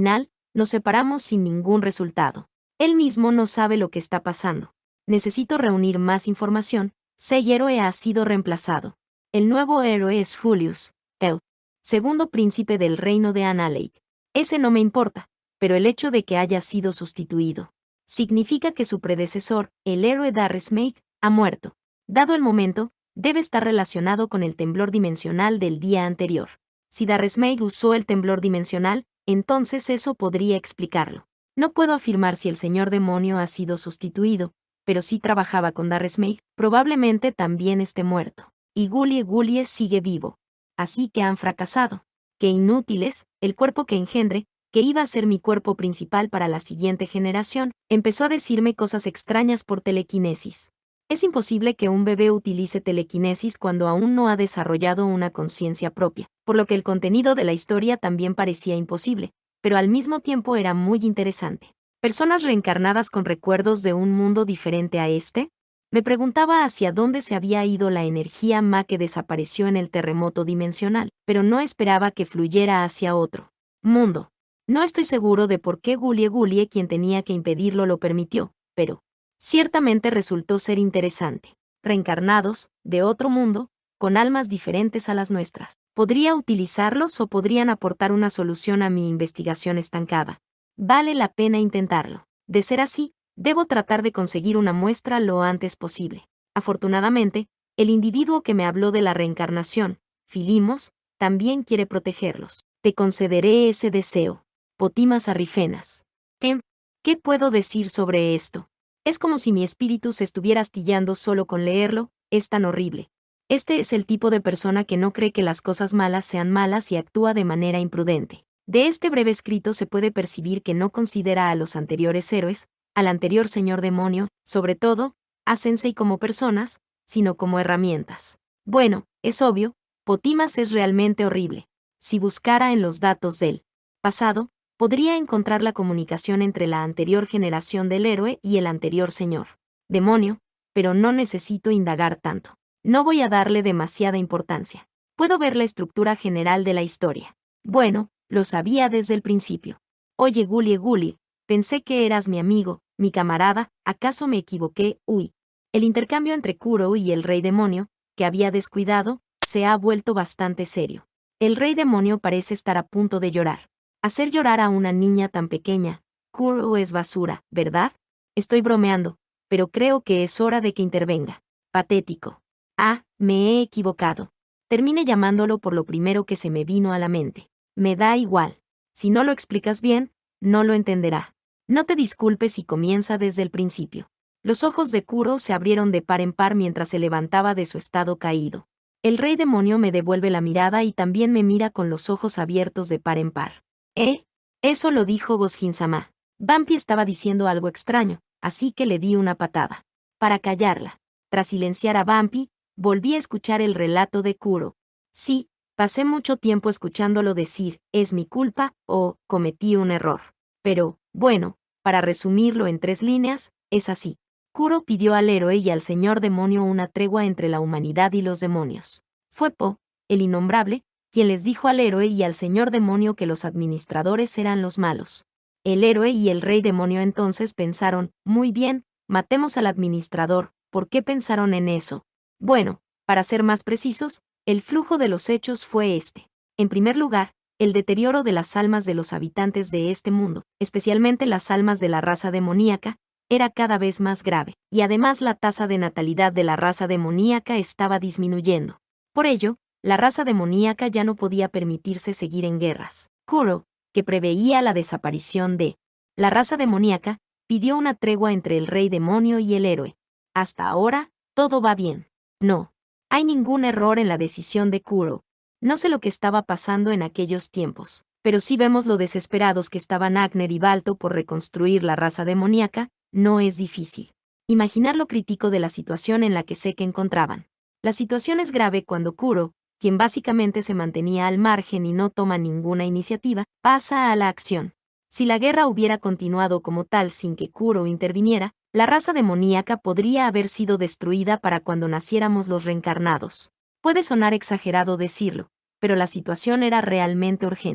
Nos separamos sin ningún resultado. Él mismo no sabe lo que está pasando. Necesito reunir más información. Sei héroe ha sido reemplazado. El nuevo héroe es Julius, el segundo príncipe del reino de Annalake. Ese no me importa, pero el hecho de que haya sido sustituido significa que su predecesor, el héroe Darius Meg, ha muerto. Dado el momento, debe estar relacionado con el temblor dimensional del día anterior. Si Darius Meg usó el temblor dimensional, entonces eso podría explicarlo. No puedo afirmar si el señor demonio ha sido sustituido, pero si trabajaba con Darius Meg, probablemente también esté muerto. Y Gulie sigue vivo. Así que han fracasado. Qué inútiles, el cuerpo que engendre, que iba a ser mi cuerpo principal para la siguiente generación, empezó a decirme cosas extrañas por telequinesis. Es imposible que un bebé utilice telequinesis cuando aún no ha desarrollado una conciencia propia, por lo que el contenido de la historia también parecía imposible, pero al mismo tiempo era muy interesante. ¿Personas reencarnadas con recuerdos de un mundo diferente a este? Me preguntaba hacia dónde se había ido la energía Ma que desapareció en el terremoto dimensional, pero no esperaba que fluyera hacia otro mundo. No estoy seguro de por qué Gulie, quien tenía que impedirlo, lo permitió, pero ciertamente resultó ser interesante. Reencarnados, de otro mundo, con almas diferentes a las nuestras. ¿Podría utilizarlos o podrían aportar una solución a mi investigación estancada? Vale la pena intentarlo. De ser así, debo tratar de conseguir una muestra lo antes posible. Afortunadamente, el individuo que me habló de la reencarnación, Filimos, también quiere protegerlos. Te concederé ese deseo. Potimas arrifenas. ¿Qué puedo decir sobre esto? Es como si mi espíritu se estuviera astillando solo con leerlo, es tan horrible. Este es el tipo de persona que no cree que las cosas malas sean malas y actúa de manera imprudente. De este breve escrito se puede percibir que no considera a los anteriores héroes, al anterior señor demonio, sobre todo, a Sensei como personas, sino como herramientas. Bueno, es obvio, Potimas es realmente horrible. Si buscara en los datos del pasado, podría encontrar la comunicación entre la anterior generación del héroe y el anterior señor demonio, pero no necesito indagar tanto. No voy a darle demasiada importancia. Puedo ver la estructura general de la historia. Bueno, lo sabía desde el principio. Oye, Gulie, pensé que eras mi amigo, mi camarada, ¿acaso me equivoqué? Uy. El intercambio entre Kuro y el rey demonio, que había descuidado, se ha vuelto bastante serio. El rey demonio parece estar a punto de llorar. Hacer llorar a una niña tan pequeña, Kuro es basura, ¿verdad? Estoy bromeando, pero creo que es hora de que intervenga. Patético. Ah, me he equivocado. Termine llamándolo por lo primero que se me vino a la mente. Me da igual. Si no lo explicas bien, no lo entenderá. No te disculpes si comienza desde el principio. Los ojos de Kuro se abrieron de par en par mientras se levantaba de su estado caído. El rey demonio me devuelve la mirada y también me mira con los ojos abiertos de par en par. Eso lo dijo Goshin-sama. Bumpy estaba diciendo algo extraño, así que le di una patada. Para callarla. Tras silenciar a Bumpy, volví a escuchar el relato de Kuro. Sí, pasé mucho tiempo escuchándolo decir, es mi culpa, o cometí un error. Pero, bueno, para resumirlo en 3 líneas, es así. Kuro pidió al héroe y al señor demonio una tregua entre la humanidad y los demonios. Fue Po, el innombrable, quien les dijo al héroe y al señor demonio que los administradores eran los malos. El héroe y el rey demonio entonces pensaron, muy bien, matemos al administrador. ¿Por qué pensaron en eso? Bueno, para ser más precisos, el flujo de los hechos fue este. En primer lugar, el deterioro de las almas de los habitantes de este mundo, especialmente las almas de la raza demoníaca, era cada vez más grave, y además la tasa de natalidad de la raza demoníaca estaba disminuyendo. Por ello, la raza demoníaca ya no podía permitirse seguir en guerras. Kuro, que preveía la desaparición de la raza demoníaca, pidió una tregua entre el rey demonio y el héroe. Hasta ahora, todo va bien. No hay ningún error en la decisión de Kuro. No sé lo que estaba pasando en aquellos tiempos, pero sí vemos lo desesperados que estaban Agner y Balto por reconstruir la raza demoníaca. No es difícil imaginar lo crítico de la situación en la que se encontraban. La situación es grave cuando Kuro, quien básicamente se mantenía al margen y no toma ninguna iniciativa, pasa a la acción. Si la guerra hubiera continuado como tal sin que Kuro interviniera, la raza demoníaca podría haber sido destruida para cuando naciéramos los reencarnados. Puede sonar exagerado decirlo, pero la situación era realmente urgente.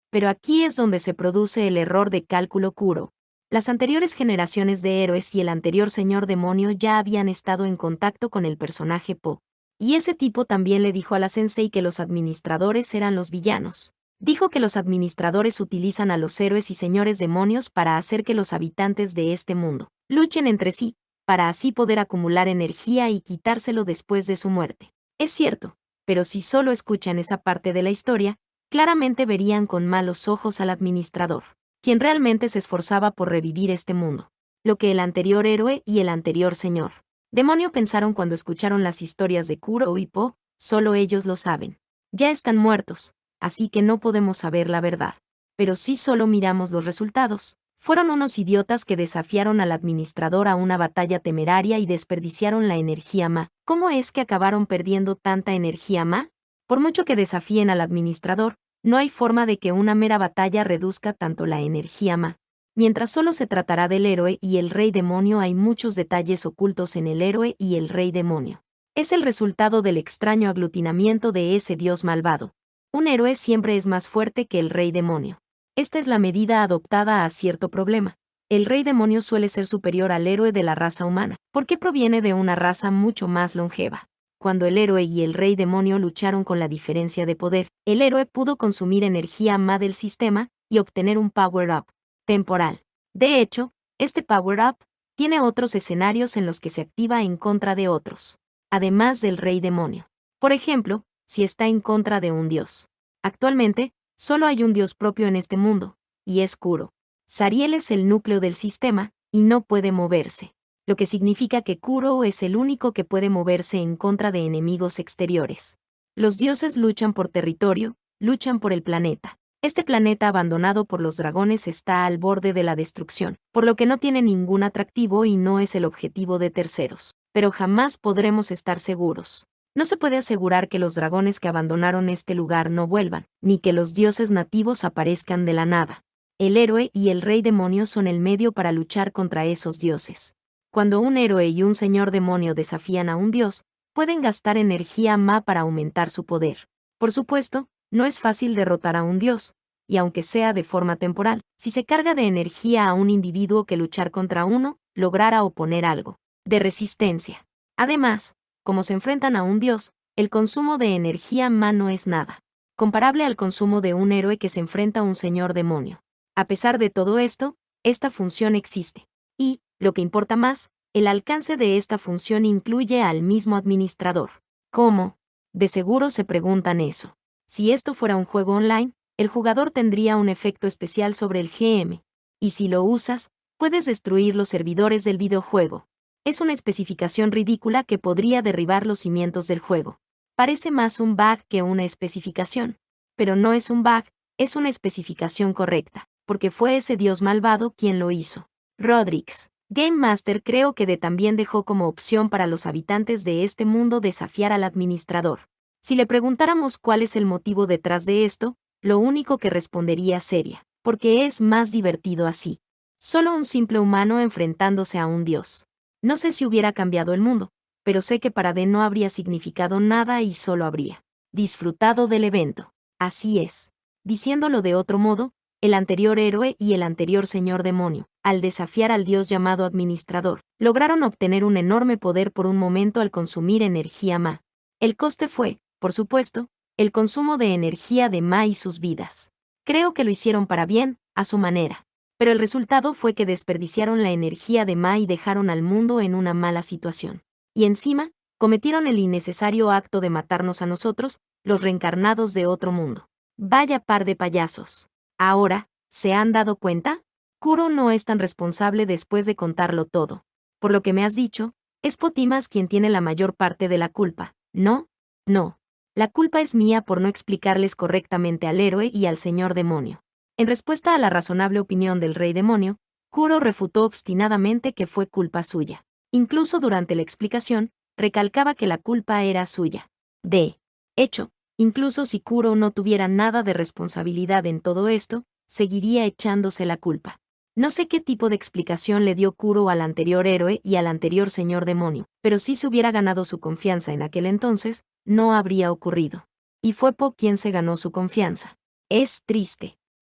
Pero aquí es donde se produce el error de cálculo Kuro. Las anteriores generaciones de héroes y el anterior señor demonio ya habían estado en contacto con el personaje Po. Y ese tipo también le dijo a la sensei que los administradores eran los villanos. Dijo que los administradores utilizan a los héroes y señores demonios para hacer que los habitantes de este mundo luchen entre sí, para así poder acumular energía y quitárselo después de su muerte. Es cierto, pero si solo escuchan esa parte de la historia, claramente verían con malos ojos al administrador, quien realmente se esforzaba por revivir este mundo. Lo que el anterior héroe y el anterior señor demonio pensaron cuando escucharon las historias de Kuro y Po, solo ellos lo saben. Ya están muertos, así que no podemos saber la verdad. Pero si solo miramos los resultados, fueron unos idiotas que desafiaron al administrador a una batalla temeraria y desperdiciaron la energía Ma. ¿Cómo es que acabaron perdiendo tanta energía Ma? Por mucho que desafíen al administrador, no hay forma de que una mera batalla reduzca tanto la energía Ma. Mientras solo se tratará del héroe y el rey demonio, hay muchos detalles ocultos en el héroe y el rey demonio. Es el resultado del extraño aglutinamiento de ese dios malvado. Un héroe siempre es más fuerte que el rey demonio. Esta es la medida adoptada a cierto problema. El rey demonio suele ser superior al héroe de la raza humana, porque proviene de una raza mucho más longeva. Cuando el héroe y el rey demonio lucharon con la diferencia de poder, el héroe pudo consumir energía Ma del sistema y obtener un power-up temporal. De hecho, este power-up tiene otros escenarios en los que se activa en contra de otros, además del rey demonio. Por ejemplo, si está en contra de un dios. Actualmente, solo hay un dios propio en este mundo, y es Kuro. Zariel es el núcleo del sistema, y no puede moverse, lo que significa que Kuro es el único que puede moverse en contra de enemigos exteriores. Los dioses luchan por territorio, luchan por el planeta. Este planeta abandonado por los dragones está al borde de la destrucción, por lo que no tiene ningún atractivo y no es el objetivo de terceros. Pero jamás podremos estar seguros. No se puede asegurar que los dragones que abandonaron este lugar no vuelvan, ni que los dioses nativos aparezcan de la nada. El héroe y el rey demonio son el medio para luchar contra esos dioses. Cuando un héroe y un señor demonio desafían a un dios, pueden gastar energía Ma para aumentar su poder. Por supuesto, no es fácil derrotar a un dios, y aunque sea de forma temporal, si se carga de energía a un individuo que luchar contra uno, logrará oponer algo de resistencia. Además, como se enfrentan a un dios, el consumo de energía Ma no es nada comparable al consumo de un héroe que se enfrenta a un señor demonio. A pesar de todo esto, esta función existe. Y, lo que importa más, el alcance de esta función incluye al mismo administrador. ¿Cómo? De seguro se preguntan eso. Si esto fuera un juego online, el jugador tendría un efecto especial sobre el GM. Y si lo usas, puedes destruir los servidores del videojuego. Es una especificación ridícula que podría derribar los cimientos del juego. Parece más un bug que una especificación. Pero no es un bug, es una especificación correcta, porque fue ese dios malvado quien lo hizo. Rodrix, Game Master, creo que también dejó como opción para los habitantes de este mundo desafiar al administrador. Si le preguntáramos cuál es el motivo detrás de esto, lo único que respondería sería, porque es más divertido así. Solo un simple humano enfrentándose a un dios. No sé si hubiera cambiado el mundo, pero sé que para D no habría significado nada y solo habría disfrutado del evento. Así es. Diciéndolo de otro modo, el anterior héroe y el anterior señor demonio, al desafiar al dios llamado administrador, lograron obtener un enorme poder por un momento al consumir energía Ma. El coste fue, por supuesto, el consumo de energía de Ma y sus vidas. Creo que lo hicieron para bien, a su manera. Pero el resultado fue que desperdiciaron la energía de Ma y dejaron al mundo en una mala situación. Y encima, cometieron el innecesario acto de matarnos a nosotros, los reencarnados de otro mundo. Vaya par de payasos. Ahora, ¿se han dado cuenta? Kuro no es tan responsable después de contarlo todo. Por lo que me has dicho, es Potimas quien tiene la mayor parte de la culpa, ¿no? No. La culpa es mía por no explicarles correctamente al héroe y al señor demonio. En respuesta a la razonable opinión del rey demonio, Kuro refutó obstinadamente que fue culpa suya. Incluso durante la explicación, recalcaba que la culpa era suya. De hecho, incluso si Kuro no tuviera nada de responsabilidad en todo esto, seguiría echándose la culpa. No sé qué tipo de explicación le dio Kuro al anterior héroe y al anterior señor demonio, pero si se hubiera ganado su confianza en aquel entonces, no habría ocurrido. Y fue Po quien se ganó su confianza. Es triste.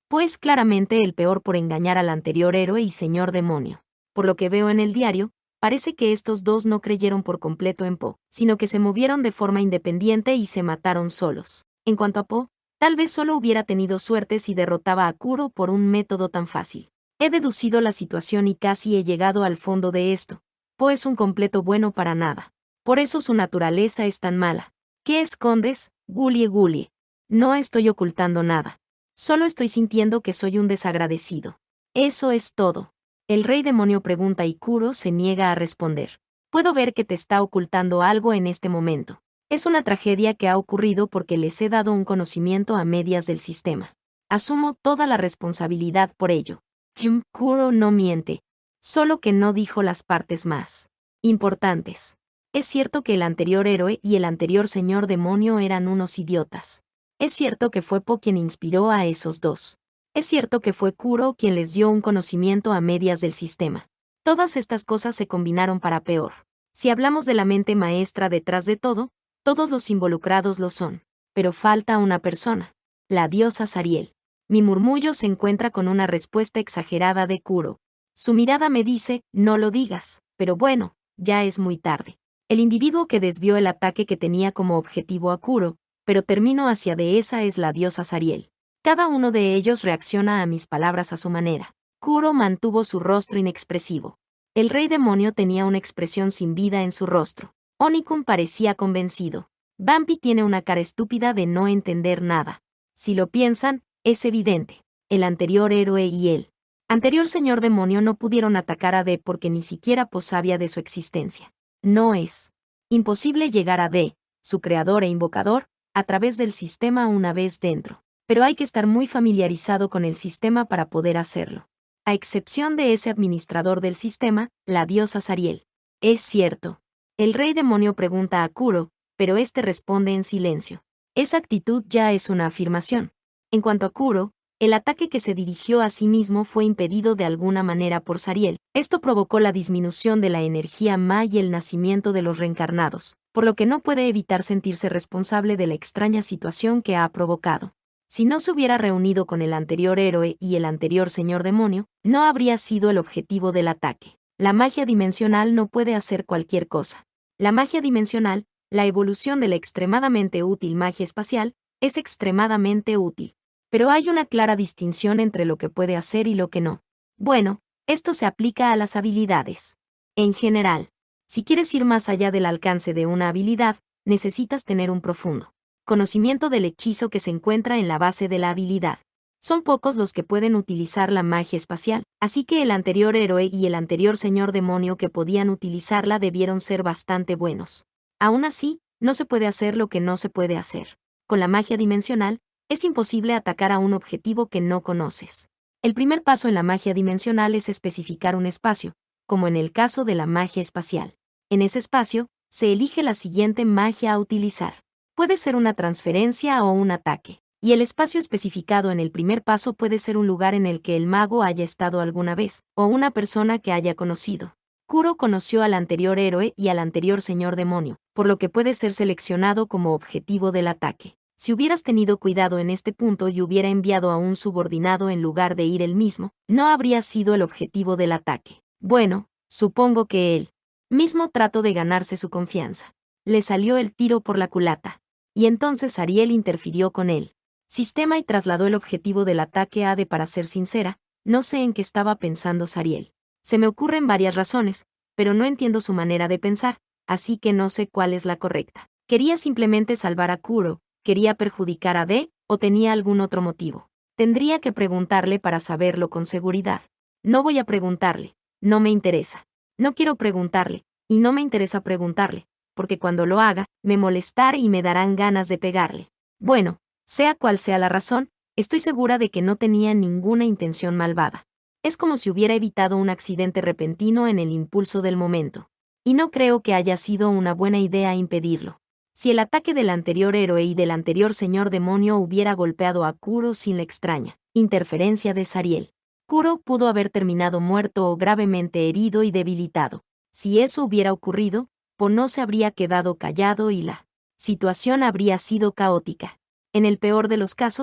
Pues claramente el peor por engañar al anterior héroe y señor demonio. Por lo que veo en el diario, parece que estos dos no creyeron por completo en Po, sino que se movieron de forma independiente y se mataron solos. En cuanto a Po, tal vez solo hubiera tenido suerte si derrotaba a Kuro por un método tan fácil. He deducido la situación y casi he llegado al fondo de esto. Po es un completo bueno para nada. Por eso su naturaleza es tan mala. ¿Qué escondes, Gulie Gulie? No estoy ocultando nada. Solo estoy sintiendo que soy un desagradecido. Eso es todo. El rey demonio pregunta y Kuro se niega a responder. Puedo ver que te está ocultando algo en este momento. Es una tragedia que ha ocurrido porque les he dado un conocimiento a medias del sistema. Asumo toda la responsabilidad por ello. Kuro no miente. Solo que no dijo las partes más importantes. Es cierto que el anterior héroe y el anterior señor demonio eran unos idiotas. Es cierto que fue Po quien inspiró a esos dos. Es cierto que fue Kuro quien les dio un conocimiento a medias del sistema. Todas estas cosas se combinaron para peor. Si hablamos de la mente maestra detrás de todo, todos los involucrados lo son. Pero falta una persona. La diosa Zariel. Mi murmullo se encuentra con una respuesta exagerada de Kuro. Su mirada me dice, no lo digas, pero bueno, ya es muy tarde. El individuo que desvió el ataque que tenía como objetivo a Kuro, pero terminó hacia de esa es la diosa Zariel. Cada uno de ellos reacciona a mis palabras a su manera. Kuro mantuvo su rostro inexpresivo. El rey demonio tenía una expresión sin vida en su rostro. Onikun parecía convencido. Bambi tiene una cara estúpida de no entender nada. Si lo piensan, es evidente. El anterior héroe y el anterior señor demonio no pudieron atacar a D porque ni siquiera Po sabía de su existencia. No es imposible llegar a D, su creador e invocador, a través del sistema una vez dentro. Pero hay que estar muy familiarizado con el sistema para poder hacerlo. A excepción de ese administrador del sistema, la diosa Zariel. Es cierto. El rey demonio pregunta a Kuro, pero este responde en silencio. Esa actitud ya es una afirmación. En cuanto a Kuro, el ataque que se dirigió a sí mismo fue impedido de alguna manera por Zariel. Esto provocó la disminución de la energía Ma y el nacimiento de los reencarnados, por lo que no puede evitar sentirse responsable de la extraña situación que ha provocado. Si no se hubiera reunido con el anterior héroe y el anterior señor demonio, no habría sido el objetivo del ataque. La magia dimensional no puede hacer cualquier cosa. La magia dimensional, la evolución de la extremadamente útil magia espacial, es extremadamente útil. Pero hay una clara distinción entre lo que puede hacer y lo que no. Bueno, esto se aplica a las habilidades. En general, si quieres ir más allá del alcance de una habilidad, necesitas tener un profundo conocimiento del hechizo que se encuentra en la base de la habilidad. Son pocos los que pueden utilizar la magia espacial, así que el anterior héroe y el anterior señor demonio que podían utilizarla debieron ser bastante buenos. Aún así, no se puede hacer lo que no se puede hacer. Con la magia dimensional, es imposible atacar a un objetivo que no conoces. El primer paso en la magia dimensional es especificar un espacio, como en el caso de la magia espacial. En ese espacio, se elige la siguiente magia a utilizar. Puede ser una transferencia o un ataque, y el espacio especificado en el primer paso puede ser un lugar en el que el mago haya estado alguna vez, o una persona que haya conocido. Kuro conoció al anterior héroe y al anterior señor demonio, por lo que puede ser seleccionado como objetivo del ataque. Si hubieras tenido cuidado en este punto y hubiera enviado a un subordinado en lugar de ir él mismo, no habría sido el objetivo del ataque. Bueno, supongo que él mismo trató de ganarse su confianza. Le salió el tiro por la culata. Y entonces Ariel interfirió con él. Sistema y trasladó el objetivo del ataque a D. Para ser sincera, no sé en qué estaba pensando Zariel. Se me ocurren varias razones, pero no entiendo su manera de pensar, así que no sé cuál es la correcta. ¿Quería simplemente salvar a Kuro, quería perjudicar a D, o tenía algún otro motivo? Tendría que preguntarle para saberlo con seguridad. No voy a preguntarle, no me interesa. No quiero preguntarle, y no me interesa preguntarle, porque cuando lo haga, me molestará y me darán ganas de pegarle. Bueno, sea cual sea la razón, estoy segura de que no tenía ninguna intención malvada. Es como si hubiera evitado un accidente repentino en el impulso del momento. Y no creo que haya sido una buena idea impedirlo. Si el ataque del anterior héroe y del anterior señor demonio hubiera golpeado a Kuro sin la extraña interferencia de Zariel, Kuro pudo haber terminado muerto o gravemente herido y debilitado. Si eso hubiera ocurrido, Po no se habría quedado callado y la situación habría sido caótica. En el peor de los casos,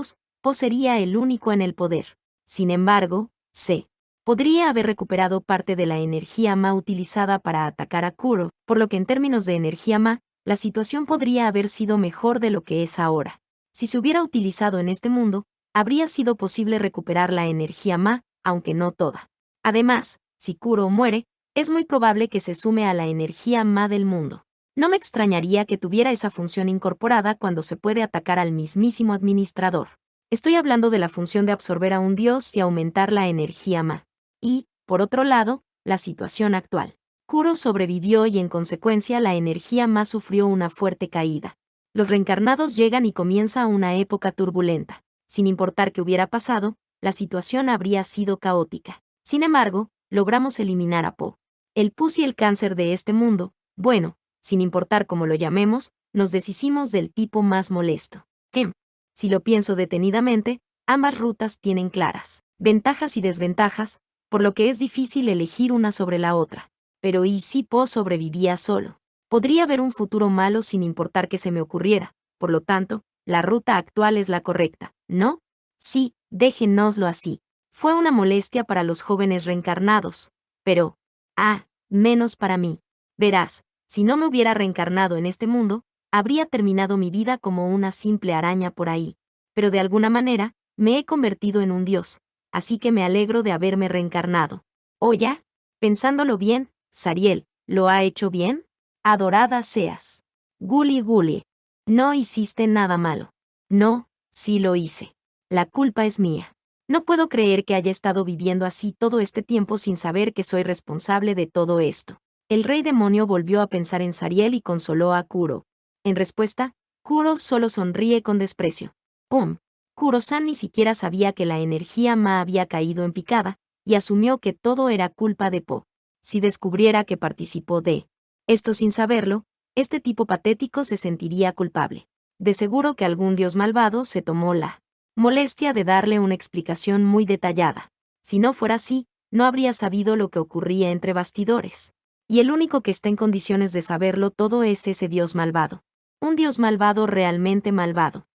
Po sería el único en el poder. Sin embargo, C. podría haber recuperado parte de la energía Ma utilizada para atacar a Kuro, por lo que en términos de energía Ma, la situación podría haber sido mejor de lo que es ahora. Si se hubiera utilizado en este mundo, habría sido posible recuperar la energía Ma, aunque no toda. Además, si Kuro muere, es muy probable que se sume a la energía Ma del mundo. No me extrañaría que tuviera esa función incorporada cuando se puede atacar al mismísimo administrador. Estoy hablando de la función de absorber a un dios y aumentar la energía Ma. Y, por otro lado, la situación actual. Kuro sobrevivió y en consecuencia la energía Ma sufrió una fuerte caída. Los reencarnados llegan y comienza una época turbulenta. Sin importar qué hubiera pasado, la situación habría sido caótica. Sin embargo, logramos eliminar a Po. El pus y el cáncer de este mundo, bueno, sin importar cómo lo llamemos, nos deshicimos del tipo más molesto. Si lo pienso detenidamente, ambas rutas tienen claras ventajas y desventajas, por lo que es difícil elegir una sobre la otra. Pero ¿y si Po sobrevivía solo? Podría haber un futuro malo sin importar que se me ocurriera, por lo tanto, la ruta actual es la correcta, ¿no? Sí, déjenoslo así. Fue una molestia para los jóvenes reencarnados, pero, menos para mí. Verás, si no me hubiera reencarnado en este mundo, habría terminado mi vida como una simple araña por ahí. Pero de alguna manera, me he convertido en un dios, así que me alegro de haberme reencarnado. ¿O ya? Pensándolo bien, Zariel, ¿lo ha hecho bien? Adorada seas. Guli Guli. No hiciste nada malo. No, sí lo hice. La culpa es mía. No puedo creer que haya estado viviendo así todo este tiempo sin saber que soy responsable de todo esto. El rey demonio volvió a pensar en Zariel y consoló a Kuro. En respuesta, Kuro solo sonríe con desprecio. ¡Pum! Kuro-san ni siquiera sabía que la energía Ma había caído en picada, y asumió que todo era culpa de Po. Si descubriera que participó de esto sin saberlo, este tipo patético se sentiría culpable. De seguro que algún dios malvado se tomó la molestia de darle una explicación muy detallada. Si no fuera así, no habría sabido lo que ocurría entre bastidores. Y el único que está en condiciones de saberlo todo es ese dios malvado. Un dios malvado realmente malvado.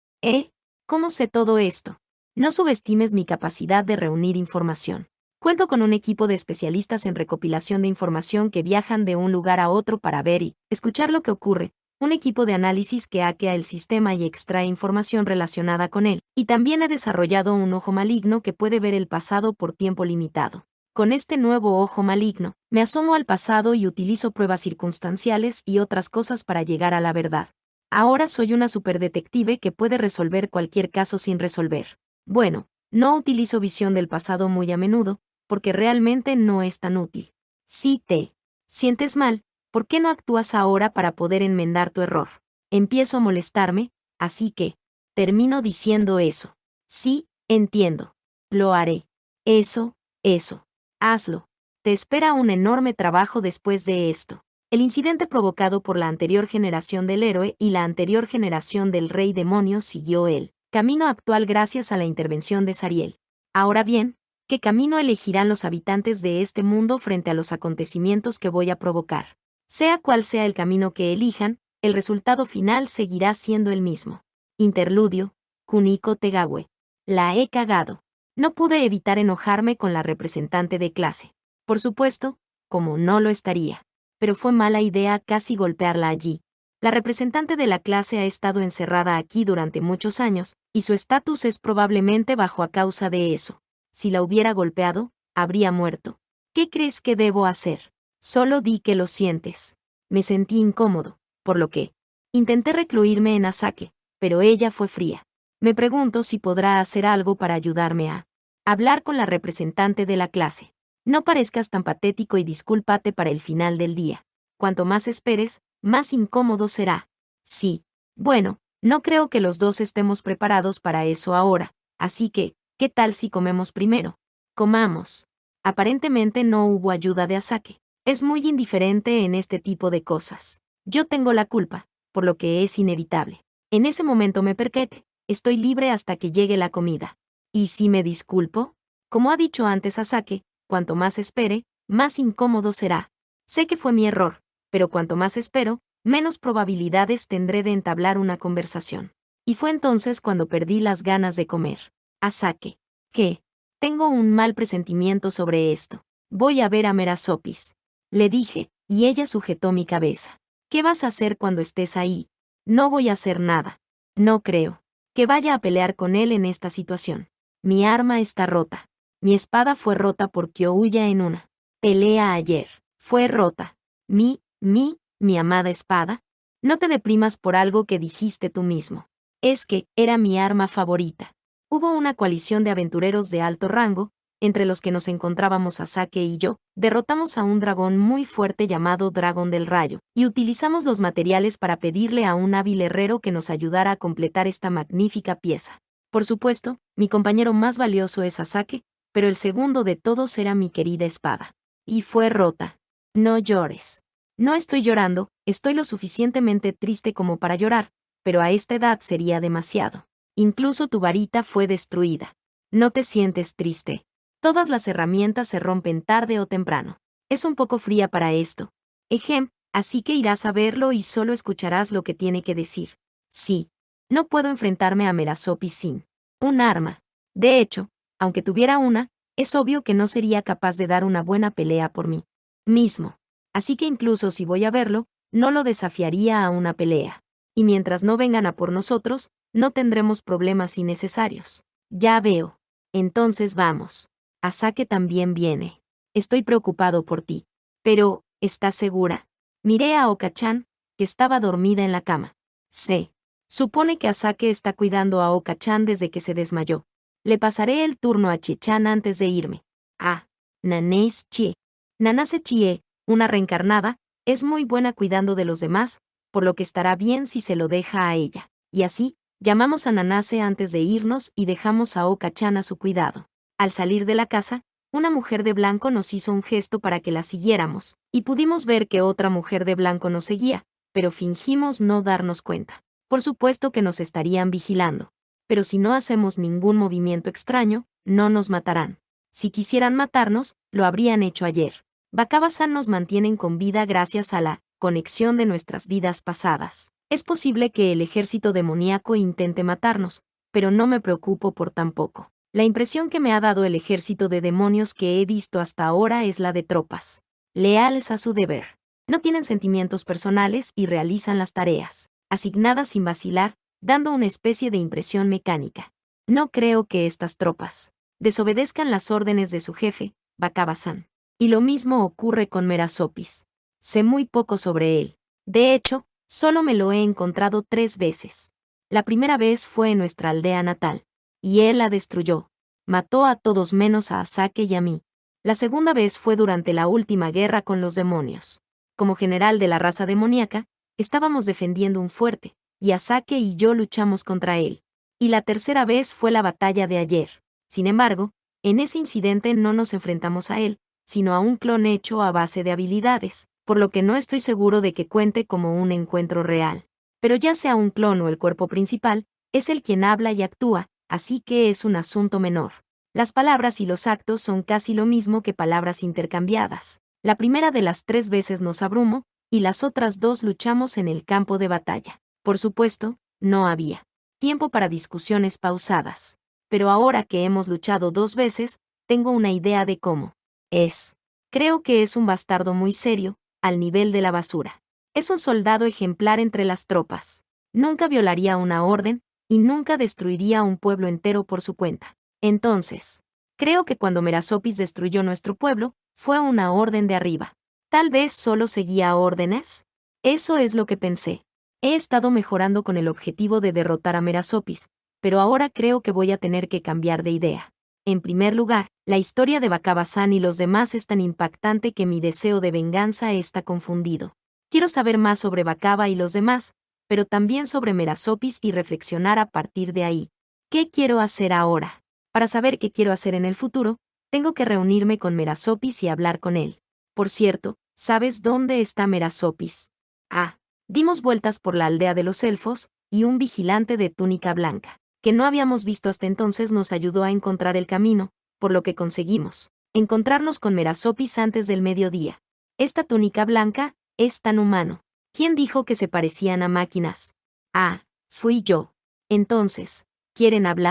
¿Cómo sé todo esto? No subestimes mi capacidad de reunir información. Cuento con un equipo de especialistas en recopilación de información que viajan de un lugar a otro para ver y escuchar lo que ocurre, un equipo de análisis que hackea el sistema y extrae información relacionada con él, y también he desarrollado un ojo maligno que puede ver el pasado por tiempo limitado. Con este nuevo ojo maligno, me asomo al pasado y utilizo pruebas circunstanciales y otras cosas para llegar a la verdad. Ahora soy una superdetective que puede resolver cualquier caso sin resolver. Bueno, no utilizo visión del pasado muy a menudo, porque realmente no es tan útil. Si te sientes mal, ¿por qué no actúas ahora para poder enmendar tu error? Empiezo a molestarme, así que termino diciendo eso. Sí, entiendo. Lo haré. Eso. Hazlo. Te espera un enorme trabajo después de esto. El incidente provocado por la anterior generación del héroe y la anterior generación del rey demonio siguió el camino actual gracias a la intervención de Zariel. Ahora bien, ¿qué camino elegirán los habitantes de este mundo frente a los acontecimientos que voy a provocar? Sea cual sea el camino que elijan, el resultado final seguirá siendo el mismo. Interludio, Kuniko Tegawe. La he cagado. No pude evitar enojarme con la representante de clase. Por supuesto, como no lo estaría. Pero fue mala idea casi golpearla allí. La representante de la clase ha estado encerrada aquí durante muchos años, y su estatus es probablemente bajo a causa de eso. Si la hubiera golpeado, habría muerto. ¿Qué crees que debo hacer? Solo di que lo sientes. Me sentí incómodo, por lo que intenté recluirme en Asake, pero ella fue fría. Me pregunto si podrá hacer algo para ayudarme a hablar con la representante de la clase. No parezcas tan patético y discúlpate para el final del día. Cuanto más esperes, más incómodo será. Sí. Bueno, no creo que los dos estemos preparados para eso ahora, así que, ¿qué tal si comemos primero? Comamos. Aparentemente no hubo ayuda de Asake. Es muy indiferente en este tipo de cosas. Yo tengo la culpa, por lo que es inevitable. En ese momento me percaté. Estoy libre hasta que llegue la comida. ¿Y si me disculpo? Como ha dicho antes Asake, cuanto más espere, más incómodo será. Sé que fue mi error, pero cuanto más espero, menos probabilidades tendré de entablar una conversación. Y fue entonces cuando perdí las ganas de comer. Asake. ¿Qué? Tengo un mal presentimiento sobre esto. Voy a ver a Merasopis. Le dije, y ella sujetó mi cabeza. ¿Qué vas a hacer cuando estés ahí? No voy a hacer nada. No creo que vaya a pelear con él en esta situación. Mi arma está rota. Mi espada fue rota por Kyoya en una pelea ayer. Fue rota. Mi amada espada. No te deprimas por algo que dijiste tú mismo. Es que era mi arma favorita. Hubo una coalición de aventureros de alto rango, entre los que nos encontrábamos Asake y yo, derrotamos a un dragón muy fuerte llamado Dragón del Rayo, y utilizamos los materiales para pedirle a un hábil herrero que nos ayudara a completar esta magnífica pieza. Por supuesto, mi compañero más valioso es Asake, pero el segundo de todos era mi querida espada. Y fue rota. No llores. No estoy llorando, estoy lo suficientemente triste como para llorar, pero a esta edad sería demasiado. Incluso tu varita fue destruida. No te sientes triste. Todas las herramientas se rompen tarde o temprano. Es un poco fría para esto. Así que irás a verlo y solo escucharás lo que tiene que decir. Sí. No puedo enfrentarme a Merasopis sin un arma. De hecho, aunque tuviera una, es obvio que no sería capaz de dar una buena pelea por mí mismo. Así que incluso si voy a verlo, no lo desafiaría a una pelea. Y mientras no vengan a por nosotros, no tendremos problemas innecesarios. Ya veo. Entonces vamos. Asake también viene. Estoy preocupado por ti. Pero, ¿estás segura? Miré a Oka-chan, que estaba dormida en la cama. Se supone que Asake está cuidando a Oka-chan desde que se desmayó. Le pasaré el turno a Chie-chan antes de irme. Ah, Nanase Chie. Nanase Chie, una reencarnada, es muy buena cuidando de los demás, por lo que estará bien si se lo deja a ella. Y así, llamamos a Nanase antes de irnos y dejamos a Oka-chan a su cuidado. Al salir de la casa, una mujer de blanco nos hizo un gesto para que la siguiéramos, y pudimos ver que otra mujer de blanco nos seguía, pero fingimos no darnos cuenta. Por supuesto que nos estarían vigilando. Pero si no hacemos ningún movimiento extraño, no nos matarán. Si quisieran matarnos, lo habrían hecho ayer. Wakaba-san nos mantienen con vida gracias a la conexión de nuestras vidas pasadas. Es posible que el ejército demoníaco intente matarnos, pero no me preocupo por tampoco. La impresión que me ha dado el ejército de demonios que he visto hasta ahora es la de tropas leales a su deber. No tienen sentimientos personales y realizan las tareas asignadas sin vacilar, dando una especie de impresión mecánica. No creo que estas tropas desobedezcan las órdenes de su jefe, Wakaba-san. Y lo mismo ocurre con Merasopis. Sé muy poco sobre él. De hecho, solo me lo he encontrado 3 veces. La primera vez fue en nuestra aldea natal. Y él la destruyó. Mató a todos menos a Asake y a mí. La segunda vez fue durante la última guerra con los demonios. Como general de la raza demoníaca, estábamos defendiendo un fuerte, y Asake y yo luchamos contra él. Y la tercera vez fue la batalla de ayer. Sin embargo, en ese incidente no nos enfrentamos a él, sino a un clon hecho a base de habilidades, por lo que no estoy seguro de que cuente como un encuentro real. Pero ya sea un clon o el cuerpo principal, es el quien habla y actúa, así que es un asunto menor. Las palabras y los actos son casi lo mismo que palabras intercambiadas. La primera de las 3 veces nos abrumó, y las otras 2 luchamos en el campo de batalla. Por supuesto, no había tiempo para discusiones pausadas. Pero ahora que hemos luchado 2 veces, tengo una idea de cómo es. Creo que es un bastardo muy serio, al nivel de la basura. Es un soldado ejemplar entre las tropas. Nunca violaría una orden, y nunca destruiría un pueblo entero por su cuenta. Entonces, creo que cuando Merasopis destruyó nuestro pueblo, fue una orden de arriba. Tal vez solo seguía órdenes. Eso es lo que pensé. He estado mejorando con el objetivo de derrotar a Merasopis, pero ahora creo que voy a tener que cambiar de idea. En primer lugar, la historia de Wakaba-san y los demás es tan impactante que mi deseo de venganza está confundido. Quiero saber más sobre Wakaba y los demás, pero también sobre Merasopis y reflexionar a partir de ahí. ¿Qué quiero hacer ahora? Para saber qué quiero hacer en el futuro, tengo que reunirme con Merasopis y hablar con él. Por cierto, ¿sabes dónde está Merasopis? Ah, dimos vueltas por la aldea de los elfos, y un vigilante de túnica blanca, que no habíamos visto hasta entonces, nos ayudó a encontrar el camino, por lo que conseguimos encontrarnos con Merasopis antes del mediodía. Esta túnica blanca es tan humano. ¿Quién dijo que se parecían a máquinas? Ah, fui yo. Entonces, ¿quieren hablar?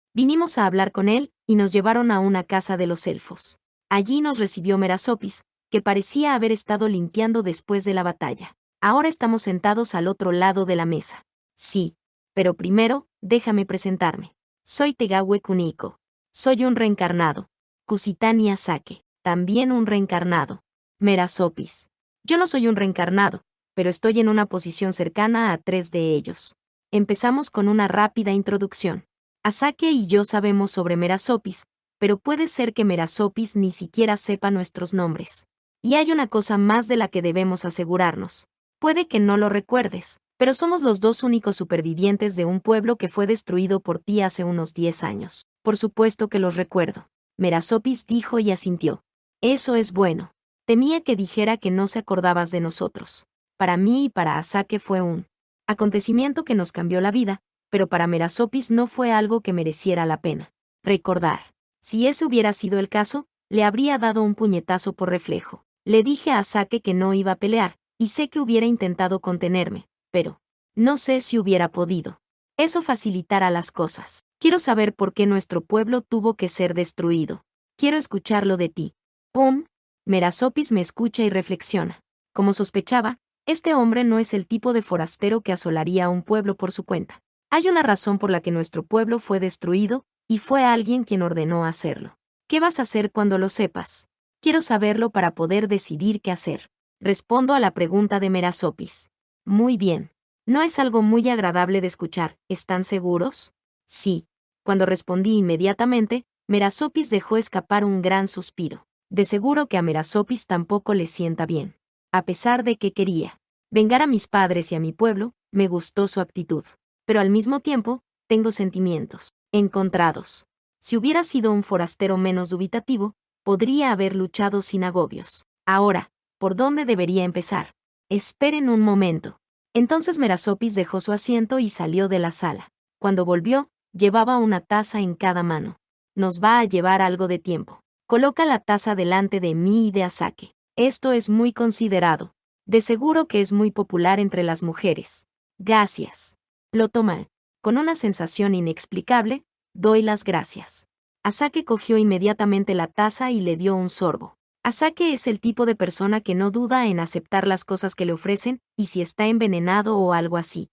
Vinimos a hablar con él, y nos llevaron a una casa de los elfos. Allí nos recibió Merasopis, que parecía haber estado limpiando después de la batalla. Ahora estamos sentados al otro lado de la mesa. Sí. Pero primero, déjame presentarme. Soy Tegawe Kuniko. Soy un reencarnado. Kusitani Asake. También un reencarnado. Merasopis. Yo no soy un reencarnado, pero estoy en una posición cercana a 3 de ellos. Empezamos con una rápida introducción. Asake y yo sabemos sobre Merasopis, pero puede ser que Merasopis ni siquiera sepa nuestros nombres. Y hay una cosa más de la que debemos asegurarnos. Puede que no lo recuerdes, pero somos los 2 únicos supervivientes de un pueblo que fue destruido por ti hace unos 10 años. Por supuesto que los recuerdo. Merasopis dijo y asintió. Eso es bueno. Temía que dijera que no se acordabas de nosotros. Para mí y para Asake fue un acontecimiento que nos cambió la vida, pero para Merasopis no fue algo que mereciera la pena recordar. Si ese hubiera sido el caso, le habría dado un puñetazo por reflejo. Le dije a Asake que no iba a pelear, y sé que hubiera intentado contenerme, pero no sé si hubiera podido. Eso facilitará las cosas. Quiero saber por qué nuestro pueblo tuvo que ser destruido. Quiero escucharlo de ti. ¡Pum! Merasopis me escucha y reflexiona. Como sospechaba, este hombre no es el tipo de forastero que asolaría a un pueblo por su cuenta. Hay una razón por la que nuestro pueblo fue destruido, y fue alguien quien ordenó hacerlo. ¿Qué vas a hacer cuando lo sepas? Quiero saberlo para poder decidir qué hacer. Respondo a la pregunta de Merasopis. Muy bien. No es algo muy agradable de escuchar, ¿están seguros? Sí. Cuando respondí inmediatamente, Merasopis dejó escapar un gran suspiro. De seguro que a Merasopis tampoco le sienta bien. A pesar de que quería vengar a mis padres y a mi pueblo, me gustó su actitud. Pero al mismo tiempo, tengo sentimientos encontrados. Si hubiera sido un forastero menos dubitativo, podría haber luchado sin agobios. Ahora, ¿por dónde debería empezar? Esperen un momento. Entonces Merasopis dejó su asiento y salió de la sala. Cuando volvió, llevaba una taza en cada mano. Nos va a llevar algo de tiempo. Coloca la taza delante de mí y de Asake. Esto es muy considerado. De seguro que es muy popular entre las mujeres. Gracias. Lo toman. Con una sensación inexplicable, doy las gracias. Asake cogió inmediatamente la taza y le dio un sorbo. Asake es el tipo de persona que no duda en aceptar las cosas que le ofrecen, y si está envenenado o algo así.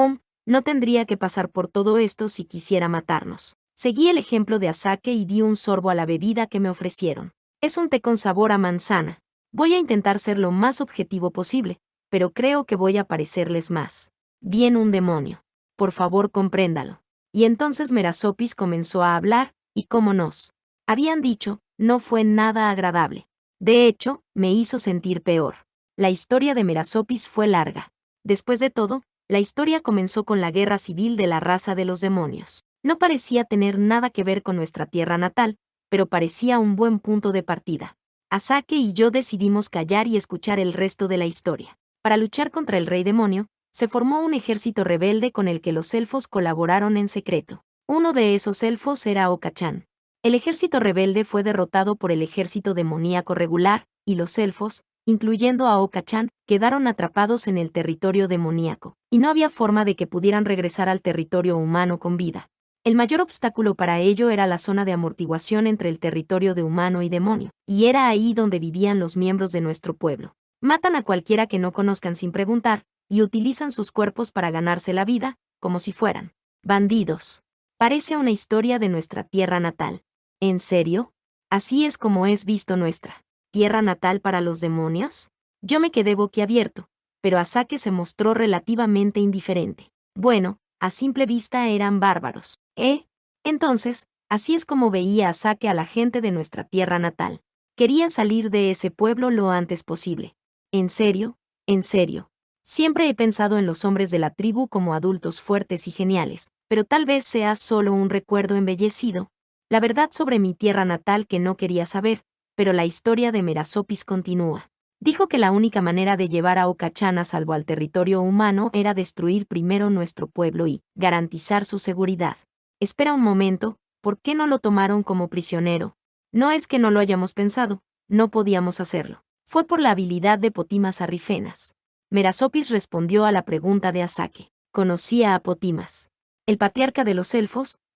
No tendría que pasar por todo esto si quisiera matarnos. Seguí el ejemplo de Asake y di un sorbo a la bebida que me ofrecieron. Es un té con sabor a manzana. Voy a intentar ser lo más objetivo posible, pero creo que voy a parecerles más bien un demonio. Por favor, compréndalo. Y entonces Merasopis comenzó a hablar, y como nos habían dicho, no fue nada agradable. De hecho, me hizo sentir peor. La historia de Merasopis fue larga. Después de todo, la historia comenzó con la guerra civil de la raza de los demonios. No parecía tener nada que ver con nuestra tierra natal, pero parecía un buen punto de partida. Asake y yo decidimos callar y escuchar el resto de la historia. Para luchar contra el rey demonio, se formó un ejército rebelde con el que los elfos colaboraron en secreto. Uno de esos elfos era Okachan. El ejército rebelde fue derrotado por el ejército demoníaco regular, y los elfos, incluyendo a Okachan, quedaron atrapados en el territorio demoníaco, y no había forma de que pudieran regresar al territorio humano con vida. El mayor obstáculo para ello era la zona de amortiguación entre el territorio de humano y demonio, y era ahí donde vivían los miembros de nuestro pueblo. Matan a cualquiera que no conozcan sin preguntar, y utilizan sus cuerpos para ganarse la vida, como si fueran bandidos. Parece una historia de nuestra tierra natal. ¿En serio? ¿Así es como es visto nuestra tierra natal para los demonios? Yo me quedé boquiabierto, pero Asake se mostró relativamente indiferente. Bueno, a simple vista eran bárbaros. Entonces, así es como veía Asake a la gente de nuestra tierra natal. Quería salir de ese pueblo lo antes posible. ¿En serio? ¿En serio? Siempre he pensado en los hombres de la tribu como adultos fuertes y geniales, pero tal vez sea solo un recuerdo embellecido. La verdad sobre mi tierra natal que no quería saber, pero la historia de Merasopis continúa. Dijo que la única manera de llevar a Okachan a salvo al territorio humano era destruir primero nuestro pueblo y garantizar su seguridad. Espera un momento, ¿por qué no lo tomaron como prisionero? No es que no lo hayamos pensado, no podíamos hacerlo. Fue por la habilidad de Potimas Arrifenas. Merasopis respondió a la pregunta de Asake. Conocía a Potimas, el patriarca de los elfos,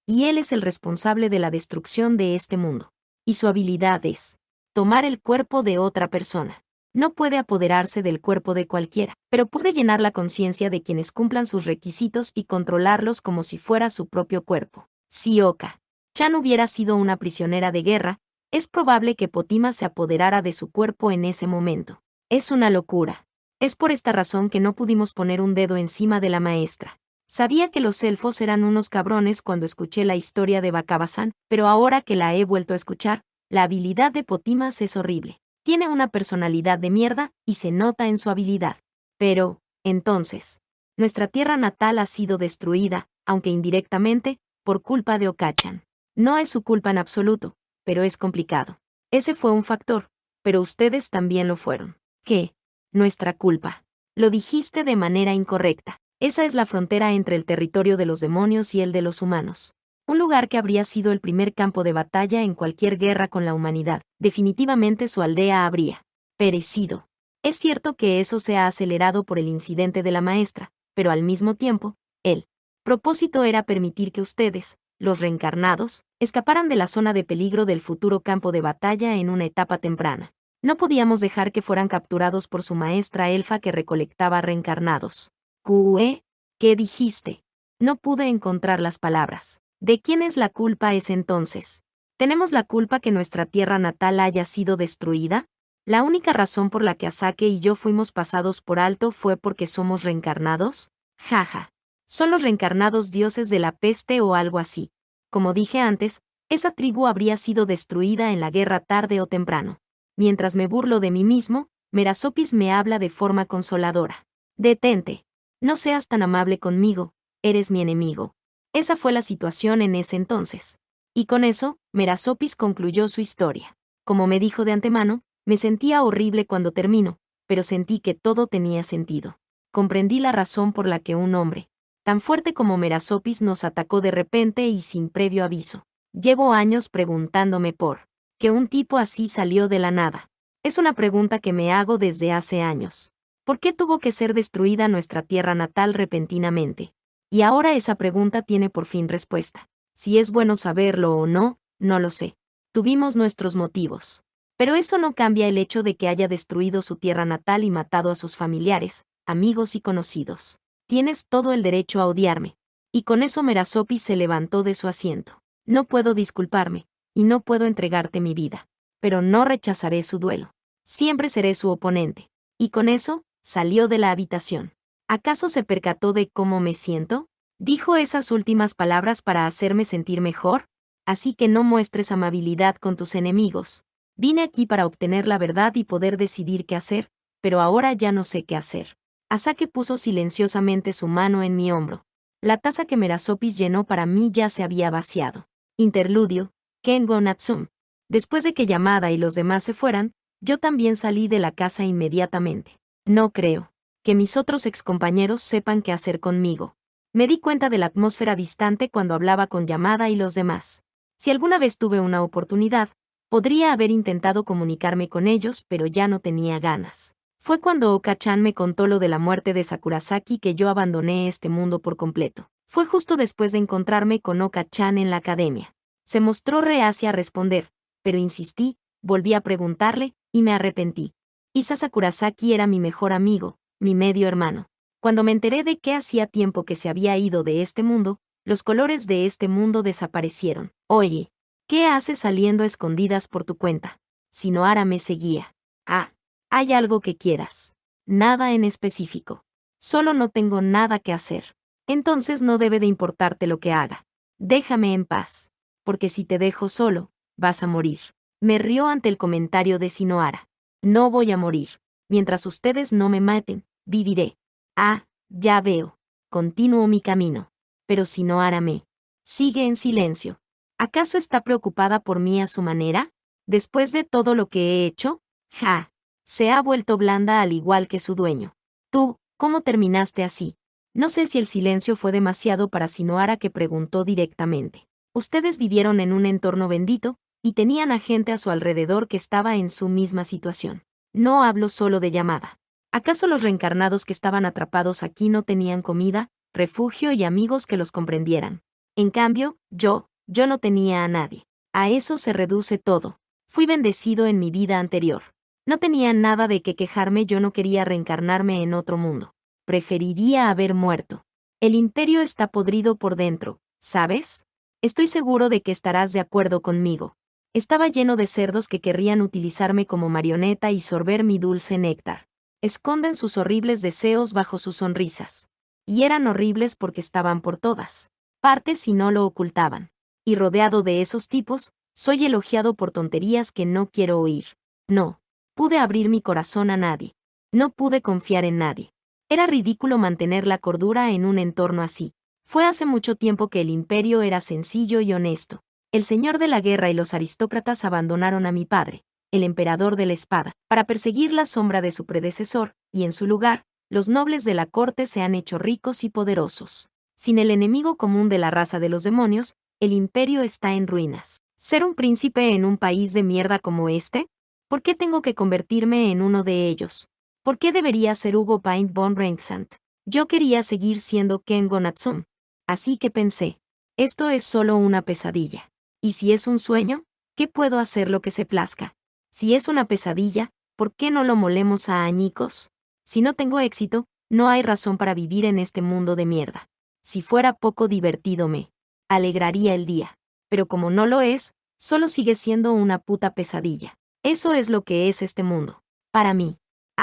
y él es el responsable de la destrucción de este mundo. Y su habilidad es tomar el cuerpo de otra persona. No puede apoderarse del cuerpo de cualquiera, pero puede llenar la conciencia de quienes cumplan sus requisitos y controlarlos como si fuera su propio cuerpo. Si Oka-chan hubiera sido una prisionera de guerra, es probable que Potima se apoderara de su cuerpo en ese momento. Es una locura. Es por esta razón que no pudimos poner un dedo encima de la maestra. Sabía que los elfos eran unos cabrones cuando escuché la historia de Bakaba-san, pero ahora que la he vuelto a escuchar, la habilidad de Potimas es horrible. Tiene una personalidad de mierda y se nota en su habilidad. Pero, entonces, nuestra tierra natal ha sido destruida, aunque indirectamente, por culpa de Oka-chan. No es su culpa en absoluto, pero es complicado. Ese fue un factor, pero ustedes también lo fueron. ¿Qué? Nuestra culpa. Lo dijiste de manera incorrecta. Esa es la frontera entre el territorio de los demonios y el de los humanos. Un lugar que habría sido el primer campo de batalla en cualquier guerra con la humanidad. Definitivamente su aldea habría perecido. Es cierto que eso se ha acelerado por el incidente de la maestra, pero al mismo tiempo, el propósito era permitir que ustedes, los reencarnados, escaparan de la zona de peligro del futuro campo de batalla en una etapa temprana. No podíamos dejar que fueran capturados por su maestra elfa que recolectaba reencarnados. ¿Qué dijiste? No pude encontrar las palabras. ¿De quién es la culpa ese entonces? ¿Tenemos la culpa que nuestra tierra natal haya sido destruida? ¿La única razón por la que Asake y yo fuimos pasados por alto fue porque somos reencarnados? Jaja. Son los reencarnados dioses de la peste o algo así. Como dije antes, esa tribu habría sido destruida en la guerra tarde o temprano. Mientras me burlo de mí mismo, Merasopis me habla de forma consoladora. Detente. No seas tan amable conmigo, eres mi enemigo. Esa fue la situación en ese entonces. Y con eso, Merasopis concluyó su historia. Como me dijo de antemano, me sentía horrible cuando terminó, pero sentí que todo tenía sentido. Comprendí la razón por la que un hombre, tan fuerte como Merasopis, nos atacó de repente y sin previo aviso. Llevo años preguntándome por qué un tipo así salió de la nada. Es una pregunta que me hago desde hace años. ¿Por qué tuvo que ser destruida nuestra tierra natal repentinamente? Y ahora esa pregunta tiene por fin respuesta. Si es bueno saberlo o no, no lo sé. Tuvimos nuestros motivos. Pero eso no cambia el hecho de que haya destruido su tierra natal y matado a sus familiares, amigos y conocidos. Tienes todo el derecho a odiarme. Y con eso Merasopis se levantó de su asiento. No puedo disculparme, y no puedo entregarte mi vida. Pero no rechazaré su duelo. Siempre seré su oponente. Y con eso, salió de la habitación. ¿Acaso se percató de cómo me siento? ¿Dijo esas últimas palabras para hacerme sentir mejor? Así que no muestres amabilidad con tus enemigos. Vine aquí para obtener la verdad y poder decidir qué hacer, pero ahora ya no sé qué hacer. Asake puso silenciosamente su mano en mi hombro. La taza que Merasopis llenó para mí ya se había vaciado. Interludio, Kengo Natsum. Después de que Yamada y los demás se fueran, yo también salí de la casa inmediatamente. No creo que mis otros excompañeros sepan qué hacer conmigo. Me di cuenta de la atmósfera distante cuando hablaba con Yamada y los demás. Si alguna vez tuve una oportunidad, podría haber intentado comunicarme con ellos, pero ya no tenía ganas. Fue cuando Oka-chan me contó lo de la muerte de Sakurasaki que yo abandoné este mundo por completo. Fue justo después de encontrarme con Oka-chan en la academia. Se mostró reacia a responder, pero insistí, volví a preguntarle, y me arrepentí. Isa Sakurasaki era mi mejor amigo, mi medio hermano. Cuando me enteré de que hacía tiempo que se había ido de este mundo, los colores de este mundo desaparecieron. Oye, ¿qué haces saliendo a escondidas por tu cuenta? Shinohara me seguía. Ah, hay algo que quieras. Nada en específico. Solo no tengo nada que hacer. Entonces no debe de importarte lo que haga. Déjame en paz. Porque si te dejo solo, vas a morir. Me rió ante el comentario de Shinohara. No voy a morir. Mientras ustedes no me maten, viviré. Ah, ya veo. Continúo mi camino. Pero Shinohara me sigue en silencio. ¿Acaso está preocupada por mí a su manera? Después de todo lo que he hecho, ja, se ha vuelto blanda al igual que su dueño. Tú, ¿cómo terminaste así? No sé si el silencio fue demasiado para Shinohara, que preguntó directamente. Ustedes vivieron en un entorno bendito, y tenían a gente a su alrededor que estaba en su misma situación. No hablo solo de Yamada. ¿Acaso los reencarnados que estaban atrapados aquí no tenían comida, refugio y amigos que los comprendieran? En cambio, yo no tenía a nadie. A eso se reduce todo. Fui bendecido en mi vida anterior. No tenía nada de qué quejarme, yo no quería reencarnarme en otro mundo. Preferiría haber muerto. El imperio está podrido por dentro, ¿sabes? Estoy seguro de que estarás de acuerdo conmigo. Estaba lleno de cerdos que querrían utilizarme como marioneta y sorber mi dulce néctar. Esconden sus horribles deseos bajo sus sonrisas. Y eran horribles porque estaban por todas partes y no lo ocultaban. Y rodeado de esos tipos, soy elogiado por tonterías que no quiero oír. No pude abrir mi corazón a nadie. No pude confiar en nadie. Era ridículo mantener la cordura en un entorno así. Fue hace mucho tiempo que el imperio era sencillo y honesto. El señor de la guerra y los aristócratas abandonaron a mi padre, el emperador de la espada, para perseguir la sombra de su predecesor, y en su lugar, los nobles de la corte se han hecho ricos y poderosos. Sin el enemigo común de la raza de los demonios, el imperio está en ruinas. ¿Ser un príncipe en un país de mierda como este? ¿Por qué tengo que convertirme en uno de ellos? ¿Por qué debería ser Hugo Paint von Reinksant? Yo quería seguir siendo Ken Gonatsum. Así que pensé, esto es solo una pesadilla. ¿Y si es un sueño? ¿Qué puedo hacer lo que se plazca? Si es una pesadilla, ¿por qué no lo molemos a añicos? Si no tengo éxito, no hay razón para vivir en este mundo de mierda. Si fuera poco divertido me alegraría el día. Pero como no lo es, solo sigue siendo una puta pesadilla. Eso es lo que es este mundo. Para mí.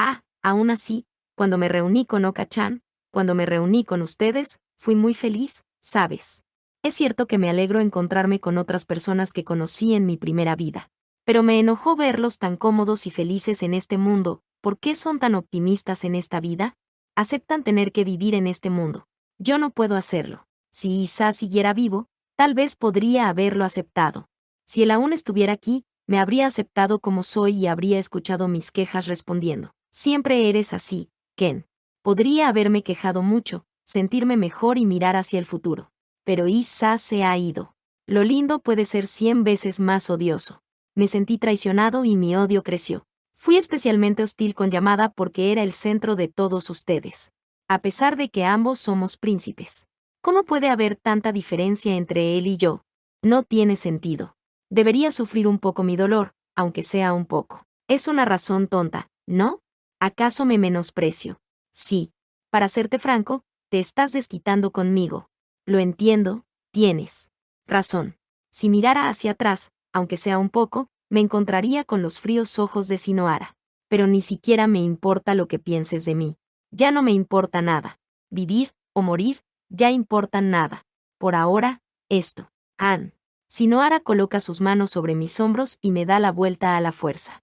Aún así, cuando me reuní con Oka-chan, cuando me reuní con ustedes, fui muy feliz, ¿sabes? Es cierto que me alegro encontrarme con otras personas que conocí en mi primera vida. Pero me enojó verlos tan cómodos y felices en este mundo. ¿Por qué son tan optimistas en esta vida? Aceptan tener que vivir en este mundo. Yo no puedo hacerlo. Si Isa siguiera vivo, tal vez podría haberlo aceptado. Si él aún estuviera aquí, me habría aceptado como soy y habría escuchado mis quejas respondiendo: siempre eres así, Ken. Podría haberme quejado mucho, sentirme mejor y mirar hacia el futuro. Pero Isa se ha ido. Lo lindo puede ser 100 veces más odioso. Me sentí traicionado y mi odio creció. Fui especialmente hostil con Yamada porque era el centro de todos ustedes. A pesar de que ambos somos príncipes. ¿Cómo puede haber tanta diferencia entre él y yo? No tiene sentido. Debería sufrir un poco mi dolor, aunque sea un poco. Es una razón tonta, ¿no? ¿Acaso me menosprecio? Sí. Para serte franco, te estás desquitando conmigo. Lo entiendo, tienes razón. Si mirara hacia atrás, aunque sea un poco, me encontraría con los fríos ojos de Shinohara. Pero ni siquiera me importa lo que pienses de mí. Ya no me importa nada. Vivir o morir, ya importan nada. Por ahora, esto. Shinohara coloca sus manos sobre mis hombros y me da la vuelta a la fuerza.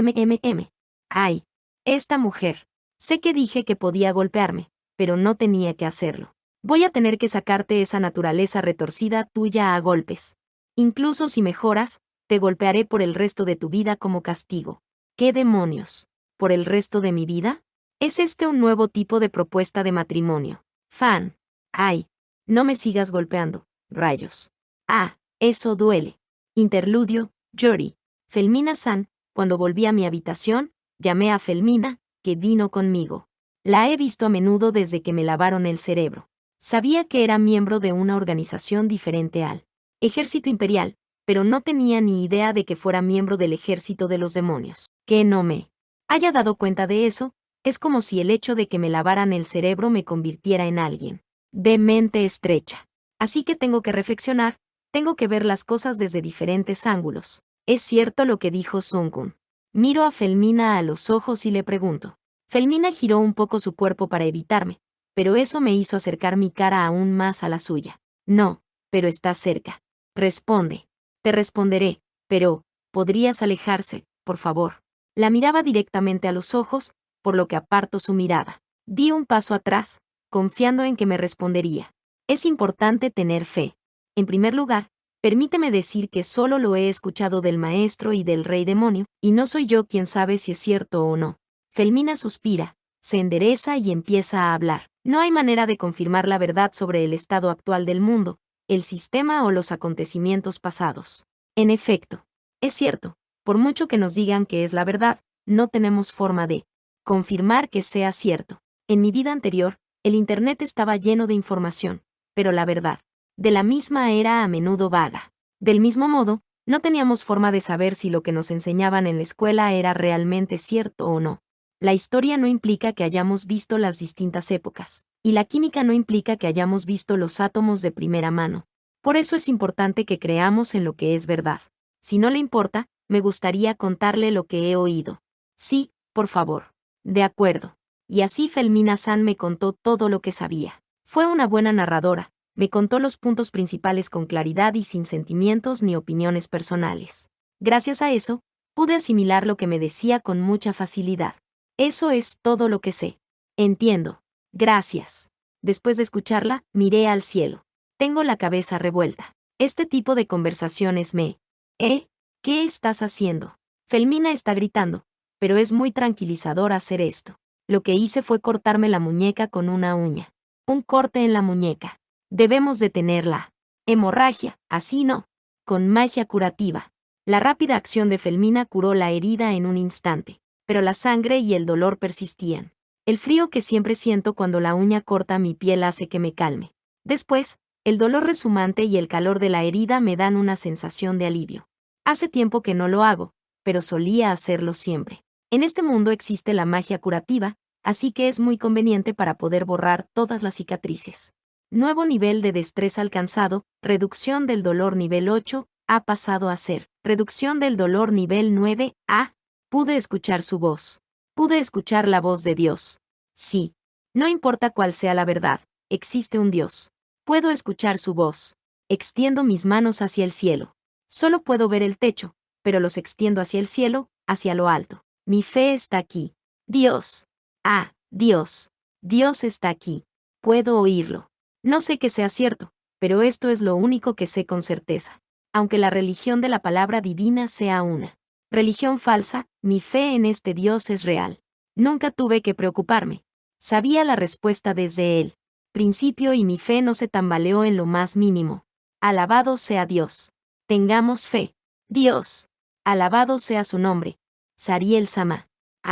Ay. Esta mujer. Sé que dije que podía golpearme, pero no tenía que hacerlo. Voy a tener que sacarte esa naturaleza retorcida tuya a golpes. Incluso si mejoras, te golpearé por el resto de tu vida como castigo. ¿Qué demonios? ¿Por el resto de mi vida? ¿Es este un nuevo tipo de propuesta de matrimonio? Ay. No me sigas golpeando, rayos. Eso duele. Interludio, Yori. Felmina-san, cuando volví a mi habitación, llamé a Felmina, que vino conmigo. La he visto a menudo desde que me lavaron el cerebro. Sabía que era miembro de una organización diferente al Ejército Imperial, pero no tenía ni idea de que fuera miembro del Ejército de los Demonios. Que no me haya dado cuenta de eso, es como si el hecho de que me lavaran el cerebro me convirtiera en alguien de mente estrecha. Así que tengo que reflexionar, tengo que ver las cosas desde diferentes ángulos. Es cierto lo que dijo Sung-kun. Miro a Felmina a los ojos y le pregunto. Felmina giró un poco su cuerpo para evitarme, pero eso me hizo acercar mi cara aún más a la suya. No, pero estás cerca. Responde. Te responderé, pero, ¿podrías alejarse, por favor? La miraba directamente a los ojos, por lo que aparto su mirada. Di un paso atrás, confiando en que me respondería. Es importante tener fe. En primer lugar, permíteme decir que solo lo he escuchado del maestro y del rey demonio, y no soy yo quien sabe si es cierto o no. Felmina suspira, se endereza y empieza a hablar. No hay manera de confirmar la verdad sobre el estado actual del mundo, el sistema o los acontecimientos pasados. En efecto, es cierto, por mucho que nos digan que es la verdad, no tenemos forma de confirmar que sea cierto. En mi vida anterior, el Internet estaba lleno de información, pero la verdad De la misma era a menudo vaga. Del mismo modo, no teníamos forma de saber si lo que nos enseñaban en la escuela era realmente cierto o no. La historia no implica que hayamos visto las distintas épocas, y la química no implica que hayamos visto los átomos de primera mano. Por eso es importante que creamos en lo que es verdad. Si no le importa, me gustaría contarle lo que he oído. Sí, por favor. De acuerdo. Y así Felmina-san me contó todo lo que sabía. Fue una buena narradora, me contó los puntos principales con claridad y sin sentimientos ni opiniones personales. Gracias a eso, pude asimilar lo que me decía con mucha facilidad. Eso es todo lo que sé. Entiendo. Gracias. Después de escucharla, miré al cielo. Tengo la cabeza revuelta. Este tipo de conversaciones me... ¿Qué estás haciendo? Felmina está gritando, pero es muy tranquilizador hacer esto. Lo que hice fue cortarme la muñeca con una uña. Un corte en la muñeca. Debemos detenerla. Hemorragia, así no. Con magia curativa. La rápida acción de Felmina curó la herida en un instante, pero la sangre y el dolor persistían. El frío que siempre siento cuando la uña corta mi piel hace que me calme. Después, el dolor resumante y el calor de la herida me dan una sensación de alivio. Hace tiempo que no lo hago, pero solía hacerlo siempre. En este mundo existe la magia curativa, así que es muy conveniente para poder borrar todas las cicatrices. Nuevo nivel de destreza alcanzado, reducción del dolor nivel 8, ha pasado a ser reducción del dolor nivel 9, pude escuchar su voz. Pude escuchar la voz de Dios. Sí. No importa cuál sea la verdad, existe un Dios. Puedo escuchar su voz. Extiendo mis manos hacia el cielo. Solo puedo ver el techo, pero los extiendo hacia el cielo, hacia lo alto. Mi fe está aquí. Dios. Dios. Dios está aquí. Puedo oírlo. No sé que sea cierto, pero esto es lo único que sé con certeza. Aunque la religión de la palabra divina sea una religión falsa, mi fe en este Dios es real. Nunca tuve que preocuparme. Sabía la respuesta desde el principio y mi fe no se tambaleó en lo más mínimo. Alabado sea Dios. Tengamos fe. Dios. Alabado sea su nombre. Sariel Sama.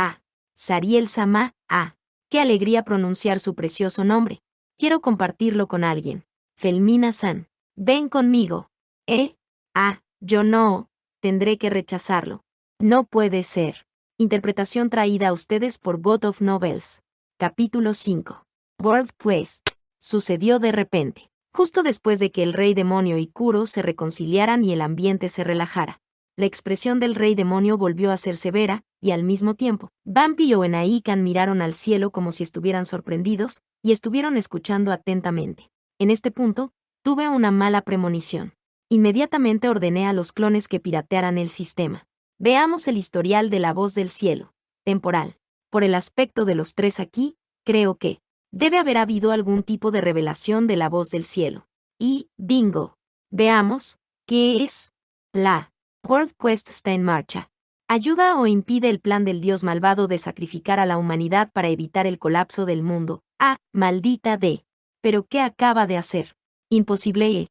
Sariel Sama. Qué alegría pronunciar su precioso nombre. Quiero compartirlo con alguien. Felmina-san. Ven conmigo. Yo no. Tendré que rechazarlo. No puede ser. Interpretación traída a ustedes por God of Novels. Capítulo 5. World Quest. Sucedió de repente, justo después de que el rey demonio y Kuro se reconciliaran y el ambiente se relajara. La expresión del rey demonio volvió a ser severa, y al mismo tiempo, Bambi y Oenaikan miraron al cielo como si estuvieran sorprendidos, y estuvieron escuchando atentamente. En este punto, tuve una mala premonición. Inmediatamente ordené a los clones que piratearan el sistema. Veamos el historial de la voz del cielo. Temporal. Por el aspecto de los tres aquí, creo que debe haber habido algún tipo de revelación de la voz del cielo. Y, bingo. Veamos, ¿qué es? La World Quest está en marcha. Ayuda o impide el plan del dios malvado de sacrificar a la humanidad para evitar el colapso del mundo. Maldita D. ¿Pero qué acaba de hacer? Imposible.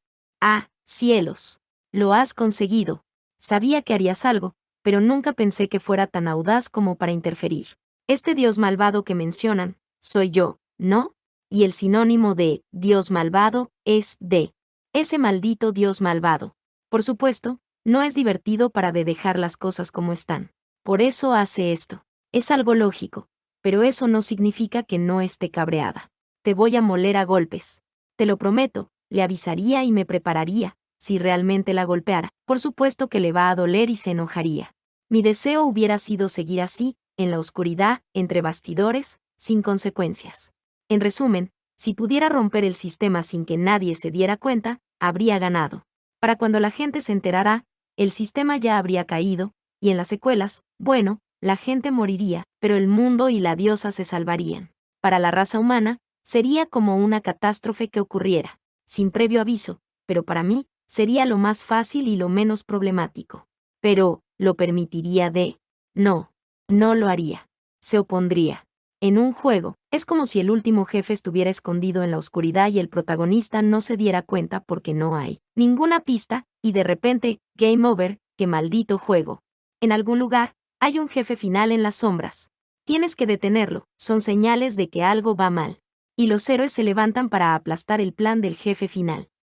Cielos. Lo has conseguido. Sabía que harías algo, pero nunca pensé que fuera tan audaz como para interferir. Este dios malvado que mencionan, soy yo, ¿no? Y el sinónimo de dios malvado es de ese maldito dios malvado. Por supuesto, no es divertido para de dejar las cosas como están. Por eso hace esto. Es algo lógico, pero eso no significa que no esté cabreada. Te voy a moler a golpes. Te lo prometo, le avisaría y me prepararía. Si realmente la golpeara, por supuesto que le va a doler y se enojaría. Mi deseo hubiera sido seguir así, en la oscuridad, entre bastidores, sin consecuencias. En resumen, si pudiera romper el sistema sin que nadie se diera cuenta, habría ganado. Para cuando la gente se enterara, el sistema ya habría caído, y en las secuelas, bueno, la gente moriría, pero el mundo y la diosa se salvarían. Para la raza humana, sería como una catástrofe que ocurriera, sin previo aviso, pero para mí, sería lo más fácil y lo menos problemático. Pero, ¿lo permitiría de? No lo haría. Se opondría. En un juego, es como si el último jefe estuviera escondido en la oscuridad y el protagonista no se diera cuenta porque no hay ninguna pista, y de repente, game over, qué maldito juego. En algún lugar, hay un jefe final en las sombras. Tienes que detenerlo, son señales de que algo va mal. Y los héroes se levantan para aplastar el plan del jefe final.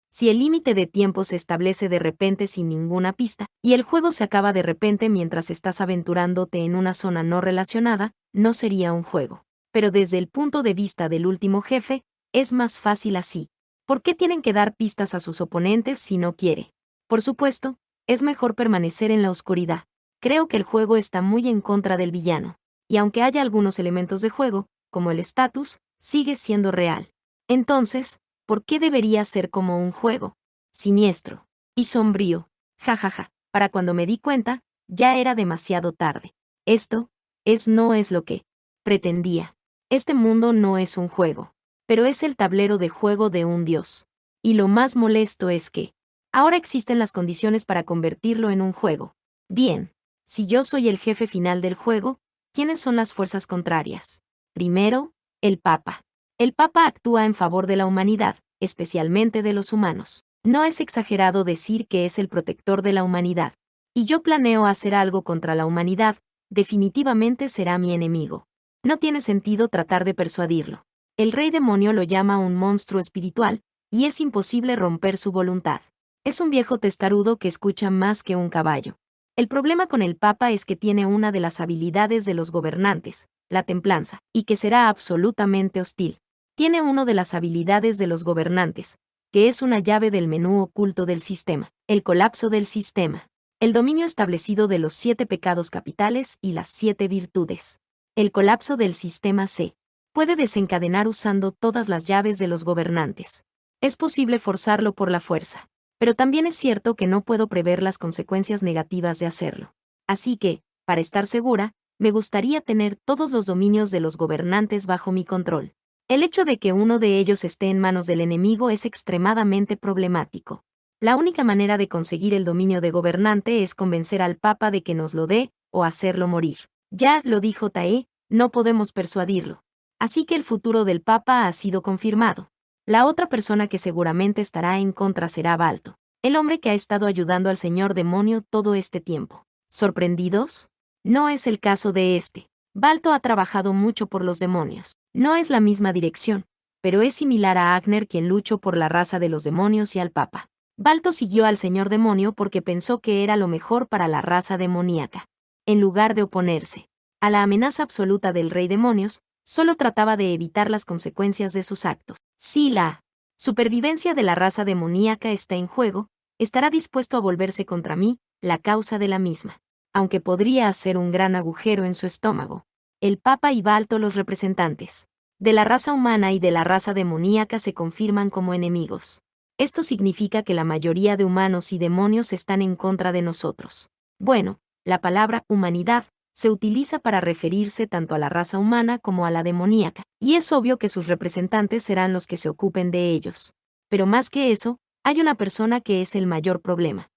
Si el límite de tiempo se establece de repente sin ninguna pista, y el juego se acaba de repente mientras estás aventurándote en una zona no relacionada, no sería un juego. Pero desde el punto de vista del último jefe, es más fácil así. ¿Por qué tienen que dar pistas a sus oponentes si no quiere? Por supuesto, es mejor permanecer en la oscuridad. Creo que el juego está muy en contra del villano. Y aunque haya algunos elementos de juego, como el estatus, sigue siendo real. Entonces, ¿por qué debería ser como un juego? Siniestro. Y sombrío. Jajaja. Para cuando me di cuenta, ya era demasiado tarde. Esto, no es lo que pretendía. Este mundo no es un juego, pero es el tablero de juego de un dios. Y lo más molesto es que, ahora existen las condiciones para convertirlo en un juego. Bien. Si yo soy el jefe final del juego, ¿quiénes son las fuerzas contrarias? Primero, el Papa. El Papa actúa en favor de la humanidad, especialmente de los humanos. No es exagerado decir que es el protector de la humanidad. Y yo planeo hacer algo contra la humanidad, definitivamente será mi enemigo. No tiene sentido tratar de persuadirlo. El rey demonio lo llama un monstruo espiritual, y es imposible romper su voluntad. Es un viejo testarudo que escucha más que un caballo. El problema con el Papa es que tiene una de las habilidades de los gobernantes, la templanza, y que será absolutamente hostil. Tiene una de las habilidades de los gobernantes, que es una llave del menú oculto del sistema, el colapso del sistema, el dominio establecido de los 7 pecados capitales y las 7 virtudes. El colapso del sistema se puede desencadenar usando todas las llaves de los gobernantes. Es posible forzarlo por la fuerza. Pero también es cierto que no puedo prever las consecuencias negativas de hacerlo. Así que, para estar segura, me gustaría tener todos los dominios de los gobernantes bajo mi control. El hecho de que uno de ellos esté en manos del enemigo es extremadamente problemático. La única manera de conseguir el dominio de gobernante es convencer al Papa de que nos lo dé, o hacerlo morir. Ya lo dijo Tae, no podemos persuadirlo. Así que el futuro del Papa ha sido confirmado. La otra persona que seguramente estará en contra será Balto, el hombre que ha estado ayudando al señor demonio todo este tiempo. ¿Sorprendidos? No es el caso de este. Balto ha trabajado mucho por los demonios. No es la misma dirección, pero es similar a Agner quien luchó por la raza de los demonios y al Papa. Balto siguió al señor demonio porque pensó que era lo mejor para la raza demoníaca. En lugar de oponerse a la amenaza absoluta del rey demonios, solo trataba de evitar las consecuencias de sus actos. Si la supervivencia de la raza demoníaca está en juego, estará dispuesto a volverse contra mí, la causa de la misma. Aunque podría hacer un gran agujero en su estómago. El Papa y Balto, los representantes de la raza humana y de la raza demoníaca, se confirman como enemigos. Esto significa que la mayoría de humanos y demonios están en contra de nosotros. Bueno, la palabra humanidad se utiliza para referirse tanto a la raza humana como a la demoníaca, y es obvio que sus representantes serán los que se ocupen de ellos. Pero más que eso, hay una persona que es el mayor problema.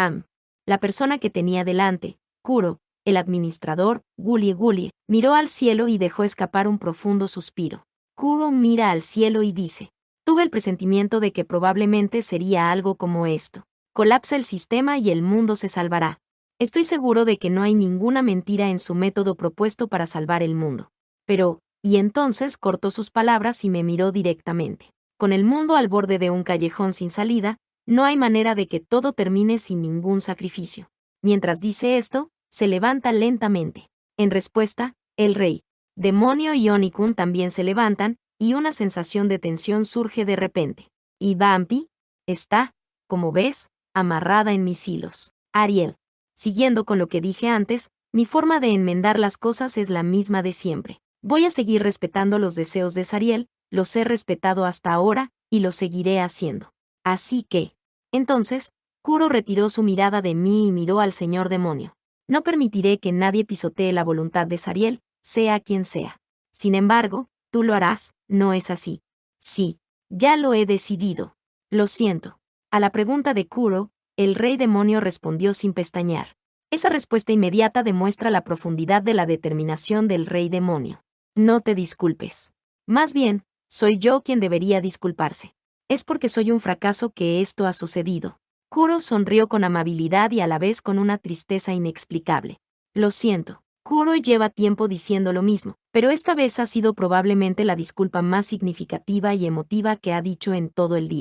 La persona que tenía delante, Kuro, el administrador, Gulie, miró al cielo y dejó escapar un profundo suspiro. Kuro mira al cielo y dice: tuve el presentimiento de que probablemente sería algo como esto. Colapsa el sistema y el mundo se salvará. Estoy seguro de que no hay ninguna mentira en su método propuesto para salvar el mundo. Pero, y entonces cortó sus palabras y me miró directamente. Con el mundo al borde de un callejón sin salida, no hay manera de que todo termine sin ningún sacrificio. Mientras dice esto, se levanta lentamente. En respuesta, el rey, demonio y Onikun también se levantan, y una sensación de tensión surge de repente. Y Vampi está, como ves, amarrada en mis hilos. Ariel. Siguiendo con lo que dije antes, mi forma de enmendar las cosas es la misma de siempre. Voy a seguir respetando los deseos de Sariel, los he respetado hasta ahora, y lo seguiré haciendo. Así que, entonces, Kuro retiró su mirada de mí y miró al señor demonio. No permitiré que nadie pisotee la voluntad de Sariel, sea quien sea. Sin embargo, tú lo harás, ¿no es así? Sí, ya lo he decidido. Lo siento. A la pregunta de Kuro, el rey demonio respondió sin pestañear. Esa respuesta inmediata demuestra la profundidad de la determinación del rey demonio. No te disculpes. Más bien, soy yo quien debería disculparse. Es porque soy un fracaso que esto ha sucedido. Kuro sonrió con amabilidad y a la vez con una tristeza inexplicable. Lo siento. Kuro lleva tiempo diciendo lo mismo, pero esta vez ha sido probablemente la disculpa más significativa y emotiva que ha dicho en todo el día.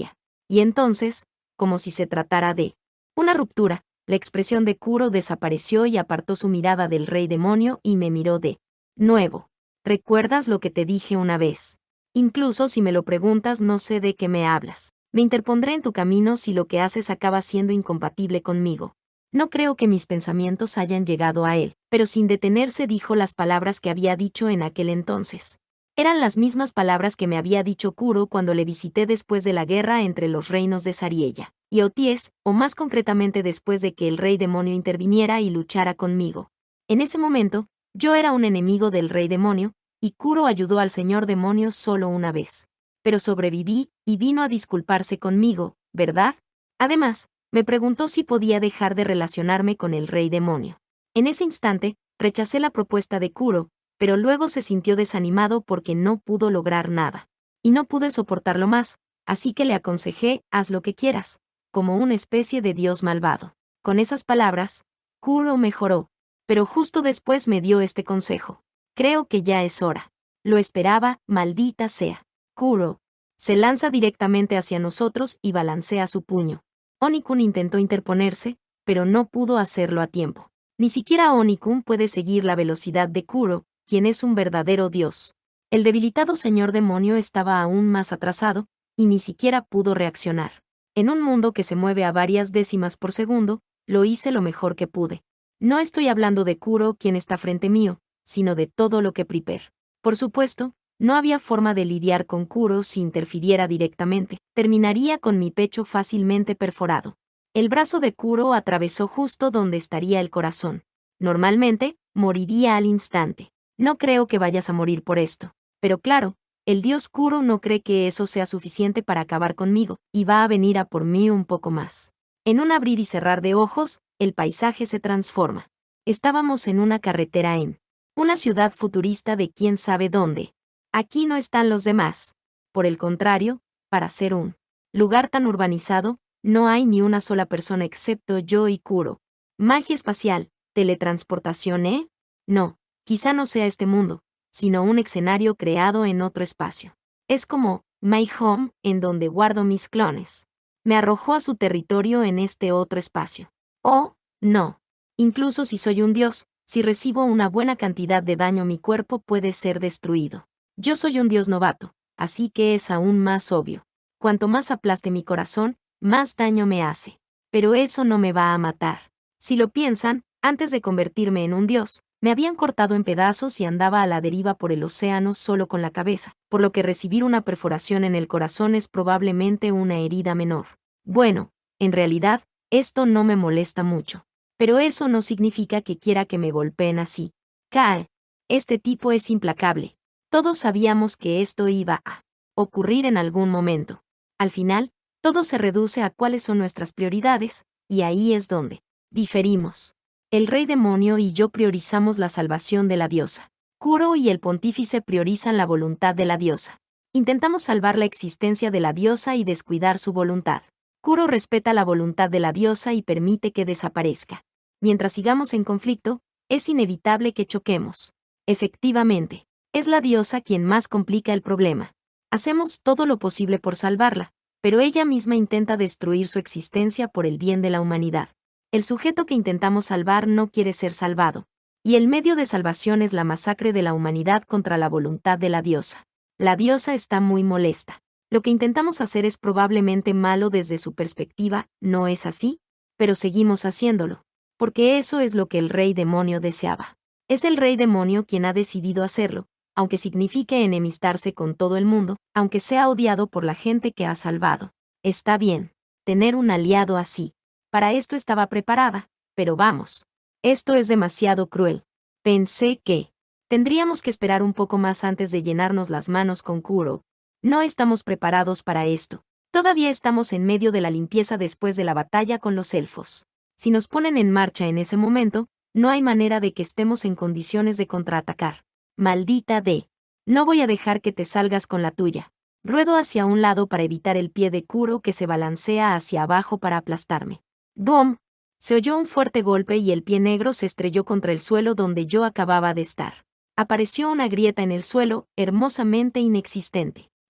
Y entonces, como si se tratara de una ruptura, la expresión de Kuro desapareció y apartó su mirada del rey demonio y me miró de nuevo. ¿Recuerdas lo que te dije una vez? Incluso si me lo preguntas, no sé de qué me hablas. Me interpondré en tu camino si lo que haces acaba siendo incompatible conmigo. No creo que mis pensamientos hayan llegado a él, pero sin detenerse dijo las palabras que había dicho en aquel entonces. Eran las mismas palabras que me había dicho Kuro cuando le visité después de la guerra entre los reinos de Sariella y Oties, o más concretamente después de que el rey demonio interviniera y luchara conmigo. En ese momento, yo era un enemigo del rey demonio, y Kuro ayudó al señor demonio solo una vez. Pero sobreviví, y vino a disculparse conmigo, ¿verdad? Además, me preguntó si podía dejar de relacionarme con el rey demonio. En ese instante, rechacé la propuesta de Kuro, pero luego se sintió desanimado porque no pudo lograr nada. Y no pude soportarlo más, así que le aconsejé, haz lo que quieras, como una especie de dios malvado. Con esas palabras, Kuro mejoró, pero justo después me dio este consejo. Creo que ya es hora. Lo esperaba, maldita sea. Kuro se lanza directamente hacia nosotros y balancea su puño. Onikun intentó interponerse, pero no pudo hacerlo a tiempo. Ni siquiera Onikun puede seguir la velocidad de Kuro, quien es un verdadero dios. El debilitado señor demonio estaba aún más atrasado, y ni siquiera pudo reaccionar. En un mundo que se mueve a varias décimas por segundo, lo hice lo mejor que pude. No estoy hablando de Kuro, quien está frente mío, sino de todo lo que Prepare. Por supuesto, no había forma de lidiar con Kuro si interfiriera directamente. Terminaría con mi pecho fácilmente perforado. El brazo de Kuro atravesó justo donde estaría el corazón. Normalmente, moriría al instante. No creo que vayas a morir por esto. Pero claro, el dios Kuro no cree que eso sea suficiente para acabar conmigo, y va a venir a por mí un poco más. En un abrir y cerrar de ojos, el paisaje se transforma. Estábamos en una carretera en una ciudad futurista de quién sabe dónde. Aquí no están los demás. Por el contrario, para ser un lugar tan urbanizado, no hay ni una sola persona excepto yo y Kuro. Magia espacial, teletransportación, ¿eh? No, quizá no sea este mundo, sino un escenario creado en otro espacio. Es como My Home, en donde guardo mis clones. Me arrojó a su territorio en este otro espacio. Oh, no. Incluso si soy un dios, si recibo una buena cantidad de daño, mi cuerpo puede ser destruido. Yo soy un dios novato, así que es aún más obvio. Cuanto más aplaste mi corazón, más daño me hace. Pero eso no me va a matar. Si lo piensan, antes de convertirme en un dios, me habían cortado en pedazos y andaba a la deriva por el océano solo con la cabeza, por lo que recibir una perforación en el corazón es probablemente una herida menor. Bueno, en realidad, esto no me molesta mucho. Pero eso no significa que quiera que me golpeen así. Cal, este tipo es implacable. Todos sabíamos que esto iba a ocurrir en algún momento. Al final, todo se reduce a cuáles son nuestras prioridades, y ahí es donde diferimos. El rey demonio y yo priorizamos la salvación de la diosa. Kuro y el pontífice priorizan la voluntad de la diosa. Intentamos salvar la existencia de la diosa y descuidar su voluntad. Kuro respeta la voluntad de la diosa y permite que desaparezca. Mientras sigamos en conflicto, es inevitable que choquemos. Efectivamente, es la diosa quien más complica el problema. Hacemos todo lo posible por salvarla, pero ella misma intenta destruir su existencia por el bien de la humanidad. El sujeto que intentamos salvar no quiere ser salvado, y el medio de salvación es la masacre de la humanidad contra la voluntad de la diosa. La diosa está muy molesta. Lo que intentamos hacer es probablemente malo desde su perspectiva, ¿no es así? Pero seguimos haciéndolo, porque eso es lo que el rey demonio deseaba. Es el rey demonio quien ha decidido hacerlo, aunque signifique enemistarse con todo el mundo, aunque sea odiado por la gente que ha salvado. Está bien, tener un aliado así. Para esto estaba preparada, pero vamos. Esto es demasiado cruel. Pensé que tendríamos que esperar un poco más antes de llenarnos las manos con Kuro. No estamos preparados para esto. Todavía estamos en medio de la limpieza después de la batalla con los elfos. Si nos ponen en marcha en ese momento, no hay manera de que estemos en condiciones de contraatacar. Maldita D. No voy a dejar que te salgas con la tuya. Ruedo hacia un lado para evitar el pie de Kuro que se balancea hacia abajo para aplastarme. ¡Bum! Se oyó un fuerte golpe y el pie negro se estrelló contra el suelo donde yo acababa de estar. Apareció una grieta en el suelo, hermosamente inexistente.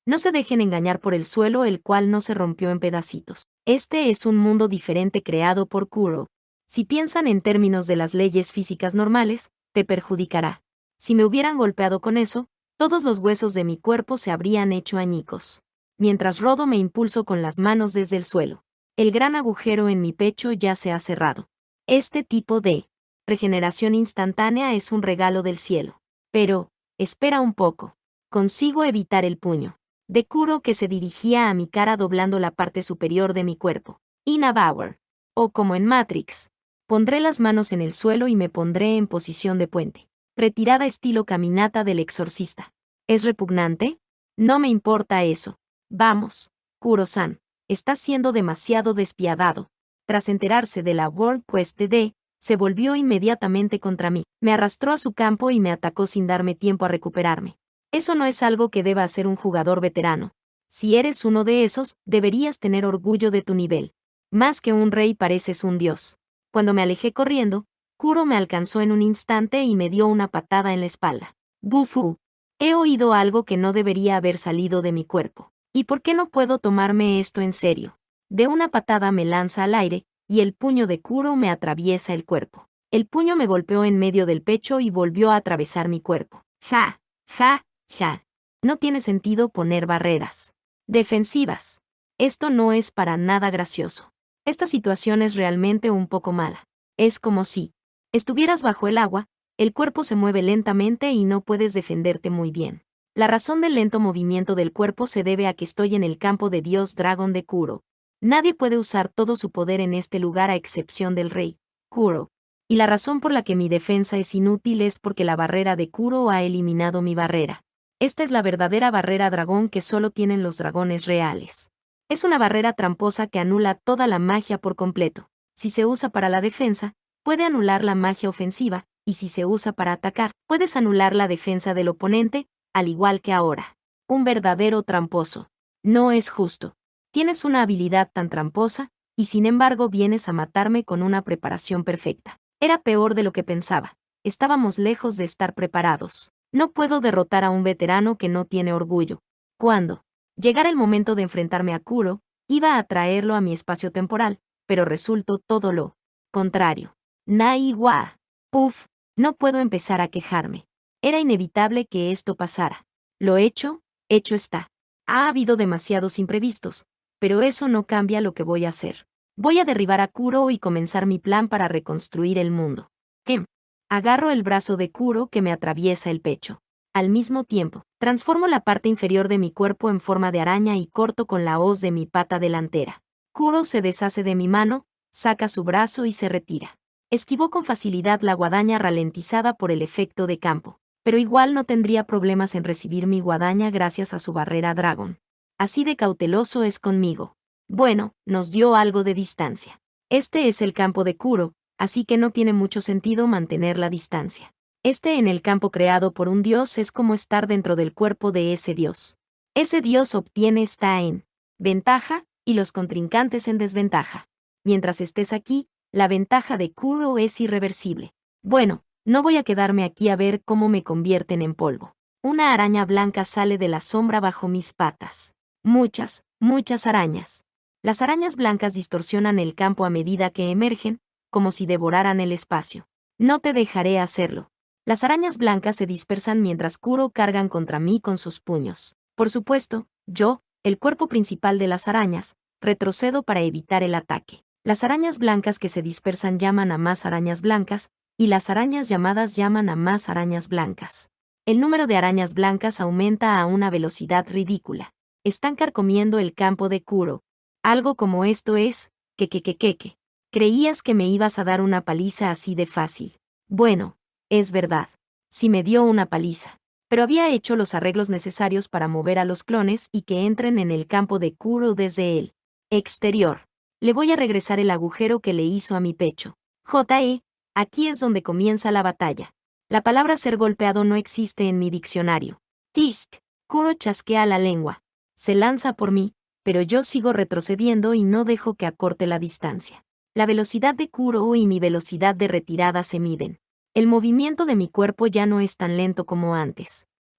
No se dejen engañar por el suelo, el cual no se rompió en pedacitos. Este es un mundo diferente creado por Kuro. Si piensan en términos de las leyes físicas normales, te perjudicará. Si me hubieran golpeado con eso, todos los huesos de mi cuerpo se habrían hecho añicos. Mientras rodo me impulso con las manos desde el suelo. El gran agujero en mi pecho ya se ha cerrado. Este tipo de regeneración instantánea es un regalo del cielo. Pero, espera un poco. Consigo evitar el puño de Kuro que se dirigía a mi cara doblando la parte superior de mi cuerpo. Ina Bauer. O como en Matrix. Pondré las manos en el suelo y me pondré en posición de puente. Retirada estilo caminata del exorcista. ¿Es repugnante? No me importa eso. Vamos, Kuro-san. Estás siendo demasiado despiadado. Tras enterarse de la World Quest DD, se volvió inmediatamente contra mí. Me arrastró a su campo y me atacó sin darme tiempo a recuperarme. Eso no es algo que deba hacer un jugador veterano. Si eres uno de esos, deberías tener orgullo de tu nivel. Más que un rey pareces un dios. Cuando me alejé corriendo, Kuro me alcanzó en un instante y me dio una patada en la espalda. Gufu. He oído algo que no debería haber salido de mi cuerpo. ¿Y por qué no puedo tomarme esto en serio? De una patada me lanza al aire, y el puño de Kuro me atraviesa el cuerpo. El puño me golpeó en medio del pecho y volvió a atravesar mi cuerpo. Ja, ja, ja. No tiene sentido poner barreras defensivas. Esto no es para nada gracioso. Esta situación es realmente un poco mala. Es como si estuvieras bajo el agua, el cuerpo se mueve lentamente y no puedes defenderte muy bien. La razón del lento movimiento del cuerpo se debe a que estoy en el campo de Dios Dragón de Kuro. Nadie puede usar todo su poder en este lugar a excepción del rey, Kuro. Y la razón por la que mi defensa es inútil es porque la barrera de Kuro ha eliminado mi barrera. Esta es la verdadera barrera dragón que solo tienen los dragones reales. Es una barrera tramposa que anula toda la magia por completo. Si se usa para la defensa, puede anular la magia ofensiva, y si se usa para atacar, puedes anular la defensa del oponente, al igual que ahora. Un verdadero tramposo. No es justo. Tienes una habilidad tan tramposa, y sin embargo vienes a matarme con una preparación perfecta. Era peor de lo que pensaba. Estábamos lejos de estar preparados. No puedo derrotar a un veterano que no tiene orgullo. Cuando llegara el momento de enfrentarme a Kuro, iba a traerlo a mi espacio temporal, pero resultó todo lo contrario. Naiwa. Puf, no puedo empezar a quejarme. Era inevitable que esto pasara. Lo hecho está. Ha habido demasiados imprevistos, pero eso no cambia lo que voy a hacer. Voy a derribar a Kuro y comenzar mi plan para reconstruir el mundo. Agarro el brazo de Kuro que me atraviesa el pecho. Al mismo tiempo, transformo la parte inferior de mi cuerpo en forma de araña y corto con la hoz de mi pata delantera. Kuro se deshace de mi mano, saca su brazo y se retira. Esquivó con facilidad la guadaña ralentizada por el efecto de campo, pero igual no tendría problemas en recibir mi guadaña gracias a su barrera Dragon. Así de cauteloso es conmigo. Bueno, nos dio algo de distancia. Este es el campo de Kuro, así que no tiene mucho sentido mantener la distancia. En el campo creado por un dios es como estar dentro del cuerpo de ese dios. Ese dios está en ventaja, y los contrincantes en desventaja. Mientras estés aquí, la ventaja de Kuro es irreversible. Bueno, no voy a quedarme aquí a ver cómo me convierten en polvo. Una araña blanca sale de la sombra bajo mis patas. Muchas, muchas arañas. Las arañas blancas distorsionan el campo a medida que emergen, como si devoraran el espacio. No te dejaré hacerlo. Las arañas blancas se dispersan mientras Kuro cargan contra mí con sus puños. Por supuesto, yo, el cuerpo principal de las arañas, retrocedo para evitar el ataque. Las arañas blancas que se dispersan llaman a más arañas blancas, y las arañas llamadas llaman a más arañas blancas. El número de arañas blancas aumenta a una velocidad ridícula. Están carcomiendo el campo de Kuro. Algo como esto es, que. Creías que me ibas a dar una paliza así de fácil. Bueno, es verdad. Sí me dio una paliza. Pero había hecho los arreglos necesarios para mover a los clones y que entren en el campo de Kuro desde el exterior. Le voy a regresar el agujero que le hizo a mi pecho. Aquí es donde comienza la batalla. La palabra ser golpeado no existe en mi diccionario. Tisk. Kuro chasquea la lengua. Se lanza por mí, pero yo sigo retrocediendo y no dejo que acorte la distancia. La velocidad de Kuro y mi velocidad de retirada se miden. El movimiento de mi cuerpo ya no es tan lento como antes.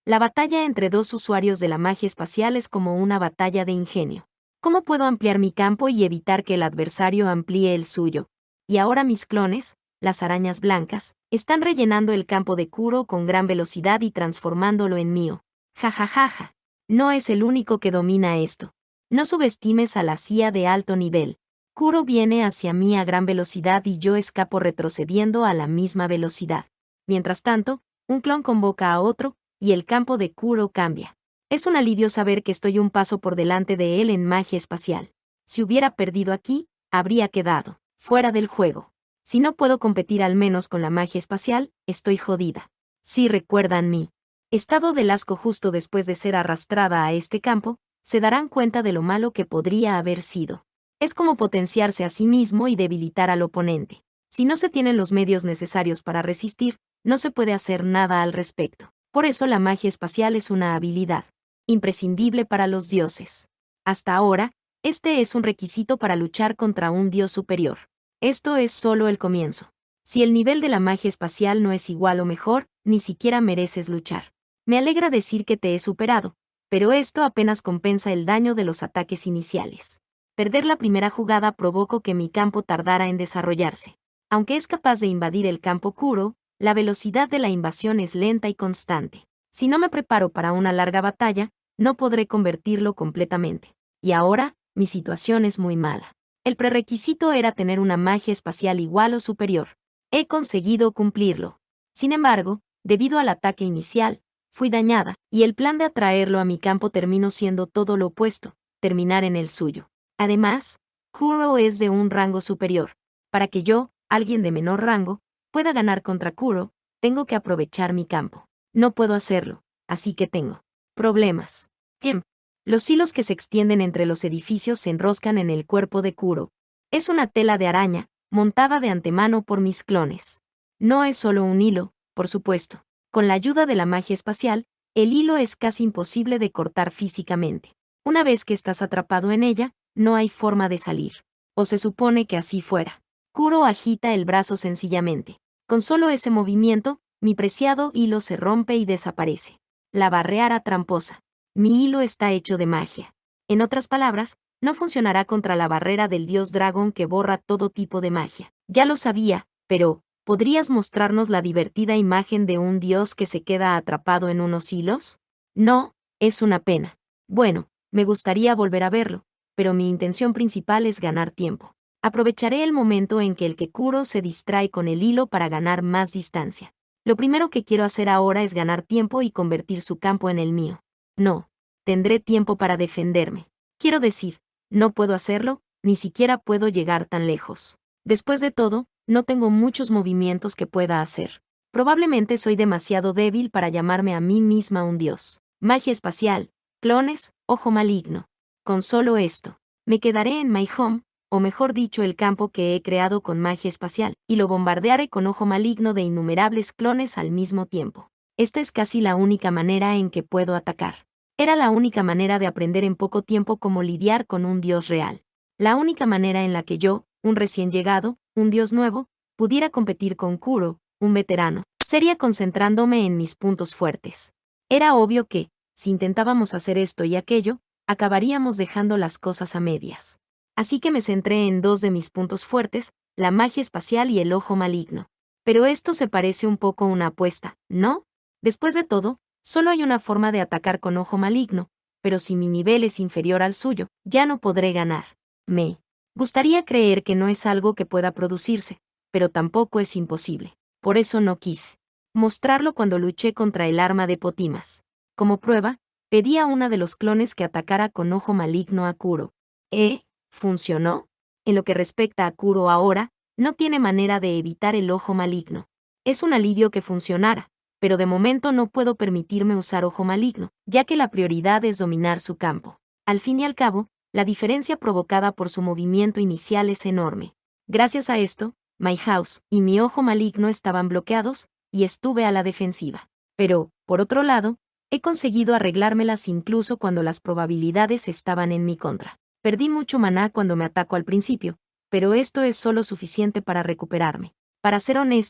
La batalla entre dos usuarios de la magia espacial es como una batalla de ingenio. ¿Cómo puedo ampliar mi campo y evitar que el adversario amplíe el suyo? Y ahora mis clones, las arañas blancas, están rellenando el campo de Kuro con gran velocidad y transformándolo en mío. Ja ja ja ja. No es el único que domina esto. No subestimes a la CIA de alto nivel. Kuro viene hacia mí a gran velocidad y yo escapo retrocediendo a la misma velocidad. Mientras tanto, un clon convoca a otro, y el campo de Kuro cambia. Es un alivio saber que estoy un paso por delante de él en magia espacial. Si hubiera perdido aquí, habría quedado fuera del juego. Si no puedo competir al menos con la magia espacial, estoy jodida. Si recuerdan mi estado del asco justo después de ser arrastrada a este campo, se darán cuenta de lo malo que podría haber sido. Es como potenciarse a sí mismo y debilitar al oponente. Si no se tienen los medios necesarios para resistir, no se puede hacer nada al respecto. Por eso la magia espacial es una habilidad imprescindible para los dioses. Hasta ahora, este es un requisito para luchar contra un dios superior. Esto es solo el comienzo. Si el nivel de la magia espacial no es igual o mejor, ni siquiera mereces luchar. Me alegra decir que te he superado, pero esto apenas compensa el daño de los ataques iniciales. Perder la primera jugada provocó que mi campo tardara en desarrollarse. Aunque es capaz de invadir el campo Kuro, la velocidad de la invasión es lenta y constante. Si no me preparo para una larga batalla, no podré convertirlo completamente. Y ahora, mi situación es muy mala. El prerequisito era tener una magia espacial igual o superior. He conseguido cumplirlo. Sin embargo, debido al ataque inicial, fui dañada, y el plan de atraerlo a mi campo terminó siendo todo lo opuesto, terminar en el suyo. Además, Kuro es de un rango superior. Para que yo, alguien de menor rango, pueda ganar contra Kuro, tengo que aprovechar mi campo. No puedo hacerlo, así que tengo problemas. Los hilos que se extienden entre los edificios se enroscan en el cuerpo de Kuro. Es una tela de araña, montada de antemano por mis clones. No es solo un hilo, por supuesto. Con la ayuda de la magia espacial, el hilo es casi imposible de cortar físicamente. Una vez que estás atrapado en ella, no hay forma de salir. O se supone que así fuera. Kuro agita el brazo sencillamente. Con solo ese movimiento, mi preciado hilo se rompe y desaparece. La barrera tramposa. Mi hilo está hecho de magia. En otras palabras, no funcionará contra la barrera del dios dragón que borra todo tipo de magia. Ya lo sabía, pero, ¿podrías mostrarnos la divertida imagen de un dios que se queda atrapado en unos hilos? No, es una pena. Bueno, me gustaría volver a verlo, pero mi intención principal es ganar tiempo. Aprovecharé el momento en que el Kekuro se distrae con el hilo para ganar más distancia. Lo primero que quiero hacer ahora es ganar tiempo y convertir su campo en el mío. No, tendré tiempo para defenderme. Quiero decir, no puedo hacerlo, ni siquiera puedo llegar tan lejos. Después de todo, no tengo muchos movimientos que pueda hacer. Probablemente soy demasiado débil para llamarme a mí misma un dios. Magia espacial, clones, ojo maligno. Con solo esto, me quedaré en my home, o mejor dicho el campo que he creado con magia espacial, y lo bombardearé con ojo maligno de innumerables clones al mismo tiempo. Esta es casi la única manera en que puedo atacar. Era la única manera de aprender en poco tiempo cómo lidiar con un dios real. La única manera en la que yo, un recién llegado, un dios nuevo, pudiera competir con Kuro, un veterano, sería concentrándome en mis puntos fuertes. Era obvio que, si intentábamos hacer esto y aquello, acabaríamos dejando las cosas a medias. Así que me centré en dos de mis puntos fuertes, la magia espacial y el ojo maligno. Pero esto se parece un poco a una apuesta, ¿no? Después de todo, solo hay una forma de atacar con ojo maligno, pero si mi nivel es inferior al suyo, ya no podré ganar. Me gustaría creer que no es algo que pueda producirse, pero tampoco es imposible. Por eso no quise mostrarlo cuando luché contra el arma de Potimas. Como prueba, pedí a una de los clones que atacara con ojo maligno a Kuro. ¿Funcionó? En lo que respecta a Kuro ahora, no tiene manera de evitar el ojo maligno. Es un alivio que funcionara, pero de momento no puedo permitirme usar ojo maligno, ya que la prioridad es dominar su campo. Al fin y al cabo, la diferencia provocada por su movimiento inicial es enorme. Gracias a esto, My House y mi ojo maligno estaban bloqueados, y estuve a la defensiva. Pero, por otro lado, he conseguido arreglármelas incluso cuando las probabilidades estaban en mi contra. Perdí mucho maná cuando me ataco al principio, pero esto es solo suficiente para recuperarme. Para ser honesta,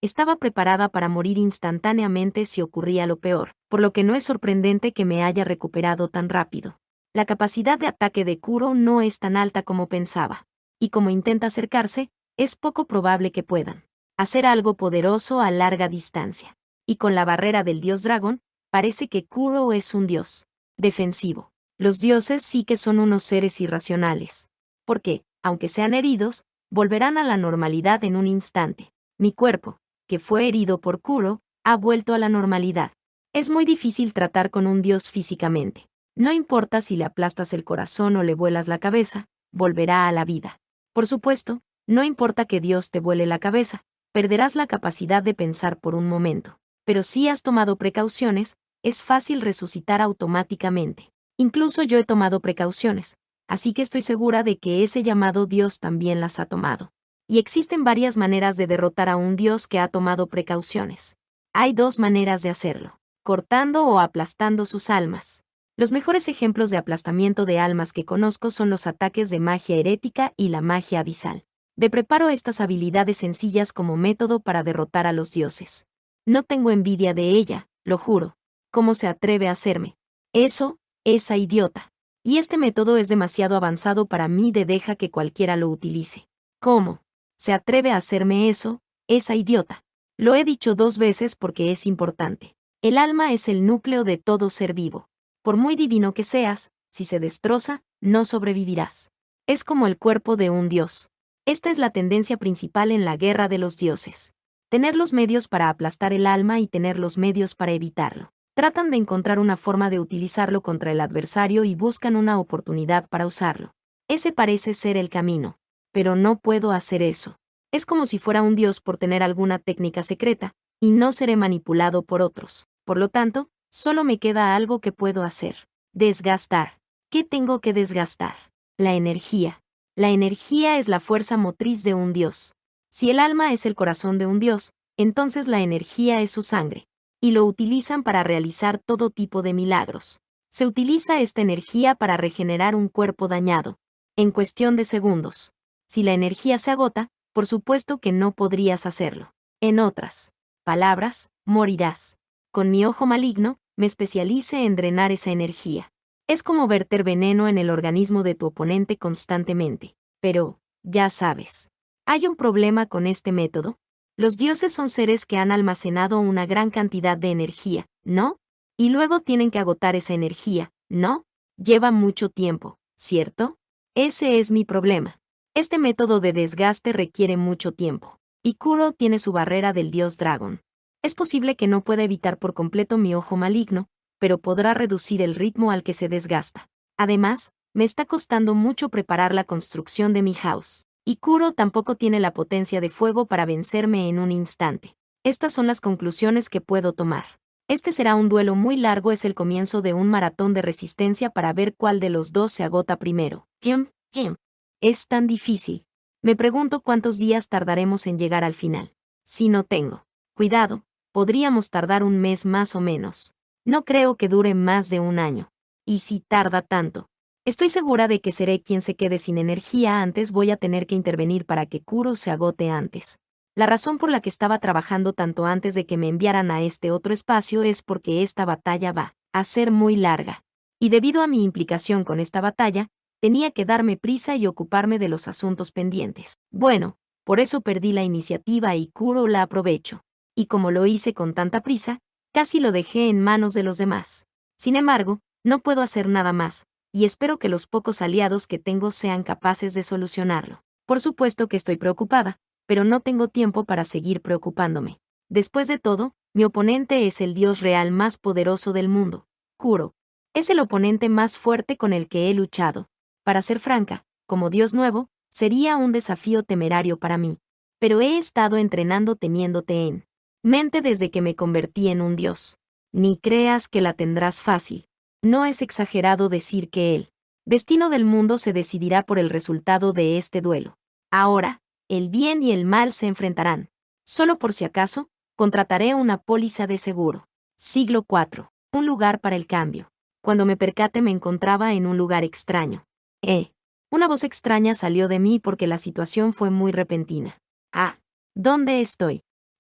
Estaba preparada para morir instantáneamente si ocurría lo peor, por lo que no es sorprendente que me haya recuperado tan rápido. La capacidad de ataque de Kuro no es tan alta como pensaba. Y como intenta acercarse, es poco probable que puedan hacer algo poderoso a larga distancia. Y con la barrera del dios dragón, parece que Kuro es un dios defensivo. Los dioses sí que son unos seres irracionales. Porque, aunque sean heridos, volverán a la normalidad en un instante. Mi cuerpo, que fue herido por Kuro, ha vuelto a la normalidad. Es muy difícil tratar con un dios físicamente. No importa si le aplastas el corazón o le vuelas la cabeza, volverá a la vida. Por supuesto, no importa que Dios te vuele la cabeza, perderás la capacidad de pensar por un momento. Pero si has tomado precauciones, es fácil resucitar automáticamente. Incluso yo he tomado precauciones, así que estoy segura de que ese llamado Dios también las ha tomado. Y existen varias maneras de derrotar a un Dios que ha tomado precauciones. Hay dos maneras de hacerlo: cortando o aplastando sus almas. Los mejores ejemplos de aplastamiento de almas que conozco son los ataques de magia herética y la magia abisal. Preparo estas habilidades sencillas como método para derrotar a los dioses. No tengo envidia de ella, lo juro. ¿Cómo se atreve a hacerme eso, esa idiota? Y este método es demasiado avanzado para mí, deja que cualquiera lo utilice. ¿Cómo se atreve a hacerme eso, esa idiota? Lo he dicho 2 veces porque es importante. El alma es el núcleo de todo ser vivo. Por muy divino que seas, si se destroza, no sobrevivirás. Es como el cuerpo de un dios. Esta es la tendencia principal en la guerra de los dioses. Tener los medios para aplastar el alma y tener los medios para evitarlo. Tratan de encontrar una forma de utilizarlo contra el adversario y buscan una oportunidad para usarlo. Ese parece ser el camino. Pero no puedo hacer eso. Es como si fuera un dios por tener alguna técnica secreta, y no seré manipulado por otros. Por lo tanto, solo me queda algo que puedo hacer: desgastar. ¿Qué tengo que desgastar? La energía. La energía es la fuerza motriz de un dios. Si el alma es el corazón de un dios, entonces la energía es su sangre. Y lo utilizan para realizar todo tipo de milagros. Se utiliza esta energía para regenerar un cuerpo dañado, en cuestión de segundos. Si la energía se agota, por supuesto que no podrías hacerlo. En otras palabras, morirás. Con mi ojo maligno, me especialice en drenar esa energía. Es como verter veneno en el organismo de tu oponente constantemente. Pero, ya sabes, ¿hay un problema con este método? Los dioses son seres que han almacenado una gran cantidad de energía, ¿no? Y luego tienen que agotar esa energía, ¿no? Lleva mucho tiempo, ¿cierto? Ese es mi problema. Este método de desgaste requiere mucho tiempo. Y Kuro tiene su barrera del dios dragón. Es posible que no pueda evitar por completo mi ojo maligno, pero podrá reducir el ritmo al que se desgasta. Además, me está costando mucho preparar la construcción de mi house. Y Kuro tampoco tiene la potencia de fuego para vencerme en un instante. Estas son las conclusiones que puedo tomar. Este será un duelo muy largo, es el comienzo de un maratón de resistencia para ver cuál de los dos se agota primero. Es tan difícil. Me pregunto cuántos días tardaremos en llegar al final. Si no tengo cuidado, podríamos tardar un mes más o menos. No creo que dure más de un año. Y si tarda tanto, estoy segura de que seré quien se quede sin energía antes. Voy a tener que intervenir para que Kuro se agote antes. La razón por la que estaba trabajando tanto antes de que me enviaran a este otro espacio es porque esta batalla va a ser muy larga. Y debido a mi implicación con esta batalla, tenía que darme prisa y ocuparme de los asuntos pendientes. Bueno, por eso perdí la iniciativa y Kuro la aprovechó. Y como lo hice con tanta prisa, casi lo dejé en manos de los demás. Sin embargo, no puedo hacer nada más, y espero que los pocos aliados que tengo sean capaces de solucionarlo. Por supuesto que estoy preocupada, pero no tengo tiempo para seguir preocupándome. Después de todo, mi oponente es el dios real más poderoso del mundo, Kuro. Es el oponente más fuerte con el que he luchado. Para ser franca, como dios nuevo, sería un desafío temerario para mí. Pero he estado entrenando teniéndote en mente desde que me convertí en un dios. Ni creas que la tendrás fácil. No es exagerado decir que el destino del mundo se decidirá por el resultado de este duelo. Ahora, el bien y el mal se enfrentarán. Solo por si acaso, contrataré una póliza de seguro. Siglo IV. Un lugar para el cambio. Cuando me percaté me encontraba en un lugar extraño. Una voz extraña salió de mí porque la situación fue muy repentina. ¿Dónde estoy?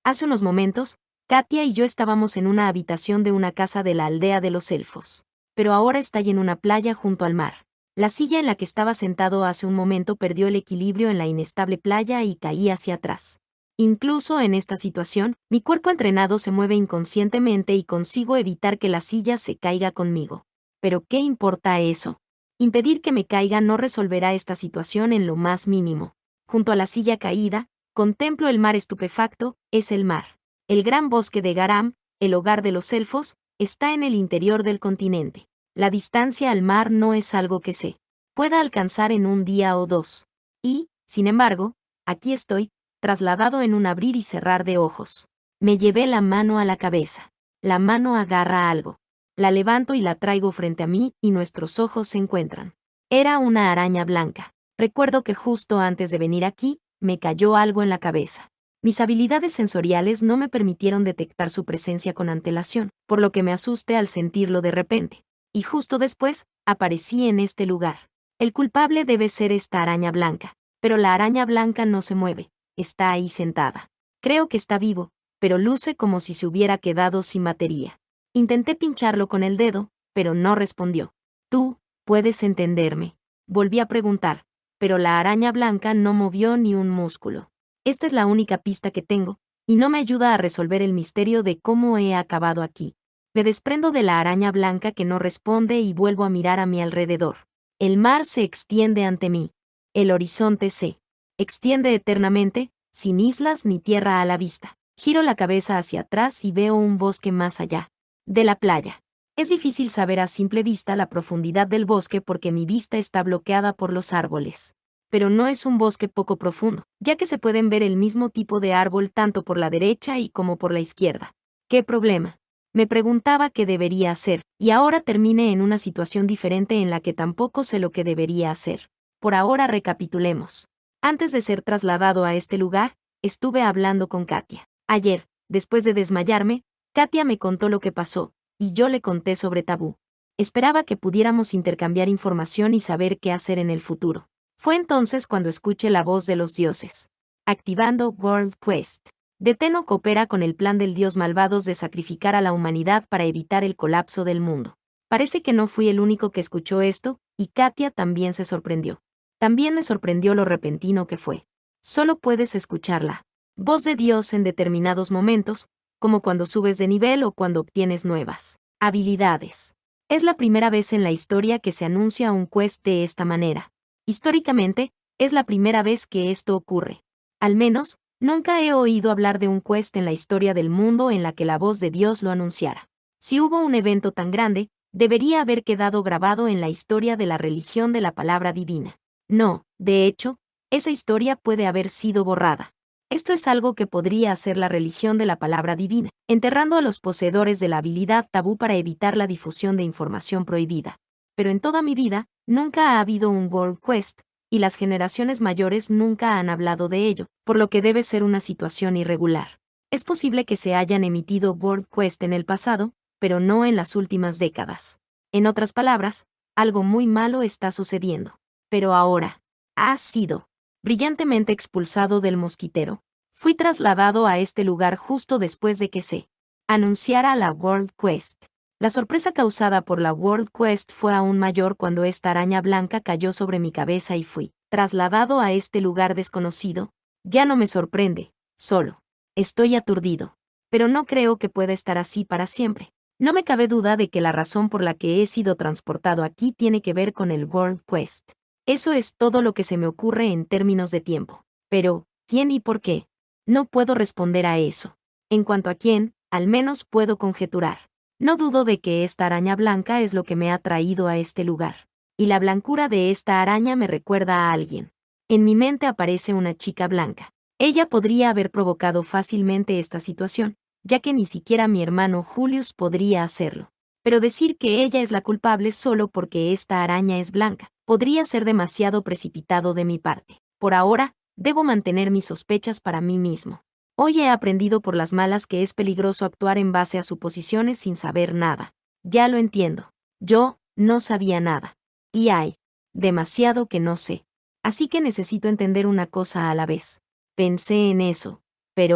Hace unos momentos, Katia y yo estábamos en una habitación de una casa de la aldea de los elfos. Pero ahora está en una playa junto al mar. La silla en la que estaba sentado hace un momento perdió el equilibrio en la inestable playa y caí hacia atrás. Incluso en esta situación, mi cuerpo entrenado se mueve inconscientemente y consigo evitar que la silla se caiga conmigo. Pero ¿qué importa eso? Impedir que me caiga no resolverá esta situación en lo más mínimo. Junto a la silla caída, contemplo el mar estupefacto, es el mar. El gran bosque de Garam, el hogar de los elfos, está en el interior del continente. La distancia al mar no es algo que se pueda alcanzar en un día o dos. Y, sin embargo, aquí estoy, trasladado en un abrir y cerrar de ojos. Me llevé la mano a la cabeza. La mano agarra algo. La levanto y la traigo frente a mí y nuestros ojos se encuentran. Era una araña blanca. Recuerdo que justo antes de venir aquí, me cayó algo en la cabeza. Mis habilidades sensoriales no me permitieron detectar su presencia con antelación, por lo que me asusté al sentirlo de repente. Y justo después, aparecí en este lugar. El culpable debe ser esta araña blanca, pero la araña blanca no se mueve, está ahí sentada. Creo que está vivo, pero luce como si se hubiera quedado sin batería. Intenté pincharlo con el dedo, pero no respondió. ¿Tú puedes entenderme? Volví a preguntar, pero la araña blanca no movió ni un músculo. Esta es la única pista que tengo, y no me ayuda a resolver el misterio de cómo he acabado aquí. Me desprendo de la araña blanca que no responde y vuelvo a mirar a mi alrededor. El mar se extiende ante mí. El horizonte se extiende eternamente, sin islas ni tierra a la vista. Giro la cabeza hacia atrás y veo un bosque más allá de la playa. Es difícil saber a simple vista la profundidad del bosque porque mi vista está bloqueada por los árboles. Pero no es un bosque poco profundo, ya que se pueden ver el mismo tipo de árbol tanto por la derecha y como por la izquierda. ¿Qué problema? Me preguntaba qué debería hacer, y ahora terminé en una situación diferente en la que tampoco sé lo que debería hacer. Por ahora recapitulemos. Antes de ser trasladado a este lugar, estuve hablando con Katia. Ayer, después de desmayarme, Katia me contó lo que pasó, y yo le conté sobre Tabú. Esperaba que pudiéramos intercambiar información y saber qué hacer en el futuro. Fue entonces cuando escuché la voz de los dioses. Activando World Quest. Deteno coopera con el plan del dios malvados de sacrificar a la humanidad para evitar el colapso del mundo. Parece que no fui el único que escuchó esto, y Katia también se sorprendió. También me sorprendió lo repentino que fue. Solo puedes escucharla. Voz de Dios en determinados momentos, como cuando subes de nivel o cuando obtienes nuevas habilidades. Es la primera vez en la historia que se anuncia un quest de esta manera. Históricamente, es la primera vez que esto ocurre. Al menos, nunca he oído hablar de un quest en la historia del mundo en la que la voz de Dios lo anunciara. Si hubo un evento tan grande, debería haber quedado grabado en la historia de la religión de la palabra divina. No, de hecho, esa historia puede haber sido borrada. Esto es algo que podría hacer la religión de la palabra divina, enterrando a los poseedores de la habilidad tabú para evitar la difusión de información prohibida. Pero en toda mi vida, nunca ha habido un World Quest, y las generaciones mayores nunca han hablado de ello, por lo que debe ser una situación irregular. Es posible que se hayan emitido World Quest en el pasado, pero no en las últimas décadas. En otras palabras, algo muy malo está sucediendo. Pero ahora, has sido brillantemente expulsado del mosquitero. Fui trasladado a este lugar justo después de que se anunciara la World Quest. La sorpresa causada por la World Quest fue aún mayor cuando esta araña blanca cayó sobre mi cabeza y fui trasladado a este lugar desconocido. Ya no me sorprende, solo estoy aturdido. Pero no creo que pueda estar así para siempre. No me cabe duda de que la razón por la que he sido transportado aquí tiene que ver con el World Quest. Eso es todo lo que se me ocurre en términos de tiempo. Pero, ¿quién y por qué? No puedo responder a eso. En cuanto a quién, al menos puedo conjeturar. No dudo de que esta araña blanca es lo que me ha traído a este lugar. Y la blancura de esta araña me recuerda a alguien. En mi mente aparece una chica blanca. Ella podría haber provocado fácilmente esta situación, ya que ni siquiera mi hermano Julius podría hacerlo. Pero decir que ella es la culpable solo porque esta araña es blanca podría ser demasiado precipitado de mi parte. Por ahora, debo mantener mis sospechas para mí mismo. Hoy he aprendido por las malas que es peligroso actuar en base a suposiciones sin saber nada. Ya lo entiendo. Yo no sabía nada. Y hay demasiado que no sé. Así que necesito entender una cosa a la vez. Pensé en eso. Pero,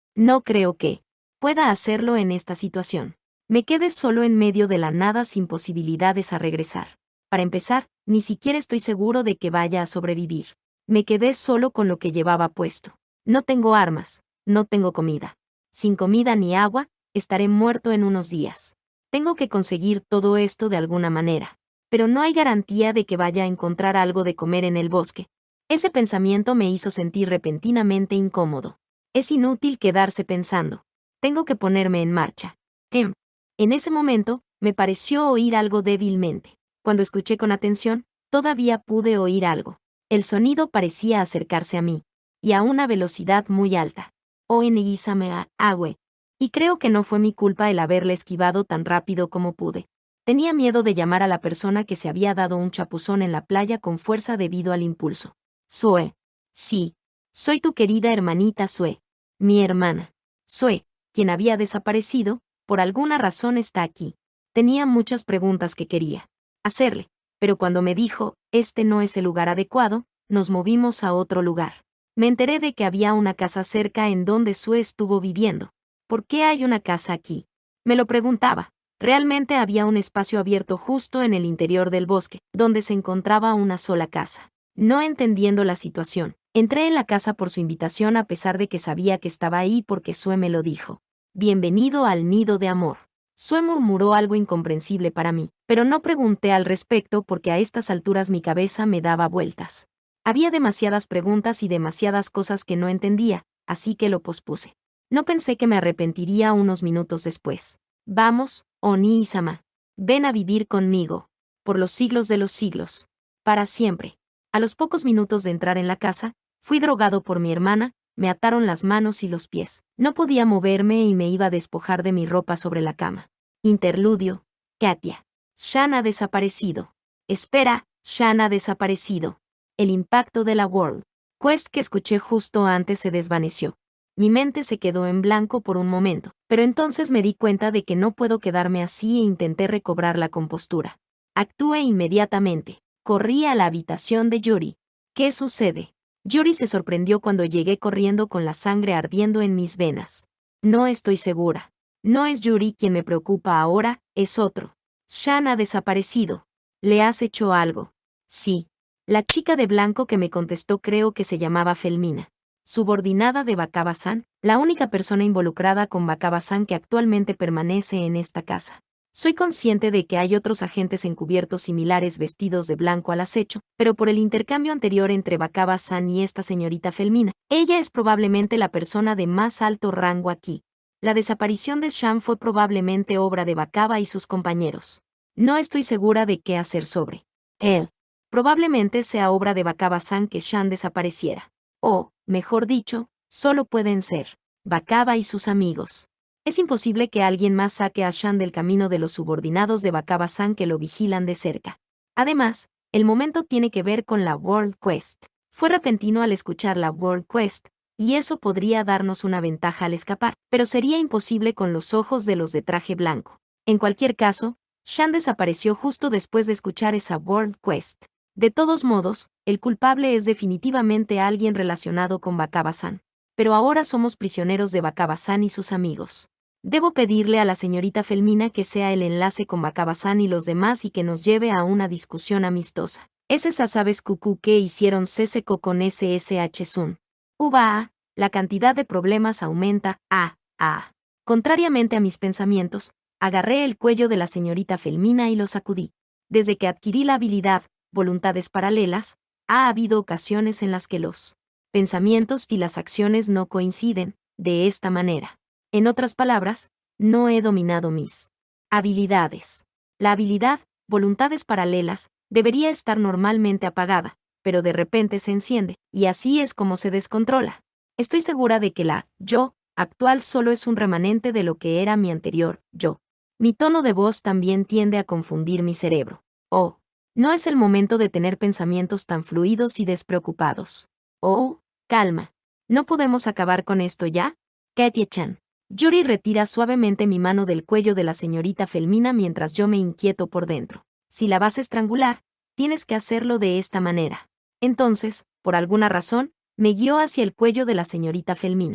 No creo que pueda hacerlo en esta situación. Me quedé solo en medio de la nada sin posibilidades a regresar. Para empezar, ni siquiera estoy seguro de que vaya a sobrevivir. Me quedé solo con lo que llevaba puesto. No tengo armas, no tengo comida. Sin comida ni agua, estaré muerto en unos días. Tengo que conseguir todo esto de alguna manera. Pero no hay garantía de que vaya a encontrar algo de comer en el bosque. Ese pensamiento me hizo sentir repentinamente incómodo. Es inútil quedarse pensando. Tengo que ponerme en marcha. En ese momento, me pareció oír algo débilmente. Cuando escuché con atención, todavía pude oír algo. El sonido parecía acercarse a mí, y a una velocidad muy alta. Agüe. Y creo que no fue mi culpa el haberle esquivado tan rápido como pude. Tenía miedo de llamar a la persona que se había dado un chapuzón en la playa con fuerza debido al impulso. Zoe. Sí. Soy tu querida hermanita Zoe. Mi hermana. Zoe, quien había desaparecido, por alguna razón está aquí. Tenía muchas preguntas que quería hacerle, pero cuando me dijo, este no es el lugar adecuado, nos movimos a otro lugar. Me enteré de que había una casa cerca en donde Sue estuvo viviendo. ¿Por qué hay una casa aquí? Me lo preguntaba. Realmente había un espacio abierto justo en el interior del bosque, donde se encontraba una sola casa. No entendiendo la situación, entré en la casa por su invitación a pesar de que sabía que estaba ahí porque Sue me lo dijo. Bienvenido al nido de amor. Sue murmuró algo incomprensible para mí, pero no pregunté al respecto porque a estas alturas mi cabeza me daba vueltas. Había demasiadas preguntas y demasiadas cosas que no entendía, así que lo pospuse. No pensé que me arrepentiría unos minutos después. Vamos, Oni-sama. Ven a vivir conmigo. Por los siglos de los siglos. Para siempre. A los pocos minutos de entrar en la casa, fui drogado por mi hermana, me ataron las manos y los pies. No podía moverme y me iba a despojar de mi ropa sobre la cama. Interludio. Katia. Shan ha desaparecido. Espera, Shan ha desaparecido. El impacto de la World Quest que escuché justo antes se desvaneció. Mi mente se quedó en blanco por un momento, pero entonces me di cuenta de que no puedo quedarme así e intenté recobrar la compostura. Actué inmediatamente. Corrí a la habitación de Yuri. ¿Qué sucede? Yuri se sorprendió cuando llegué corriendo con la sangre ardiendo en mis venas. No estoy segura. No es Yuri quien me preocupa ahora, es otro. Shan ha desaparecido. ¿Le has hecho algo? Sí. La chica de blanco que me contestó creo que se llamaba Felmina. Subordinada de Wakaba-san, la única persona involucrada con Wakaba-san que actualmente permanece en esta casa. Soy consciente de que hay otros agentes encubiertos similares vestidos de blanco al acecho, pero por el intercambio anterior entre Wakaba-san y esta señorita Felmina, ella es probablemente la persona de más alto rango aquí. La desaparición de Shan fue probablemente obra de Wakaba y sus compañeros. No estoy segura de qué hacer sobre él. Probablemente sea obra de Wakaba-san que Shan desapareciera. O, mejor dicho, solo pueden ser Wakaba y sus amigos. Es imposible que alguien más saque a Shan del camino de los subordinados de Wakaba-san que lo vigilan de cerca. Además, el momento tiene que ver con la World Quest. Fue repentino al escuchar la World Quest, y eso podría darnos una ventaja al escapar, pero sería imposible con los ojos de los de traje blanco. En cualquier caso, Shan desapareció justo después de escuchar esa World Quest. De todos modos, el culpable es definitivamente alguien relacionado con Wakaba-san. Pero ahora somos prisioneros de Wakaba-san y sus amigos. Debo pedirle a la señorita Felmina que sea el enlace con Wakaba-san y los demás y que nos lleve a una discusión amistosa. Ese sabes cucú que hicieron Seseko con SSH Sun. La cantidad de problemas aumenta. Contrariamente a mis pensamientos, agarré el cuello de la señorita Felmina y lo sacudí. Desde que adquirí la habilidad, voluntades paralelas, ha habido ocasiones en las que los pensamientos y las acciones no coinciden, de esta manera. En otras palabras, no he dominado mis habilidades. La habilidad, voluntades paralelas, debería estar normalmente apagada, pero de repente se enciende, y así es como se descontrola. Estoy segura de que la yo actual solo es un remanente de lo que era mi anterior yo. Mi tono de voz también tiende a confundir mi cerebro. No es el momento de tener pensamientos tan fluidos y despreocupados. Calma. ¿No podemos acabar con esto ya? Katie-chan. Yuri retira suavemente mi mano del cuello de la señorita Felmina mientras yo me inquieto por dentro. Si la vas a estrangular, tienes que hacerlo de esta manera. Entonces, por alguna razón, me guió hacia el cuello de la señorita Felmina.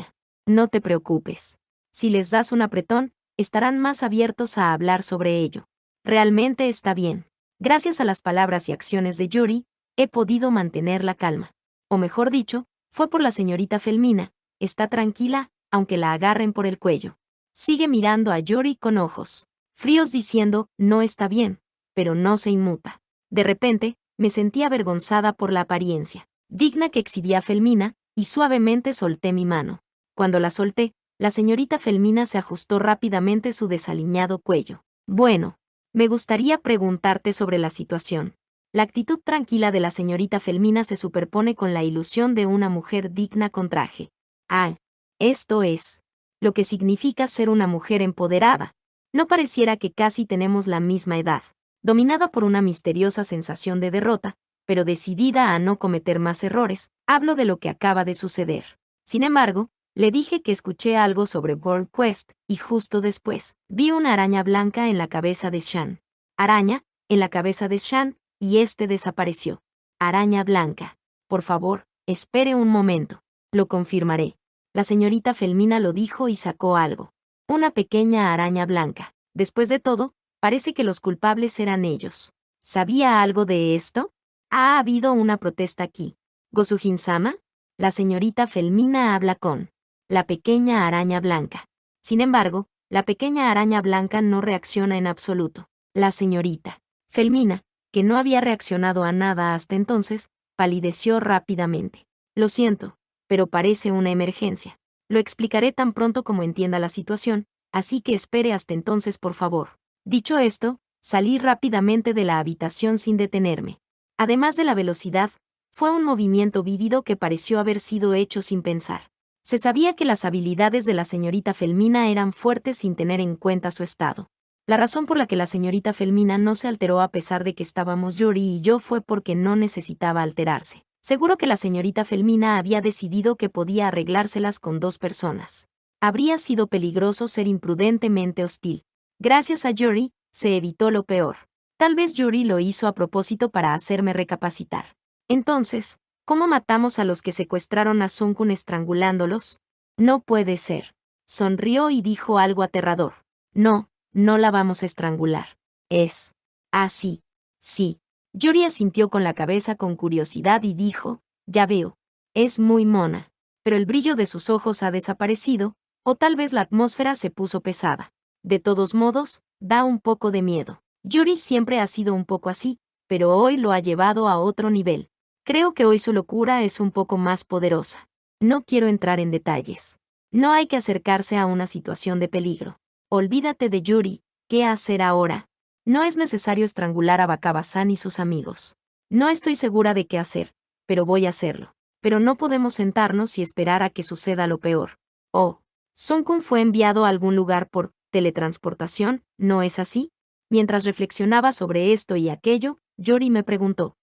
No te preocupes. Si les das un apretón, estarán más abiertos a hablar sobre ello. Realmente está bien. Gracias a las palabras y acciones de Yuri, he podido mantener la calma. O mejor dicho, fue por la señorita Felmina. Está tranquila, aunque la agarren por el cuello. Sigue mirando a Yuri con ojos fríos diciendo, no está bien, pero no se inmuta. De repente, me sentí avergonzada por la apariencia digna que exhibía Felmina, y suavemente solté mi mano. Cuando la solté, la señorita Felmina se ajustó rápidamente su desaliñado cuello. Bueno, me gustaría preguntarte sobre la situación. La actitud tranquila de la señorita Felmina se superpone con la ilusión de una mujer digna con traje. Ah, esto es lo que significa ser una mujer empoderada. No pareciera que casi tenemos la misma edad. Dominada por una misteriosa sensación de derrota, pero decidida a no cometer más errores, hablo de lo que acaba de suceder. Sin embargo, le dije que escuché algo sobre World Quest, y justo después, vi una araña blanca en la cabeza de Shan. Araña, en la cabeza de Shan, y este desapareció. Araña blanca. Por favor, espere un momento. Lo confirmaré. La señorita Felmina lo dijo y sacó algo. Una pequeña araña blanca. Después de todo, parece que los culpables eran ellos. ¿Sabía algo de esto? Ha habido una protesta aquí. ¿Gosujin-sama? La señorita Felmina habla con la pequeña araña blanca. Sin embargo, la pequeña araña blanca no reacciona en absoluto. La señorita Felmina, que no había reaccionado a nada hasta entonces, palideció rápidamente. Lo siento, pero parece una emergencia. Lo explicaré tan pronto como entienda la situación, así que espere hasta entonces, por favor. Dicho esto, salí rápidamente de la habitación sin detenerme. Además de la velocidad, fue un movimiento vívido que pareció haber sido hecho sin pensar. Se sabía que las habilidades de la señorita Felmina eran fuertes sin tener en cuenta su estado. La razón por la que la señorita Felmina no se alteró a pesar de que estábamos Yuri y yo fue porque no necesitaba alterarse. Seguro que la señorita Felmina había decidido que podía arreglárselas con dos personas. Habría sido peligroso ser imprudentemente hostil. Gracias a Yuri, se evitó lo peor. Tal vez Yuri lo hizo a propósito para hacerme recapacitar. Entonces, ¿cómo matamos a los que secuestraron a Sun-kun estrangulándolos? No puede ser. Sonrió y dijo algo aterrador. No, no la vamos a estrangular. Es así. Sí. Yuri asintió con la cabeza con curiosidad y dijo, ya veo. Es muy mona. Pero el brillo de sus ojos ha desaparecido, o tal vez la atmósfera se puso pesada. De todos modos, da un poco de miedo. Yuri siempre ha sido un poco así, pero hoy lo ha llevado a otro nivel. Creo que hoy su locura es un poco más poderosa. No quiero entrar en detalles. No hay que acercarse a una situación de peligro. Olvídate de Yuri, ¿qué hacer ahora? No es necesario estrangular a Bakaba-san y sus amigos. No estoy segura de qué hacer, pero voy a hacerlo. Pero no podemos sentarnos y esperar a que suceda lo peor. Oh, Sun-kun fue enviado a algún lugar por teletransportación, ¿no es así? Mientras reflexionaba sobre esto y aquello, Yuri me preguntó.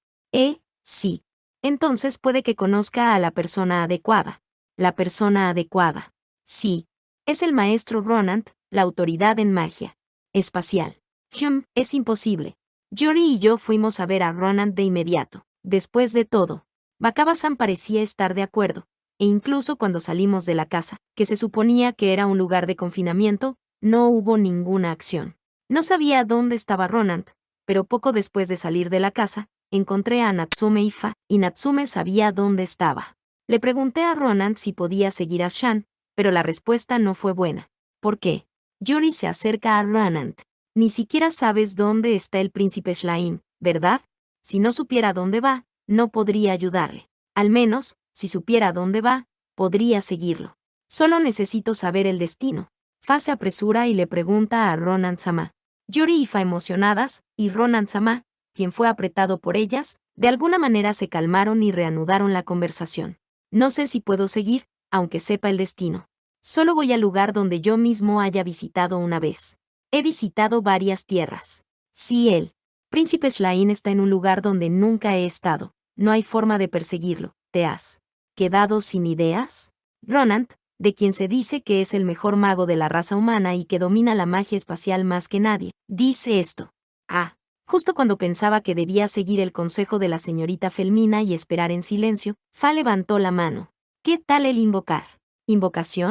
Sí. Entonces puede que conozca a la persona adecuada. La persona adecuada. Sí. Es el maestro Ronant, la autoridad en magia espacial. Es imposible. Yuri y yo fuimos a ver a Ronant de inmediato. Después de todo, Bakaba-san parecía estar de acuerdo, e incluso cuando salimos de la casa, que se suponía que era un lugar de confinamiento, no hubo ninguna acción. No sabía dónde estaba Ronant, pero poco después de salir de la casa, encontré a Natsume y Fa, y Natsume sabía dónde estaba. Le pregunté a Ronant si podía seguir a Shan, pero la respuesta no fue buena. ¿Por qué? Yuri se acerca a Ronant. Ni siquiera sabes dónde está el príncipe Schlein, ¿verdad? Si no supiera dónde va, no podría ayudarle. Al menos, si supiera dónde va, podría seguirlo. Solo necesito saber el destino. Fa se apresura y le pregunta a Ronant-sama. Yuri y Fa emocionadas, y Ronant-sama, quien fue apretado por ellas, de alguna manera se calmaron y reanudaron la conversación. No sé si puedo seguir, aunque sepa el destino. Solo voy al lugar donde yo mismo haya visitado una vez. He visitado varias tierras. Sí, el príncipe Schlein está en un lugar donde nunca he estado. No hay forma de perseguirlo. ¿Te has quedado sin ideas? Ronant, de quien se dice que es el mejor mago de la raza humana y que domina la magia espacial más que nadie, dice esto. Justo cuando pensaba que debía seguir el consejo de la señorita Felmina y esperar en silencio, Fa levantó la mano. ¿Qué tal el invocar? ¿Invocación?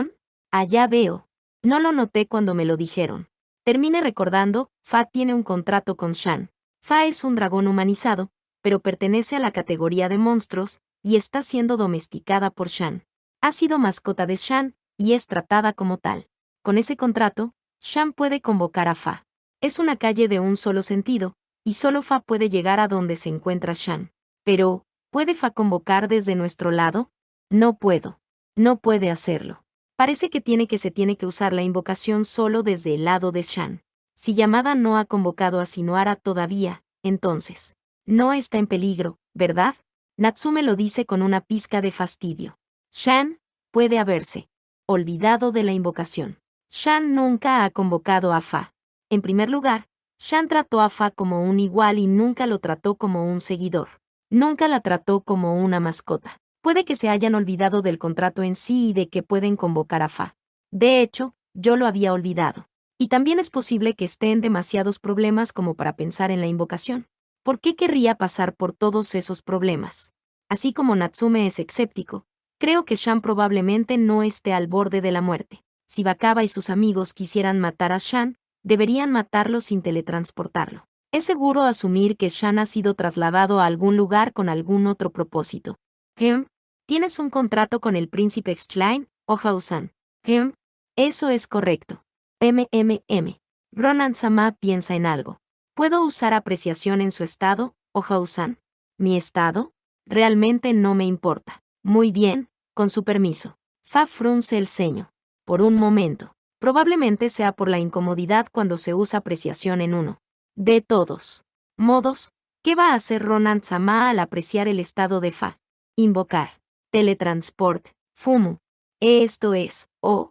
Allá veo. No lo noté cuando me lo dijeron. Termine recordando, Fa tiene un contrato con Shan. Fa es un dragón humanizado, pero pertenece a la categoría de monstruos, y está siendo domesticada por Shan. Ha sido mascota de Shan, y es tratada como tal. Con ese contrato, Shan puede convocar a Fa. Es una calle de un solo sentido, y solo Fa puede llegar a donde se encuentra Shan. Pero, ¿puede Fa convocar desde nuestro lado? No puedo. No puede hacerlo. Parece que se tiene que usar la invocación solo desde el lado de Shan. Si Yamada no ha convocado a Sinuara todavía, entonces, no está en peligro, ¿verdad? Natsume lo dice con una pizca de fastidio. Shan puede haberse olvidado de la invocación. Shan nunca ha convocado a Fa. En primer lugar, Shan trató a Fa como un igual y nunca lo trató como un seguidor. Nunca la trató como una mascota. Puede que se hayan olvidado del contrato en sí y de que pueden convocar a Fa. De hecho, yo lo había olvidado. Y también es posible que esté en demasiados problemas como para pensar en la invocación. ¿Por qué querría pasar por todos esos problemas? Así como Natsume es escéptico, creo que Shan probablemente no esté al borde de la muerte. Si Bakaba y sus amigos quisieran matar a Shan, deberían matarlo sin teletransportarlo. Es seguro asumir que Shan ha sido trasladado a algún lugar con algún otro propósito. ¿Tienes un contrato con el príncipe Xline, o Hausan? Eso es correcto. Ronan-sama piensa en algo. ¿Puedo usar apreciación en su estado, o Hausan? ¿Mi estado? Realmente no me importa. Muy bien, con su permiso. Fa frunce el ceño. Por un momento. Probablemente sea por la incomodidad cuando se usa apreciación en uno. De todos modos, ¿qué va a hacer Ronan-sama al apreciar el estado de Fa? Invocar. Teletransport. Fumu. Esto es.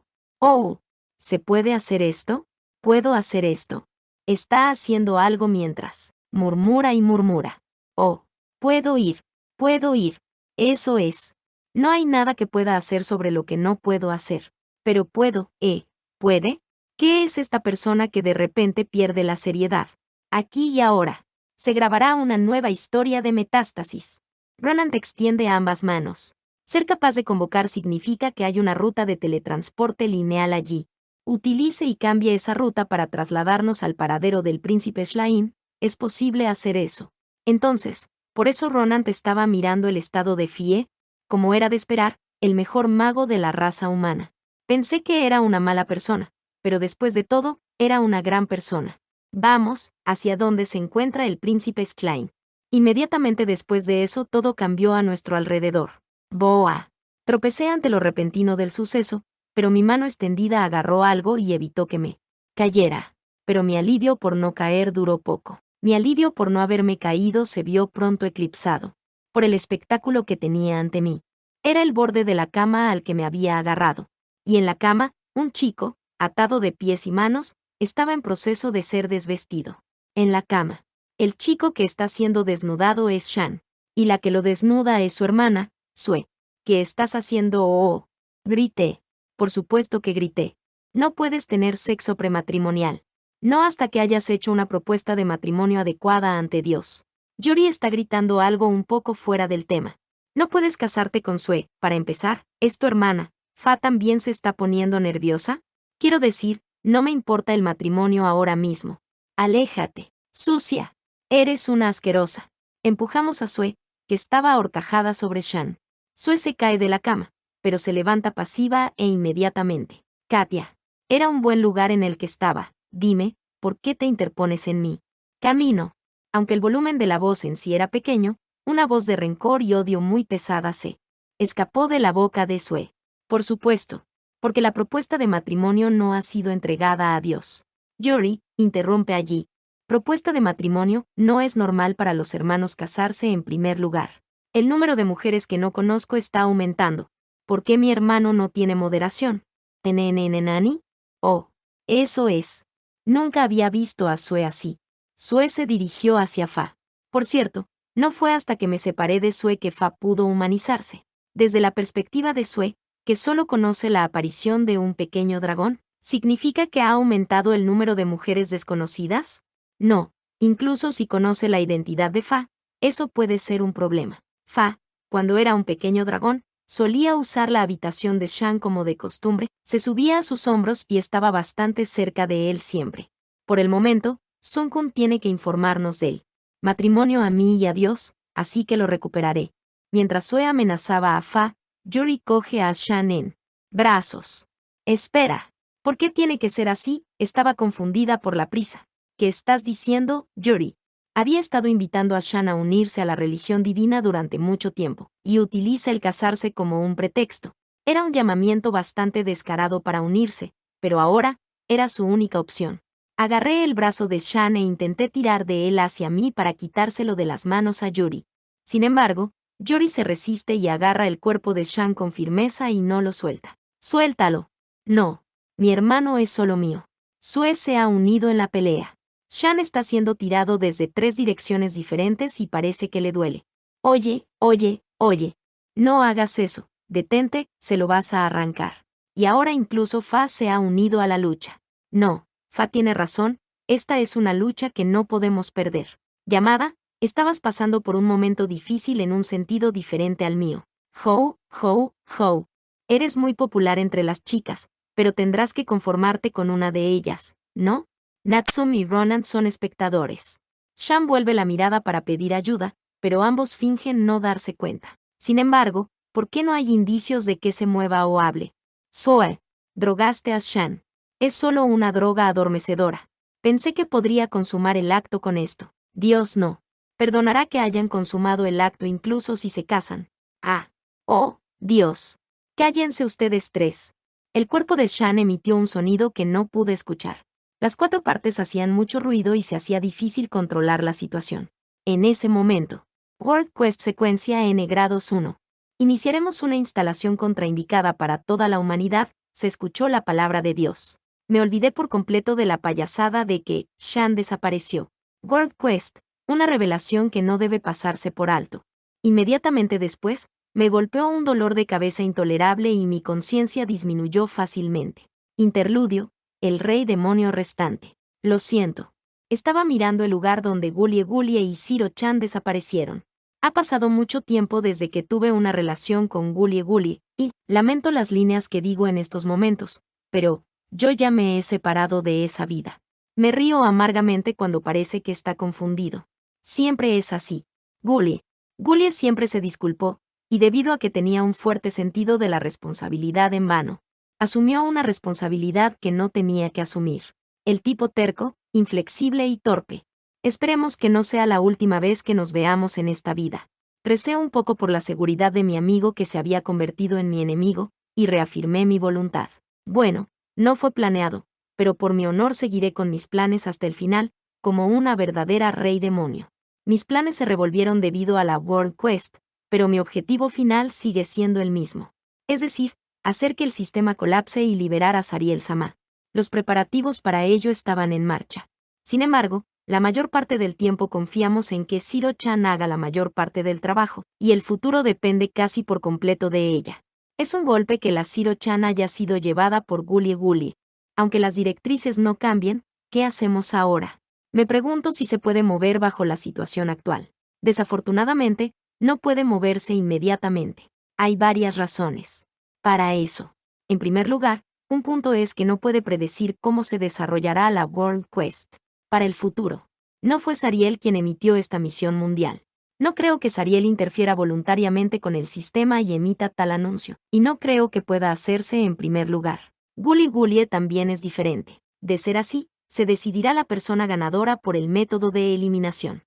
¿Se puede hacer esto? ¿Puedo hacer esto? Está haciendo algo mientras. Murmura y murmura. Oh. Puedo ir. Puedo ir. Eso es. No hay nada que pueda hacer sobre lo que no puedo hacer. Pero puedo, ¿puede? ¿Qué es esta persona que de repente pierde la seriedad? Aquí y ahora. Se grabará una nueva historia de metástasis. Ronan te extiende ambas manos. Ser capaz de convocar significa que hay una ruta de teletransporte lineal allí. Utilice y cambie esa ruta para trasladarnos al paradero del príncipe Shlain. Es posible hacer eso. Entonces, por eso Ronan te estaba mirando el estado de Fie, como era de esperar, el mejor mago de la raza humana. Pensé que era una mala persona, pero después de todo, era una gran persona. Vamos, hacia donde se encuentra el príncipe Shlain. Inmediatamente después de eso todo cambió a nuestro alrededor. Boa. Tropecé ante lo repentino del suceso, pero mi mano extendida agarró algo y evitó que me cayera. Pero mi alivio por no caer duró poco. Mi alivio por no haberme caído se vio pronto eclipsado por el espectáculo que tenía ante mí. Era el borde de la cama al que me había agarrado. Y en la cama, un chico, atado de pies y manos, estaba en proceso de ser desvestido. En la cama. El chico que está siendo desnudado es Shan. Y la que lo desnuda es su hermana, Sue. ¿Qué estás haciendo? Oh, grité. Por supuesto que grité. No puedes tener sexo prematrimonial. No hasta que hayas hecho una propuesta de matrimonio adecuada ante Dios. Yori está gritando algo un poco fuera del tema. No puedes casarte con Sue, para empezar, es tu hermana. Fa también se está poniendo nerviosa. Quiero decir, no me importa el matrimonio ahora mismo. Aléjate, sucia. Eres una asquerosa. Empujamos a Sue, que estaba ahorcajada sobre Shan. Sue se cae de la cama, pero se levanta pasiva e inmediatamente. Katia. Era un buen lugar en el que estaba. Dime, ¿por qué te interpones en mí? Camino. Aunque el volumen de la voz en sí era pequeño, una voz de rencor y odio muy pesada se escapó de la boca de Sue. Por supuesto, porque la propuesta de matrimonio no ha sido entregada a Dios. Yori interrumpe allí. Propuesta de matrimonio, no es normal para los hermanos casarse en primer lugar. El número de mujeres que no conozco está aumentando. ¿Por qué mi hermano no tiene moderación? ¿Nani? Oh, eso es. Nunca había visto a Sue así. Sue se dirigió hacia Fa. Por cierto, no fue hasta que me separé de Sue que Fa pudo humanizarse. Desde la perspectiva de Sue, que solo conoce la aparición de un pequeño dragón, ¿significa que ha aumentado el número de mujeres desconocidas? No, incluso si conoce la identidad de Fa, eso puede ser un problema. Fa, cuando era un pequeño dragón, Solía usar la habitación de Shan como de costumbre, se subía a sus hombros y estaba bastante cerca de él siempre. Por el momento, Sung-kun tiene que informarnos del matrimonio a mí y a Dios, así que lo recuperaré. Mientras Sue amenazaba a Fa, Yuri coge a Shan en brazos. Espera. ¿Por qué tiene que ser así? Estaba confundida por la prisa. ¿Qué estás diciendo, Yuri? Había estado invitando a Shan a unirse a la religión divina durante mucho tiempo, y utiliza el casarse como un pretexto. Era un llamamiento bastante descarado para unirse, pero ahora era su única opción. Agarré el brazo de Shan e intenté tirar de él hacia mí para quitárselo de las manos a Yuri. Sin embargo, Yuri se resiste y agarra el cuerpo de Shan con firmeza y no lo suelta. ¡Suéltalo! No. Mi hermano es solo mío. Sue se ha unido en la pelea. Shan está siendo tirado desde 3 direcciones diferentes y parece que le duele. Oye, oye, oye. No hagas eso. Detente, se lo vas a arrancar. Y ahora incluso Fa se ha unido a la lucha. No, Fa tiene razón, esta es una lucha que no podemos perder. Llamada, estabas pasando por un momento difícil en un sentido diferente al mío. Hou, hou, hou. Eres muy popular entre las chicas, pero tendrás que conformarte con una de ellas, ¿no? Natsumi y Ronan son espectadores. Shan vuelve la mirada para pedir ayuda, pero ambos fingen no darse cuenta. Sin embargo, ¿por qué no hay indicios de que se mueva o hable? Zoe, drogaste a Shan. Es solo una droga adormecedora. Pensé que podría consumar el acto con esto. Dios no. Perdonará que hayan consumado el acto incluso si se casan. Ah. Oh, Dios. Cállense ustedes 3. El cuerpo de Shan emitió un sonido que no pude escuchar. Las 4 partes hacían mucho ruido y se hacía difícil controlar la situación. En ese momento, World Quest Secuencia N grados 1. Iniciaremos una instalación contraindicada para toda la humanidad, se escuchó la palabra de Dios. Me olvidé por completo de la payasada de que Shan desapareció. World Quest, una revelación que no debe pasarse por alto. Inmediatamente después, me golpeó un dolor de cabeza intolerable y mi conciencia disminuyó fácilmente. Interludio, el rey demonio restante. Lo siento. Estaba mirando el lugar donde Gulie Gulie y Zero-chan desaparecieron. Ha pasado mucho tiempo desde que tuve una relación con Gulie Gulie, y lamento las líneas que digo en estos momentos, pero yo ya me he separado de esa vida. Me río amargamente cuando parece que está confundido. Siempre es así. Gulie siempre se disculpó, y debido a que tenía un fuerte sentido de la responsabilidad en vano, asumió una responsabilidad que no tenía que asumir. El tipo terco, inflexible y torpe. Esperemos que no sea la última vez que nos veamos en esta vida. Recé un poco por la seguridad de mi amigo que se había convertido en mi enemigo, y reafirmé mi voluntad. Bueno, no fue planeado, pero por mi honor seguiré con mis planes hasta el final, como una verdadera rey demonio. Mis planes se revolvieron debido a la World Quest, pero mi objetivo final sigue siendo el mismo. Es decir, hacer que el sistema colapse y liberar a Zariel-sama. Los preparativos para ello estaban en marcha. Sin embargo, la mayor parte del tiempo confiamos en que Zero-chan haga la mayor parte del trabajo, y el futuro depende casi por completo de ella. Es un golpe que la Zero-chan haya sido llevada por Gulie Gulie. Aunque las directrices no cambien, ¿qué hacemos ahora? Me pregunto si se puede mover bajo la situación actual. Desafortunadamente, no puede moverse inmediatamente. Hay varias razones para eso. En primer lugar, un punto es que no puede predecir cómo se desarrollará la World Quest para el futuro. No fue Zariel quien emitió esta misión mundial. No creo que Zariel interfiera voluntariamente con el sistema y emita tal anuncio, y no creo que pueda hacerse en primer lugar. Gulie Gulie también es diferente. De ser así, se decidirá la persona ganadora por el método de eliminación.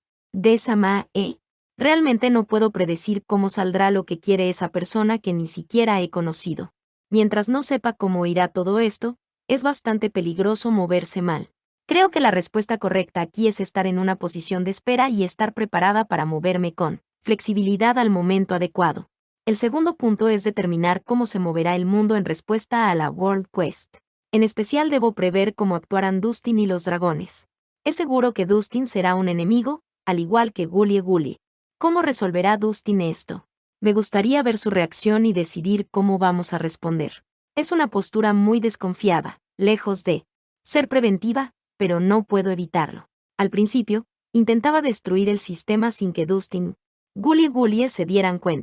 Realmente no puedo predecir cómo saldrá lo que quiere esa persona que ni siquiera he conocido. Mientras no sepa cómo irá todo esto, es bastante peligroso moverse mal. Creo que la respuesta correcta aquí es estar en una posición de espera y estar preparada para moverme con flexibilidad al momento adecuado. El segundo punto es determinar cómo se moverá el mundo en respuesta a la World Quest. En especial debo prever cómo actuarán Dustin y los dragones. Es seguro que Dustin será un enemigo, al igual que Gulie Gulie. ¿Cómo resolverá Dustin esto? Me gustaría ver su reacción y decidir cómo vamos a responder. Es una postura muy desconfiada, lejos de ser preventiva, pero no puedo evitarlo. Al principio, intentaba destruir el sistema sin que Dustin, Gulie Gulie se dieran cuenta.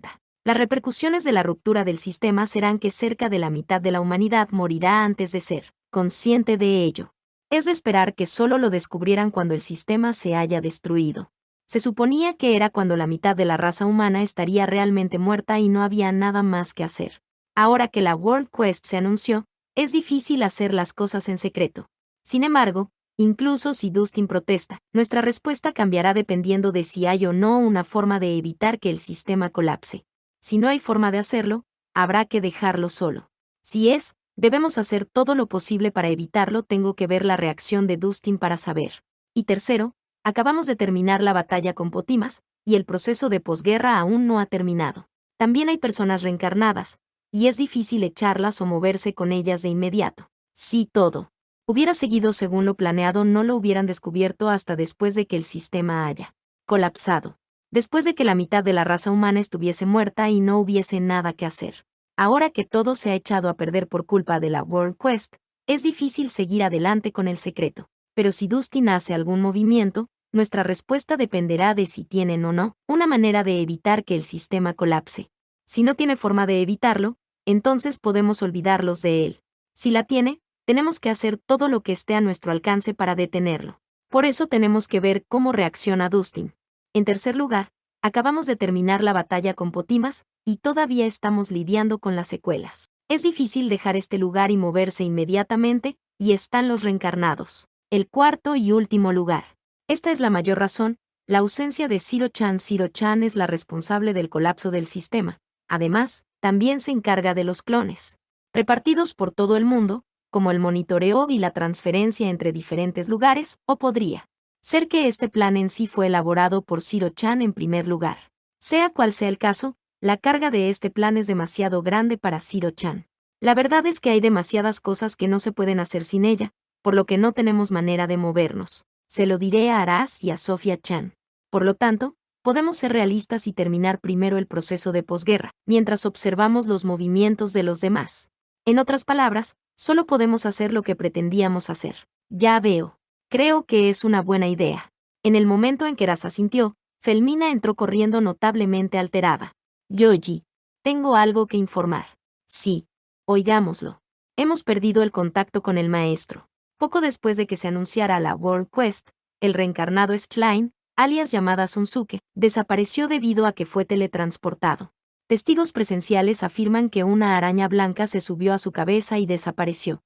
Las repercusiones de la ruptura del sistema serán que cerca de la mitad de la humanidad morirá antes de ser consciente de ello. Es de esperar que solo lo descubrieran cuando el sistema se haya destruido. Se suponía que era cuando la mitad de la raza humana estaría realmente muerta y no había nada más que hacer. Ahora que la World Quest se anunció, es difícil hacer las cosas en secreto. Sin embargo, incluso si Dustin protesta, nuestra respuesta cambiará dependiendo de si hay o no una forma de evitar que el sistema colapse. Si no hay forma de hacerlo, habrá que dejarlo solo. Si es, debemos hacer todo lo posible para evitarlo. Tengo que ver la reacción de Dustin para saber. Y tercero, acabamos de terminar la batalla con Potimas, y el proceso de posguerra aún no ha terminado. También hay personas reencarnadas, y es difícil echarlas o moverse con ellas de inmediato. Si todo hubiera seguido según lo planeado, no lo hubieran descubierto hasta después de que el sistema haya colapsado. Después de que la mitad de la raza humana estuviese muerta y no hubiese nada que hacer. Ahora que todo se ha echado a perder por culpa de la World Quest, es difícil seguir adelante con el secreto. Pero si Dustin hace algún movimiento, nuestra respuesta dependerá de si tienen o no una manera de evitar que el sistema colapse. Si no tiene forma de evitarlo, entonces podemos olvidarlos de él. Si la tiene, tenemos que hacer todo lo que esté a nuestro alcance para detenerlo. Por eso tenemos que ver cómo reacciona Dustin. En tercer lugar, acabamos de terminar la batalla con Potimas, y todavía estamos lidiando con las secuelas. Es difícil dejar este lugar y moverse inmediatamente, y están los reencarnados. El cuarto y último lugar. Esta es la mayor razón, la ausencia de Zero-chan. Zero-chan es la responsable del colapso del sistema. Además, también se encarga de los clones, repartidos por todo el mundo, como el monitoreo y la transferencia entre diferentes lugares, o podría ser que este plan en sí fue elaborado por Zero-chan en primer lugar. Sea cual sea el caso, la carga de este plan es demasiado grande para Zero-chan. La verdad es que hay demasiadas cosas que no se pueden hacer sin ella, por lo que no tenemos manera de movernos. Se lo diré a Aras y a Sofía-chan. Por lo tanto, podemos ser realistas y terminar primero el proceso de posguerra, mientras observamos los movimientos de los demás. En otras palabras, solo podemos hacer lo que pretendíamos hacer. Ya veo. Creo que es una buena idea. En el momento en que Raz asintió, Felmina entró corriendo notablemente alterada. Yoji, tengo algo que informar. Sí. Oigámoslo. Hemos perdido el contacto con el maestro. Poco después de que se anunciara la World Quest, el reencarnado Schlein, alias llamada Sunsuke, desapareció debido a que fue teletransportado. Testigos presenciales afirman que una araña blanca se subió a su cabeza y desapareció.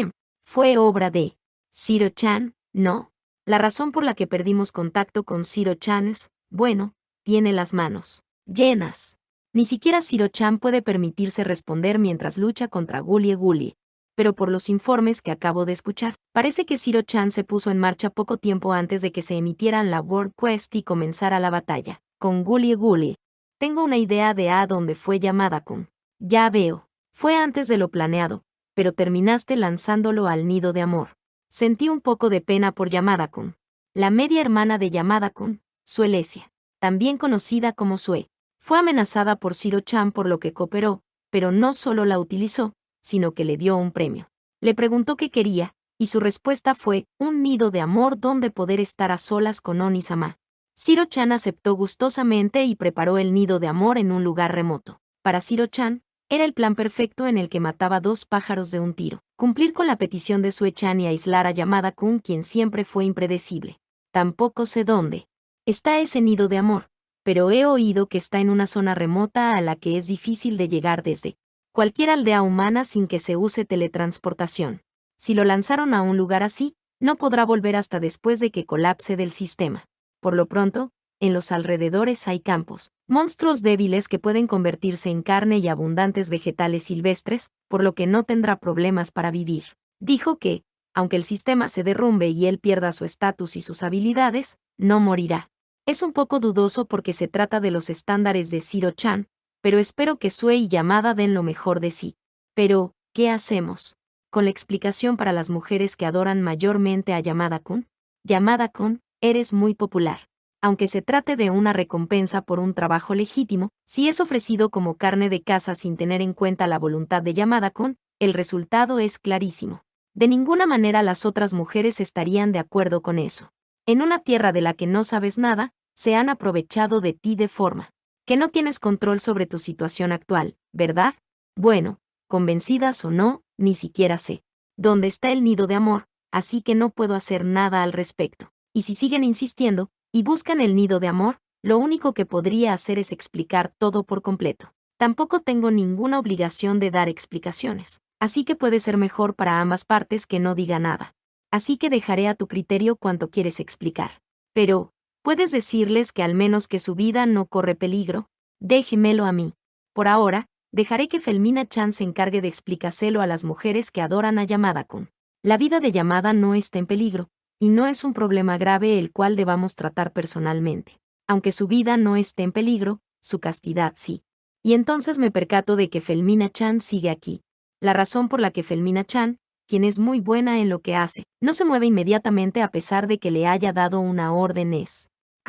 ¿Fue obra de Zero-chan? No. La razón por la que perdimos contacto con Zero-chan es, bueno, tiene las manos llenas. Ni siquiera Zero-chan puede permitirse responder mientras lucha contra Gulie Gulie. Pero por los informes que acabo de escuchar, parece que Zero-chan se puso en marcha poco tiempo antes de que se emitieran la World Quest y comenzara la batalla con Gulie Gulie. Tengo una idea de a dónde fue Yamada-kun. Ya veo. Fue antes de lo planeado, pero terminaste lanzándolo al nido de amor. Sentí un poco de pena por Yamada-kun. La media hermana de Yamada-kun, Suelesia, también conocida como Sue, fue amenazada por Zero-chan por lo que cooperó, pero no solo la utilizó, sino que le dio un premio. Le preguntó qué quería, y su respuesta fue un nido de amor donde poder estar a solas con Oni-sama. Zero-chan aceptó gustosamente y preparó el nido de amor en un lugar remoto. Para Zero-chan, era el plan perfecto en el que mataba dos pájaros de un tiro. Cumplir con la petición de Sue-chan y aislar a Yamada-kun, quien siempre fue impredecible. Tampoco sé dónde está ese nido de amor, pero he oído que está en una zona remota a la que es difícil de llegar desde cualquier aldea humana sin que se use teletransportación. Si lo lanzaron a un lugar así, no podrá volver hasta después de que colapse del sistema. Por lo pronto, en los alrededores hay campos, monstruos débiles que pueden convertirse en carne y abundantes vegetales silvestres, por lo que no tendrá problemas para vivir. Dijo que, aunque el sistema se derrumbe y él pierda su estatus y sus habilidades, no morirá. Es un poco dudoso porque se trata de los estándares de Zero-chan, pero espero que Sue y Yamada den lo mejor de sí. Pero, ¿qué hacemos con la explicación para las mujeres que adoran mayormente a Yamada-kun? Yamada-kun, eres muy popular. Aunque se trate de una recompensa por un trabajo legítimo, si es ofrecido como carne de caza sin tener en cuenta la voluntad de Yamada-kun, el resultado es clarísimo. De ninguna manera las otras mujeres estarían de acuerdo con eso. En una tierra de la que no sabes nada, se han aprovechado de ti de forma Que no tienes control sobre tu situación actual, ¿verdad? Bueno, convencidas o no, ni siquiera sé dónde está el nido de amor, así que no puedo hacer nada al respecto. Y si siguen insistiendo, y buscan el nido de amor, lo único que podría hacer es explicar todo por completo. Tampoco tengo ninguna obligación de dar explicaciones, así que puede ser mejor para ambas partes que no diga nada. Así que dejaré a tu criterio cuanto quieres explicar. Pero, ¿puedes decirles que al menos que su vida no corre peligro? Déjemelo a mí. Por ahora, dejaré que Felmina Chan se encargue de explicárselo a las mujeres que adoran a Yamada-kun. La vida de Yamada no está en peligro, y no es un problema grave el cual debamos tratar personalmente. Aunque su vida no esté en peligro, su castidad sí. Y entonces me percato de que Felmina Chan sigue aquí. La razón por la que Felmina Chan, quien es muy buena en lo que hace, no se mueve inmediatamente a pesar de que le haya dado una orden es: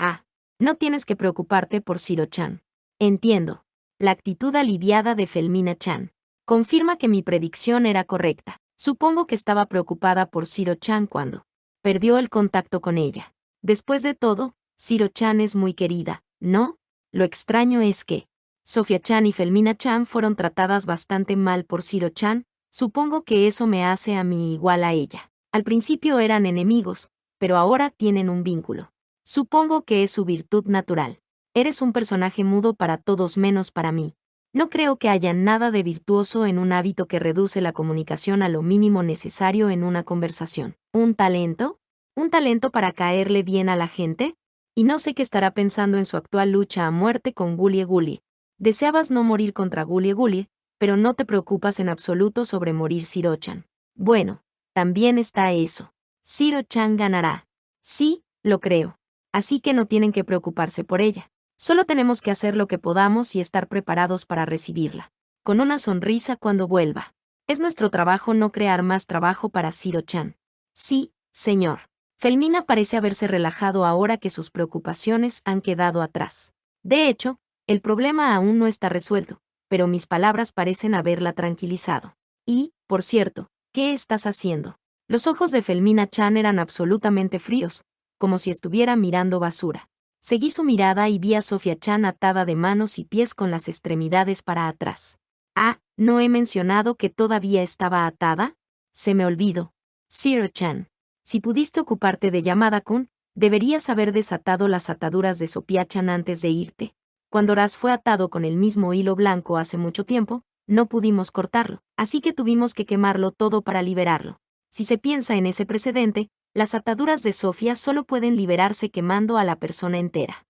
no tienes que preocuparte por Shiro-chan. Entiendo. La actitud aliviada de Felmina Chan confirma que mi predicción era correcta. Supongo que estaba preocupada por Shiro-chan cuando perdió el contacto con ella. Después de todo, Shiro-chan es muy querida, ¿no? Lo extraño es que Sofía-chan y Felmina-chan fueron tratadas bastante mal por Shiro-chan. Supongo que eso me hace a mí igual a ella. Al principio eran enemigos, pero ahora tienen un vínculo. Supongo que es su virtud natural. Eres un personaje mudo para todos menos para mí. No creo que haya nada de virtuoso en un hábito que reduce la comunicación a lo mínimo necesario en una conversación. ¿Un talento? ¿Un talento para caerle bien a la gente? Y no sé qué estará pensando en su actual lucha a muerte con Gulie Gulie. Deseabas no morir contra Gulie Gulie, pero no te preocupas en absoluto sobre morir Shiro-chan. Bueno, también está eso. Shiro-chan ganará. Sí, lo creo. Así que no tienen que preocuparse por ella. Solo tenemos que hacer lo que podamos y estar preparados para recibirla. Con una sonrisa cuando vuelva. Es nuestro trabajo no crear más trabajo para Shiro-chan. Sí, señor. Felmina parece haberse relajado ahora que sus preocupaciones han quedado atrás. De hecho, el problema aún no está resuelto, pero mis palabras parecen haberla tranquilizado. Y, por cierto, ¿qué estás haciendo? Los ojos de Felmina Chan eran absolutamente fríos, como si estuviera mirando basura. Seguí su mirada y vi a Sofía Chan atada de manos y pies con las extremidades para atrás. ¿No he mencionado que todavía estaba atada? Se me olvidó. Shiro-chan, si pudiste ocuparte de Yamada-kun, deberías haber desatado las ataduras de Sofía-chan antes de irte. Cuando Raz fue atado con el mismo hilo blanco hace mucho tiempo, no pudimos cortarlo, así que tuvimos que quemarlo todo para liberarlo. Si se piensa en ese precedente, las ataduras de Sofía solo pueden liberarse quemando a la persona entera.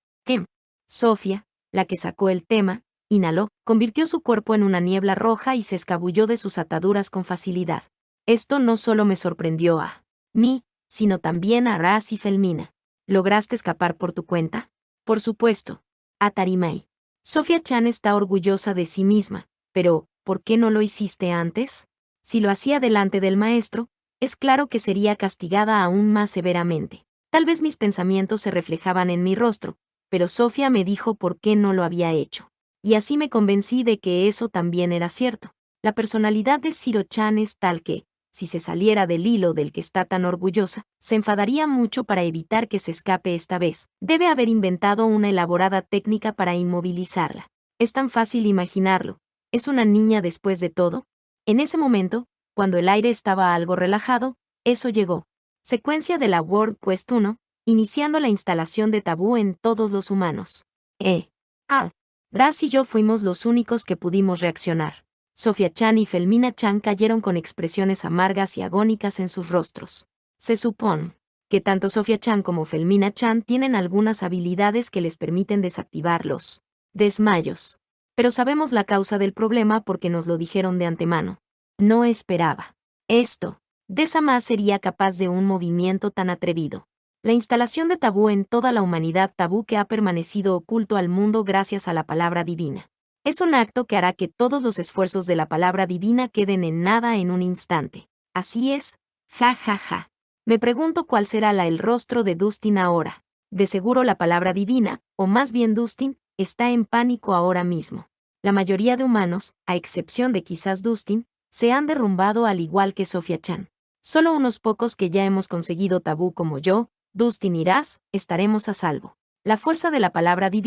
Sofía, la que sacó el tema, inhaló, convirtió su cuerpo en una niebla roja y se escabulló de sus ataduras con facilidad. Esto no solo me sorprendió a mí, sino también a Raz y Felmina. ¿Lograste escapar por tu cuenta? Por supuesto. Atarimai. Sofía Chan está orgullosa de sí misma, pero, ¿por qué no lo hiciste antes? Si lo hacía delante del maestro, es claro que sería castigada aún más severamente. Tal vez mis pensamientos se reflejaban en mi rostro, pero Sofía me dijo por qué no lo había hecho. Y así me convencí de que eso también era cierto. La personalidad de Shiro-chan es tal que, si se saliera del hilo del que está tan orgullosa, se enfadaría mucho para evitar que se escape esta vez. Debe haber inventado una elaborada técnica para inmovilizarla. Es tan fácil imaginarlo. ¿Es una niña después de todo? En ese momento, cuando el aire estaba algo relajado, eso llegó. Secuencia de la World Quest 1, iniciando la instalación de tabú en todos los humanos. Raz y yo fuimos los únicos que pudimos reaccionar. Sofía Chan y Felmina Chan cayeron con expresiones amargas y agónicas en sus rostros. Se supone que tanto Sofía Chan como Felmina Chan tienen algunas habilidades que les permiten desactivar los desmayos. Pero sabemos la causa del problema porque nos lo dijeron de antemano. No esperaba esto. Desa-ma sería capaz de un movimiento tan atrevido. La instalación de tabú en toda la humanidad, tabú que ha permanecido oculto al mundo gracias a la palabra divina. Es un acto que hará que todos los esfuerzos de la palabra divina queden en nada en un instante. Así es, ja. Me pregunto cuál será el rostro de Dustin ahora. De seguro la palabra divina, o más bien Dustin, está en pánico ahora mismo. La mayoría de humanos, a excepción de quizás Dustin, se han derrumbado al igual que Sofía Chan. Solo unos pocos que ya hemos conseguido tabú como yo, Dustin y Raz, estaremos a salvo. La fuerza de la palabra divina,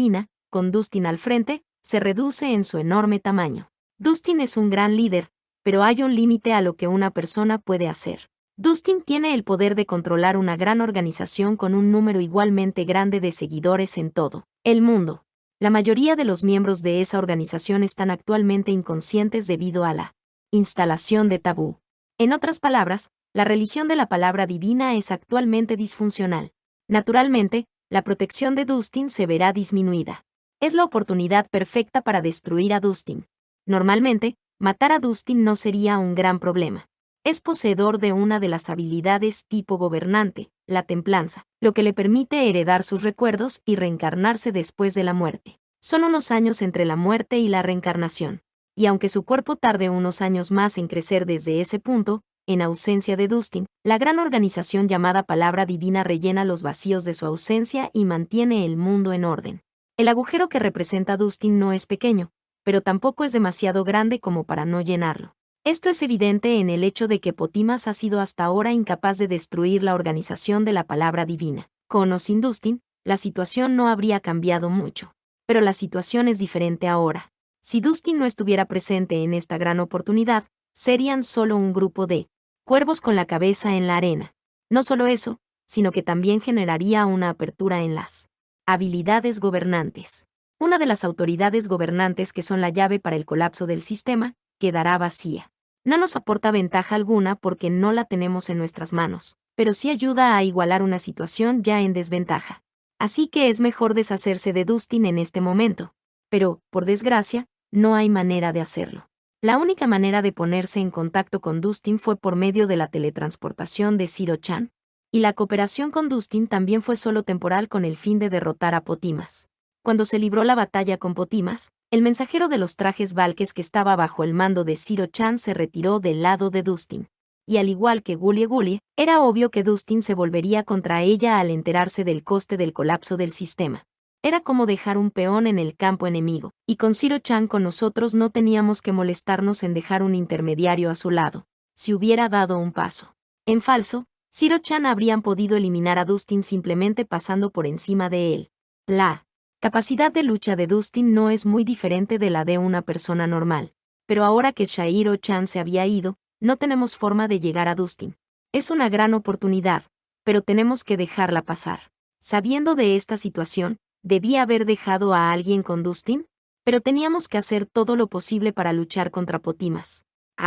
con Dustin al frente, se reduce en su enorme tamaño. Dustin es un gran líder, pero hay un límite a lo que una persona puede hacer. Dustin tiene el poder de controlar una gran organización con un número igualmente grande de seguidores en todo el mundo. La mayoría de los miembros de esa organización están actualmente inconscientes debido a la instalación de tabú. En otras palabras, la religión de la palabra divina es actualmente disfuncional. Naturalmente, la protección de Dustin se verá disminuida. Es la oportunidad perfecta para destruir a Dustin. Normalmente, matar a Dustin no sería un gran problema. Es poseedor de una de las habilidades tipo gobernante, la templanza, lo que le permite heredar sus recuerdos y reencarnarse después de la muerte. Son unos años entre la muerte y la reencarnación. Y aunque su cuerpo tarde unos años más en crecer desde ese punto, en ausencia de Dustin, la gran organización llamada Palabra Divina rellena los vacíos de su ausencia y mantiene el mundo en orden. El agujero que representa Dustin no es pequeño, pero tampoco es demasiado grande como para no llenarlo. Esto es evidente en el hecho de que Potimas ha sido hasta ahora incapaz de destruir la organización de la Palabra Divina. Con o sin Dustin, la situación no habría cambiado mucho. Pero la situación es diferente ahora. Si Dustin no estuviera presente en esta gran oportunidad, serían solo un grupo de cuervos con la cabeza en la arena. No solo eso, sino que también generaría una apertura en las habilidades gobernantes. Una de las autoridades gobernantes que son la llave para el colapso del sistema, quedará vacía. No nos aporta ventaja alguna porque no la tenemos en nuestras manos, pero sí ayuda a igualar una situación ya en desventaja. Así que es mejor deshacerse de Dustin en este momento. Pero, por desgracia, no hay manera de hacerlo. La única manera de ponerse en contacto con Dustin fue por medio de la teletransportación de Zero-chan, y la cooperación con Dustin también fue solo temporal con el fin de derrotar a Potimas. Cuando se libró la batalla con Potimas, el mensajero de los trajes Valques que estaba bajo el mando de Zero-chan se retiró del lado de Dustin. Y al igual que Gulie Gulie, era obvio que Dustin se volvería contra ella al enterarse del coste del colapso del sistema. Era como dejar un peón en el campo enemigo, y con Zero-chan con nosotros no teníamos que molestarnos en dejar un intermediario a su lado. Si hubiera dado un paso en falso, Zero-chan habrían podido eliminar a Dustin simplemente pasando por encima de él. La capacidad de lucha de Dustin no es muy diferente de la de una persona normal. Pero ahora que Shahiro-chan se había ido, no tenemos forma de llegar a Dustin. Es una gran oportunidad, pero tenemos que dejarla pasar. Sabiendo de esta situación, ¿debía haber dejado a alguien con Dustin? Pero teníamos que hacer todo lo posible para luchar contra Potimas.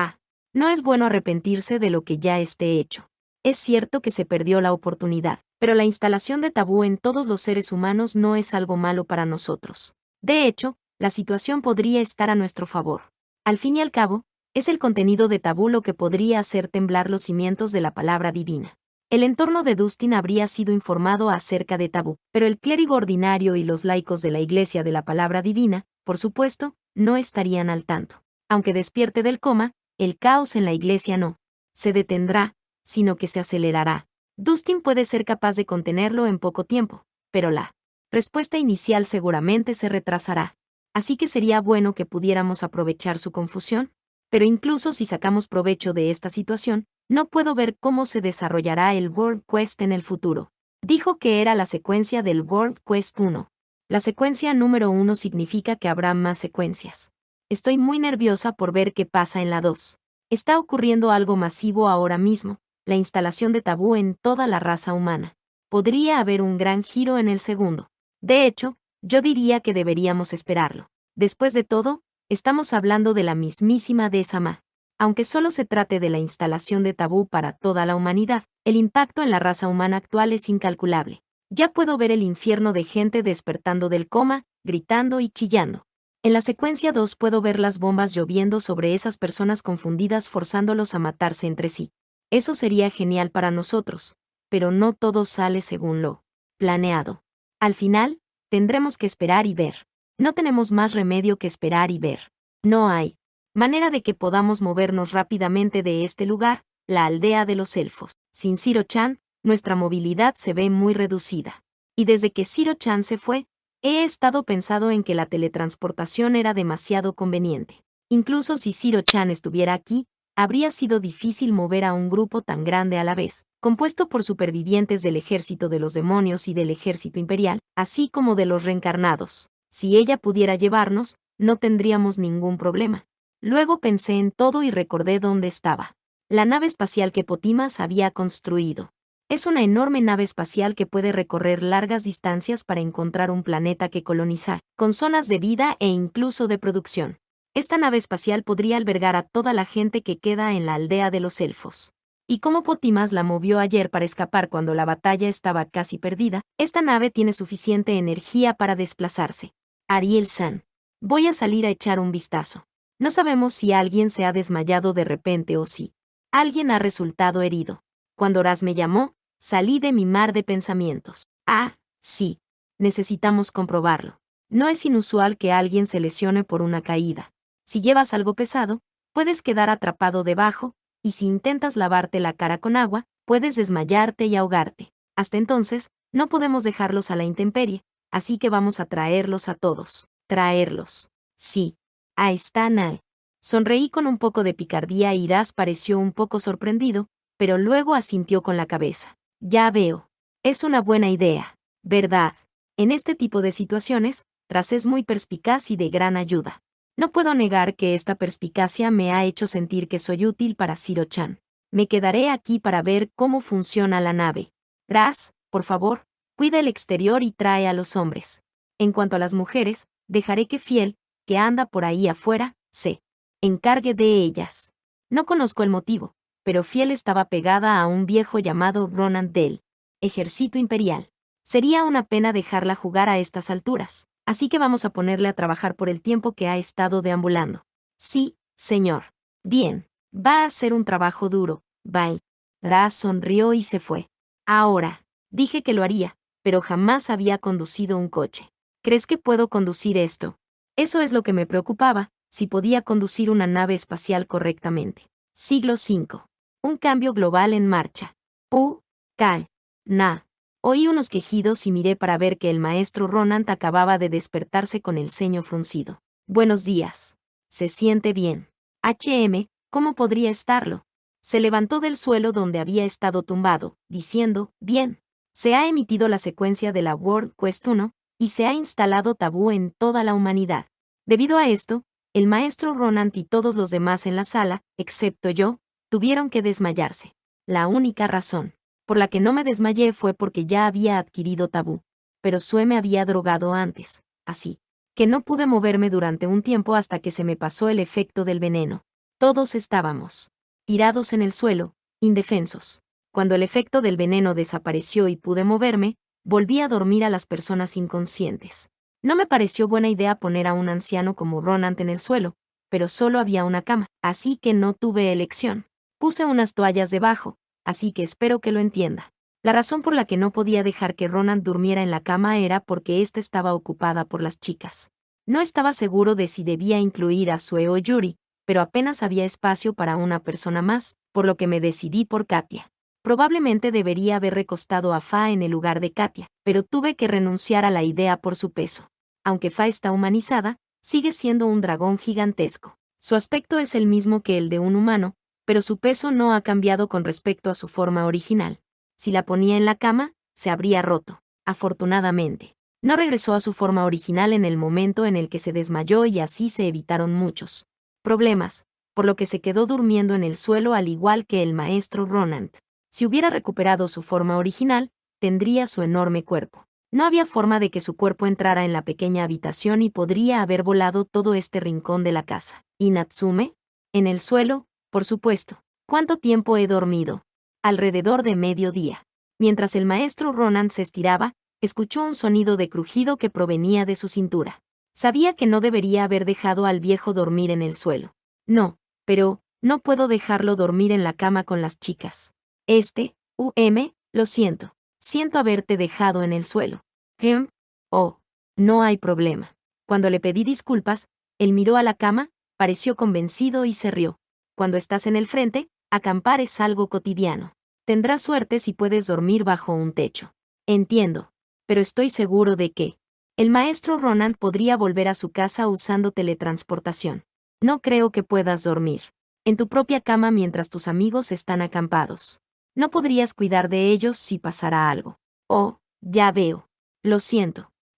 No es bueno arrepentirse de lo que ya esté hecho. Es cierto que se perdió la oportunidad, pero la instalación de tabú en todos los seres humanos no es algo malo para nosotros. De hecho, la situación podría estar a nuestro favor. Al fin y al cabo, es el contenido de tabú lo que podría hacer temblar los cimientos de la palabra divina. El entorno de Dustin habría sido informado acerca de tabú, pero el clérigo ordinario y los laicos de la Iglesia de la Palabra Divina, por supuesto, no estarían al tanto. Aunque despierte del coma, el caos en la Iglesia no se detendrá, sino que se acelerará. Dustin puede ser capaz de contenerlo en poco tiempo, pero la respuesta inicial seguramente se retrasará. Así que sería bueno que pudiéramos aprovechar su confusión, pero incluso si sacamos provecho de esta situación, no puedo ver cómo se desarrollará el World Quest en el futuro. Dijo que era la secuencia del World Quest 1. La secuencia número 1 significa que habrá más secuencias. Estoy muy nerviosa por ver qué pasa en la 2. Está ocurriendo algo masivo ahora mismo, la instalación de tabú en toda la raza humana. Podría haber un gran giro en el segundo. De hecho, yo diría que deberíamos esperarlo. Después de todo, estamos hablando de la mismísima Dezama. Aunque solo se trate de la instalación de tabú para toda la humanidad, el impacto en la raza humana actual es incalculable. Ya puedo ver el infierno de gente despertando del coma, gritando y chillando. En la secuencia 2 puedo ver las bombas lloviendo sobre esas personas confundidas forzándolos a matarse entre sí. Eso sería genial para nosotros, pero no todo sale según lo planeado. Al final, tendremos que esperar y ver. No tenemos más remedio que esperar y ver. No hay manera de que podamos movernos rápidamente de este lugar, la aldea de los elfos. Sin Zero-chan, nuestra movilidad se ve muy reducida. Y desde que Zero-chan se fue, he estado pensando en que la teletransportación era demasiado conveniente. Incluso si Zero-chan estuviera aquí, habría sido difícil mover a un grupo tan grande a la vez, compuesto por supervivientes del ejército de los demonios y del ejército imperial, así como de los reencarnados. Si ella pudiera llevarnos, no tendríamos ningún problema. Luego pensé en todo y recordé dónde estaba. La nave espacial que Potimas había construido. Es una enorme nave espacial que puede recorrer largas distancias para encontrar un planeta que colonizar, con zonas de vida e incluso de producción. Esta nave espacial podría albergar a toda la gente que queda en la aldea de los elfos. Y como Potimas la movió ayer para escapar cuando la batalla estaba casi perdida, esta nave tiene suficiente energía para desplazarse. Ariel-san. Voy a salir a echar un vistazo. No sabemos si alguien se ha desmayado de repente o si alguien ha resultado herido. Cuando Horaz me llamó, salí de mi mar de pensamientos. Ah, sí. Necesitamos comprobarlo. No es inusual que alguien se lesione por una caída. Si llevas algo pesado, puedes quedar atrapado debajo, y si intentas lavarte la cara con agua, puedes desmayarte y ahogarte. Hasta entonces, no podemos dejarlos a la intemperie, así que vamos a traerlos a todos. Traerlos. Sí. Ahí está Nae. Sonreí con un poco de picardía y Horaz pareció un poco sorprendido, pero luego asintió con la cabeza. Ya veo. Es una buena idea, ¿verdad? En este tipo de situaciones, Horaz es muy perspicaz y de gran ayuda. No puedo negar que esta perspicacia me ha hecho sentir que soy útil para Zero-chan. Me quedaré aquí para ver cómo funciona la nave. Horaz, por favor, cuida el exterior y trae a los hombres. En cuanto a las mujeres, dejaré que Fiel, que anda por ahí afuera, se encargue de ellas. No conozco el motivo, pero Fiel estaba pegada a un viejo llamado Ronan del Ejército Imperial. Sería una pena dejarla jugar a estas alturas, así que vamos a ponerle a trabajar por el tiempo que ha estado deambulando. Sí, señor. Bien, va a ser un trabajo duro, bye. Horaz sonrió y se fue. Ahora, dije que lo haría, pero jamás había conducido un coche. ¿Crees que puedo conducir esto? Eso es lo que me preocupaba, si podía conducir una nave espacial correctamente. Siglo V. Un cambio global en marcha. Na. Oí unos quejidos y miré para ver que el maestro Ronant acababa de despertarse con el ceño fruncido. Buenos días. Se siente bien. ¿Cómo podría estarlo? Se levantó del suelo donde había estado tumbado, diciendo, bien. Se ha emitido la secuencia de la World Quest 1, y se ha instalado tabú en toda la humanidad. Debido a esto, el maestro Ronant y todos los demás en la sala, excepto yo, tuvieron que desmayarse. La única razón por la que no me desmayé fue porque ya había adquirido tabú. Pero Sue me había drogado antes, así que no pude moverme durante un tiempo hasta que se me pasó el efecto del veneno. Todos estábamos tirados en el suelo, indefensos. Cuando el efecto del veneno desapareció y pude moverme, volví a dormir a las personas inconscientes. No me pareció buena idea poner a un anciano como Ronant en el suelo, pero solo había una cama, así que no tuve elección. Puse unas toallas debajo, así que espero que lo entienda. La razón por la que no podía dejar que Ronant durmiera en la cama era porque ésta estaba ocupada por las chicas. No estaba seguro de si debía incluir a Sue o Yuri, pero apenas había espacio para una persona más, por lo que me decidí por Katia. Probablemente debería haber recostado a Fa en el lugar de Katia, pero tuve que renunciar a la idea por su peso. Aunque Fa está humanizada, sigue siendo un dragón gigantesco. Su aspecto es el mismo que el de un humano, pero su peso no ha cambiado con respecto a su forma original. Si la ponía en la cama, se habría roto. Afortunadamente, no regresó a su forma original en el momento en el que se desmayó y así se evitaron muchos problemas, por lo que se quedó durmiendo en el suelo al igual que el maestro Ronant. Si hubiera recuperado su forma original, tendría su enorme cuerpo. No había forma de que su cuerpo entrara en la pequeña habitación y podría haber volado todo este rincón de la casa. ¿Y Natsume? En el suelo, por supuesto. ¿Cuánto tiempo he dormido? Alrededor de mediodía. Mientras el maestro Ronant se estiraba, escuchó un sonido de crujido que provenía de su cintura. Sabía que no debería haber dejado al viejo dormir en el suelo. No, pero, no puedo dejarlo dormir en la cama con las chicas. Lo siento. Siento haberte dejado en el suelo. Oh, no hay problema. Cuando le pedí disculpas, él miró a la cama, pareció convencido y se rió. Cuando estás en el frente, acampar es algo cotidiano. Tendrás suerte si puedes dormir bajo un techo. Entiendo. Pero estoy seguro de que el maestro Ronant podría volver a su casa usando teletransportación. No creo que puedas dormir en tu propia cama mientras tus amigos están acampados. No podrías cuidar de ellos si pasara algo. Oh, ya veo. Lo siento.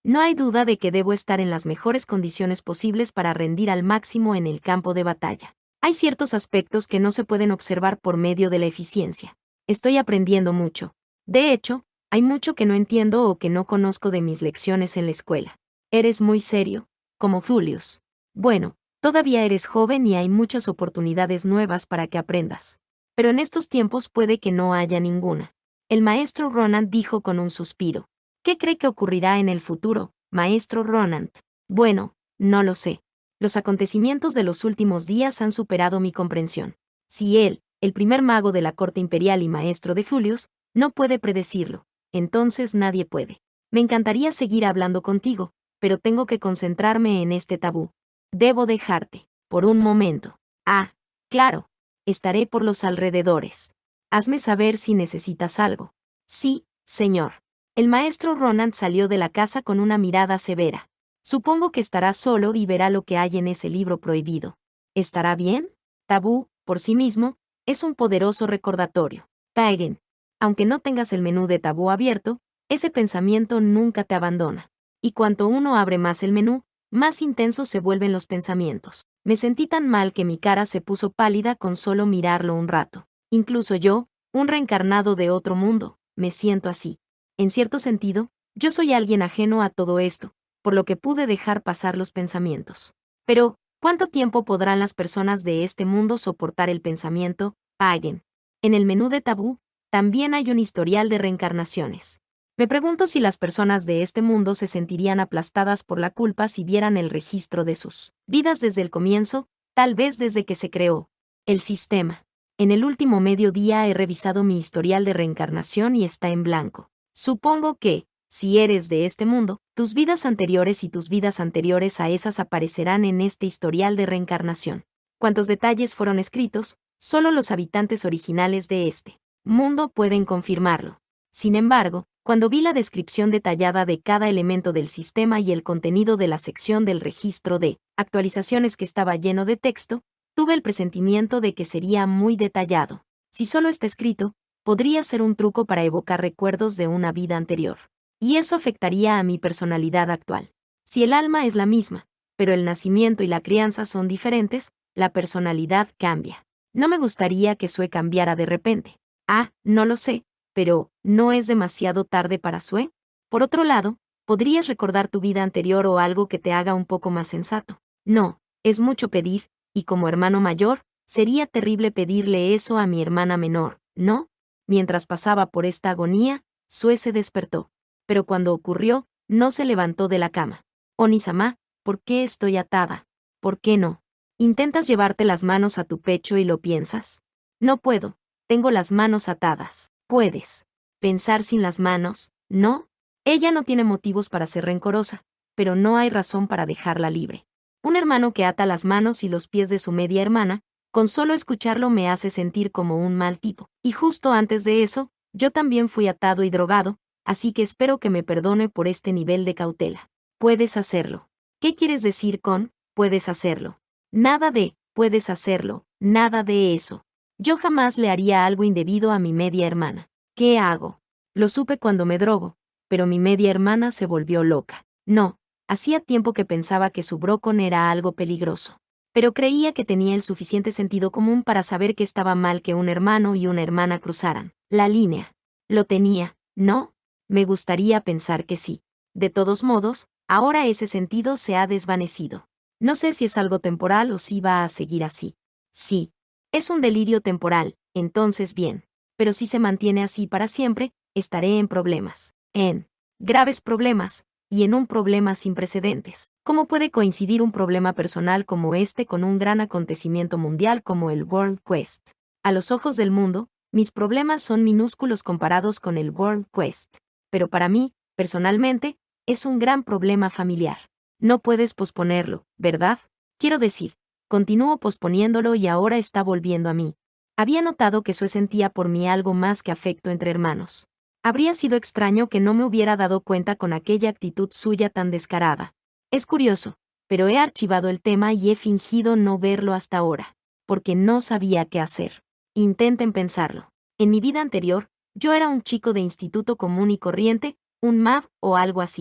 No hay duda de que debo estar en las mejores condiciones posibles para rendir al máximo en el campo de batalla. Hay ciertos aspectos que no se pueden observar por medio de la eficiencia. Estoy aprendiendo mucho. De hecho, hay mucho que no entiendo o que no conozco de mis lecciones en la escuela. Eres muy serio, como Julius. Bueno, todavía eres joven y hay muchas oportunidades nuevas para que aprendas. Pero en estos tiempos puede que no haya ninguna. El maestro Ronald dijo con un suspiro. ¿Qué cree que ocurrirá en el futuro, maestro Ronald? Bueno, no lo sé. Los acontecimientos de los últimos días han superado mi comprensión. Si él, el primer mago de la corte imperial y maestro de Julius, no puede predecirlo, entonces nadie puede. Me encantaría seguir hablando contigo, pero tengo que concentrarme en este tabú. Debo dejarte, por un momento. Ah, claro. Estaré por los alrededores. Hazme saber si necesitas algo. Sí, señor. El maestro Ronald salió de la casa con una mirada severa. Supongo que estará solo y verá lo que hay en ese libro prohibido. ¿Estará bien? Tabú, por sí mismo, es un poderoso recordatorio. Pagan. Aunque no tengas el menú de tabú abierto, ese pensamiento nunca te abandona. Y cuanto uno abre más el menú, más intensos se vuelven los pensamientos. Me sentí tan mal que mi cara se puso pálida con solo mirarlo un rato. Incluso yo, un reencarnado de otro mundo, me siento así. En cierto sentido, yo soy alguien ajeno a todo esto, por lo que pude dejar pasar los pensamientos. Pero, ¿cuánto tiempo podrán las personas de este mundo soportar el pensamiento? Paguen. En el menú de tabú, también hay un historial de reencarnaciones. Me pregunto si las personas de este mundo se sentirían aplastadas por la culpa si vieran el registro de sus vidas desde el comienzo, tal vez desde que se creó el sistema. En el último mediodía he revisado mi historial de reencarnación y está en blanco. Supongo que, si eres de este mundo, tus vidas anteriores y tus vidas anteriores a esas aparecerán en este historial de reencarnación. Cuantos detalles fueron escritos, solo los habitantes originales de este mundo pueden confirmarlo. Sin embargo, cuando vi la descripción detallada de cada elemento del sistema y el contenido de la sección del registro de actualizaciones que estaba lleno de texto, tuve el presentimiento de que sería muy detallado. Si solo está escrito, podría ser un truco para evocar recuerdos de una vida anterior. Y eso afectaría a mi personalidad actual. Si el alma es la misma, pero el nacimiento y la crianza son diferentes, la personalidad cambia. No me gustaría que Sue cambiara de repente. Ah, no lo sé, pero ¿no es demasiado tarde para Sue? Por otro lado, podrías recordar tu vida anterior o algo que te haga un poco más sensato. No, es mucho pedir, y como hermano mayor, sería terrible pedirle eso a mi hermana menor, ¿no? Mientras pasaba por esta agonía, Sue se despertó. Pero cuando ocurrió, no se levantó de la cama. Oni-sama, ¿por qué estoy atada? ¿Por qué no? ¿Intentas llevarte las manos a tu pecho y lo piensas? No puedo, tengo las manos atadas. Puedes. Pensar sin las manos, ¿no? Ella no tiene motivos para ser rencorosa, pero no hay razón para dejarla libre. Un hermano que ata las manos y los pies de su media hermana, con solo escucharlo me hace sentir como un mal tipo. Y justo antes de eso, yo también fui atado y drogado, así que espero que me perdone por este nivel de cautela. Puedes hacerlo. ¿Qué quieres decir con, puedes hacerlo? Nada de, puedes hacerlo, nada de eso. Yo jamás le haría algo indebido a mi media hermana. ¿Qué hago? Lo supe cuando me drogo, pero mi media hermana se volvió loca. No, hacía tiempo que pensaba que su brócon era algo peligroso. Pero creía que tenía el suficiente sentido común para saber que estaba mal que un hermano y una hermana cruzaran la línea. Lo tenía, ¿no? Me gustaría pensar que sí. De todos modos, ahora ese sentido se ha desvanecido. No sé si es algo temporal o si va a seguir así. Sí. Es un delirio temporal, entonces bien. Pero si se mantiene así para siempre, estaré en problemas. En graves problemas, y en un problema sin precedentes. ¿Cómo puede coincidir un problema personal como este con un gran acontecimiento mundial como el World Quest? A los ojos del mundo, mis problemas son minúsculos comparados con el World Quest. Pero para mí, personalmente, es un gran problema familiar. No puedes posponerlo, ¿verdad? Quiero decir, continúo posponiéndolo y ahora está volviendo a mí. Había notado que Sue sentía por mí algo más que afecto entre hermanos. Habría sido extraño que no me hubiera dado cuenta con aquella actitud suya tan descarada. Es curioso, pero he archivado el tema y he fingido no verlo hasta ahora, porque no sabía qué hacer. Intenten pensarlo. En mi vida anterior, yo era un chico de instituto común y corriente, un MAV o algo así.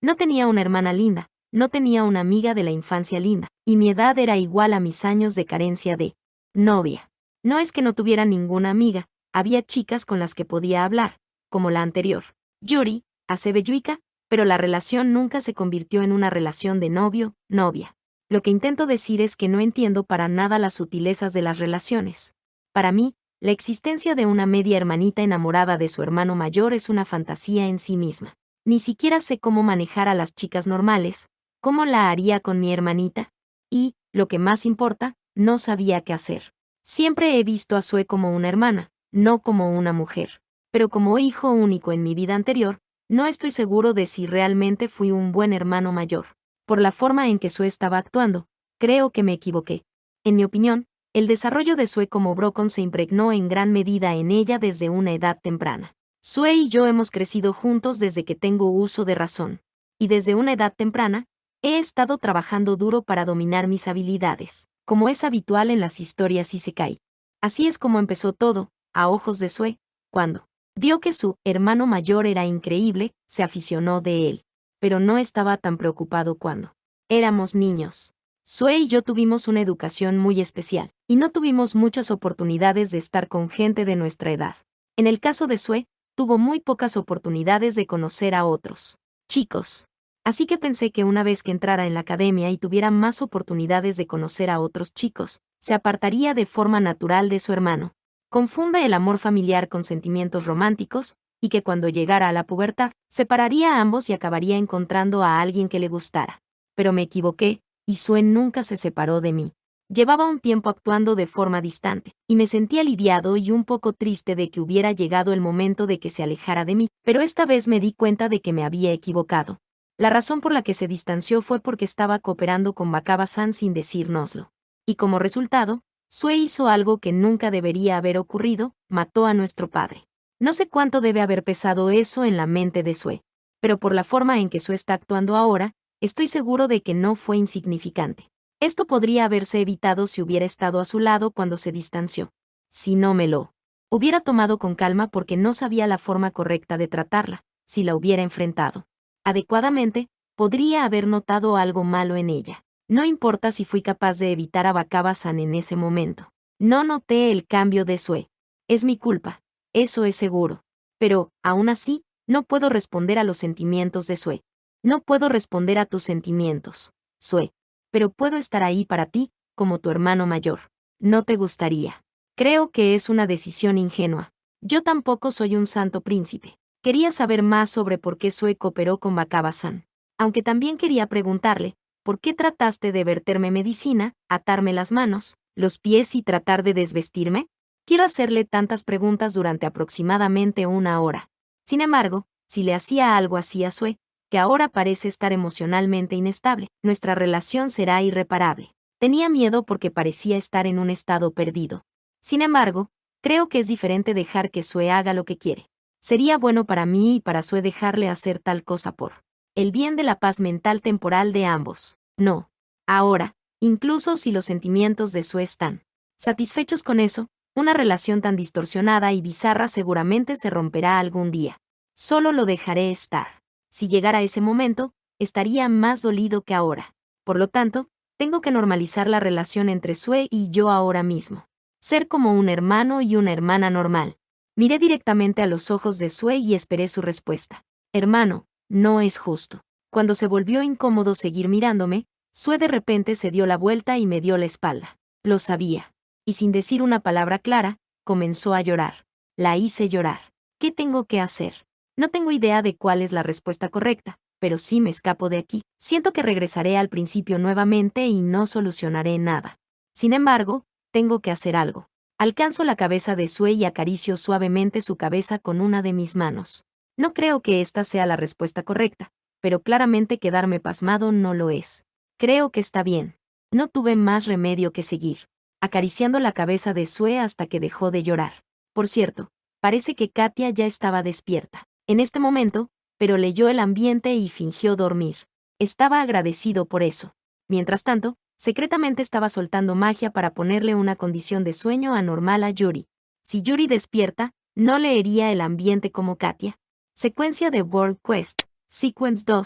No tenía una hermana linda, no tenía una amiga de la infancia linda, y mi edad era igual a mis años de carencia de novia. No es que no tuviera ninguna amiga, había chicas con las que podía hablar, como la anterior, Yuri, Acebeyuica, pero la relación nunca se convirtió en una relación de novio-novia. Lo que intento decir es que no entiendo para nada las sutilezas de las relaciones. Para mí, la existencia de una media hermanita enamorada de su hermano mayor es una fantasía en sí misma. Ni siquiera sé cómo manejar a las chicas normales, cómo la haría con mi hermanita, y, lo que más importa, no sabía qué hacer. Siempre he visto a Sue como una hermana, no como una mujer. Pero como hijo único en mi vida anterior, no estoy seguro de si realmente fui un buen hermano mayor. Por la forma en que Sue estaba actuando, creo que me equivoqué. En mi opinión, el desarrollo de Sue como Brocon se impregnó en gran medida en ella desde una edad temprana. Sue y yo hemos crecido juntos desde que tengo uso de razón. Y desde una edad temprana, he estado trabajando duro para dominar mis habilidades, como es habitual en las historias isekai. Así es como empezó todo, a ojos de Sue, cuando vio que su hermano mayor era increíble, se aficionó de él. Pero no estaba tan preocupado cuando éramos niños. Sue y yo tuvimos una educación muy especial, y no tuvimos muchas oportunidades de estar con gente de nuestra edad. En el caso de Sue, tuvo muy pocas oportunidades de conocer a otros chicos. Así que pensé que una vez que entrara en la academia y tuviera más oportunidades de conocer a otros chicos, se apartaría de forma natural de su hermano. Confunda el amor familiar con sentimientos románticos, y que cuando llegara a la pubertad, separaría a ambos y acabaría encontrando a alguien que le gustara. Pero me equivoqué, y Sue nunca se separó de mí. Llevaba un tiempo actuando de forma distante, y me sentí aliviado y un poco triste de que hubiera llegado el momento de que se alejara de mí, pero esta vez me di cuenta de que me había equivocado. La razón por la que se distanció fue porque estaba cooperando con Wakaba-san sin decírnoslo. Y como resultado, Sue hizo algo que nunca debería haber ocurrido, mató a nuestro padre. No sé cuánto debe haber pesado eso en la mente de Sue, pero por la forma en que Sue está actuando ahora, estoy seguro de que no fue insignificante. Esto podría haberse evitado si hubiera estado a su lado cuando se distanció. Si no me lo hubiera tomado con calma porque no sabía la forma correcta de tratarla, si la hubiera enfrentado adecuadamente, podría haber notado algo malo en ella. No importa si fui capaz de evitar a Wakaba-san en ese momento. No noté el cambio de Sue. Es mi culpa, eso es seguro. Pero, aún así, no puedo responder a los sentimientos de Sue. No puedo responder a tus sentimientos, Sue. Pero puedo estar ahí para ti, como tu hermano mayor. No te gustaría. Creo que es una decisión ingenua. Yo tampoco soy un santo príncipe. Quería saber más sobre por qué Sue cooperó con Wakaba-san. Aunque también quería preguntarle, ¿por qué trataste de verterme medicina, atarme las manos, los pies y tratar de desvestirme? Quiero hacerle tantas preguntas durante aproximadamente una hora. Sin embargo, si le hacía algo así a Sue, que ahora parece estar emocionalmente inestable, nuestra relación será irreparable. Tenía miedo porque parecía estar en un estado perdido. Sin embargo, creo que es diferente dejar que Sue haga lo que quiere. Sería bueno para mí y para Sue dejarle hacer tal cosa por el bien de la paz mental temporal de ambos. No. Ahora, incluso si los sentimientos de Sue están satisfechos con eso, una relación tan distorsionada y bizarra seguramente se romperá algún día. Solo lo dejaré estar. Si llegara ese momento, estaría más dolido que ahora. Por lo tanto, tengo que normalizar la relación entre Sue y yo ahora mismo. Ser como un hermano y una hermana normal. Miré directamente a los ojos de Sue y esperé su respuesta. Hermano, no es justo. Cuando se volvió incómodo seguir mirándome, Sue de repente se dio la vuelta y me dio la espalda. Lo sabía. Y sin decir una palabra clara, comenzó a llorar. La hice llorar. ¿Qué tengo que hacer? No tengo idea de cuál es la respuesta correcta, pero si me escapo de aquí, siento que regresaré al principio nuevamente y no solucionaré nada. Sin embargo, tengo que hacer algo. Alcanzo la cabeza de Sue y acaricio suavemente su cabeza con una de mis manos. No creo que esta sea la respuesta correcta, pero claramente quedarme pasmado no lo es. Creo que está bien. No tuve más remedio que seguir, acariciando la cabeza de Sue hasta que dejó de llorar. Por cierto, parece que Katia ya estaba despierta en este momento, pero leyó el ambiente y fingió dormir. Estaba agradecido por eso. Mientras tanto, secretamente estaba soltando magia para ponerle una condición de sueño anormal a Yuri. Si Yuri despierta, no leería el ambiente como Katia. Secuencia de World Quest, Sequence 2,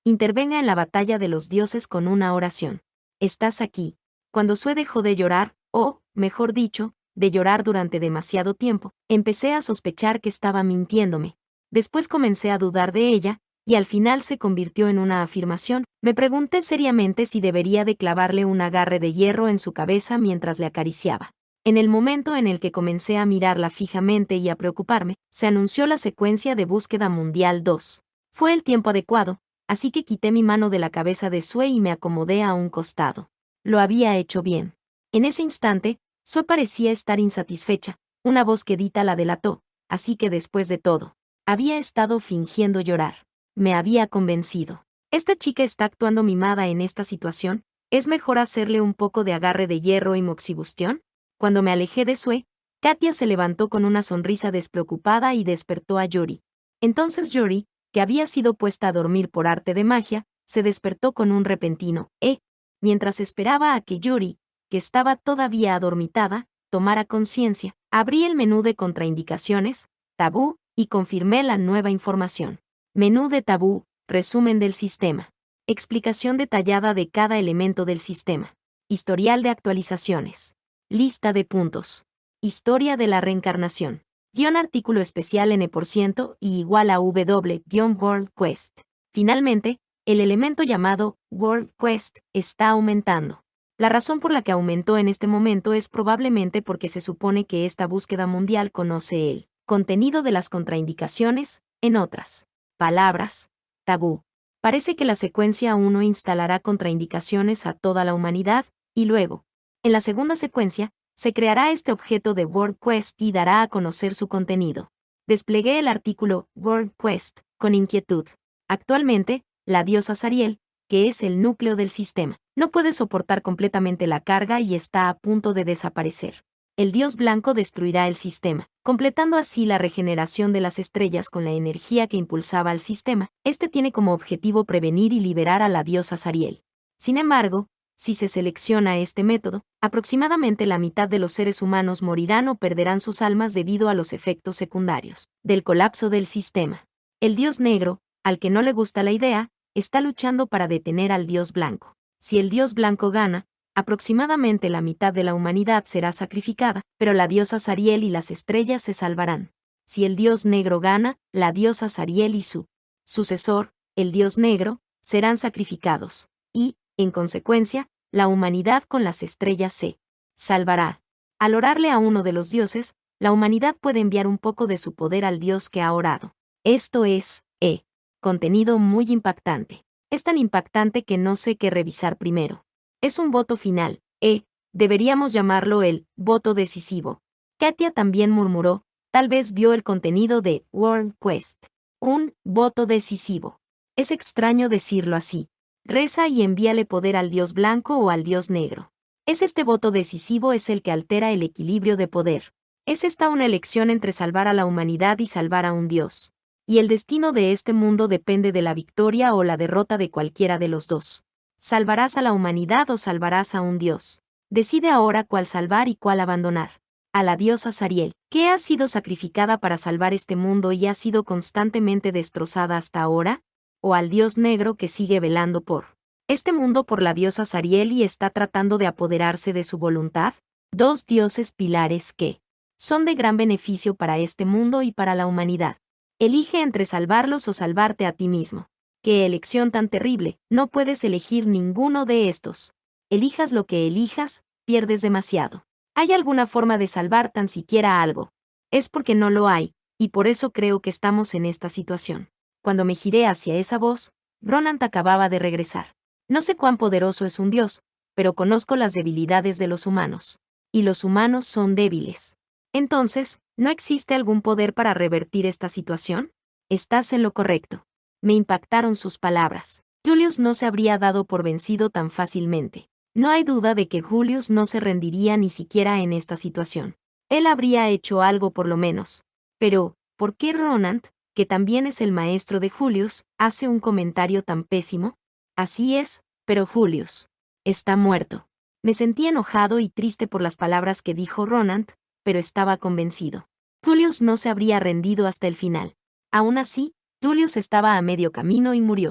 intervenga en la batalla de los dioses con una oración. Estás aquí. Cuando Sue dejó de llorar, o, mejor dicho, de llorar durante demasiado tiempo, empecé a sospechar que estaba mintiéndome. Después comencé a dudar de ella, y al final se convirtió en una afirmación. Me pregunté seriamente si debería de clavarle un agarre de hierro en su cabeza mientras le acariciaba. En el momento en el que comencé a mirarla fijamente y a preocuparme, se anunció la secuencia de búsqueda mundial 2. Fue el tiempo adecuado, así que quité mi mano de la cabeza de Sue y me acomodé a un costado. Lo había hecho bien. En ese instante, Sue parecía estar insatisfecha. Una voz quedita la delató, así que después de todo, había estado fingiendo llorar. Me había convencido. Esta chica está actuando mimada en esta situación. ¿Es mejor hacerle un poco de agarre de hierro y moxibustión? Cuando me alejé de Sue, Katia se levantó con una sonrisa despreocupada y despertó a Yuri. Entonces Yuri, que había sido puesta a dormir por arte de magia, se despertó con un repentino Mientras esperaba a que Yuri, que estaba todavía adormitada, tomara conciencia, abrí el menú de contraindicaciones, tabú, y confirmé la nueva información. Menú de tabú, resumen del sistema. Explicación detallada de cada elemento del sistema. Historial de actualizaciones. Lista de puntos. Historia de la reencarnación. Artículo especial N% y igual a W-World Quest. Finalmente, el elemento llamado World Quest está aumentando. La razón por la que aumentó en este momento es probablemente porque se supone que esta búsqueda mundial conoce el contenido de las contraindicaciones, en otras palabras, tabú. Parece que la secuencia 1 instalará contraindicaciones a toda la humanidad, y luego, en la segunda secuencia, se creará este objeto de World Quest y dará a conocer su contenido. Desplegué el artículo World Quest con inquietud. Actualmente, la diosa Zariel, que es el núcleo del sistema, no puede soportar completamente la carga y está a punto de desaparecer. El dios blanco destruirá el sistema, completando así la regeneración de las estrellas con la energía que impulsaba al sistema. Este tiene como objetivo prevenir y liberar a la diosa Zariel. Sin embargo, si se selecciona este método, aproximadamente la mitad de los seres humanos morirán o perderán sus almas debido a los efectos secundarios del colapso del sistema. El dios negro, al que no le gusta la idea, está luchando para detener al dios blanco. Si el dios blanco gana, aproximadamente la mitad de la humanidad será sacrificada, pero la diosa Zariel y las estrellas se salvarán. Si el dios negro gana, la diosa Zariel y su sucesor, el dios negro, serán sacrificados, y, en consecuencia, la humanidad con las estrellas se salvará. Al orarle a uno de los dioses, la humanidad puede enviar un poco de su poder al dios que ha orado. Esto es, contenido muy impactante. Es tan impactante que no sé qué revisar primero. Es un voto final, deberíamos llamarlo el voto decisivo. Katia también murmuró, tal vez vio el contenido de World Quest. Un voto decisivo. Es extraño decirlo así. Reza y envíale poder al dios blanco o al dios negro. Este voto decisivo es el que altera el equilibrio de poder. Es esta una elección entre salvar a la humanidad y salvar a un dios. Y el destino de este mundo depende de la victoria o la derrota de cualquiera de los dos. ¿Salvarás a la humanidad o salvarás a un dios? Decide ahora cuál salvar y cuál abandonar. A la diosa Zariel, que ha sido sacrificada para salvar este mundo y ha sido constantemente destrozada hasta ahora, o al dios negro que sigue velando por este mundo por la diosa Zariel y está tratando de apoderarse de su voluntad. Dos dioses pilares que son de gran beneficio para este mundo y para la humanidad. Elige entre salvarlos o salvarte a ti mismo. ¡Qué elección tan terrible! No puedes elegir ninguno de estos. Elijas lo que elijas, pierdes demasiado. ¿Hay alguna forma de salvar tan siquiera algo? Es porque no lo hay, y por eso creo que estamos en esta situación. Cuando me giré hacia esa voz, Ronant acababa de regresar. No sé cuán poderoso es un dios, pero conozco las debilidades de los humanos. Y los humanos son débiles. Entonces, ¿no existe algún poder para revertir esta situación? Estás en lo correcto. Me impactaron sus palabras. Julius no se habría dado por vencido tan fácilmente. No hay duda de que Julius no se rendiría ni siquiera en esta situación. Él habría hecho algo por lo menos. Pero, ¿por qué Ronant, que también es el maestro de Julius, hace un comentario tan pésimo? Así es, pero Julius está muerto. Me sentí enojado y triste por las palabras que dijo Ronant, pero estaba convencido. Julius no se habría rendido hasta el final. Aún así, Julius estaba a medio camino y murió.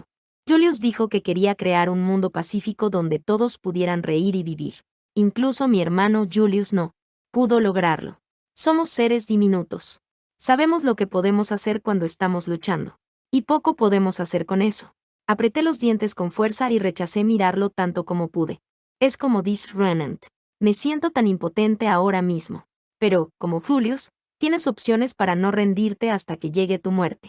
Julius dijo que quería crear un mundo pacífico donde todos pudieran reír y vivir. Incluso mi hermano Julius no pudo lograrlo. Somos seres diminutos. Sabemos lo que podemos hacer cuando estamos luchando. Y poco podemos hacer con eso. Apreté los dientes con fuerza y rechacé mirarlo tanto como pude. Es como dice Renant. Me siento tan impotente ahora mismo. Pero, como Julius, tienes opciones para no rendirte hasta que llegue tu muerte.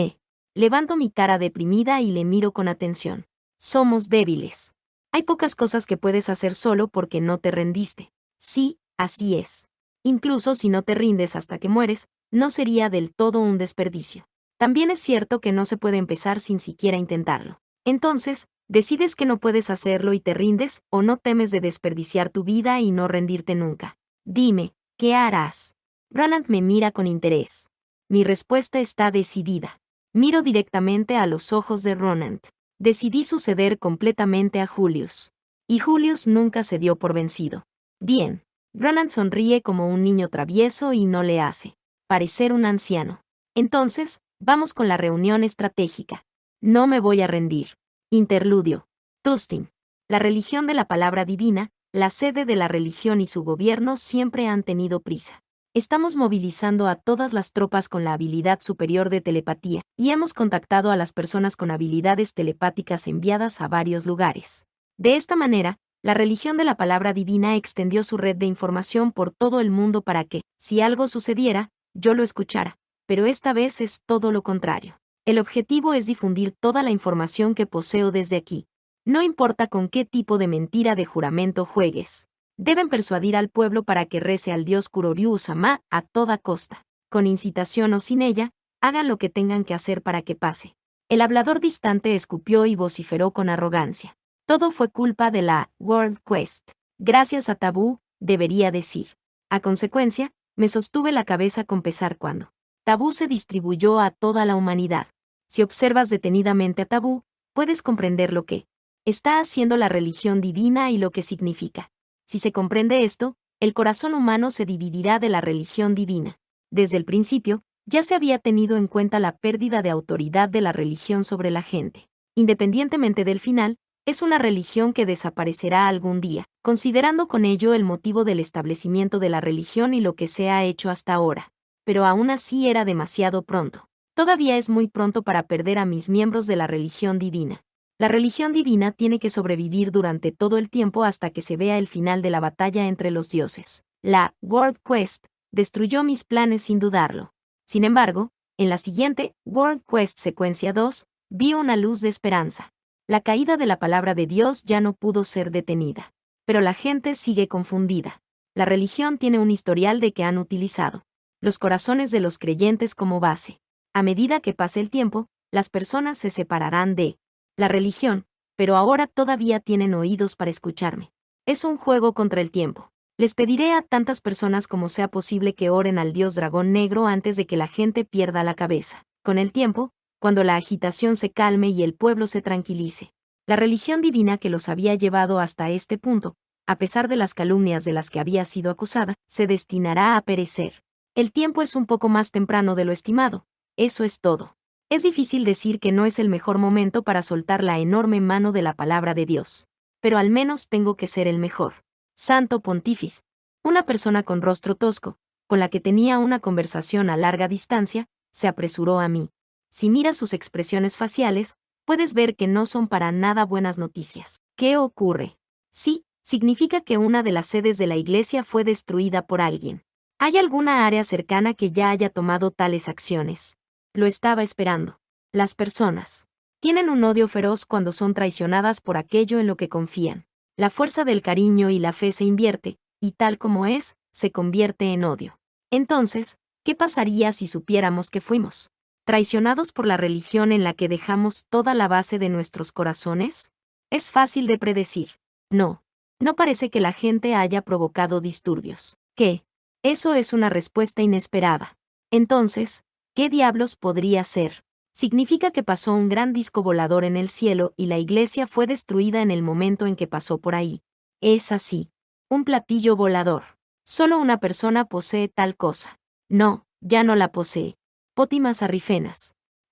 Levanto mi cara deprimida y le miro con atención. Somos débiles. Hay pocas cosas que puedes hacer solo porque no te rendiste. Sí, así es. Incluso si no te rindes hasta que mueres, no sería del todo un desperdicio. También es cierto que no se puede empezar sin siquiera intentarlo. Entonces, decides que no puedes hacerlo y te rindes, o no temes de desperdiciar tu vida y no rendirte nunca. Dime, ¿qué harás? Branagh me mira con interés. Mi respuesta está decidida. Miro directamente a los ojos de Ronant. Decidí suceder completamente a Julius. Y Julius nunca se dio por vencido. Bien. Ronant sonríe como un niño travieso y no le hace parecer un anciano. Entonces, vamos con la reunión estratégica. No me voy a rendir. Interludio. Tustin. La religión de la palabra divina, la sede de la religión y su gobierno siempre han tenido prisa. Estamos movilizando a todas las tropas con la habilidad superior de telepatía, y hemos contactado a las personas con habilidades telepáticas enviadas a varios lugares. De esta manera, la religión de la palabra divina extendió su red de información por todo el mundo para que, si algo sucediera, yo lo escuchara, pero esta vez es todo lo contrario. El objetivo es difundir toda la información que poseo desde aquí. No importa con qué tipo de mentira de juramento juegues. Deben persuadir al pueblo para que rece al dios Kuroryu-sama a toda costa. Con incitación o sin ella, hagan lo que tengan que hacer para que pase. El hablador distante escupió y vociferó con arrogancia. Todo fue culpa de la World Quest. Gracias a Tabú, debería decir. A consecuencia, me sostuve la cabeza con pesar cuando Tabú se distribuyó a toda la humanidad. Si observas detenidamente a Tabú, puedes comprender lo que está haciendo la religión divina y lo que significa. Si se comprende esto, el corazón humano se dividirá de la religión divina. Desde el principio, ya se había tenido en cuenta la pérdida de autoridad de la religión sobre la gente. Independientemente del final, es una religión que desaparecerá algún día, considerando con ello el motivo del establecimiento de la religión y lo que se ha hecho hasta ahora. Pero aún así era demasiado pronto. Todavía es muy pronto para perder a mis miembros de la religión divina. La religión divina tiene que sobrevivir durante todo el tiempo hasta que se vea el final de la batalla entre los dioses. La World Quest destruyó mis planes sin dudarlo. Sin embargo, en la siguiente, World Quest Secuencia 2, vi una luz de esperanza. La caída de la palabra de Dios ya no pudo ser detenida. Pero la gente sigue confundida. La religión tiene un historial de que han utilizado los corazones de los creyentes como base. A medida que pase el tiempo, las personas se separarán de la religión, pero ahora todavía tienen oídos para escucharme. Es un juego contra el tiempo. Les pediré a tantas personas como sea posible que oren al dios dragón negro antes de que la gente pierda la cabeza. Con el tiempo, cuando la agitación se calme y el pueblo se tranquilice, la religión divina que los había llevado hasta este punto, a pesar de las calumnias de las que había sido acusada, se destinará a perecer. El tiempo es un poco más temprano de lo estimado. Eso es todo. Es difícil decir que no es el mejor momento para soltar la enorme mano de la palabra de Dios. Pero al menos tengo que ser el mejor. Santo Pontífice. Una persona con rostro tosco, con la que tenía una conversación a larga distancia, se apresuró a mí. Si miras sus expresiones faciales, puedes ver que no son para nada buenas noticias. ¿Qué ocurre? Sí, significa que una de las sedes de la iglesia fue destruida por alguien. ¿Hay alguna área cercana que ya haya tomado tales acciones? Lo estaba esperando. Las personas tienen un odio feroz cuando son traicionadas por aquello en lo que confían. La fuerza del cariño y la fe se invierte, y tal como es, se convierte en odio. Entonces, ¿qué pasaría si supiéramos que fuimos traicionados por la religión en la que dejamos toda la base de nuestros corazones? Es fácil de predecir. No parece que la gente haya provocado disturbios. ¿Qué? Eso es una respuesta inesperada. Entonces, ¿qué diablos podría ser? Significa que pasó un gran disco volador en el cielo y la iglesia fue destruida en el momento en que pasó por ahí. Es así. Un platillo volador. Solo una persona posee tal cosa. No, ya no la posee. Pótimas arrifenas.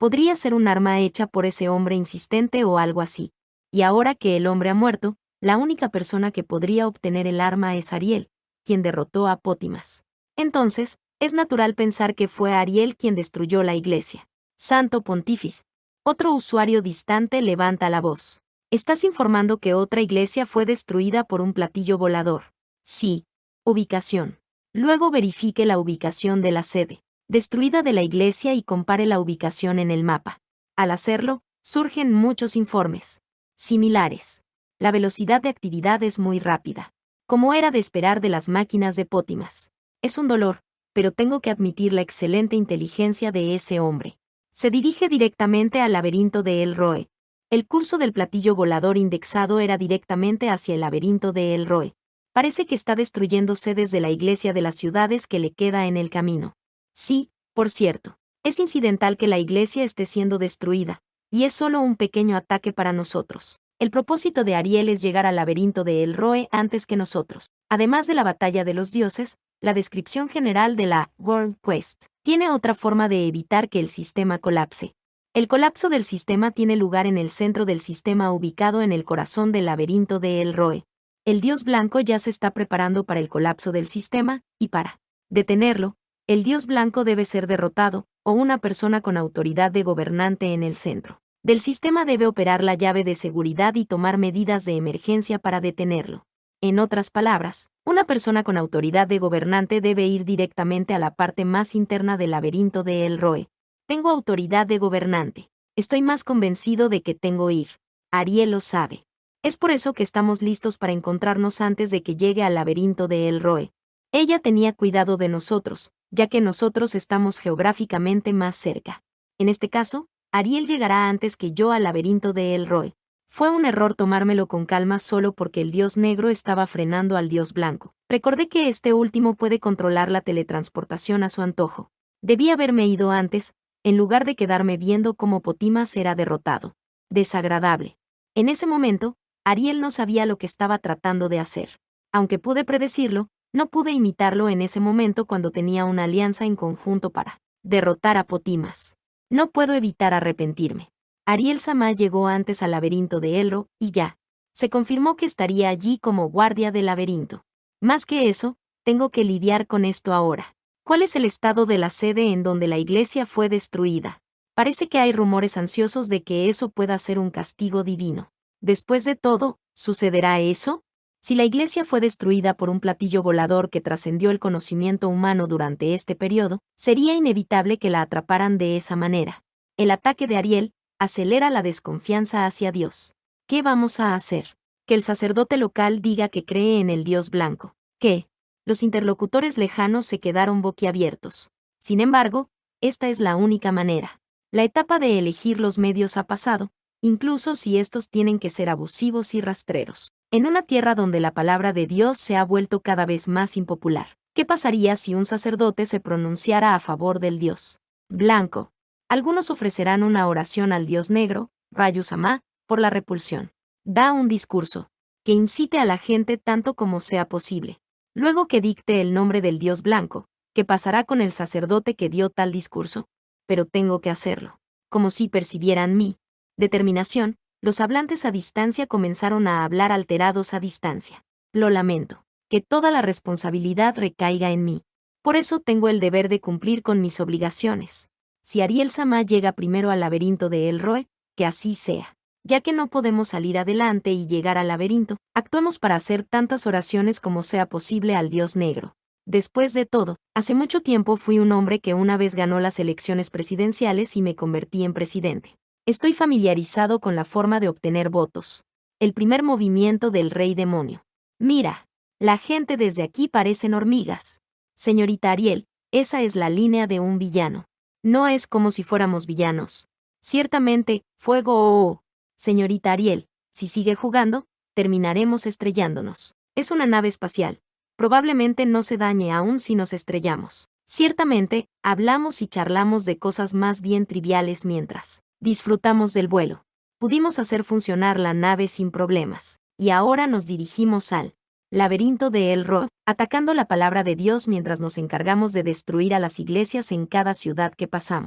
Podría ser un arma hecha por ese hombre insistente o algo así. Y ahora que el hombre ha muerto, la única persona que podría obtener el arma es Ariel, quien derrotó a Pótimas. Entonces, es natural pensar que fue Ariel quien destruyó la iglesia. Santo Pontífice. Otro usuario distante levanta la voz. ¿Estás informando que otra iglesia fue destruida por un platillo volador? Sí. Ubicación. Luego verifique la ubicación de la sede destruida de la iglesia y compare la ubicación en el mapa. Al hacerlo, surgen muchos informes similares. La velocidad de actividad es muy rápida, como era de esperar de las máquinas de Pótimas. Es un dolor, pero tengo que admitir la excelente inteligencia de ese hombre. Se dirige directamente al laberinto de El Roe. El curso del platillo volador indexado era directamente hacia el laberinto de El Roe. Parece que está destruyendo sedes de la iglesia de las ciudades que le queda en el camino. Sí, por cierto, es incidental que la iglesia esté siendo destruida, y es solo un pequeño ataque para nosotros. El propósito de Ariel es llegar al laberinto de El Roe antes que nosotros. Además de la batalla de los dioses, la descripción general de la World Quest tiene otra forma de evitar que el sistema colapse. El colapso del sistema tiene lugar en el centro del sistema ubicado en el corazón del laberinto de El Roe. El dios blanco ya se está preparando para el colapso del sistema, y para detenerlo, el dios blanco debe ser derrotado, o una persona con autoridad de gobernante en el centro del sistema debe operar la llave de seguridad y tomar medidas de emergencia para detenerlo. En otras palabras, una persona con autoridad de gobernante debe ir directamente a la parte más interna del laberinto de El Roe. Tengo autoridad de gobernante. Estoy más convencido de que tengo ir. Ariel lo sabe. Es por eso que estamos listos para encontrarnos antes de que llegue al laberinto de El Roe. Ella tenía cuidado de nosotros, ya que nosotros estamos geográficamente más cerca. En este caso, Ariel llegará antes que yo al laberinto de El Roe. Fue un error tomármelo con calma solo porque el dios negro estaba frenando al dios blanco. Recordé que este último puede controlar la teletransportación a su antojo. Debí haberme ido antes, en lugar de quedarme viendo cómo Pótimas era derrotado. Desagradable. En ese momento, Ariel no sabía lo que estaba tratando de hacer. Aunque pude predecirlo, no pude imitarlo en ese momento cuando tenía una alianza en conjunto para derrotar a Pótimas. No puedo evitar arrepentirme. Ariel Sama llegó antes al laberinto de Elro, y ya. Se confirmó que estaría allí como guardia del laberinto. Más que eso, tengo que lidiar con esto ahora. ¿Cuál es el estado de la sede en donde la iglesia fue destruida? Parece que hay rumores ansiosos de que eso pueda ser un castigo divino. Después de todo, ¿sucederá eso? Si la iglesia fue destruida por un platillo volador que trascendió el conocimiento humano durante este periodo, sería inevitable que la atraparan de esa manera. El ataque de Ariel acelera la desconfianza hacia Dios. ¿Qué vamos a hacer? Que el sacerdote local diga que cree en el Dios blanco. ¿Qué? Los interlocutores lejanos se quedaron boquiabiertos. Sin embargo, esta es la única manera. La etapa de elegir los medios ha pasado, incluso si estos tienen que ser abusivos y rastreros. En una tierra donde la palabra de Dios se ha vuelto cada vez más impopular, ¿qué pasaría si un sacerdote se pronunciara a favor del Dios blanco? Algunos ofrecerán una oración al Dios negro, Rayu Sama, por la repulsión. Da un discurso que incite a la gente tanto como sea posible. Luego que dicte el nombre del Dios blanco, ¿qué pasará con el sacerdote que dio tal discurso? Pero tengo que hacerlo. Como si percibieran mi determinación, los hablantes a distancia comenzaron a hablar alterados a distancia. Lo lamento. Que toda la responsabilidad recaiga en mí. Por eso tengo el deber de cumplir con mis obligaciones. Si Ariel Sama llega primero al laberinto de El Roe, que así sea. Ya que no podemos salir adelante y llegar al laberinto, actuemos para hacer tantas oraciones como sea posible al Dios negro. Después de todo, hace mucho tiempo fui un hombre que una vez ganó las elecciones presidenciales y me convertí en presidente. Estoy familiarizado con la forma de obtener votos. El primer movimiento del rey demonio. Mira, la gente desde aquí parecen hormigas. Señorita Ariel, esa es la línea de un villano. No es como si fuéramos villanos. Ciertamente, fuego Señorita Ariel, si sigue jugando, terminaremos estrellándonos. Es una nave espacial. Probablemente no se dañe aún si nos estrellamos. Ciertamente, hablamos y charlamos de cosas más bien triviales mientras disfrutamos del vuelo. Pudimos hacer funcionar la nave sin problemas. Y ahora nos dirigimos al laberinto de El Roe, atacando la palabra de Dios mientras nos encargamos de destruir a las iglesias en cada ciudad que pasamos.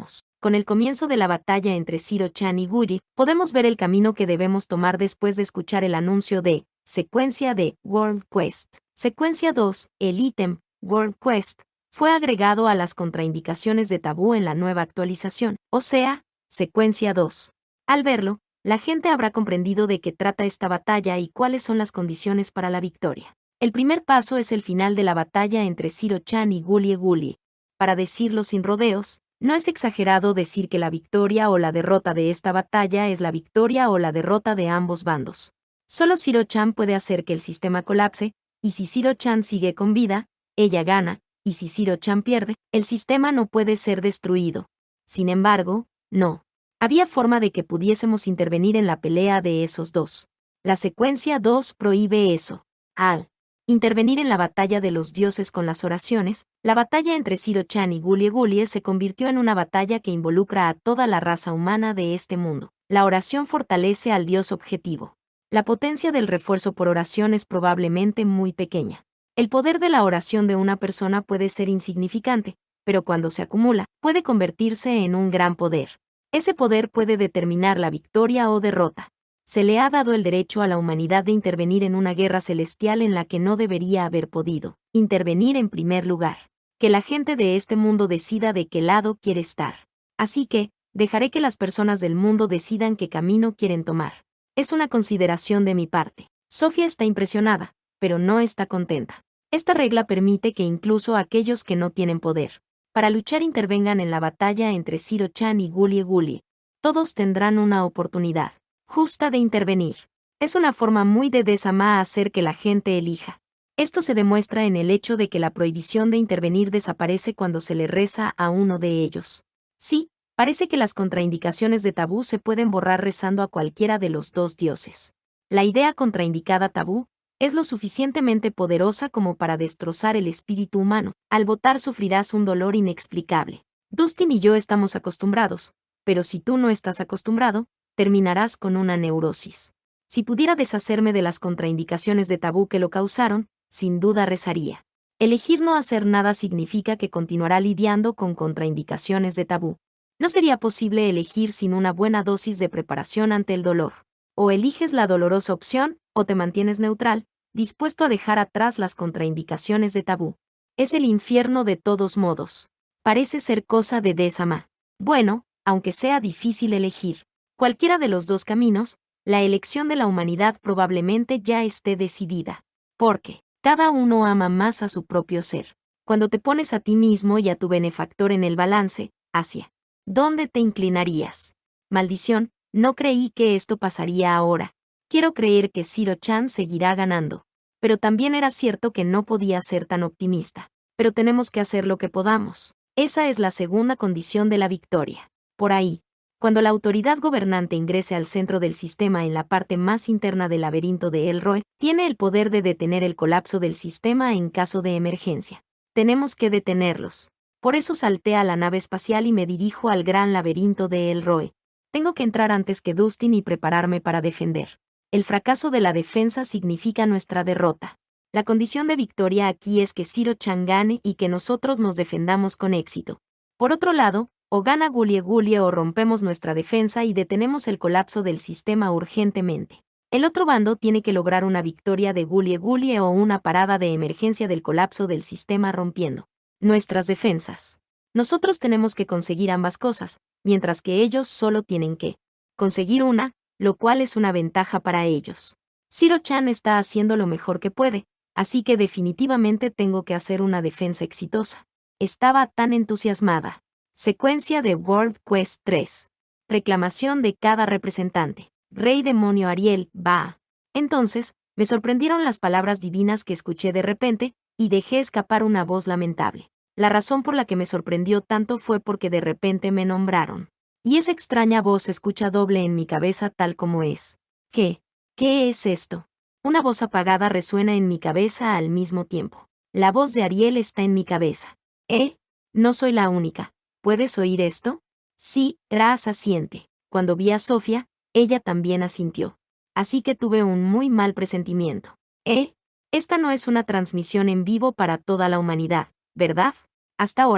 Con el comienzo de la batalla entre Zero-chan y Gully, podemos ver el camino que debemos tomar después de escuchar el anuncio de secuencia de World Quest. Secuencia 2, el ítem World Quest, fue agregado a las contraindicaciones de tabú en la nueva actualización, o sea, secuencia 2. Al verlo, la gente habrá comprendido de qué trata esta batalla y cuáles son las condiciones para la victoria. El primer paso es el final de la batalla entre Zero-chan y Gully. Para decirlo sin rodeos, no es exagerado decir que la victoria o la derrota de esta batalla es la victoria o la derrota de ambos bandos. Solo Zero-chan puede hacer que el sistema colapse, y si Zero-chan sigue con vida, ella gana, y si Zero-chan pierde, el sistema no puede ser destruido. Sin embargo, no había forma de que pudiésemos intervenir en la pelea de esos dos. La secuencia 2 prohíbe eso. Al intervenir en la batalla de los dioses con las oraciones, la batalla entre Zero-chan y Gully se convirtió en una batalla que involucra a toda la raza humana de este mundo. La oración fortalece al dios objetivo. La potencia del refuerzo por oración es probablemente muy pequeña. El poder de la oración de una persona puede ser insignificante, pero cuando se acumula, puede convertirse en un gran poder. Ese poder puede determinar la victoria o derrota. Se le ha dado el derecho a la humanidad de intervenir en una guerra celestial en la que no debería haber podido intervenir en primer lugar. Que la gente de este mundo decida de qué lado quiere estar. Así que, dejaré que las personas del mundo decidan qué camino quieren tomar. Es una consideración de mi parte. Sofía está impresionada, pero no está contenta. Esta regla permite que incluso aquellos que no tienen poder para luchar intervengan en la batalla entre Zero-chan y Gully. Todos tendrán una oportunidad justa de intervenir. Es una forma muy de Desama hacer que la gente elija. Esto se demuestra en el hecho de que la prohibición de intervenir desaparece cuando se le reza a uno de ellos. Sí, parece que las contraindicaciones de tabú se pueden borrar rezando a cualquiera de los dos dioses. La idea contraindicada tabú es lo suficientemente poderosa como para destrozar el espíritu humano. Al votar sufrirás un dolor inexplicable. Dustin y yo estamos acostumbrados, pero si tú no estás acostumbrado, terminarás con una neurosis. Si pudiera deshacerme de las contraindicaciones de tabú que lo causaron, sin duda rezaría. Elegir no hacer nada significa que continuará lidiando con contraindicaciones de tabú. No sería posible elegir sin una buena dosis de preparación ante el dolor. O eliges la dolorosa opción, o te mantienes neutral, dispuesto a dejar atrás las contraindicaciones de tabú. Es el infierno de todos modos. Parece ser cosa de Desama. Bueno, aunque sea difícil elegir cualquiera de los dos caminos, la elección de la humanidad probablemente ya esté decidida. Porque cada uno ama más a su propio ser. Cuando te pones a ti mismo y a tu benefactor en el balance, ¿hacia dónde te inclinarías? Maldición, no creí que esto pasaría ahora. Quiero creer que Zero-chan seguirá ganando. Pero también era cierto que no podía ser tan optimista. Pero tenemos que hacer lo que podamos. Esa es la segunda condición de la victoria. Por ahí, cuando la autoridad gobernante ingrese al centro del sistema en la parte más interna del laberinto de Elroy, tiene el poder de detener el colapso del sistema en caso de emergencia. Tenemos que detenerlos. Por eso salté a la nave espacial y me dirijo al gran laberinto de Elroy. Tengo que entrar antes que Dustin y prepararme para defender. El fracaso de la defensa significa nuestra derrota. La condición de victoria aquí es que Zero-chan gane y que nosotros nos defendamos con éxito. Por otro lado, o gana Gully o rompemos nuestra defensa y detenemos el colapso del sistema urgentemente. El otro bando tiene que lograr una victoria de Gully o una parada de emergencia del colapso del sistema rompiendo nuestras defensas. Nosotros tenemos que conseguir ambas cosas, mientras que ellos solo tienen que conseguir una, lo cual es una ventaja para ellos. Zero-chan está haciendo lo mejor que puede, así que definitivamente tengo que hacer una defensa exitosa. Estaba tan entusiasmada. Secuencia de World Quest 3. Reclamación de cada representante. Rey demonio Ariel, va. Entonces, me sorprendieron las palabras divinas que escuché de repente, y dejé escapar una voz lamentable. La razón por la que me sorprendió tanto fue porque de repente me nombraron. Y esa extraña voz se escucha doble en mi cabeza tal como es. ¿Qué es esto? Una voz apagada resuena en mi cabeza al mismo tiempo. La voz de Ariel está en mi cabeza. No soy la única. ¿Puedes oír esto? Sí, Raz asiente. Cuando vi a Sofía, ella también asintió. Así que tuve un muy mal presentimiento. Esta no es una transmisión en vivo para toda la humanidad, ¿verdad? Hasta ahora,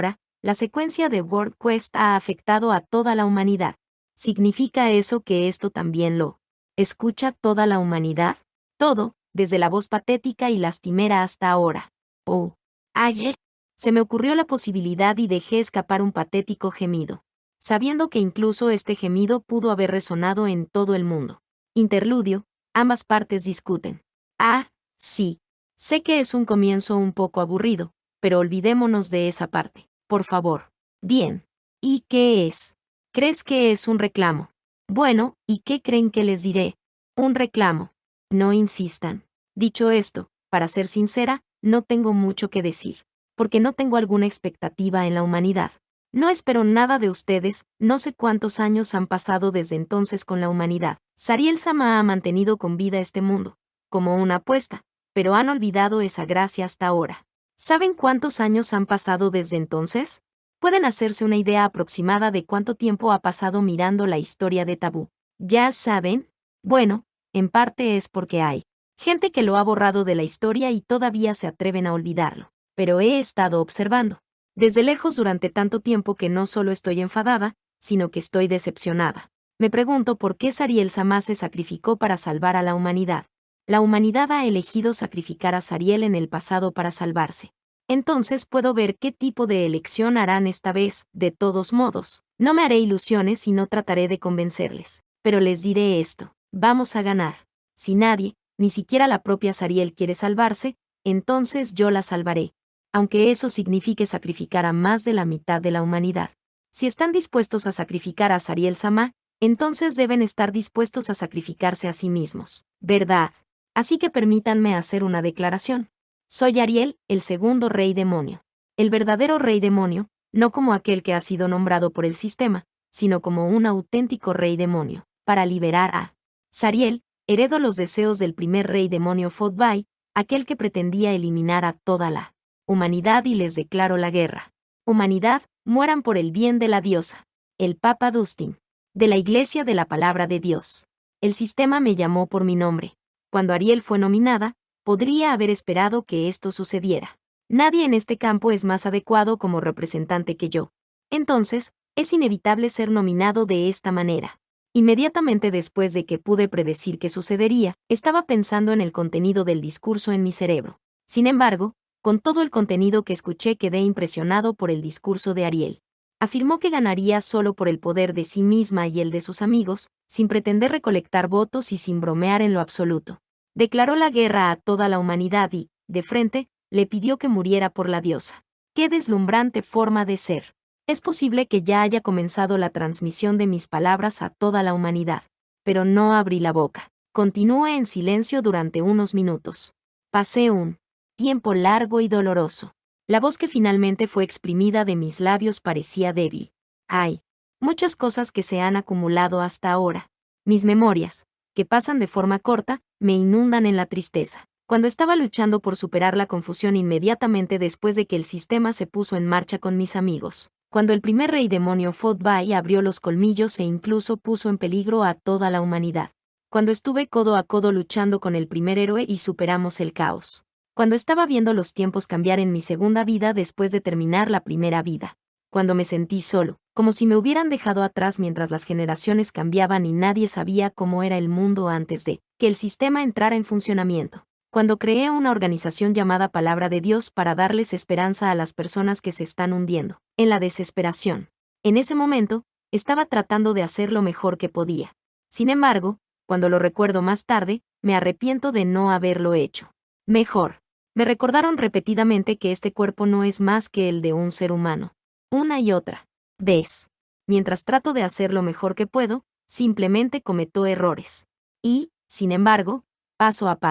La secuencia de WordQuest ha afectado a toda la humanidad. ¿Significa eso que esto también lo escucha toda la humanidad? Todo, desde la voz patética y lastimera hasta ahora. Oh, ayer se me ocurrió la posibilidad y dejé escapar un patético gemido, sabiendo que incluso este gemido pudo haber resonado en todo el mundo. Interludio, ambas partes discuten. Ah, sí. Sé que es un comienzo un poco aburrido, pero olvidémonos de esa parte, por favor. Bien. ¿Y qué es? ¿Crees que es un reclamo? Bueno, ¿y qué creen que les diré? Un reclamo. No insistan. Dicho esto, para ser sincera, no tengo mucho que decir, porque no tengo alguna expectativa en la humanidad. No espero nada de ustedes, no sé cuántos años han pasado desde entonces con la humanidad. Sariel Sama ha mantenido con vida este mundo, como una apuesta, pero han olvidado esa gracia hasta ahora. ¿Saben cuántos años han pasado desde entonces? Pueden hacerse una idea aproximada de cuánto tiempo ha pasado mirando la historia de Tabú. ¿Ya saben? Bueno, en parte es porque hay gente que lo ha borrado de la historia y todavía se atreven a olvidarlo. Pero he estado observando desde lejos durante tanto tiempo que no solo estoy enfadada, sino que estoy decepcionada. Me pregunto por qué Sariel Sama se sacrificó para salvar a la humanidad. La humanidad ha elegido sacrificar a Sariel en el pasado para salvarse. Entonces puedo ver qué tipo de elección harán esta vez. De todos modos, no me haré ilusiones y no trataré de convencerles. Pero les diré esto, vamos a ganar. Si nadie, ni siquiera la propia Sariel quiere salvarse, entonces yo la salvaré. Aunque eso signifique sacrificar a más de la mitad de la humanidad. Si están dispuestos a sacrificar a Sariel Sama, entonces deben estar dispuestos a sacrificarse a sí mismos, ¿verdad? Así que permítanme hacer una declaración. Soy Ariel, el segundo rey demonio. El verdadero rey demonio, no como aquel que ha sido nombrado por el sistema, sino como un auténtico rey demonio, para liberar a Sariel. Heredo los deseos del primer rey demonio Fodbai, aquel que pretendía eliminar a toda la humanidad y les declaro la guerra. Humanidad, mueran por el bien de la diosa. El Papa Dustin. De la Iglesia de la Palabra de Dios. El sistema me llamó por mi nombre. Cuando Ariel fue nominada, podría haber esperado que esto sucediera. Nadie en este campo es más adecuado como representante que yo. Entonces, es inevitable ser nominado de esta manera. Inmediatamente después de que pude predecir qué sucedería, estaba pensando en el contenido del discurso en mi cerebro. Sin embargo, con todo el contenido que escuché quedé impresionado por el discurso de Ariel. Afirmó que ganaría solo por el poder de sí misma y el de sus amigos, sin pretender recolectar votos y sin bromear en lo absoluto. Declaró la guerra a toda la humanidad y, de frente, le pidió que muriera por la diosa. ¡Qué deslumbrante forma de ser! Es posible que ya haya comenzado la transmisión de mis palabras a toda la humanidad. Pero no abrí la boca. Continué en silencio durante unos minutos. Pasé un tiempo largo y doloroso. La voz que finalmente fue exprimida de mis labios parecía débil. Hay muchas cosas que se han acumulado hasta ahora. Mis memorias, que pasan de forma corta, me inundan en la tristeza. Cuando estaba luchando por superar la confusión inmediatamente después de que el sistema se puso en marcha con mis amigos. Cuando el primer rey demonio Fodbai abrió los colmillos e incluso puso en peligro a toda la humanidad. Cuando estuve codo a codo luchando con el primer héroe y superamos el caos. Cuando estaba viendo los tiempos cambiar en mi segunda vida después de terminar la primera vida. Cuando me sentí solo, como si me hubieran dejado atrás mientras las generaciones cambiaban y nadie sabía cómo era el mundo antes de que el sistema entrara en funcionamiento. Cuando creé una organización llamada Palabra de Dios para darles esperanza a las personas que se están hundiendo en la desesperación. En ese momento, estaba tratando de hacer lo mejor que podía. Sin embargo, cuando lo recuerdo más tarde, me arrepiento de no haberlo hecho mejor. Me recordaron repetidamente que este cuerpo no es más que el de un ser humano. Una y otra vez. Mientras trato de hacer lo mejor que puedo, simplemente cometo errores. Y, sin embargo, paso a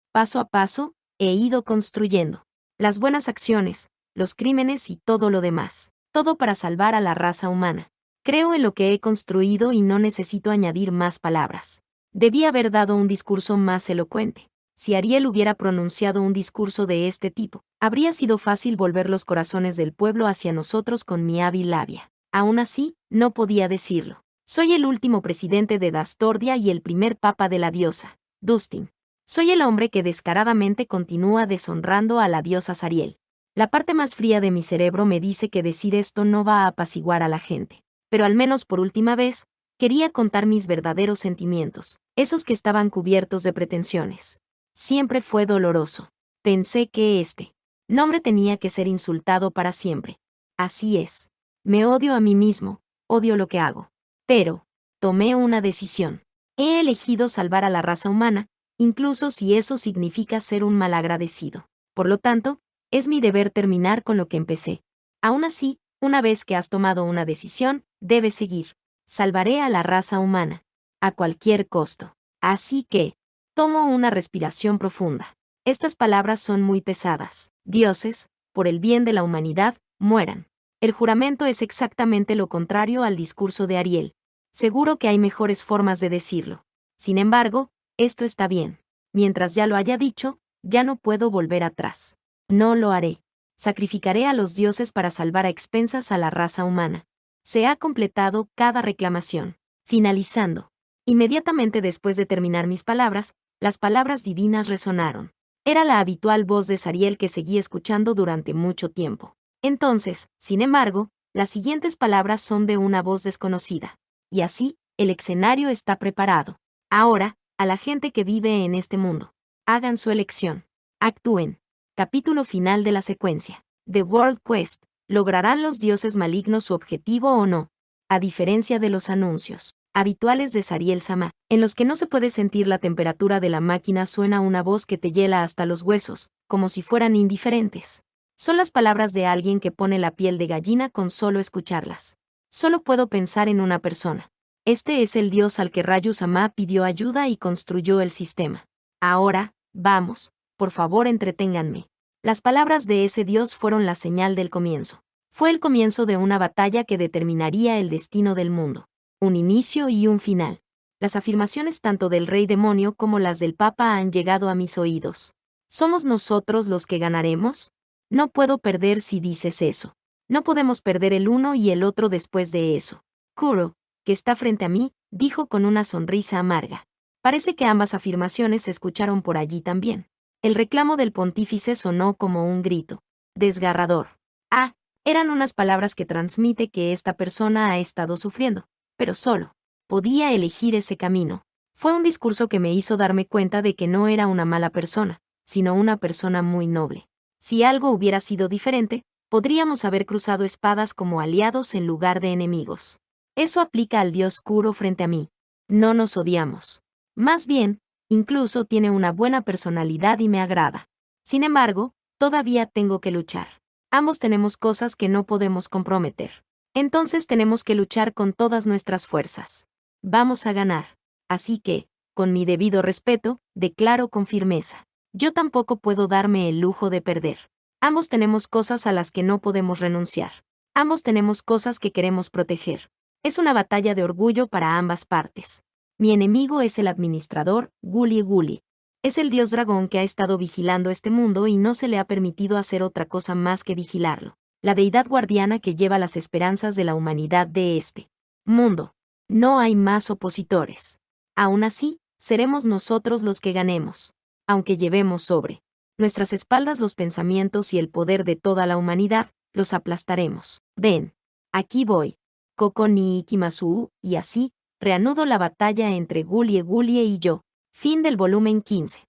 paso, he ido construyendo las buenas acciones, los crímenes y todo lo demás. Todo para salvar a la raza humana. Creo en lo que he construido y no necesito añadir más palabras. Debí haber dado un discurso más elocuente. Si Ariel hubiera pronunciado un discurso de este tipo, habría sido fácil volver los corazones del pueblo hacia nosotros con mi hábil labia. Aún así, no podía decirlo. Soy el último presidente de Dastordia y el primer papa de la diosa, Dustin. Soy el hombre que descaradamente continúa deshonrando a la diosa Sariel. La parte más fría de mi cerebro me dice que decir esto no va a apaciguar a la gente. Pero al menos por última vez, quería contar mis verdaderos sentimientos, esos que estaban cubiertos de pretensiones. Siempre fue doloroso. Pensé que este nombre tenía que ser insultado para siempre. Así es. Me odio a mí mismo, odio lo que hago. Pero, tomé una decisión. He elegido salvar a la raza humana, incluso si eso significa ser un malagradecido. Por lo tanto, es mi deber terminar con lo que empecé. Aún así, una vez que has tomado una decisión, debes seguir. Salvaré a la raza humana. A cualquier costo. Así que, tomo una respiración profunda. Estas palabras son muy pesadas. Dioses, por el bien de la humanidad, mueran. El juramento es exactamente lo contrario al discurso de Ariel. Seguro que hay mejores formas de decirlo. Sin embargo, esto está bien. Mientras ya lo haya dicho, ya no puedo volver atrás. No lo haré. Sacrificaré a los dioses para salvar a expensas a la raza humana. Se ha completado cada reclamación. Finalizando. Inmediatamente después de terminar mis palabras, las palabras divinas resonaron. Era la habitual voz de Sariel que seguí escuchando durante mucho tiempo. Entonces, sin embargo, las siguientes palabras son de una voz desconocida. Y así, el escenario está preparado. Ahora, a la gente que vive en este mundo. Hagan su elección. Actúen. Capítulo final de la secuencia. The World Quest. ¿Lograrán los dioses malignos su objetivo o no? A diferencia de los anuncios habituales de Sariel Sama, en los que no se puede sentir la temperatura de la máquina, suena una voz que te hiela hasta los huesos, como si fueran indiferentes. Son las palabras de alguien que pone la piel de gallina con solo escucharlas. Solo puedo pensar en una persona. Este es el dios al que Rayu Sama pidió ayuda y construyó el sistema. Ahora, vamos, por favor entreténganme. Las palabras de ese dios fueron la señal del comienzo. Fue el comienzo de una batalla que determinaría el destino del mundo. Un inicio y un final. Las afirmaciones tanto del rey demonio como las del papa han llegado a mis oídos. ¿Somos nosotros los que ganaremos? No puedo perder si dices eso. No podemos perder el uno y el otro después de eso. Kuro, que está frente a mí, dijo con una sonrisa amarga. Parece que ambas afirmaciones se escucharon por allí también. El reclamo del pontífice sonó como un grito. Desgarrador. Ah, eran unas palabras que transmite que esta persona ha estado sufriendo. Pero solo podía elegir ese camino. Fue un discurso que me hizo darme cuenta de que no era una mala persona, sino una persona muy noble. Si algo hubiera sido diferente, podríamos haber cruzado espadas como aliados en lugar de enemigos. Eso aplica al dios Kuro frente a mí. No nos odiamos. Más bien, incluso tiene una buena personalidad y me agrada. Sin embargo, todavía tengo que luchar. Ambos tenemos cosas que no podemos comprometer. Entonces tenemos que luchar con todas nuestras fuerzas. Vamos a ganar. Así que, con mi debido respeto, declaro con firmeza. Yo tampoco puedo darme el lujo de perder. Ambos tenemos cosas a las que no podemos renunciar. Ambos tenemos cosas que queremos proteger. Es una batalla de orgullo para ambas partes. Mi enemigo es el administrador, Guli Guli. Es el dios dragón que ha estado vigilando este mundo y no se le ha permitido hacer otra cosa más que vigilarlo. La deidad guardiana que lleva las esperanzas de la humanidad de este mundo. No hay más opositores. Aún así, seremos nosotros los que ganemos. Aunque llevemos sobre nuestras espaldas los pensamientos y el poder de toda la humanidad, los aplastaremos. Ven. Aquí voy. Koko ni Ikimasu, y así, reanudo la batalla entre Gulie Gulie y yo. Fin del volumen 15.